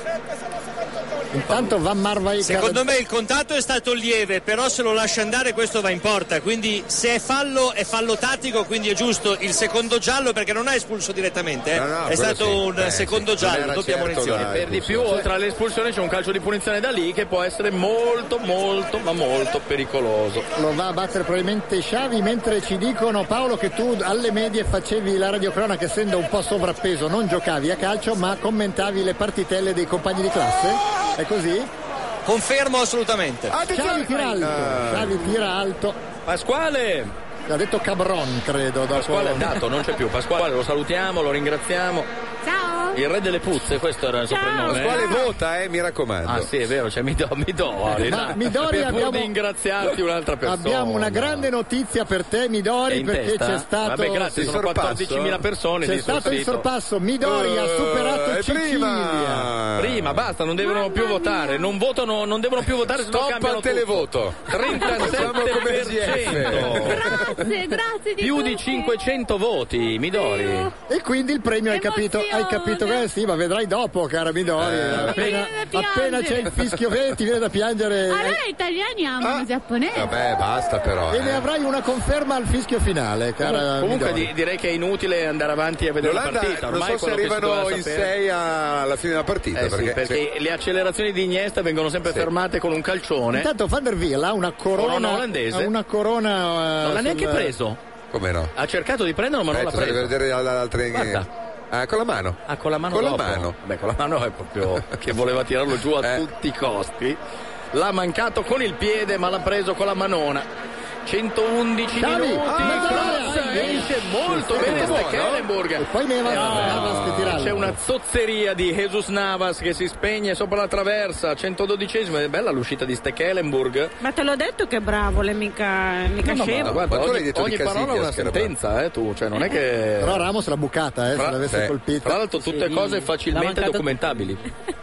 Intanto Van Marwijk. Secondo me il contatto è stato lieve, però se lo lascia andare questo va in porta, quindi se è fallo è fallo tattico, quindi è giusto il secondo giallo perché non ha espulso direttamente, eh. No, no, è quello stato sì. un Eh, secondo sì, non giallo, era doppia certo munizione. da- Per di più, oltre all'espulsione c'è un calcio di punizione da lì che può essere molto, molto, ma molto pericoloso. Lo va a battere probabilmente Xavi, mentre ci dicono, Paolo, che tu alle medie facevi la radiocronaca essendo un po' sovrappeso, non giocavi a calcio ma commentavi le partitelle dei compagni di classe? È così? Confermo assolutamente. Xavi tira alto, Xavi tira alto. Pasquale! Ha detto Cabron, credo. Dopo. Pasquale è andato, non c'è più. Pasquale lo salutiamo, lo ringraziamo. Ciao. Il re delle puzze, questo era il Ciao. soprannome. Pasquale vota, eh, mi raccomando. Ah sì, è vero, c'è Midori, Midori, Ma dai. Midori per pur abbiamo- di ringraziarti un'altra persona. Abbiamo una grande notizia per te, È Midori, in perché testa? c'è stato. Vabbè, grazie, il sono sorpasso? quattordicimila persone C'è lì sul stato il sito. sorpasso, Midori ha superato Eh, Cecilia. prima. Prima, basta, non devono più votare, non votano, non devono più votare, se no Stop cambiano al tutto. televoto. trentasette Facciamo come per cento. Grazie, grazie di Più di tutti. cinquecento voti, Midori. E quindi il premio hai capito, hai capito che sì, ma vedrai dopo, cara Midori. Eh. appena, Mi viene da piangere. appena c'è il fischio verde ti viene da piangere. Allora gli italiani amano i giapponesi. Vabbè, basta però. E ne Eh. avrai una conferma al fischio finale, cara Comunque Midori. di- direi che è inutile andare avanti a vedere L'Olanda, la partita. non Ormai so se quello che si arrivano doveva in sapere- sei alla fine della partita. Eh sì, perché, perché le accelerazioni di Iniesta vengono sempre fermate con un calcione. Intanto Van der Wiel ha una corona, Corona olandese. ha una corona eh, Non l'ha neanche sul- preso. come no? Ha cercato di prenderlo, ma non l'ha Aspetta, devi preso. vedere l'altra. Guarda. Ah, con la mano. Ah, con la mano Con la dopo. mano. Beh, con la mano è proprio che voleva tirarlo giù a Eh. tutti i costi. L'ha mancato con il piede, ma l'ha preso con la manona. centoundici Xavi, minuti, ah, cross, dai, esce molto dai. bene Buono. Stekelenburg. E poi Navas, Eh, Navas che tira c'è alto. una zozzeria di Jesus Navas che si spegne sopra la traversa, centododicesimo, è bella l'uscita di Stekelenburg. Ma te l'ho detto che è bravo, l'è mica, mica No, no, scemo. ma guarda, Ma tu l'hai ogni, detto di ogni parola è una Casillas, che era sentenza, eh, tu, cioè non è che... Però Ramos l'ha bucata, eh, se Fra- l'avesse sì. colpita. Tra l'altro tutte Sì, cose l'ha facilmente mancato- documentabili.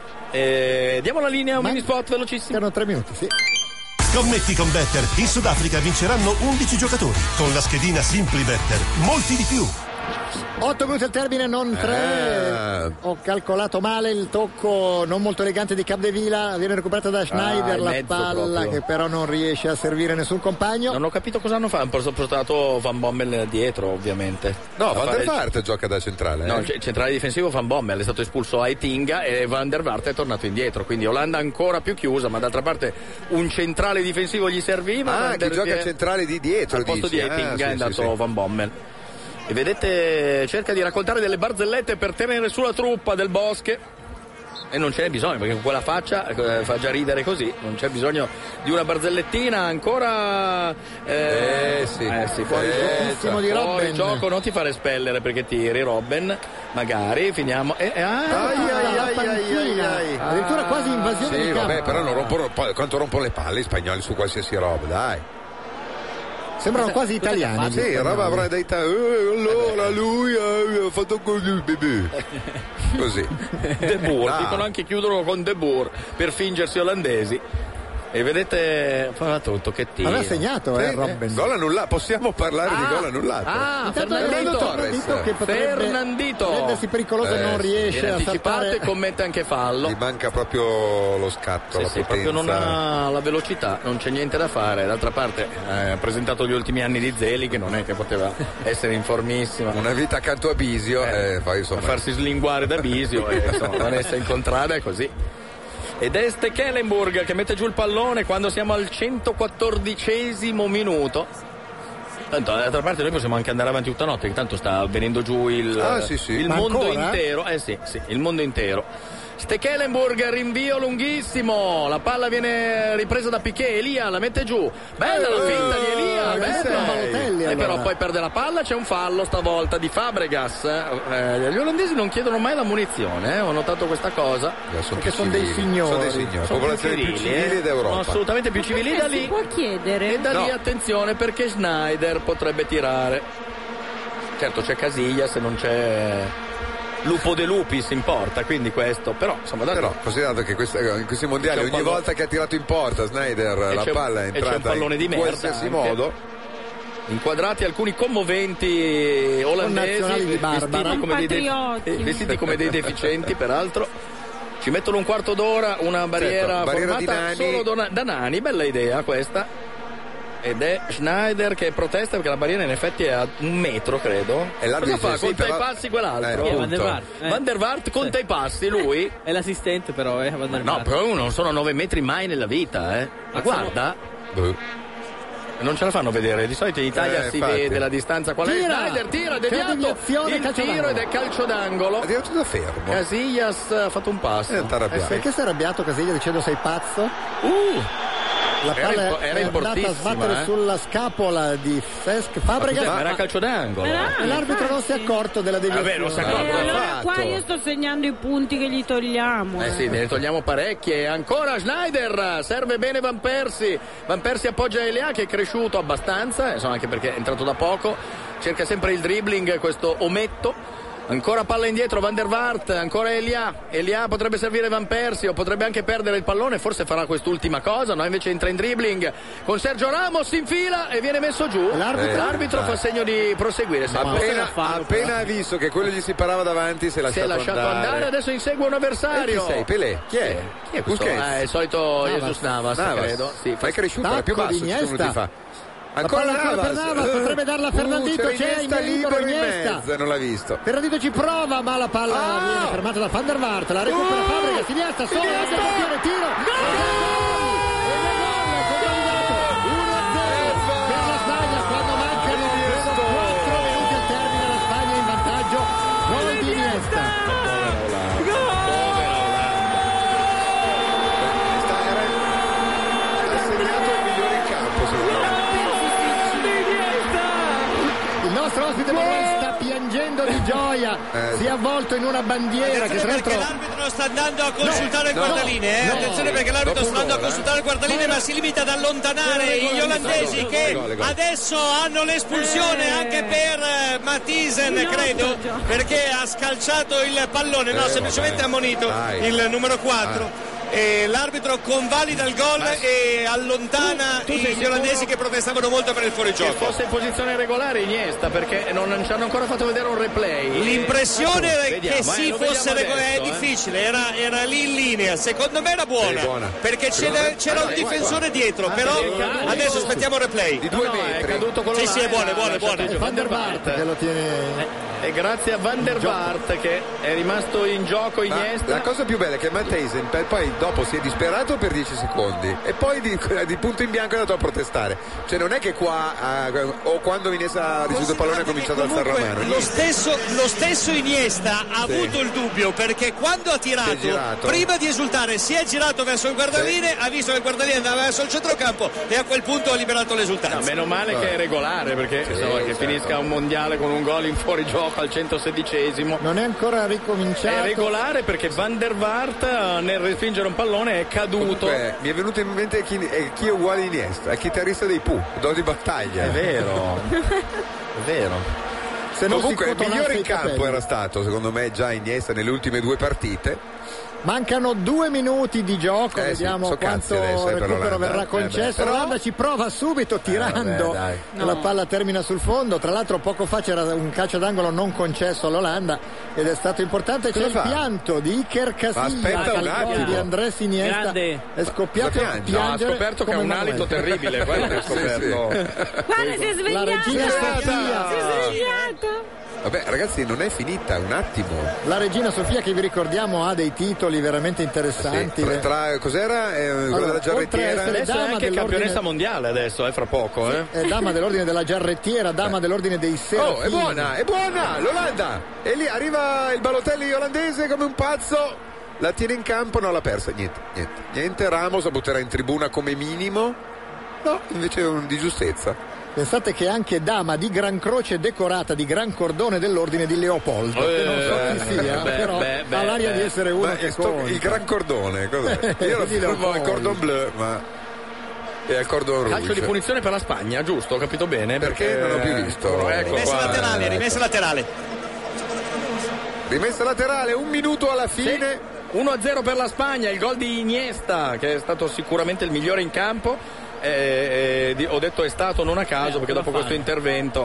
Eh, diamo la linea a un Ma- mini spot velocissimo. Erano tre minuti, sì. Scommetti con Better. In Sudafrica vinceranno undici giocatori. Con la schedina Simply Better. Molti di più. otto minuti al termine, non tre. Eh. Ho calcolato male il tocco non molto elegante di Capdevila. Viene recuperata da Schneider, ah, la palla proprio, che però non riesce a servire nessun compagno. Non ho capito cosa hanno fatto. Hanno portato Van Bommel dietro, ovviamente. No, Van der Vaart il... gioca da centrale. No, eh? il centrale difensivo Van Bommel è stato espulso a Etinga e Van der Vaart è tornato indietro. Quindi Olanda ancora più chiusa, ma d'altra parte un centrale difensivo gli serviva. Ah, chi gioca die... centrale di dietro. Al posto dici. di Etinga ah, sì, è andato sì, sì. Van Bommel. E vedete, cerca di raccontare delle barzellette per tenere sulla truppa del Bosche e non ce n'è bisogno, perché con quella faccia eh, fa già ridere così, non c'è bisogno di una barzellettina ancora eh, eh sì, eh, sì fuori, eh, gioco, di fuori gioco, non ti fare spellere perché tiri Robben, magari finiamo eh, eh, ah, ai, ai, ai, ai, ai. addirittura quasi invasione sì, di campo. Vabbè, però non rompono, quanto rompono le palle gli spagnoli su qualsiasi roba, dai. Sembrano quasi italiani. Sì, roba avrà dei ta- eh, allora lui ha fatto così, bebè. Così. De Boer, ah. dicono anche chiudono con De Boer per fingersi olandesi. E vedete, fa tutto che tiro. Aveva segnato, sì, eh, Robben. Gol annullato, possiamo parlare ah, di gol annullato. Ah, Fernandito Torres. Che Fernandito. Rendersi pericoloso e eh, non riesce a saltare. E commette anche fallo. Gli manca proprio lo scatto, sì, la sì, potenza. Proprio non ha la velocità, non c'è niente da fare. D'altra parte eh, ha presentato gli ultimi anni di Zeli, che non è che poteva essere in formissima. Una vita accanto a Bisio, eh, eh, fa, insomma. a farsi slinguare da Bisio e insomma, Vanessa incontrata è così. Ed è Stekelenburg che mette giù il pallone quando siamo al centoquattordicesimo minuto. Tanto, d'altra parte noi possiamo anche andare avanti tutta notte, che tanto sta venendo giù il, ah, sì, sì. il mondo ancora? intero. Eh sì, sì, il mondo intero. Stekelenburg, rinvio lunghissimo, la palla viene ripresa da Piqué, Elia la mette giù, bella la finta di Elia, bella. E però poi perde la palla, c'è un fallo stavolta di Fabregas. Eh, gli olandesi non chiedono mai la munizione, eh? Ho notato questa cosa, perché sono dei signori, sono dei signori, sono popolazioni più civili, più civili d'Europa, sono assolutamente più civili da lì. Si può chiedere. E da no. lì attenzione perché Schneider potrebbe tirare. Certo c'è Casillas, se non c'è Lupo de Lupis in porta, quindi questo, però insomma da però considerato che questa, in questi mondiali ogni pallone... volta che ha tirato in porta Schneider la palla è entrata in qualsiasi modo. Inquadrati alcuni commoventi olandesi di vestiti come, dei de- vestiti come dei deficienti peraltro. Ci mettono un quarto d'ora, una barriera, certo, barriera formata solo da, da Nani, bella idea questa. Ed è Schneider che protesta perché la barriera in effetti è a un metro, credo. E l'arbitro cosa fa? sì, Conta però... i passi quell'altro. Eh, Van der Vaart. Eh. Van der Vaart conta i passi, lui. È l'assistente però, eh, Van der Vaart. No, però non sono nove metri mai nella vita, eh. Ma guarda. Boh. Non ce la fanno vedere, di solito in Italia eh, si infatti. vede la distanza. Qual è? Schneider tira, deviato il tiro ed è calcio d'angolo. È diventato fermo. Casillas ha fatto un passo. È eh, perché sei arrabbiato Casillas dicendo sei pazzo? Uh! La palla era, era è andata a sbattere eh? sulla scapola di Cesc Fabregas, ma era calcio d'angolo. E l'arbitro non si è accorto della deviazione. Vabbè, non si è accorto. Eh, allora qua io sto segnando i punti che gli togliamo. Eh, eh. sì, ne togliamo parecchi. E ancora Schneider, serve bene Van Persie. Van Persie appoggia Elia che è cresciuto abbastanza, insomma, anche perché è entrato da poco. Cerca sempre il dribbling, questo ometto. Ancora palla indietro, Van der Vaart, ancora Elia. Elia potrebbe servire Van Persie o potrebbe anche perdere il pallone, forse farà quest'ultima cosa, no? Invece entra in dribbling con Sergio Ramos in fila e viene messo giù. L'arbitro, eh, L'arbitro fa segno di proseguire. Appena, appena ha visto che quello gli si parava davanti, si è lasciato, si è lasciato andare. andare. Adesso insegue un avversario. E chi sei? Pelé? Chi è? Chi è questo? Eh, è il solito Navas. Jesus Navas, Navas. credo. Sì, ma è cresciuto, era più basso cinque minuti fa. Ancora la palla per Navas, potrebbe darla a Fernandito, uh, c'è in libero Iniesta, non l'ha visto. Fernandito ci prova, ma la palla ah! viene fermata da Van der Vaart, la recupera uh! Fabregas, Iniesta solo, Iniesta portiere, tiro, gol! uno a zero per la Spagna quando mancano quattro minuti al termine, la Spagna in vantaggio, gol di Iniesta. Il nostro ospite sta piangendo di gioia, eh. si è avvolto in una bandiera che tra l'altro l'arbitro sta andando a consultare no, il guardaline, eh? no, attenzione no, perché l'arbitro sta andando un'ora, a consultare il guardaline, eh? ma si limita ad allontanare gli olandesi che adesso hanno l'espulsione anche per Mathisen, credo, perché ha scalciato il pallone, no, eh, semplicemente vabbè. ammonito Dai. il numero quattro. Ah. e l'arbitro convalida il gol Ma... e allontana tu, tu gli olandesi che protestavano molto per il fuorigioco. Che fosse in posizione regolare Iniesta, perché non, non ci hanno ancora fatto vedere un replay. L'impressione eh, è vediamo, che sì, eh, fosse regolare, adesso, è difficile, era, era lì in linea, secondo me era buona, Sì, buona. perché c'era, c'era un difensore dietro, Ah, però caduto. adesso aspettiamo il replay. Di due no, no, metri. è caduto con Sì, sì, è buona, è buona, è buona. Van der Vaart che lo tiene E grazie a Van der Vaart che è rimasto in gioco Iniesta. La cosa più bella è che Matthijsen poi dopo si è disperato per dieci secondi e poi di, di punto in bianco è andato a protestare. Cioè non è che qua eh, o quando Iniesta ha ricevuto il pallone ha cominciato ad alzare la mano. Lo stesso, lo stesso Iniesta ha Sì. avuto il dubbio, perché quando ha tirato, girato. prima di esultare si è girato verso il guardaline, sì. ha visto che il guardaline andava verso il centrocampo e a quel punto ha liberato l'esultanza. No, meno male che è regolare, perché Sì, insomma, che certo. finisca un mondiale con un gol in fuorigioco al centosedicesimo. non è ancora ricominciato. È regolare perché Van der Vaart nel respingere un pallone è caduto. Comunque, mi è venuto in mente chi, eh, chi è uguale a Iniesta, è il chitarrista dei Pooh, do di battaglia. È vero. È vero. Se non Comunque si il migliore cotonasse in i campo capelli. era stato secondo me già Iniesta nelle ultime due partite. Mancano due minuti di gioco, Eh, vediamo sì, so quanto cazzi adesso, eh, per recupero l'Olanda. verrà Eh, concesso. beh, però- L'Olanda ci prova subito tirando Eh, dai. e la palla termina sul fondo. Tra l'altro poco fa c'era un calcio d'angolo non concesso all'Olanda ed è stato importante. Cosa C'è fa? il pianto di Iker Casillas, aspetta un al attimo. gol di Andrés Iniesta. Grande. È scoppiato Cosa a piange? No, ha piangere scoperto che ha come un alito Manuel. terribile, quello che ha Sì, scoperto. Guarda, si è La svegliato. regina Sofia. Si è svegliato. Vabbè ragazzi non è finita, un attimo. La regina Sofia, che vi ricordiamo ha dei titoli veramente interessanti. Sì, tra, tra- cos'era? Eh, quella Allora, della giarrettiera? oltre a essere Adesso è dama anche dell'ordine- campionessa mondiale adesso, eh, fra poco. Eh. È dama dell'ordine della giarrettiera, dama dell'ordine dei serafini. Oh, è buona, è buona, l'Olanda! E lì arriva il Balotelli olandese come un pazzo, la tiene in campo, no, l'ha persa, niente, niente, niente, Ramos la butterà in tribuna come minimo, no, invece è un di giustezza. Pensate che anche dama di Gran Croce decorata di Gran Cordone dell'ordine di Leopoldo, che non so chi sia, beh, però beh, beh, ha l'aria beh. di essere uno Ma che sto- conta. il Gran Cordone, cos'è? Io lo Di fermo al Leopoldo. Cordon Bleu, ma è al Cordon Rouge. Calcio di punizione per la Spagna, giusto? Ho capito bene? Perché non ho più visto. Ecco Rimessa qua. laterale, rimessa laterale. Rimessa laterale, un minuto alla fine. uno a zero per la Spagna, il gol di Iniesta, che è stato sicuramente il migliore in campo. Eh, eh, di- ho detto è stato non a caso, Eh, perché cosa dopo fare? questo intervento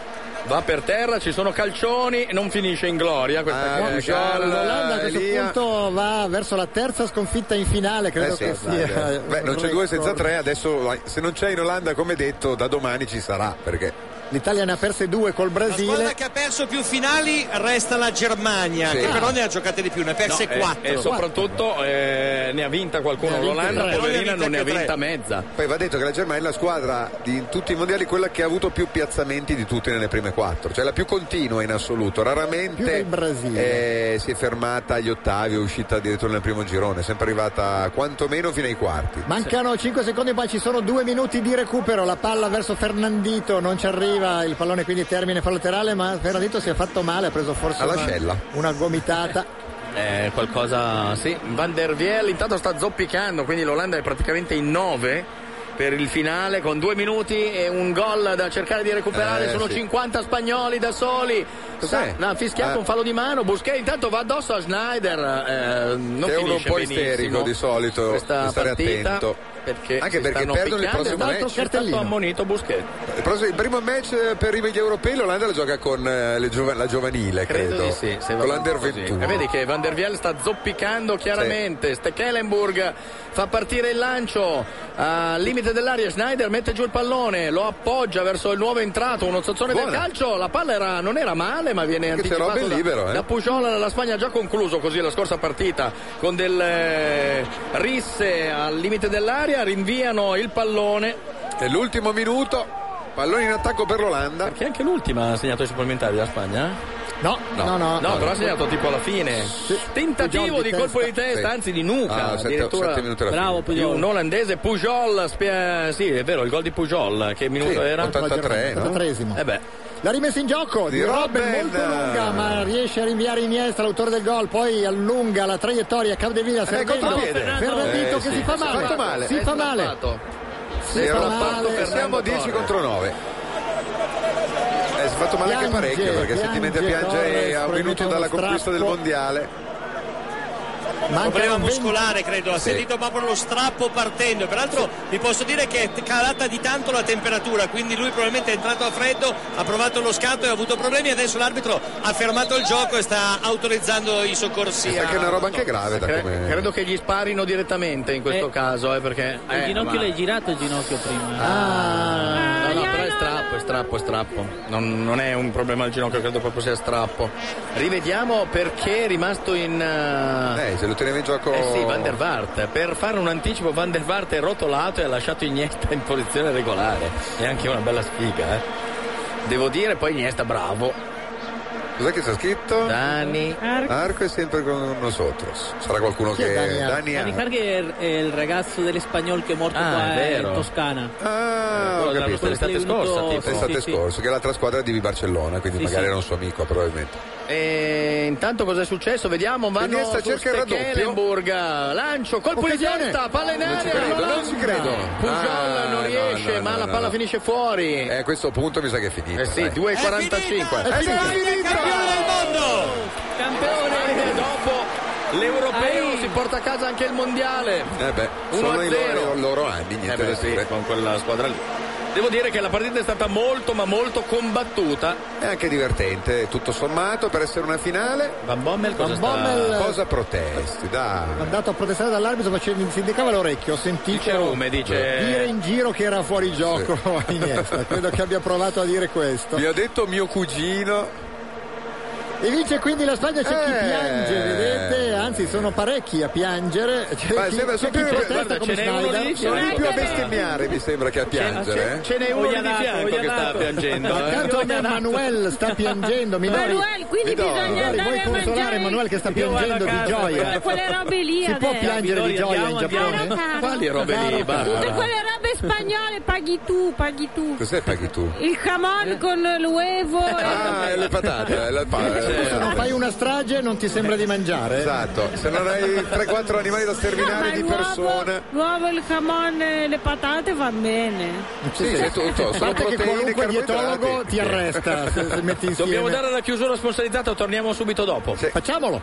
va per terra, ci sono calcioni, non finisce in gloria questa Ah, cosa. eh, Cioè, L'Olanda a questo Elia. punto va verso la terza sconfitta in finale, credo Eh sì, che sia. vabbè. Beh, non c'è un due senza record. tre, adesso se non c'è in Olanda come detto da domani ci sarà, perché L'Italia ne ha perse due col La squadra Brasile. che ha perso più finali resta la Germania, Sì. che però ne ha giocate di più, ne ha perse No, e- quattro. E, soprattutto eh, ne ha vinta qualcuno. Ne ha vinte L'Olanda, tre. poverina, non ne ha Tre. vinta mezza. poi va detto che la Germania è la squadra di in tutti i mondiali quella che ha avuto più piazzamenti di tutte nelle prime quattro, cioè la più continua in assoluto, Più raramente del Brasile. eh, si è fermata agli ottavi, è uscita addirittura nel primo girone, è sempre arrivata quantomeno fino ai quarti. Mancano cinque secondi, poi ci sono due minuti di recupero. La palla verso Fernandito, non ci arriva, il pallone quindi termine fallo laterale, ma Fernandito si è fatto male, ha preso forse All'ascella. una, una gomitata. Eh, qualcosa, sì. Van der Viel intanto sta zoppicando, quindi l'Olanda è praticamente in nove per il finale, con due minuti e un gol da cercare di recuperare. Eh, Sono sì. cinquanta spagnoli da soli. Cos'è? Sa- ha fischiato Ah. un fallo di mano. Busquets intanto va addosso a Schneider. Eh, non Che è uno un finisce po' benissimo isterico di solito, questa di stare partita, attento. perché Anche si perché stanno perdono il picchiando. prossimo È stato- match. è stato ammonito Busquets. Il, prossimo- il primo match per i europei l'Olanda la gioca con eh, le giova- la giovanile, credo, Credo di sì, se va con l'Under così. ventuno. E vedi che Van der Viel sta zoppicando chiaramente. Stekelenburg fa partire il lancio al limite dell'area. Schneider mette giù il pallone, lo appoggia verso il nuovo entrato, uno zozzone del Buona. calcio. La palla era- non era male, ma viene Anche se anticipato Robben da, libero, eh. da Pujol. La Spagna ha già concluso così la scorsa partita con delle risse al limite dell'area, rinviano il pallone. È l'ultimo minuto, pallone in attacco per l'Olanda. Perché anche l'ultima ha segnato i supplementari la Spagna? No, no, no. No, però ha segnato tipo alla fine. Tentativo Pujol di, di colpo testa. di testa, Sì. anzi di nuca. Ah, sette- addirittura. sette minuti alla Bravo fine. Di Pujol. un olandese. Pujol, spia- sì, è vero, il gol di Pujol. Che minuto Sì, era? ottantatré, no? ottantatreesimo. Eh beh. La rimessa in gioco di, Di Robben, Robben. molto lunga, ma riesce a rinviare Iniesta, l'autore del gol, poi allunga la traiettoria, Capdevila servendo contropiede. Fernandito Eh, che sì. si fa Si è male, fatto male. si È fa male, strappato. si Si è fa rappato male. per siamo a dieci Torres. contro nove. Eh, si è fatto male anche Piange, parecchio perché piange sentimenti Torres, piange a un minuto probabilmente dalla uno conquista del strappo. mondiale. problema muscolare, credo, ha sì. sentito proprio lo strappo partendo. Peraltro vi posso dire che è calata di tanto la temperatura, quindi lui probabilmente è entrato a freddo, ha provato lo scatto e ha avuto problemi. Adesso l'arbitro ha fermato il gioco e sta autorizzando i soccorsi. Questa che è una roba anche grave. Da Cre- come... Credo che gli sparino direttamente in questo eh, caso, eh, perché il eh, ginocchio ma... l'hai girato il ginocchio prima. Ah, no, no, però è strappo, è strappo, è strappo. Non, non è un problema al ginocchio, credo proprio sia strappo. Rivediamo perché è rimasto in. Uh... Eh, se lo teneva in gioco. Eh sì, Van der Vaart. Per fare un anticipo, Van der Vaart è rotolato e ha lasciato Iniesta in posizione regolare. È anche una bella sfiga, eh. Devo dire, poi Iniesta bravo. Cos'è che c'è scritto? Dani Arco, Arco è sempre con nosotros. Sarà qualcuno Chi che Dani, Dani, Dani Arco è, è il ragazzo dell'Espagnol che è morto ah, qua è in Toscana. Ah, ho capito. L'estate scorsa, tipo. L'estate sì, scorsa, sì. che è l'altra squadra di Barcellona, quindi sì, magari sì. era un suo amico, probabilmente. E intanto cosa è successo? Vediamo, vanno Iniesta su cerca il raddoppio. Stekelenburg, lancio, colpo di testa, palla in aria, non ci credo. Pujol Ah, non riesce, no, no, ma no, la no, palla no. finisce fuori. Eh, a questo punto mi sa che è finito. Eh sì, due e quarantacinque. È finita! Campione del mondo! Campione! Dopo l'europeo Ai. si porta a casa anche il mondiale. Eh beh, sono i loro, loro anni, niente eh beh, da sì, dire. con quella squadra lì. Devo dire che la partita è stata molto ma molto combattuta. È anche divertente, tutto sommato, per essere una finale. Van Bommel cosa Van Bommel sta... Cosa protesti, dai. È andato a protestare dall'arbitro, facendo, si indicava l'orecchio, ho sentito dice Rume, dice... dire in giro che era fuori gioco sì. Iniesta. Credo che abbia provato a dire questo. Vi ho detto mio cugino. E vince quindi la Spagna, c'è eh. chi piange, vedete? Anzi, sono parecchi a piangere. C'è Ma chi, sembra, c'è chi più, protesta guarda, come ce n'è uno Schneider. lì, sono più a bestemmiare, mi sembra, che a piangere. Ce, ce n'è uno lì di fianco che sta piangendo. Accanto a me Manuel sta piangendo. Minori, Manuel, quindi Minori, bisogna Minori, andare vuoi a consolare mangiare Manuel che sta Io piangendo vado a di casa, gioia? Tutte quelle robe lì Si può adesso. piangere di gioia in Andiamo, Giappone? Quali robe lì, Tutte Barbara? quelle robe spagnole paghi tu, paghi tu. Cos'è paghi tu? Il jamon con l'uevo. Ah, e le patate, la Se non fai una strage non ti sembra di mangiare? Esatto, se non hai tre quattro animali da sterminare Ma di l'uovo- persona. L'uovo, il jamon e le patate va bene. Sì, è tutto, A sono parte che proteine, qualunque dietologo carboidrati. ti arresta se, se metti insieme. Dobbiamo dare la chiusura sponsorizzata, torniamo subito dopo. Sì. Facciamolo!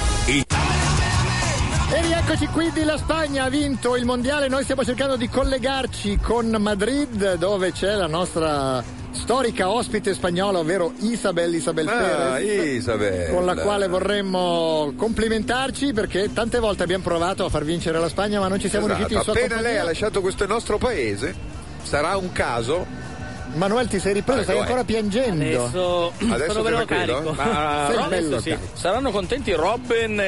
E rieccoci, quindi la Spagna ha vinto il mondiale. Noi stiamo cercando di collegarci con Madrid, dove c'è la nostra storica ospite spagnola, ovvero Isabel Isabel Ah, Perez, Isabel. con la quale vorremmo complimentarci, perché tante volte abbiamo provato a far vincere la Spagna ma non ci siamo Esatto, riusciti in sua appena compagnia. lei ha lasciato questo nostro paese, sarà un caso. Manuel, ti sei ripreso, Ah, stai dov'è? ancora piangendo. Adesso, Adesso sono te bello lo credo. carico. Ma Sei Robben, bello, sì. caro. Saranno contenti Robben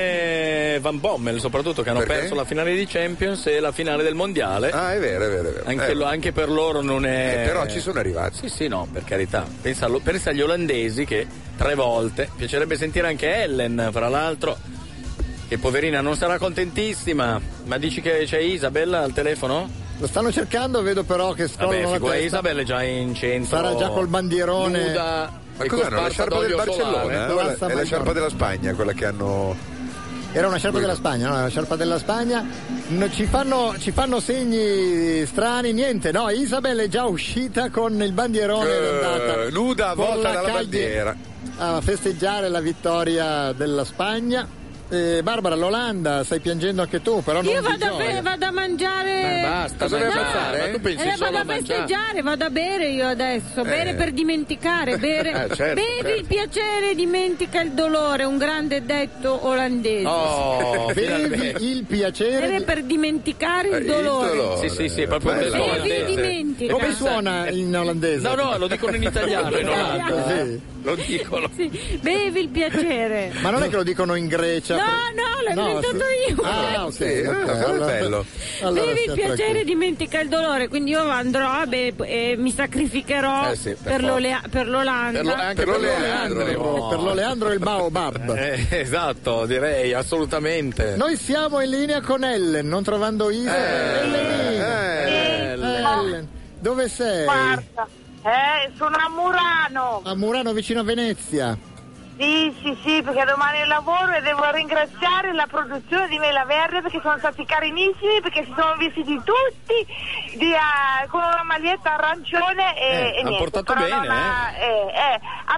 e Van Bommel, soprattutto, che hanno Perché? perso la finale di Champions e la finale del mondiale. Ah, è vero, è vero, è vero. Anche, Eh, lo- anche per loro non è. eh, però ci sono arrivati. Sì, sì, no, per carità. Pensa, allo- pensa agli olandesi che tre volte. Piacerebbe sentire anche Ellen, fra l'altro, che poverina non sarà contentissima. Ma dici che c'è Isabel al telefono? Lo stanno cercando, vedo però che Vabbè, scollano la figura, testa. Isabel è già in centro. Sarà già col bandierone. Nuda. Ma e cos'è? cosparsa La sciarpa del d'olio Barcellona? solare. eh? Con O la- la È la Maggiore. sciarpa della Spagna, quella che hanno. Era una sciarpa della Spagna, no? Era la sciarpa della Spagna. No, ci, fanno, ci fanno segni strani, niente, no? Isabel è già uscita con il bandierone ed è andata Eh, nuda, con volta la dalla caglie bandiera. a festeggiare la vittoria della Spagna. Eh, Barbara, l'Olanda, stai piangendo anche tu, però non Io di vado a, gioia. be- vado a mangiare. Ma basta, Cosa mangiare. deve fare? Ma tu pensi Eh, solo vado a a mangiare? festeggiare, vado a bere io adesso, bere Eh. per dimenticare, bere. Eh, certo, Bevi certo. il piacere, dimentica il dolore, un grande detto olandese. Oh, Bevi finalmente. il piacere. Bere di- per dimenticare Eh, il il dolore. dolore. Sì, sì, sì, proprio Bello. questo Bevi e olandese. dimentica. Come suona in olandese? No, no, lo dicono in italiano, in Ah, Olanda. così. Lo dicono. Sì, bevi il piacere. Ma non è che lo dicono in Grecia? No, no, l'ho inventato sì. io. Ah, ok. Sì, eh, ok, quello è bello. Allora Bevi il stia piacere, tranquillo. dimentica il dolore, quindi io andrò beh, e mi sacrificherò Eh sì, per per, forza. l'Olea- per l'Olanda. Per lo- anche Per per l'Oleandro. l'Oleandro. Per l'Oleandro e il Baobab. Eh, esatto, direi, assolutamente. Noi siamo in linea con Ellen, non trovando Isa. Ellenina. Eh, Ellen, dove sei? Guarda, eh, sono a Murano. A Murano, vicino a Venezia. Sì, sì, sì, perché domani è il lavoro e devo ringraziare la produzione di Mela Verde perché sono stati carinissimi, perché si sono vestiti tutti di, uh, con una maglietta arancione e, Eh, e hanno niente. portato Però bene, non ha, eh, eh, ha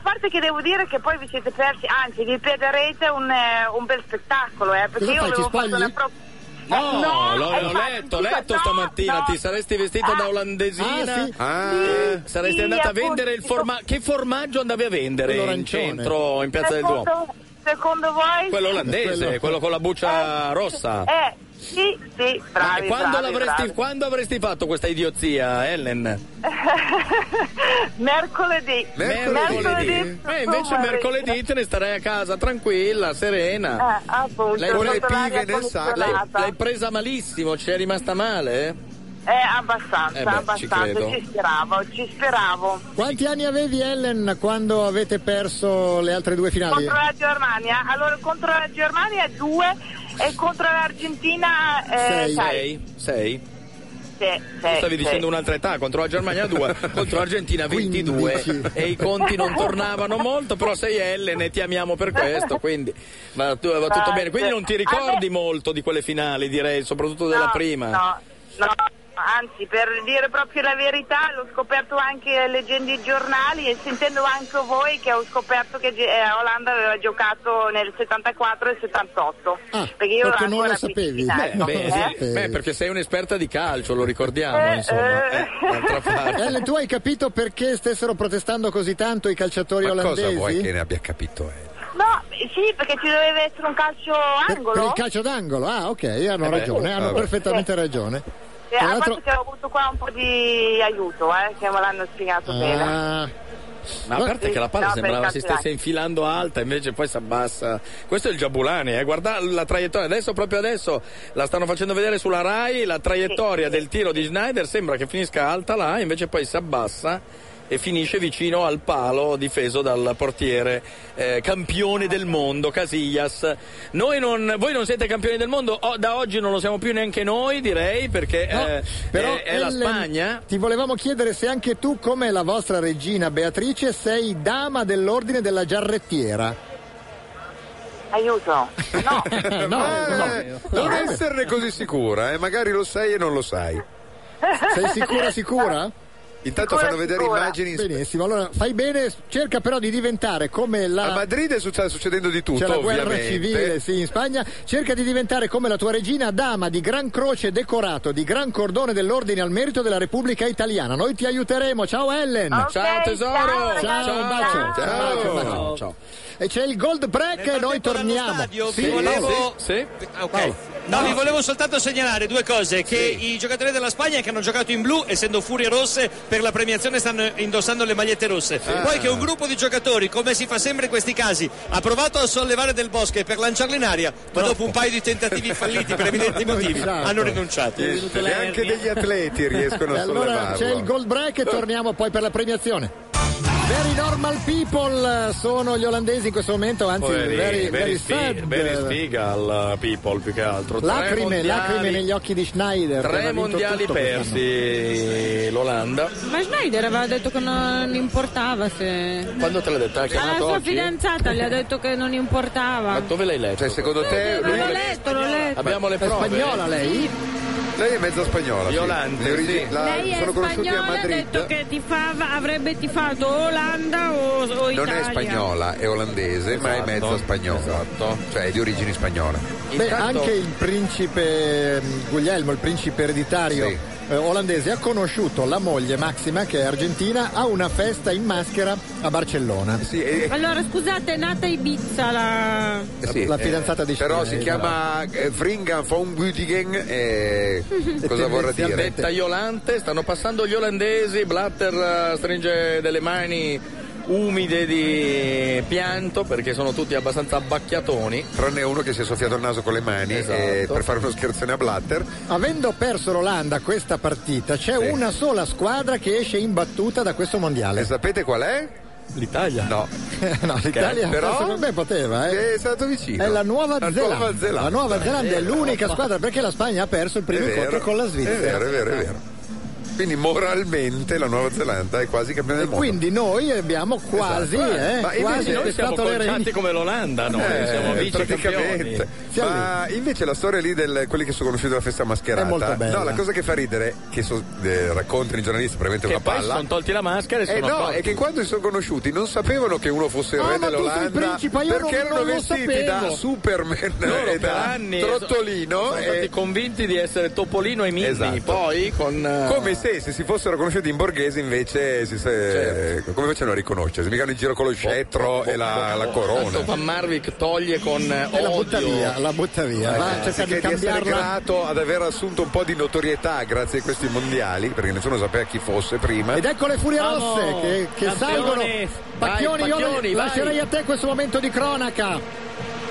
parte che devo dire che poi vi siete persi, anzi vi perderete un, eh, un bel spettacolo, eh, perché Cosa io fai, avevo ci fatto spogli? una pro... No, no, l'ho, eh, l'ho infatti, letto, scusa, letto no, stamattina, no. ti saresti vestito Ah. da olandesina, Sì, ah, sì, saresti sì, andata a appunto, vendere il sì. formaggio. Che formaggio andavi a vendere Quello in arancione. centro, in Piazza del Duomo? Secondo, secondo voi? Quello olandese, Quello- quello con la buccia rossa. Eh, sì, sì, bravi, E quando, bravi, l'avresti, bravi. quando avresti fatto questa idiozia, Ellen? Mercoledì. Mercoledì. Eh, invece mercoledì te ne starai a casa tranquilla, serena. Eh, appunto, L'hai, ho l'hai- fatto l'aria condizionata. l'hai presa malissimo, ci è rimasta male? Eh, abbastanza, Eh beh, ci abbastanza, credo. ci speravo, ci speravo. Quanti anni avevi, Ellen, quando avete perso le altre due finali? Contro la Germania, allora contro la Germania due e contro l'Argentina eh, sei. Sei. Sei. Sì, Tu sì, stavi sì. dicendo un'altra età, contro la Germania due, contro l'Argentina ventidue e i conti non tornavano molto, però sei Ellen e ti amiamo per questo, quindi va, tu- va tutto bene. Quindi non ti ricordi molto di quelle finali, direi, soprattutto della No, prima. No, no, anzi, per dire proprio la verità, l'ho scoperto anche leggendo i giornali e sentendo anche voi che ho scoperto che eh, Olanda aveva giocato nel settantaquattro e settantotto. Ah, perché io ero perché non lo ancora sapevi? piccina, Beh, eh? sì. Beh, perché sei un'esperta di calcio, lo ricordiamo, Eh, insomma. eh. Eh, d'altra parte. Ellen, tu hai capito perché stessero protestando così tanto i calciatori Ma olandesi? cosa vuoi che ne abbia capito Ellen? No, sì, perché ci doveva essere un calcio Per, angolo. per il calcio d'angolo? Ah, ok, hanno Eh beh, ragione, hanno vabbè. perfettamente ragione. Eh, Tra a l'altro- parte che ho avuto qua un po' di aiuto, eh, che me l'hanno spiegato bene. Ah, Ma a parte che la palla No, sembrava per si carità. stesse infilando alta, invece poi si abbassa. Questo è il Giabulani, eh. Guarda la traiettoria, adesso proprio adesso la stanno facendo vedere sulla Rai, la traiettoria del tiro di Schneider sembra che finisca alta là, invece poi si abbassa e finisce vicino al palo difeso dal portiere eh, campione del mondo Casillas. Noi non, voi non siete campioni del mondo, o, da oggi non lo siamo più neanche noi, direi, perché no, eh, però è, è la Ellen, Spagna. ti volevamo chiedere se anche tu, come la vostra regina Beatrice, sei dama dell'ordine della giarrettiera. Aiuto. No. no, no, Eh, non no. esserne così sicura, eh? Magari lo sai e non lo sai. Sei sicura, sicura? Intanto Sicura, fanno vedere sicura. immagini in Benissimo, allora fai bene, cerca però di diventare come la... A Madrid sta succedendo di tutto, C'è la guerra ovviamente. civile, sì, in Spagna. Cerca di diventare come la tua regina, dama di gran croce decorato, di gran cordone dell'ordine al merito della Repubblica Italiana. Noi ti aiuteremo. Ciao Ellen. Ok, Ciao tesoro. ciao, ragazzi, Ciao, un bacio. ciao. Ciao, bacio, un bacio. Ciao, ciao. E c'è il gold break e noi torniamo. Stadio, Sì, vi volevo... Sì, sì. Ah, ok. No, vi volevo soltanto segnalare due cose: che i giocatori della Spagna che hanno giocato in blu, essendo furie rosse per la premiazione, stanno indossando le magliette rosse. Poi che un gruppo di giocatori, come si fa sempre in questi casi, ha provato a sollevare Del Bosque per lanciarlo in aria, ma dopo un paio di tentativi falliti per evidenti motivi Esatto. hanno rinunciato. Neanche degli atleti riescono E a allora sollevarlo. c'è il gold break e torniamo poi per la premiazione. Very normal people sono gli olandesi in questo momento, anzi Poverini, very, very spi- sad. very spigal people più che altro. Tre Lacrime, mondiali- lacrime negli occhi di Schneider. che Tre aveva vinto mondiali tutto quest'anno. persi l'Olanda. Ma Schneider aveva detto che non importava se... Quando te l'ha detto? Ha Alla chiamato sua oggi? fidanzata gli ha detto che non importava. Ma dove l'hai letto? Cioè, secondo te L'ho lui- letto, l'ho letto. Abbiamo le È prove. spagnola lei? lei è mezza spagnola. sì. Violante, Le origini- sì. la- Lei è sono conosciuti a spagnola, ha Madrid. detto che tifava, avrebbe tifato o Olanda o, o Non Italia. è spagnola, è olandese, ma è Esatto, mezza spagnola. esatto. Cioè è di origini spagnole. Beh, Intanto- anche il principe mm, Guglielmo, il principe ereditario Sì. eh, olandese, ha conosciuto la moglie Maxima, che è argentina, a una festa in maschera a Barcellona. Sì, e- Allora scusate, è nata a Ibiza la... eh, sì, la fidanzata di Però Schneider. si chiama eh, Fringa von Gütigen e cosa vorrà dire? Detta Iolante, stanno passando gli olandesi, Blatter eh, stringe delle mani umide di pianto perché sono tutti abbastanza abbacchiatoni. Tranne uno che si è soffiato il naso con le mani Esatto. eh, per fare uno scherzone a Blatter. Avendo perso l'Olanda questa partita, c'è Sì. una sola squadra che esce imbattuta da questo mondiale. E sapete qual è? L'Italia? No. no, l'Italia Però- secondo me poteva, eh. È stato vicino. È la Nuova La Zelanda. Nuova Zelanda. La Nuova Zelanda è l'unica squadra perché la Spagna ha perso il primo È vero, incontro con la È Svizzera. vero, è vero, è vero. quindi moralmente la Nuova Zelanda è quasi campione del e mondo. Quindi noi abbiamo quasi, esatto. eh, Ma quasi invece noi siamo pescato le conciati reni. come l'Olanda, noi Eh, siamo vice campioni. praticamente. Ma invece la storia lì del quelli che sono conosciuti alla festa mascherata È molto bella. no, la cosa che fa ridere che so, eh, raccontano i giornalisti, probabilmente Che una poi palla sono tolti la maschera e eh sono no, accorti. è che quando si sono conosciuti non sapevano che uno fosse il Ah, re ma tu sei il dell'Olanda principe, io perché non- erano non lo vestiti sapevo. da Superman Loro e per da anni Trottolino sono e... stati convinti di essere Topolino e Minnie, Esatto. poi con eh, come se, se si fossero conosciuti in borghese invece si se... Certo. come facevano a riconoscere? Si mica in giro con lo scettro e la, la corona. Tanto Van Marwijk toglie con eh, E la butta odio. via, la butta via. Eh, Va a cercare anziché di di essere cambiarla. grato ad aver assunto un po' di notorietà grazie a questi mondiali, perché nessuno sapeva chi fosse prima. Ed ecco le Furie Vamos, Rosse che, che campioni. salgono. Pacchioni, Vai, io Pacchioni, la- vai. lascerei a te questo momento di cronaca.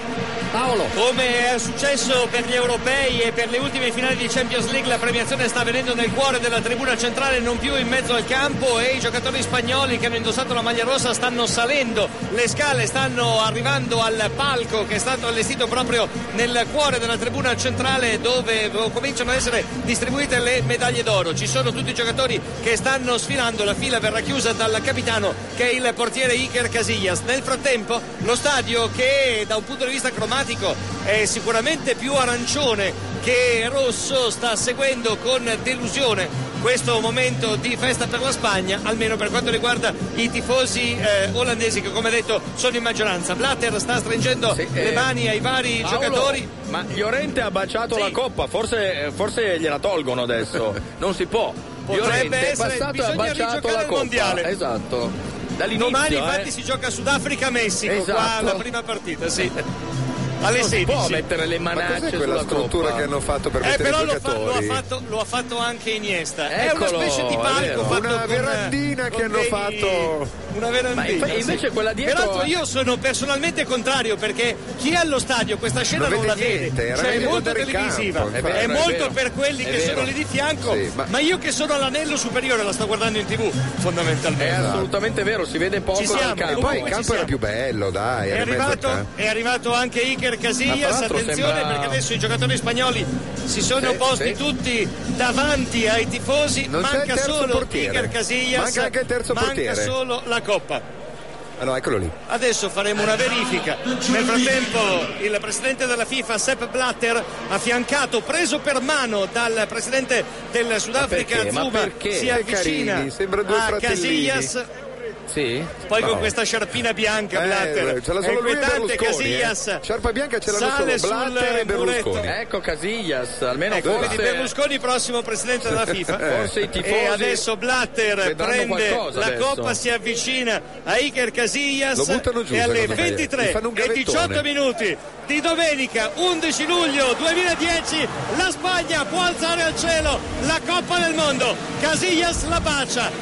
Paolo. Come è successo per gli europei e per le ultime finali di Champions League, la premiazione sta avvenendo nel cuore della tribuna centrale, non più in mezzo al campo, e i giocatori spagnoli che hanno indossato la maglia rossa stanno salendo le scale, stanno arrivando al palco che è stato allestito proprio nel cuore della tribuna centrale, dove cominciano ad essere distribuite le medaglie d'oro. Ci sono tutti i giocatori che stanno sfilando, la fila verrà chiusa dal capitano che è il portiere Iker Casillas. Nel frattempo lo stadio, che da un punto di vista cromatico è sicuramente più arancione che rosso, sta seguendo con delusione questo momento di festa per la Spagna, almeno per quanto riguarda i tifosi eh, olandesi che, come detto, sono in maggioranza. Blatter sta stringendo Sì, le eh, mani ai vari Paolo, giocatori. ma Llorente ha baciato Sì. la coppa, forse, forse gliela tolgono adesso, non si può. Potrebbe Llorente è essere, passato e ha bisogna baciato rigiocare la il coppa. mondiale. Esatto. Dall'inizio, Domani eh. infatti si gioca Sudafrica-Messico, Esatto. qua la prima partita, sì. Alle Non si sedici. può mettere le Ma manacce cos'è quella sulla struttura coppa? che hanno fatto per Eh, mettere però i lo, fa- lo, ha giocatori? fatto, lo ha fatto anche Iniesta. È Eccolo, una specie di è palco vero. fatto Una con, verandina con che hanno dei- fatto. Una Ma verandina. inf- invece sì. quella dietro- Peraltro io sono personalmente contrario, perché chi è allo stadio questa scena Non non, la vede vede. niente, era Cioè è meglio molto guardare il televisiva. campo, è infatti. È vero, è molto vero. per quelli È che vero. sono lì di fianco. Sì, ma... ma- io che sono all'anello superiore la sto guardando in tv, È fondamentalmente. assolutamente vero, si vede poco Ci siamo, dal campo. E poi Comunque il ci campo era siamo. più bello, dai. È era in mezzo al arrivato, campo. è arrivato anche Iker Ma tra Casillas, l'altro attenzione sembra- perché adesso i giocatori spagnoli si sono Sì, posti sì. tutti davanti ai tifosi, Non c'è il manca terzo solo portiere. Iker Casillas, Manca anche il terzo manca portiere. solo la coppa. Ah, no, eccolo lì. Adesso faremo una verifica. Nel frattempo il presidente della FIFA, Sepp Blatter, affiancato, preso per mano dal presidente del Sudafrica, perché? Ma Zuma, perché? si Che avvicina carini, sembra due a fratellini. Casillas. Sì? Poi No. con questa sciarpina bianca, Eh, Blatter, ce l'ha è solo lui e inquietante. Berlusconi, Casillas eh. Sciarpa bianca ce l'hanno sale solo Blatter sul e Berlusconi. muretto. Ecco Casillas, almeno Ecco, quindi forse, Berlusconi prossimo presidente della FIFA. forse i tifosi E adesso Blatter vedranno prende qualcosa la adesso. coppa, si avvicina a Iker Casillas Lo buttano giù, e alle secondo me. Gli ventitré fanno un e gavettone. diciotto minuti di domenica undici luglio duemiladieci la Spagna può alzare al cielo la Coppa del Mondo. Casillas la bacia,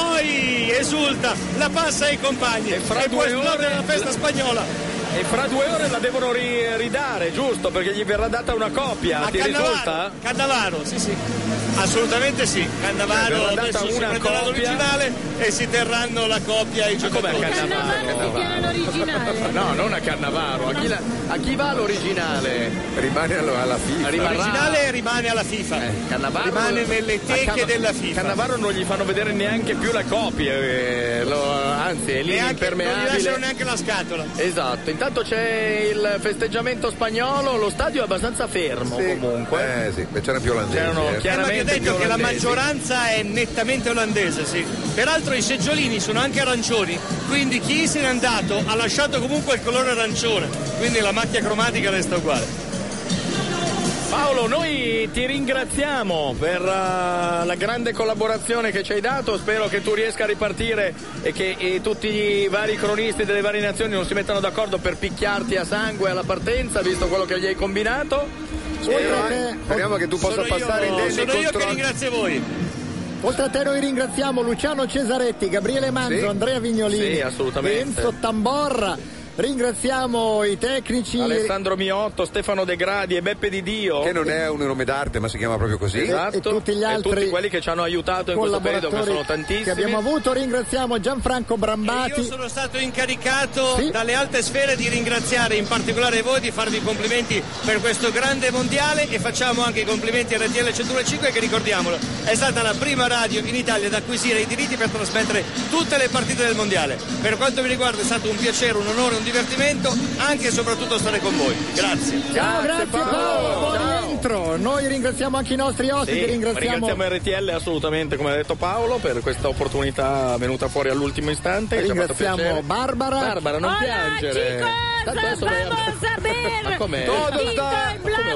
poi esulta, la passa ai compagni E fra e può due esplodere ore la festa spagnola. E fra due ore la devono ri- ridare, giusto? Perché gli verrà data una coppia, A ti Cannavaro, risulta? Cannavaro, sì sì, assolutamente sì. Cannavaro Verrà data adesso si una prenderà coppia. l'originale e si terranno la coppia ai Ma com'è giocatori. Cannavaro? Cannavaro si tiene l'originale. No, non a Cannavaro, a chi, la- a chi va l'originale? Rimane allo- alla FIFA. Rimarrà- L'originale rimane alla FIFA, Eh, Cannavaro rimane nelle a teche Canna- della FIFA. Cannavaro non gli fanno vedere neanche più le copie, eh, lo- anzi è lì Neanche, non gli lasciano impermeabile. neanche la scatola. Esatto, intanto c'è il festeggiamento spagnolo, lo stadio è abbastanza fermo Sì. comunque. Eh sì, beh, c'erano più olandesi. C'erano eh. Eh, ma vi ho chiaramente detto più che la olandesi. maggioranza è nettamente olandese, sì. Peraltro i seggiolini sono anche arancioni, quindi chi se n'è andato ha lasciato comunque il colore arancione, quindi la macchia cromatica resta uguale. Paolo, noi ti ringraziamo per uh, la grande collaborazione che ci hai dato, spero che tu riesca a ripartire e che e tutti i vari cronisti delle varie nazioni non si mettano d'accordo per picchiarti a sangue alla partenza, visto quello che gli hai combinato. Speriamo, speriamo che tu possa Sono passare io, indenni sono io contro... che ringrazio voi. Oltre a te noi ringraziamo Luciano Cesaretti, Gabriele Manzo, Sì. Andrea Vignolini, Sì, assolutamente. Enzo Tamborra, ringraziamo i tecnici Alessandro Miotto, Stefano De Gradi e Beppe Di Dio, che non è un nome d'arte ma si chiama proprio così, esatto, e tutti gli altri e tutti quelli che ci hanno aiutato in questo periodo, che sono tantissimi, che abbiamo avuto. Ringraziamo Gianfranco Brambati. E io sono stato incaricato sì? dalle alte sfere di ringraziare in particolare voi, di farvi i complimenti per questo grande mondiale, e facciamo anche i complimenti a R T L centodue e cinque, che ricordiamolo è stata la prima radio in Italia ad acquisire i diritti per trasmettere tutte le partite del mondiale. Per quanto mi riguarda è stato un piacere, un onore, un divertimento, anche e soprattutto stare con voi. Grazie. Ciao, grazie, grazie Paolo, buon rientro. Noi ringraziamo anche i nostri ospiti, sì, ringraziamo... ringraziamo R T L assolutamente, come ha detto Paolo, per questa opportunità venuta fuori all'ultimo istante. Ringraziamo Barbara. Barbara, non Hola, piangere. Chicos, vamos a ver. Ma com'è? Todo sta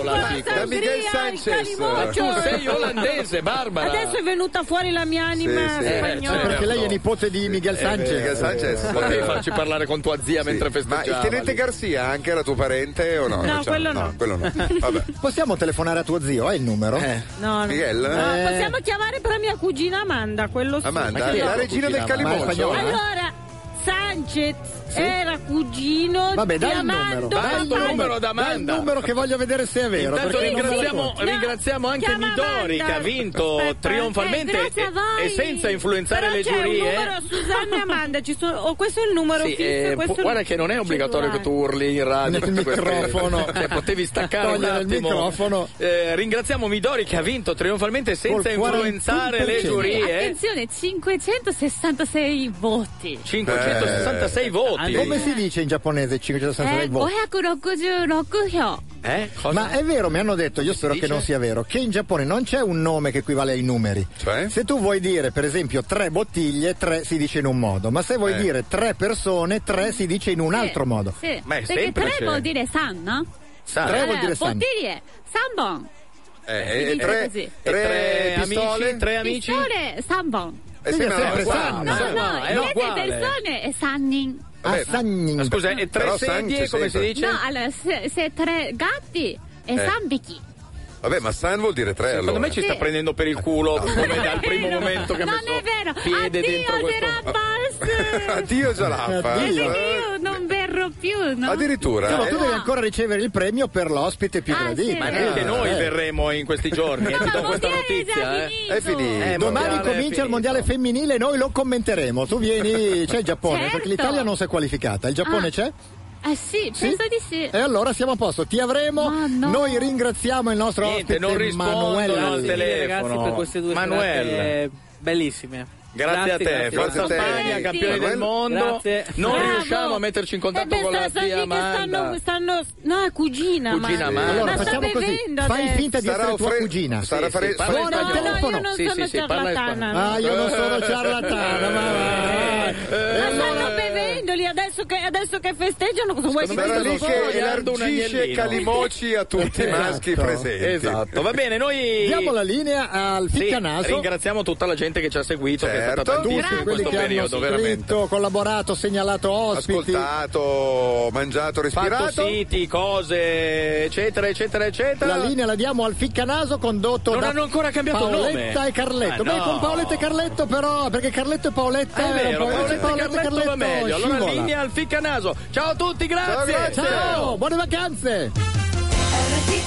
da Miguel Sanchez. Ma tu sei olandese, Barbara. Adesso è venuta fuori la mia anima sì, sì. spagnola. Eh, perché lei è nipote di Miguel Sanchez. Eh, Miguel Sanchez. Potevi farci parlare con tua zia sì. mentre festeggiava. Ma il tenente Garcia anche era tuo parente o no? No, quello no. no. Quello no. Vabbè. Possiamo telefonare a tuo zio? Hai il numero? Eh. No, no. Miguel? No, Eh. possiamo chiamare per mia cugina Amanda, quello sì. Amanda, la regina del Calimoccio. Allora, Sanchez sì? era cugino Vabbè, dai di il numero. Amando. Dai il Papà. numero da Dai il numero che voglio vedere se è vero. Intanto perché non me lo ringraziamo, ricordo. ringraziamo anche Chiama Midori, Amanda. che ha vinto Aspetta, trionfalmente eh, grazie a voi. e, e senza influenzare Però le c'è giurie. un numero, Susanna e Amanda, ci sono, oh, questo è il numero Sì, fisso. eh, questo pu- guarda che non è obbligatorio che tu urli in radio Nel tutte queste- microfono. Cioè, potevi staccare un Togliere il attimo. microfono. Eh, ringraziamo Midori che ha vinto trionfalmente senza Col influenzare le quarantuno per cento. giurie. Attenzione, cinquecentosessantasei voti. cinquecentosessantasei voti. Come si dice in giapponese cinquecentosessantasei Eh, voti? gohiakurokujirokku hyo. Eh? Cosa? Ma è vero, mi hanno detto, io spero che dice? non sia vero, che in Giappone non c'è un nome che equivale ai numeri. Cioè? Se tu vuoi dire, per esempio, tre bottiglie, tre si dice in un modo, ma se vuoi Eh. dire tre persone, tre si dice in un altro modo. Sì, Ma è perché semplice. tre vuol dire san, no? Sa- Tre vuol Allora, dire san. bottiglie, sanbon. Eh, Si e dice tre, così. E tre tre pistole? amici, tre amici. Pistole, sanbon. Eh sì, Quindi ma è sempre no, San. No, No, no, no, è siete uguale. persone e sannin. Ah, Vabbè, Sannin. Ma scusa, e tre Però sedie, Sanchez come si sempre. dice? No, allora, se, se tre gatti e Eh. sanbichi. Vabbè, ma San vuol dire tre Secondo allora. me ci sta Sì. prendendo per il culo come dal primo vero. momento che ha Non messo è vero. piede Addio, dentro questo. Gerabas. Addio Gialaffa. Addio. Io non verrò più, no? Addirittura. No, ma eh? tu devi ancora ricevere il premio per l'ospite più Ah, gradito. sì. Ma Eh. anche noi verremo in questi giorni, e No, ti do ma questa mondiale è già notizia. Eh. finito. È finito. Eh, Domani mondiale è comincia il finito. mondiale femminile e noi lo commenteremo. Tu vieni, c'è il Giappone, Certo. perché l'Italia non si è qualificata. Il Giappone Ah. c'è? Eh sì, penso di sì. E allora siamo a posto, ti avremo. Ma no. Noi ringraziamo il nostro Niente, ospite non rispondono Manuel. al Grazie mille, ragazzi, telefono. per queste due Manuel. serate bellissime. Grazie, a te, grazie. Forza Grazie a te. Spagna, campioni Manuel. del mondo. Grazie. Non Bravo. riusciamo a metterci in contatto Eh beh, con la sta- sta lì zia che Amanda. stanno, stanno, no, è cugina. Cugina ma, Amanda. Allora ma sta facciamo così, bevendo fai adesso. finta di Sarà essere tua offre- cugina. sarà Sì, fare- sì, parla Suona in il spagnolo. telefono. No, io non Sì, sono sì, sì, parla in ciarlatana. spagnolo. Ah, io non sono ciarlatana, ma vai. Ma stanno bevendo lì adesso che, adesso che festeggiano, cosa vuoi che Secondo Sarà me lì sto che sfogliando un elargisce agnellino. calimoci a tutti i maschi Esatto. presenti. Esatto, va bene, noi Diamo la linea al Sì, Ficcanaso. ringraziamo tutta la gente che ci ha seguito, che è stata Certo. tantissima Tutti in quelli questo che hanno periodo, veramente. scritto, collaborato, segnalato ospiti. Ascoltato, mangiato, Fatto respirato. siti, cose, eccetera, eccetera, eccetera. La linea la diamo al Ficcanaso condotto Non da hanno ancora cambiato nome. Paoletta e Carletto. Ah, Beh, no. con Paoletta e Carletto però, perché Carletto e Paoletta Ah, è vero, un po'- Paoletta e Carletto va meglio. Allora scivola. linea al Ficcanaso. Ciao a tutti, grazie. Ciao, grazie. Ciao, buone vacanze.